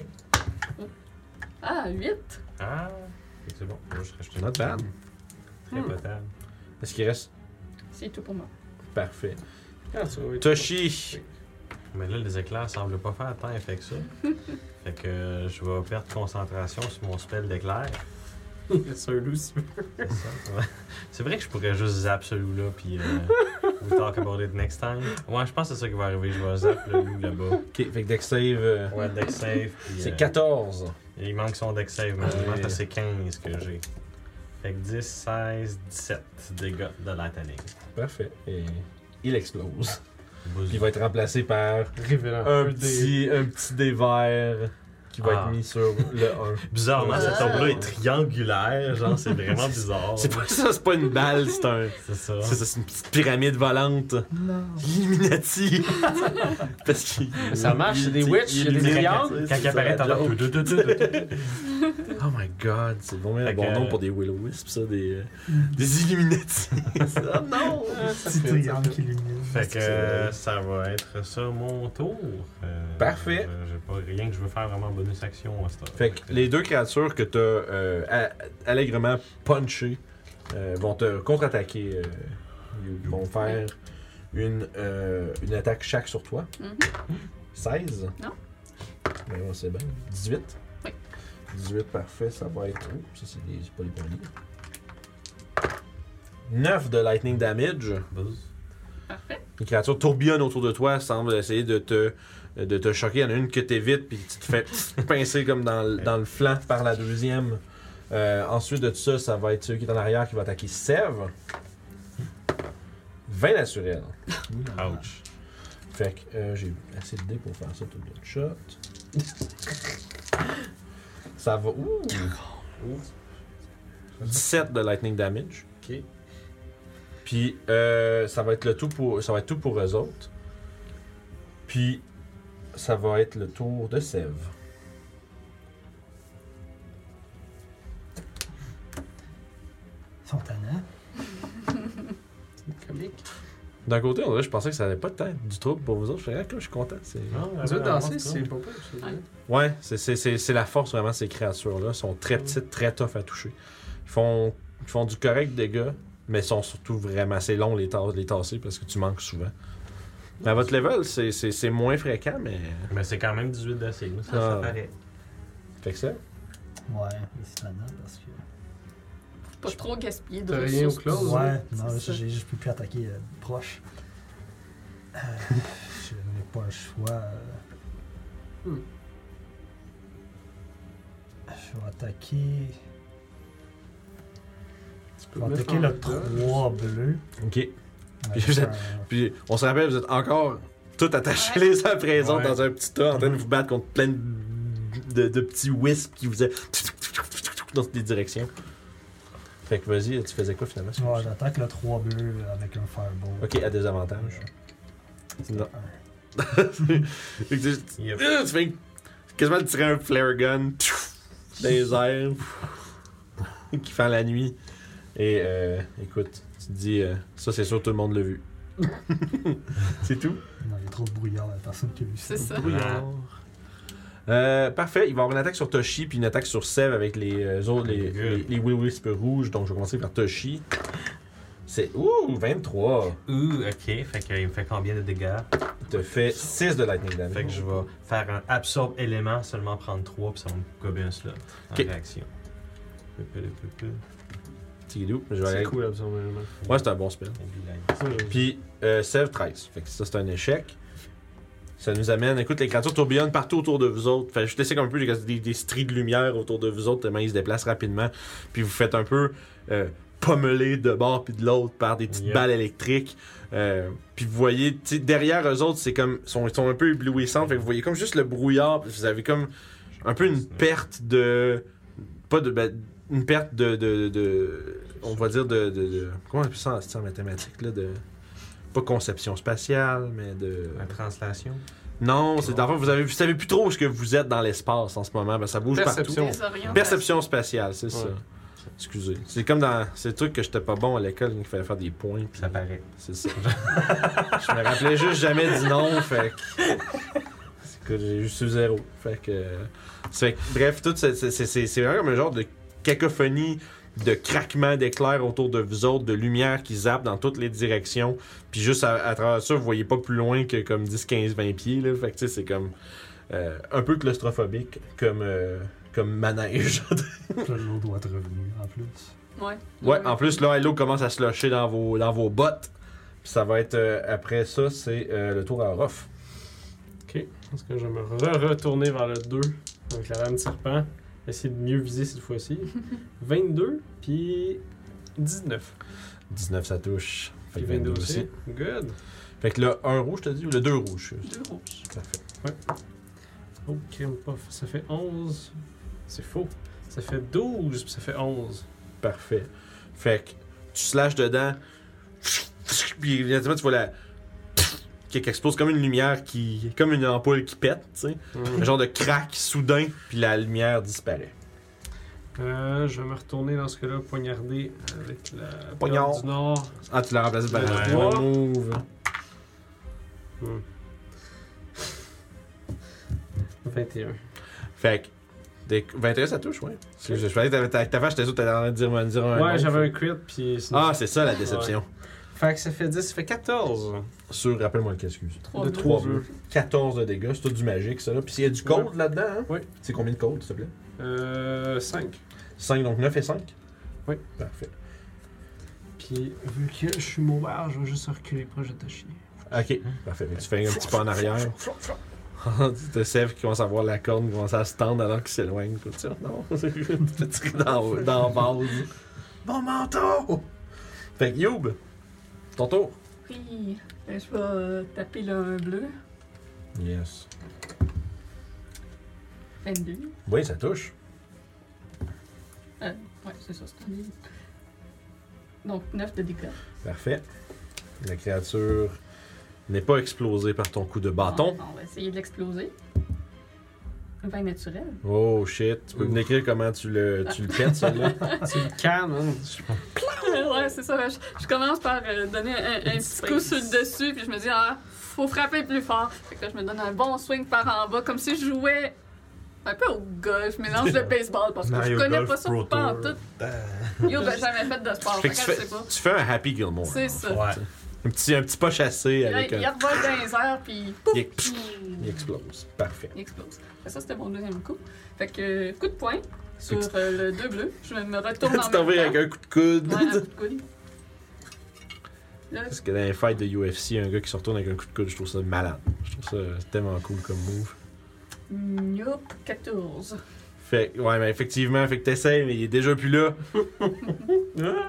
Ah, huit. Ah, c'est bon. Moi, je reste Not bad. Très potable. Est-ce qu'il reste? C'est tout pour moi. Parfait. Ah, ça va être- Toshi! Mais là, les éclairs semblent pas faire tant effet que ça. Fait que euh, je vais perdre concentration sur mon spell d'éclair. C'est un loup, si tu veux. C'est ça, ouais. C'est vrai que je pourrais juste zap celui-là, puis euh, we'll talk about it next time. Ouais, je pense que c'est ça qui va arriver. Je vais zap le loup là-bas. Ok, fait que deck save, euh, Ouais, deck save. Puis, c'est euh, quatorze. Il manque son deck save, mais Ouais. parce que c'est quinze que j'ai. Fait que dix, seize, dix-sept dégâts de lightning. Parfait. Et il explose. Bouzou. Puis il va être remplacé par Révélant. un dé. petit, un petit dé vert qui va Ah. être mis sur le un. Bizarrement, Ah. cet ombre-là est triangulaire. Genre, c'est vraiment bizarre. C'est pas ça, c'est pas une balle, c'est un. C'est ça. C'est ça, c'est une petite pyramide volante. Non. Illuminati! Parce qu'il. Ça marche, c'est des il- witches, il il y a des illumine- triangles. Quand il apparaît, t'entends tout, tout, tout, tout, tout. Oh my god, c'est vraiment un Fait bon que- nom pour des Will-O-Wisps, ça, des, euh, des Illuminati. oh non! Ah, ça Petit fait- triangle ça qui illumine. Fait que C'est euh, vrai. ça va être ça mon tour. Euh, Parfait. euh, J'ai pas rien que je veux faire vraiment bonus action à ce temps. Fait que les deux créatures que t'as euh, a- allègrement punchées euh, vont te contre-attaquer. euh, ils vont faire une, euh, une attaque chaque sur toi. Mhm. seize? Non. Mais bon, c'est bien. dix-huit? Oui. dix-huit, parfait. Ça va être. Oh, ça, c'est des- c'est pas les bons livres. neuf de lightning damage. Buzz. Parfait. Les créatures tourbillonnent autour de toi, semblent essayer de te, de te choquer. Il y en a une que t'évites, puis tu te fais pincer comme dans, le- dans le flanc par la deuxième. Euh, ensuite de tout ça, ça va être celui qui est en arrière qui va attaquer Sève. vingt naturel. Ouch. Fait que euh, j'ai assez de dés pour faire ça tout de shot. Ça va. Ouh! dix-sept de lightning damage. Ok. Puis euh, ça va être le tout pour ça va être tout pour eux autres. Puis ça va être le tour de Sève. Ils sont tannants. Comique. D'un côté, on dirait, je pensais que ça allait pas être du trouble pour vous autres. Je fais, ah, je suis content. C'est... Tu veux danser, c'est pas pire, je te Ouais. dis. Ouais, c'est, c'est, c'est, c'est la force vraiment de ces créatures-là. Elles sont très petites, très tough à toucher. Ils font, ils font du correct dégâts, mais sont surtout vraiment assez longs les, tas- les tasser parce que tu manques souvent. Mais à votre level, c'est, c'est, c'est moins fréquent, mais. Mais c'est quand même dix-huit de signe. Ça, Ah. ça paraît. Fait que ça. Ouais, c'est tannant parce que. Pas trop gaspiller de T'as rien au ressources. close? Ouais, c'est non, ça. j'ai juste pu plus attaquer euh, proche. Euh, je n'ai pas le choix. euh. Hmm. Je vais attaquer. Tu Je peux vais mettre attaquer en le dodge. trois bleu. Ok. Puis, vous êtes- puis on se rappelle, vous êtes encore tout attachés Ouais. les uns après les autres Ouais. dans un petit tas en train de vous battre contre plein de, de, de petits wisps qui vous faisaient dans toutes les directions. Fait que vas-y, tu faisais quoi finalement? Ouais, j'attaque le trois bleus avec un fireball. Ok, à désavantage. Non. Un. Fait que tu, Yep. tu fais quasiment tirer un flare gun dans les airs qui fait la nuit. Et euh, écoute, tu te dis, euh, ça c'est sûr tout le monde l'a vu. C'est tout? Non, il y a trop de brouillard, la personne qui a vu ça. C'est ça. Brouillard. Euh, parfait, il va y avoir une attaque sur Toshi puis une attaque sur Sev avec les euh, autres, les, les, les Will Wisp rouges. Donc je vais commencer par Toshi. C'est. Ouh, vingt-trois. Ouh, ok. Fait qu'il me fait combien de dégâts? Il te fait six de lightning damage. Fait que je vais faire un absorbe élément, seulement prendre trois, puis ça va me gober un slot en Ok. réaction. Peu, peu, peu, peu. Tidou, je vais C'est aller. cool, absolument. Ouais, c'est un bon spell. Puis euh, Sev treize. Fait que ça, c'est un échec. Ça nous amène. Écoute, les créatures tourbillonnent partout autour de vous autres. Fait que je te laisse comme un peu des, des, des stries de lumière autour de vous autres, tellement ils se déplacent rapidement. Puis vous faites un peu euh, pommeler de bord puis de l'autre par des petites Yep. balles électriques. Euh, puis vous voyez, tu sais, derrière eux autres, c'est comme. Ils sont, ils sont un peu éblouissants. Fait que vous voyez comme juste le brouillard. Puis vous avez comme un peu une perte de. Pas de. Ben, une perte de. de, de on va dire de, de, de. Comment on appelle ça en, en mathématiques là? De. Pas conception spatiale, mais de. La translation. Non, c'est d'abord vous avez vous savez plus trop où est-ce que vous êtes dans l'espace en ce moment, ben, ça bouge Perception. partout. Désorientation. Perception spatiale, c'est ça. Ouais. Excusez. C'est comme dans c'est le truc que j'étais pas bon à l'école, il fallait faire des points, puis Ça paraît. c'est ça. Je me rappelais juste jamais du nom, fait que écoute, j'ai juste eu zéro. Fait que c'est bref, tout c'est c'est c'est c'est vraiment comme un genre de cacophonie de craquements d'éclairs autour de vous autres, de lumière qui zappe dans toutes les directions. Puis juste à, à travers ça, vous voyez pas plus loin que comme dix, quinze, vingt pieds. Là. Fait que tu sais, c'est comme euh, un peu claustrophobique comme, euh, comme manège. Puis là, l'eau doit te revenir en plus. Ouais. Ouais, en plus, là, Hello commence à se lâcher dans vos, dans vos bottes. Puis ça va être, euh, après ça, c'est euh, le tour à Ruff. Ok. Est-ce que je vais me re-retourner vers le deux avec la lame de serpent? Essayer de mieux viser cette fois-ci. vingt-deux, puis dix-neuf. dix-neuf, ça touche. Fait Puis que vingt-deux vingt-deux aussi. Good. Fait que là, un rouge, t'as dit, ou le deux rouge? Deux rouges. Ça fait. Oh, crème puff. Ça fait onze. C'est faux. Ça fait douze, puis ça fait onze. Parfait. Fait que tu slashes dedans, puis immédiatement, tu vois la. qui explose comme une lumière qui. comme une ampoule qui pète, tu sais. Un genre de crack soudain, puis la lumière disparaît. Euh, je vais me retourner dans ce cas-là, poignarder avec la Poignard. Perle du Nord. Ah, tu l'as remplacé par Ouais. un bon move. Hmm. vingt et un. Fait que. des- vingt et un, ça touche, ouais. Je je parlais que t'avais ta ta vache, j'étais sûr que t'allais en train de dire, me dire un. Ouais, nom. j'avais un crit, puis sinon- Ah, c'est ça la déception. Fait que ça fait dix, ça fait quatorze. Sur, rappelle-moi le cas, excuse. Trois De bleus. trois bleus. quatorze de dégâts, c'est tout du magique, ça là. Puis il y a du code là-dedans, hein? Oui. C'est combien de codes, s'il te plaît? Euh, cinq. cinq, donc neuf et cinq? Oui. Parfait. Puis, vu que je suis mauvais, je vais juste reculer proche de Toshi. Ok, parfait. Fait que tu fais un petit pas en arrière. Tu Sev qui commence à voir la corne, qui commence à se tendre alors qu'il s'éloigne. Faut dire non, tu te tirer dans, dans la base. Mon manteau! Fait que Youb, ton tour. Oui. Ben, je vais euh, taper le un bleu. Yes. vingt-deux. Oui, ça touche. Euh, ouais, c'est ça, c'est un livre. Donc, neuf de dégâts. Parfait. La créature n'est pas explosée par ton coup de bâton. On, on va essayer de l'exploser. vingt naturel. Oh shit. Tu peux me décrire comment tu le, tu le pètes, celle-là? C'est une canne, hein? Ouais, c'est ça. Je, je commence par euh, donner un, un petit coup sur le dessus, puis je me dis, ah, faut frapper plus fort. Fait que là, je me donne un bon swing par en bas, comme si je jouais un peu au golf, je mélange le baseball, parce que Mario je connais Golf pas ça Pro pas en Tour. tout. Yo, ben jamais fait de sport, Fait fait que tu que je fais, sais pas. tu fais un Happy Gilmore. C'est ça. Ouais. Un petit, un petit pas chassé Il, avec il un... revole dans les airs, puis pouf, Il, il explose. Parfait. il explose. Fait ça, c'était mon deuxième coup. Fait que, coup de poing sur Fait que euh, le deux bleu. Je me retourne en tu t'en même vas temps. avec un coup de coude. Ouais, un coup de coude. Là, Parce que dans les fights de U F C, un gars qui se retourne avec un coup de coude, je trouve ça malade. Je trouve ça tellement cool comme move. Nope, quatorze. Fait ouais, mais effectivement, fait que t'essayes, mais il est déjà plus là.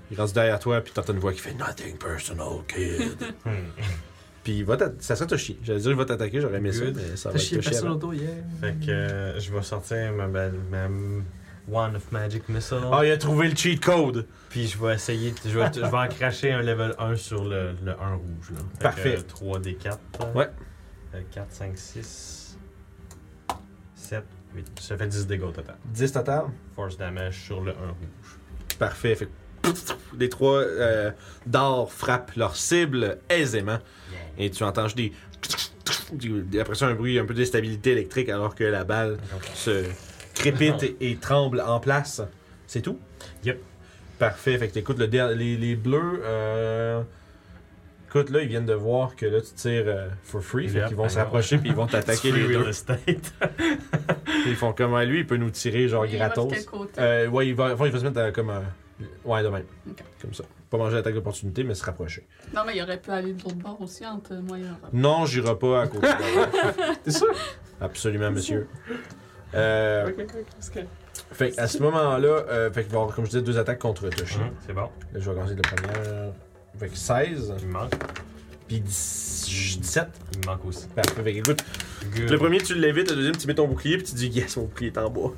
Il rentre derrière toi, puis t'entends une voix qui fait Nothing personal, kid. Puis il va t'a- ça serait Toshi. J'allais dire il va t'attaquer, j'aurais aimé ça, Good. mais ça va T'as être chié Toshi personne avant. auto hier. Fait que euh, je vais sortir ma, belle, ma Wand of Magic Missile. Ah, il a trouvé le cheat code! Puis je vais essayer, je vais, je vais en cracher un level un sur le, le un rouge. Là. Fait Parfait. Que, euh, trois D quatre. Ouais. Euh, quatre, cinq, six, sept, huit. Ça fait dix dégâts au total. dix total? Force damage sur le un rouge. Parfait. Fait que les trois euh, dards frappent leur cible aisément. Et tu entends juste des. Après ça, un bruit un peu d'instabilité électrique alors que la balle se crépite et, et tremble en place. C'est tout? Yep. Parfait. Fait que t'écoutes le der- les, les bleus. Euh... Écoute, là, ils viennent de voir que là, tu tires euh, for free. Fait Yep, qu'ils vont I se know. rapprocher puis ils vont t'attaquer Free les deux. real estate. Ils font comme ah, lui, il peut nous tirer genre Il va de gratos. quel côté? Euh, ouais, il va, enfin, il va se mettre à, comme un. Ouais, de même. Ok. Comme ça. Pas manger l'attaque d'opportunité, mais se rapprocher. Non, mais il aurait pu aller de l'autre bord aussi entre moi et Europe. Non, j'irai pas à côté de T'es sûr? Absolument, monsieur. Euh, Ok, ok, c'est que. fait que à ce moment-là, euh, fait qu'il va y avoir, comme je disais, deux attaques contre Toshi. Hum, C'est bon. Là, je vais commencer de la première. Fait que seize, Il me manque. puis dix-sept. Il me manque aussi. Parfait. Fait que écoute, Good. le premier, tu l'évites, le deuxième, tu mets ton bouclier, puis tu dis yes, mon bouclier est en bas.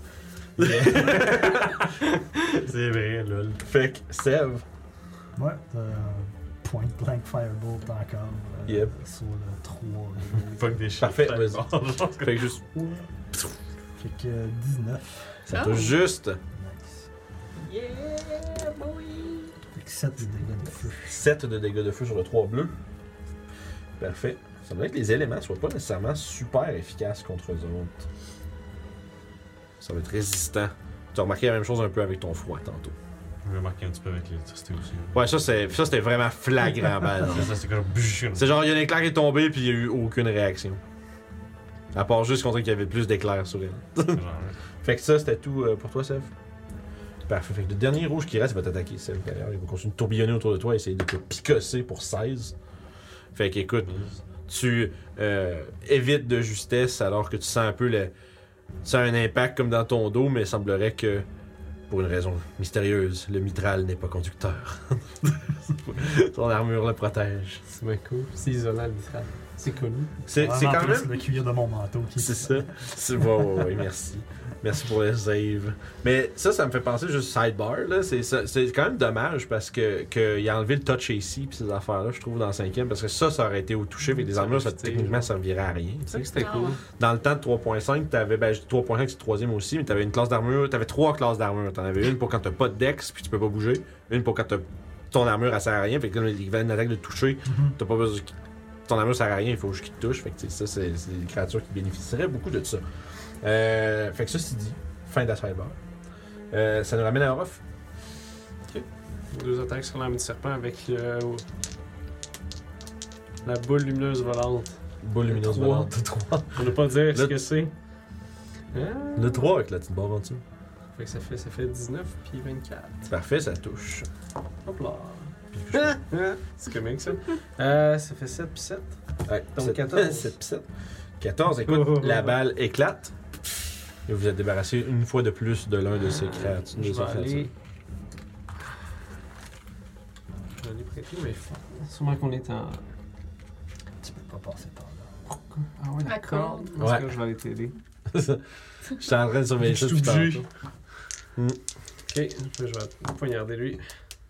C'est vrai, lol. Fait que, Sève. Ouais, t'as un point blank firebolt encore. euh, Yep. Sur le trois. Fuck des shit. Parfait, vas-y. Bon, Fait que juste. Fait que euh, dix-neuf. Ça Oh. touche juste. Nice. Yeah, boy! Fait que sept de dégâts de feu. sept de dégâts de feu sur le trois bleu. Parfait. Ça me semble que les éléments soient pas nécessairement super efficaces contre eux autres. Ça va être résistant. Tu as remarqué la même chose un peu avec ton froid tantôt. Je vais marquer un petit peu avec l'électricité aussi. Ouais, ça, c'est, ça c'était vraiment flagrant, man. C'est ça, c'est comme bûche. C'est genre, il y a un éclair qui est tombé, puis il y a eu aucune réaction. À part juste contre qu'il y avait plus d'éclairs sur elle. Genre, Fait que ça, c'était tout euh, pour toi, Seth. Parfait. Fait que le dernier rouge qui reste, il va t'attaquer, Seth. D'ailleurs, il va continuer de tourbillonner autour de toi et essayer de te picosser pour seize. Fait qu'écoute, tu euh, évites de justesse alors que tu sens un peu le. Tu sens un impact comme dans ton dos, mais il semblerait que, pour une raison mystérieuse, le mitral n'est pas conducteur. Ton armure le protège. C'est bien cool. C'est isolant, le mitral. C'est connu. C'est, c'est Vraiment quand plus même. le cuir de mon manteau qui C'est ça. C'est ouais, ouais, ouais, merci. Merci pour le save. Mais ça, ça me fait penser juste sidebar, là. C'est, ça- c'est quand même dommage parce que qu'il a enlevé le touch A C pis ces affaires-là, je trouve, dans le cinquième. Parce que ça, ça aurait été au toucher avec des Ça armures, ça aurait été, techniquement ouais. servirait à rien. C'est vrai que c'était Ah cool. ouais. Dans le temps de trois point cinq, t'avais, ben, trois point cinq c'est le troisième aussi, mais t'avais une classe d'armure, t'avais trois classes d'armure. T'en avais une pour quand t'as pas de dex puis tu peux pas bouger, une pour quand t'as ton armure elle sert à rien, fait que comme il y avait une attaque de toucher, t'as pas besoin. Ton armure sert à rien, il faut juste qu'il te touche, fait que tu sais, ça c'est, c'est des créatures qui bénéficieraient beaucoup de ça. Euh, fait que ça c'est dit, fin de la sidebar. Euh, ça nous ramène à Orof. Deux attaques sur l'âme du serpent avec le... la boule lumineuse volante. Boule lumineuse Trois. volante, le trois. On ne pas dire ce Le- que c'est. Ah. Le trois avec la petite barre en dessous. Fait que ça fait, ça fait dix-neuf puis vingt-quatre. Parfait, ça touche. Hop là. Puis je- Ah, c'est comique ça. Euh, ça fait sept puis sept. Ouais, Donc sept- quatorze. sept pis sept. quatorze, écoute, Oh, oh, oh, la oh. balle éclate. Et vous êtes débarrassé une fois de plus de l'un de ces créatures. de Je ces vais créatures. aller. Je vais aller prêter mes forces. Sûrement qu'on est en. Tu peux pas passer par là. Ah ouais, La d'accord. corde. Dans ce Ouais. cas, je vais aller t'aider. J'étais en train de surveiller ça Je depuis suis obligé. tantôt. Ok, je vais poignarder lui.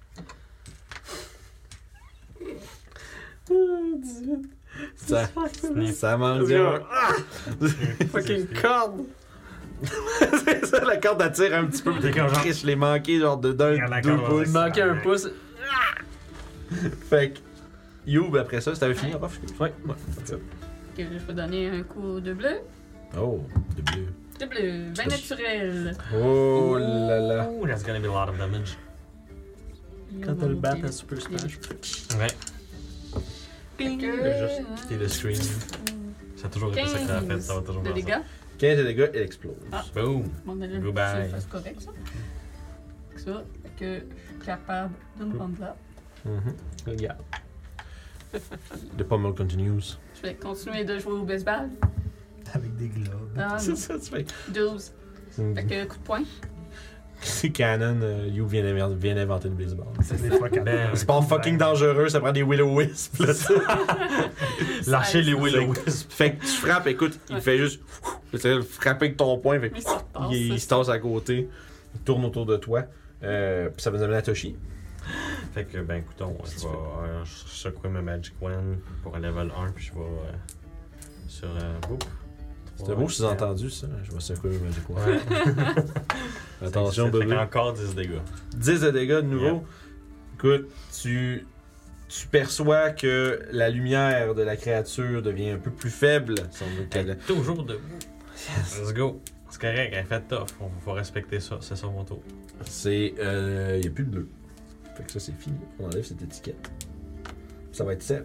dix-huit. Ça, ça mange Viens. bien. Fucking corde! C'est ça, la corde attire un petit peu. T'es comme genre- Chris, je l'ai manqué genre de d'un, Regarde la deux corde, pouces. Il manquait un pouce. Fait que, Youb, après ça, t'avais fini, Orof, excuse. Ouais, ouais, c'est ça. Que je peux donner un coup de bleu. Oh, de bleu. De bleu, ben naturel. Oh là là. Oh, that's gonna be a lot of damage. Quand t'as le bat à Super Smash. Ouais, Fait je vais que... juste quitter le screen. Ça a toujours été ça que ça a fait, ça va toujours de faire ça. dégâts. quinze de dégâts, elle explose. Ah. Boom! Mon avis, Goodbye. c'est correct ça. Ça, fait que je suis capable de me rendre là. Mhm. Regarde. The pommel continues. Je vais continuer de jouer au baseball. Avec des globes. Ah, C'est non. ça, tu fais. douze. Fait que coup de poing. C'est canon, euh, You vient, d'inventer- vient d'inventer le baseball. C'est des fois quand Ben, C'est pas fucking dangereux, ça prend des Will-O-Wisp. là. Lâcher les Will-O-Wisp. Fait que tu frappes, écoute, il fait juste tu sais, frapper avec ton poing, fait que Mais ça passe, il, il c'est se tasse à côté, il tourne autour de toi. Euh, puis ça va nous amener à Toshi. Fait que, ben, écoutons, je vais euh, secouer ma Magic Wand pour un level un, puis je vais euh, sur la boucle. C'était beau, je vous ai entendu ça. Je vais secouer le Magic Wand. Ouais. Attention, Fait que bébé. encore dix dégâts. dix de dégâts de nouveau. Yeah. Écoute, tu, tu perçois que la lumière de la créature devient un peu plus faible. Semble qu'elle- Elle est toujours debout. Let's go. C'est correct, elle fait tough. On faut respecter ça. C'est ça mon tour. C'est. Il euh, n'y a plus de bleu. Fait que ça, c'est fini. On enlève cette étiquette. Ça va être safe.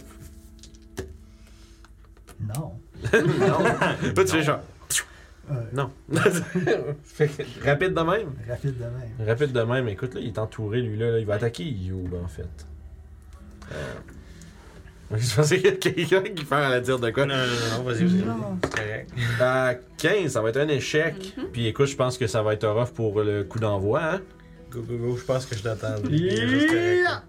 Non. non. Là, tu fais genre. Euh, Non. Fait que, rapide de même. Rapide de même. Rapide de même. Écoute, là, il est entouré, lui, là. là. Il va attaquer Youb, en fait. Euh... Je pensais qu'il y a quelqu'un qui fait à la dire de quoi. Non, non, non, vas-y, vas-y. Non. C'est correct. À quinze, ça va être un échec. Mhm. Puis écoute, je pense que ça va être rough pour le coup d'envoi, hein? Go, go, go, je pense que je t'attends. Yeah!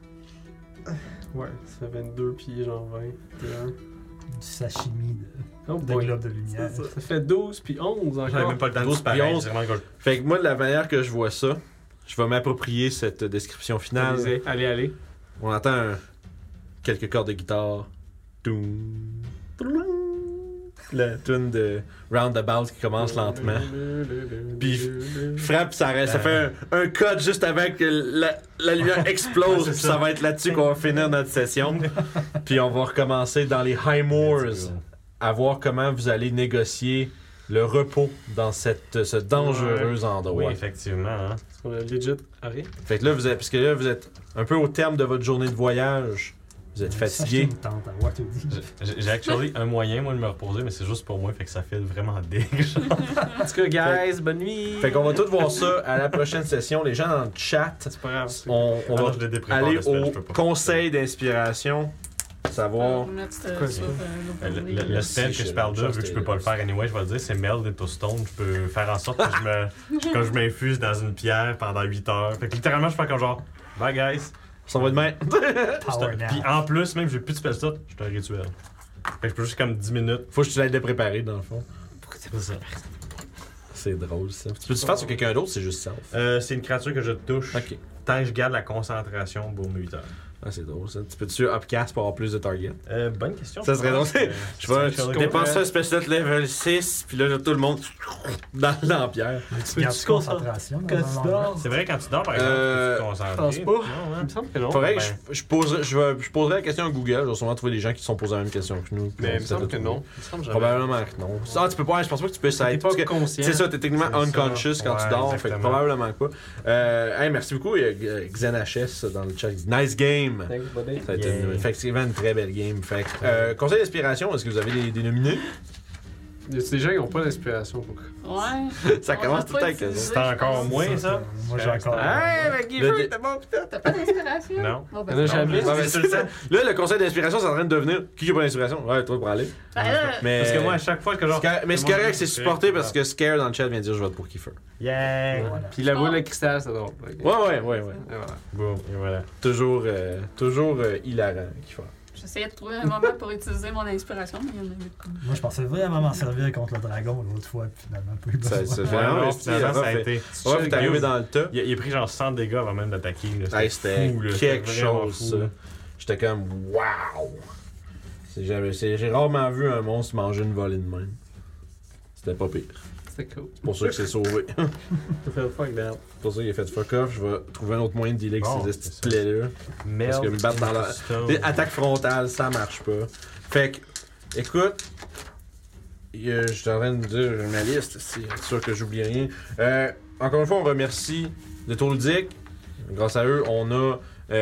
Ouais, ça fait vingt-deux puis genre vingt et un. Du sashimi de, Oh de boy. globe de lumière. Ça, ça fait douze puis onze J'avais encore. même pas le temps de douze disparaître, puis onze. c'est vraiment cool. Fait que moi, de la manière que je vois ça, je vais m'approprier cette description finale. Allez, allez, allez. On entend un- quelques cordes de guitare. Toum, toum, la tune de Roundabout qui commence lentement. Puis frappe, ça, reste- ça fait un, un cut juste avant que la, la lumière explose. Ouais, c'est puis ça. ça va être là-dessus qu'on va finir notre session. Puis on va recommencer dans les High Moors à voir comment vous allez négocier le repos dans cette, ce dangereux endroit. Oui, effectivement. Hein. On a legit arrêt. Fait que là, vous êtes, parce que là, vous êtes un peu au terme de votre journée de voyage. Vous êtes fatigué. Une tente à Waterdeep. J'ai- J'ai actually un moyen, moi, de me reposer, mais c'est juste pour moi, fait que ça file vraiment dégue. En tout cas, guys, bonne nuit. Fait qu'on va tous voir ça à la prochaine session. Les gens dans le chat, C'est pas grave. on, on Ah non, va je le déprépare, aller le spell, au je peux pas. conseil d'inspiration. Savoir. On va mettre ça Quoi, sur ça? euh, Le, l'overlay. le- le spell que je parle de, vu que je peux pas le faire anyway, je vais le dire, c'est Meld into Stone. Je peux faire en sorte que je me, que je m'infuse dans une pierre pendant huit heures. Fait que littéralement, je fais comme genre, bye guys. Ça va de main. Power Puis nap. en plus, même, j'ai plus de spell slot, je suis un rituel. Fait que je peux juste comme dix minutes. Faut que tu l'aides de préparer, dans le fond. C'est ça. C'est drôle, ça. Tu peux-tu faire sur quelqu'un d'autre, c'est juste self? Euh, c'est une créature que je touche. Ok. Tant que je garde la concentration, boum, huit heures. Ah, c'est drôle, ça. Tu peux-tu upcast pour avoir plus de targets? Euh, bonne question. Ça serait pense. drôle. Euh, Je vais c'est- je dépense un special level six, puis là, tout le monde dans l'empierre. Tu gardes tu concentration. dans Quand un tu endroit. dors. C'est vrai, quand tu dors, par exemple, Euh, tu te concentres. je pense pas. Non, Il hein? me semble que non. Faudrait que ben- je, je, poserais, je, vais- je poserai la question à Google. Je vais sûrement trouver des gens qui se sont posés la même question que nous. puis Mais on il me va semble peut-être que le non. trouver. Il me semble que Probablement que non. Ah, tu peux pas, je pense pas que tu peux T'es s'aider. pas Parce que conscient. c'est ça, t'es techniquement C'est ça. unconscious quand tu Ouais, dors. Fait que exactement. probablement pas. Euh, hey, merci beaucoup, euh, Xenhs dans le chat. Nice game. Thanks, buddy. Ça a été Yeah. une, effectivement une très belle game. Fait que, euh, conseil d'inspiration, est-ce que vous avez des, des nominés? Y a des gens qui n'ont pas d'inspiration pour. Ouais. Ça On commence l'a tout pas le temps avec utilisé, ça. C'est encore je pense. moins, ça? Moi, j'ai encore. Hey, mais Guy Le- Feu, t'es bon, putain. T'as pas d'inspiration? Non. Bon, Il y en a ben, jamais. Ouais, mais c'est le temps. Là, le conseil d'inspiration, c'est en train de devenir qui a pas d'inspiration? Ouais, toi pour aller. ben là, Mais, Parce que moi, à chaque fois que genre. c'est correct- mais c'est Moi, correct, c'est je- supporté parce que Scare dans le chat vient de dire je vote pour Kiefer. Yeah! Voilà. Puis la boule de cristal, c'est drôle. Ok. Ouais, ouais, ouais, ouais. Et voilà. Boum, et voilà. Toujours, euh, toujours euh, hilarant, Kiefer. j'essayais de trouver un moment pour utiliser mon inspiration, mais il y en a eu comme. Moi, je pensais vraiment m'en servir contre le dragon l'autre fois, puis finalement, pas eu Ça- besoin. ça Ouais, fait- non, ouais, finalement, c'est- ça a fait- été. Ouais, puis t'es arrivé dans le tas. Il a, il a pris genre cent dégâts avant même d'attaquer. là. Hey, c'était fou, là. quelque C'était vraiment chose, fou. ça. J'étais comme, wow! C'est jamais- c'est- J'ai rarement vu un monstre manger une volée de même. C'était pas pire. C'était cool. C'est pour ça que c'est sauvé. Ça fait fuck that. C'est pour ça qu'il a fait fuck off. Je vais trouver un autre moyen de dealer avec Bon, ces c'est petits ça. plaies-là. Merde. Parce que me battre dans la- Des attaques frontales, ça marche pas. Fait que, écoute, euh, je suis en train de dire ma liste, c'est sûr que j'oublie rien. Euh, encore une fois, on remercie Détour Ludique. Grâce à eux, on a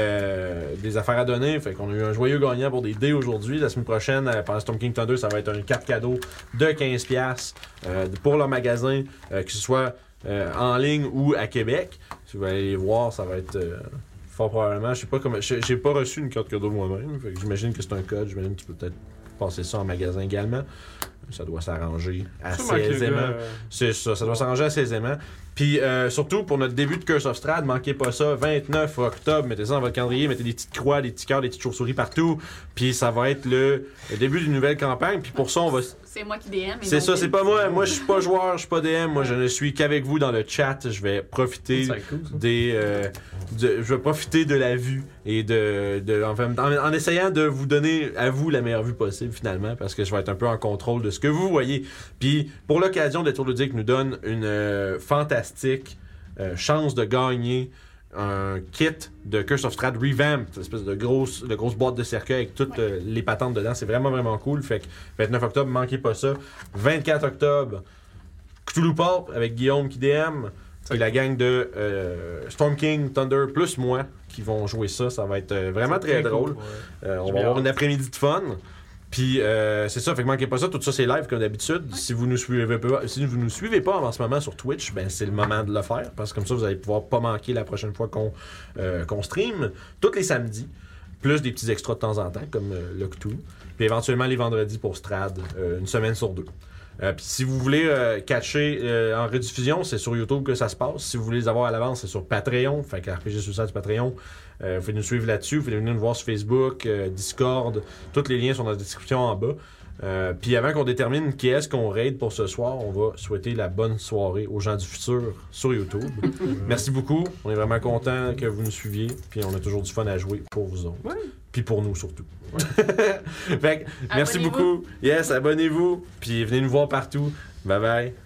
euh, des affaires à donner. Fait qu'on a eu un joyeux gagnant pour des dés aujourd'hui. La semaine prochaine, euh, pendant Storm King Thunder, ça va être une carte cadeau de quinze dollars euh, pour leur magasin, euh, que ce soit euh, en ligne ou à Québec. Si vous allez les voir, ça va être euh, fort probablement. Je sais pas comment. J'ai j'ai pas reçu une carte cadeau moi-même. Fait que j'imagine que c'est un code. J'imagine que tu peux peut-être passer ça en magasin également. Ça doit s'arranger assez Sûrement que le aisément. gars, euh, C'est ça, ça doit s'arranger assez aisément. Puis euh, surtout, pour notre début de Curse of Strahd, manquez pas ça, vingt-neuf octobre, mettez ça dans votre calendrier, mettez des petites croix, des petits cœurs, des petites chauves-souris partout. Puis ça va être le, le début d'une nouvelle campagne. Puis pour ça, on va... C'est moi qui D M. et C'est non ça, Bill. c'est pas moi. Moi, je suis pas joueur, je suis pas D M. Moi, je ne suis qu'avec vous dans le chat. Je vais profiter Ça va être cool, ça. des... euh, de- je vais profiter de la vue et de... de en, fait, en, en essayant de vous donner à vous la meilleure vue possible, finalement, parce que je vais être un peu en contrôle de ce que vous voyez. Puis, pour l'occasion, Détour Ludique nous donne une euh, fantastique euh, chance de gagner un kit de Curse of Strahd Revamp, cette espèce de grosse, de grosse boîte de cercueil avec toutes euh, les patentes dedans. C'est vraiment, vraiment cool. Fait que vingt-neuf octobre, manquez pas ça. vingt-quatre octobre, Cthulhu Pulp avec Guillaume qui D M. Et la gang de euh, Storm King, Thunder, plus moi qui vont jouer ça. Ça va être euh, vraiment très, drôle. Cool, ouais. Euh, on J'ai va avoir hâte. une après-midi de fun. Puis euh, c'est ça, fait que manquez pas ça. Tout ça, c'est live comme d'habitude. Si vous nous suivez pas, si vous nous suivez pas en ce moment sur Twitch, ben c'est le moment de le faire. Parce que comme ça, vous allez pouvoir pas manquer la prochaine fois qu'on euh, qu'on stream. Tous les samedis. Plus des petits extras de temps en temps, comme euh, le Cthulhu. Puis éventuellement les vendredis pour Strahd, euh, une semaine sur deux. Euh, puis si vous voulez euh, catcher euh, en rediffusion, c'est sur YouTube que ça se passe. Si vous voulez les avoir à l'avance, c'est sur Patreon. Fait que R P G Suicide sur Patreon. Euh, vous pouvez nous suivre là-dessus. Vous pouvez venir nous voir sur Facebook, euh, Discord. Tous les liens sont dans la description en bas. Euh, puis avant qu'on détermine qui est-ce qu'on raid pour ce soir, on va souhaiter la bonne soirée aux gens du futur sur YouTube. Merci beaucoup. On est vraiment contents que vous nous suiviez. Puis on a toujours du fun à jouer pour vous autres. Ouais. Puis pour nous surtout. Fait que, merci Abonnez-vous. beaucoup. Yes, abonnez-vous. Puis venez nous voir partout. Bye bye.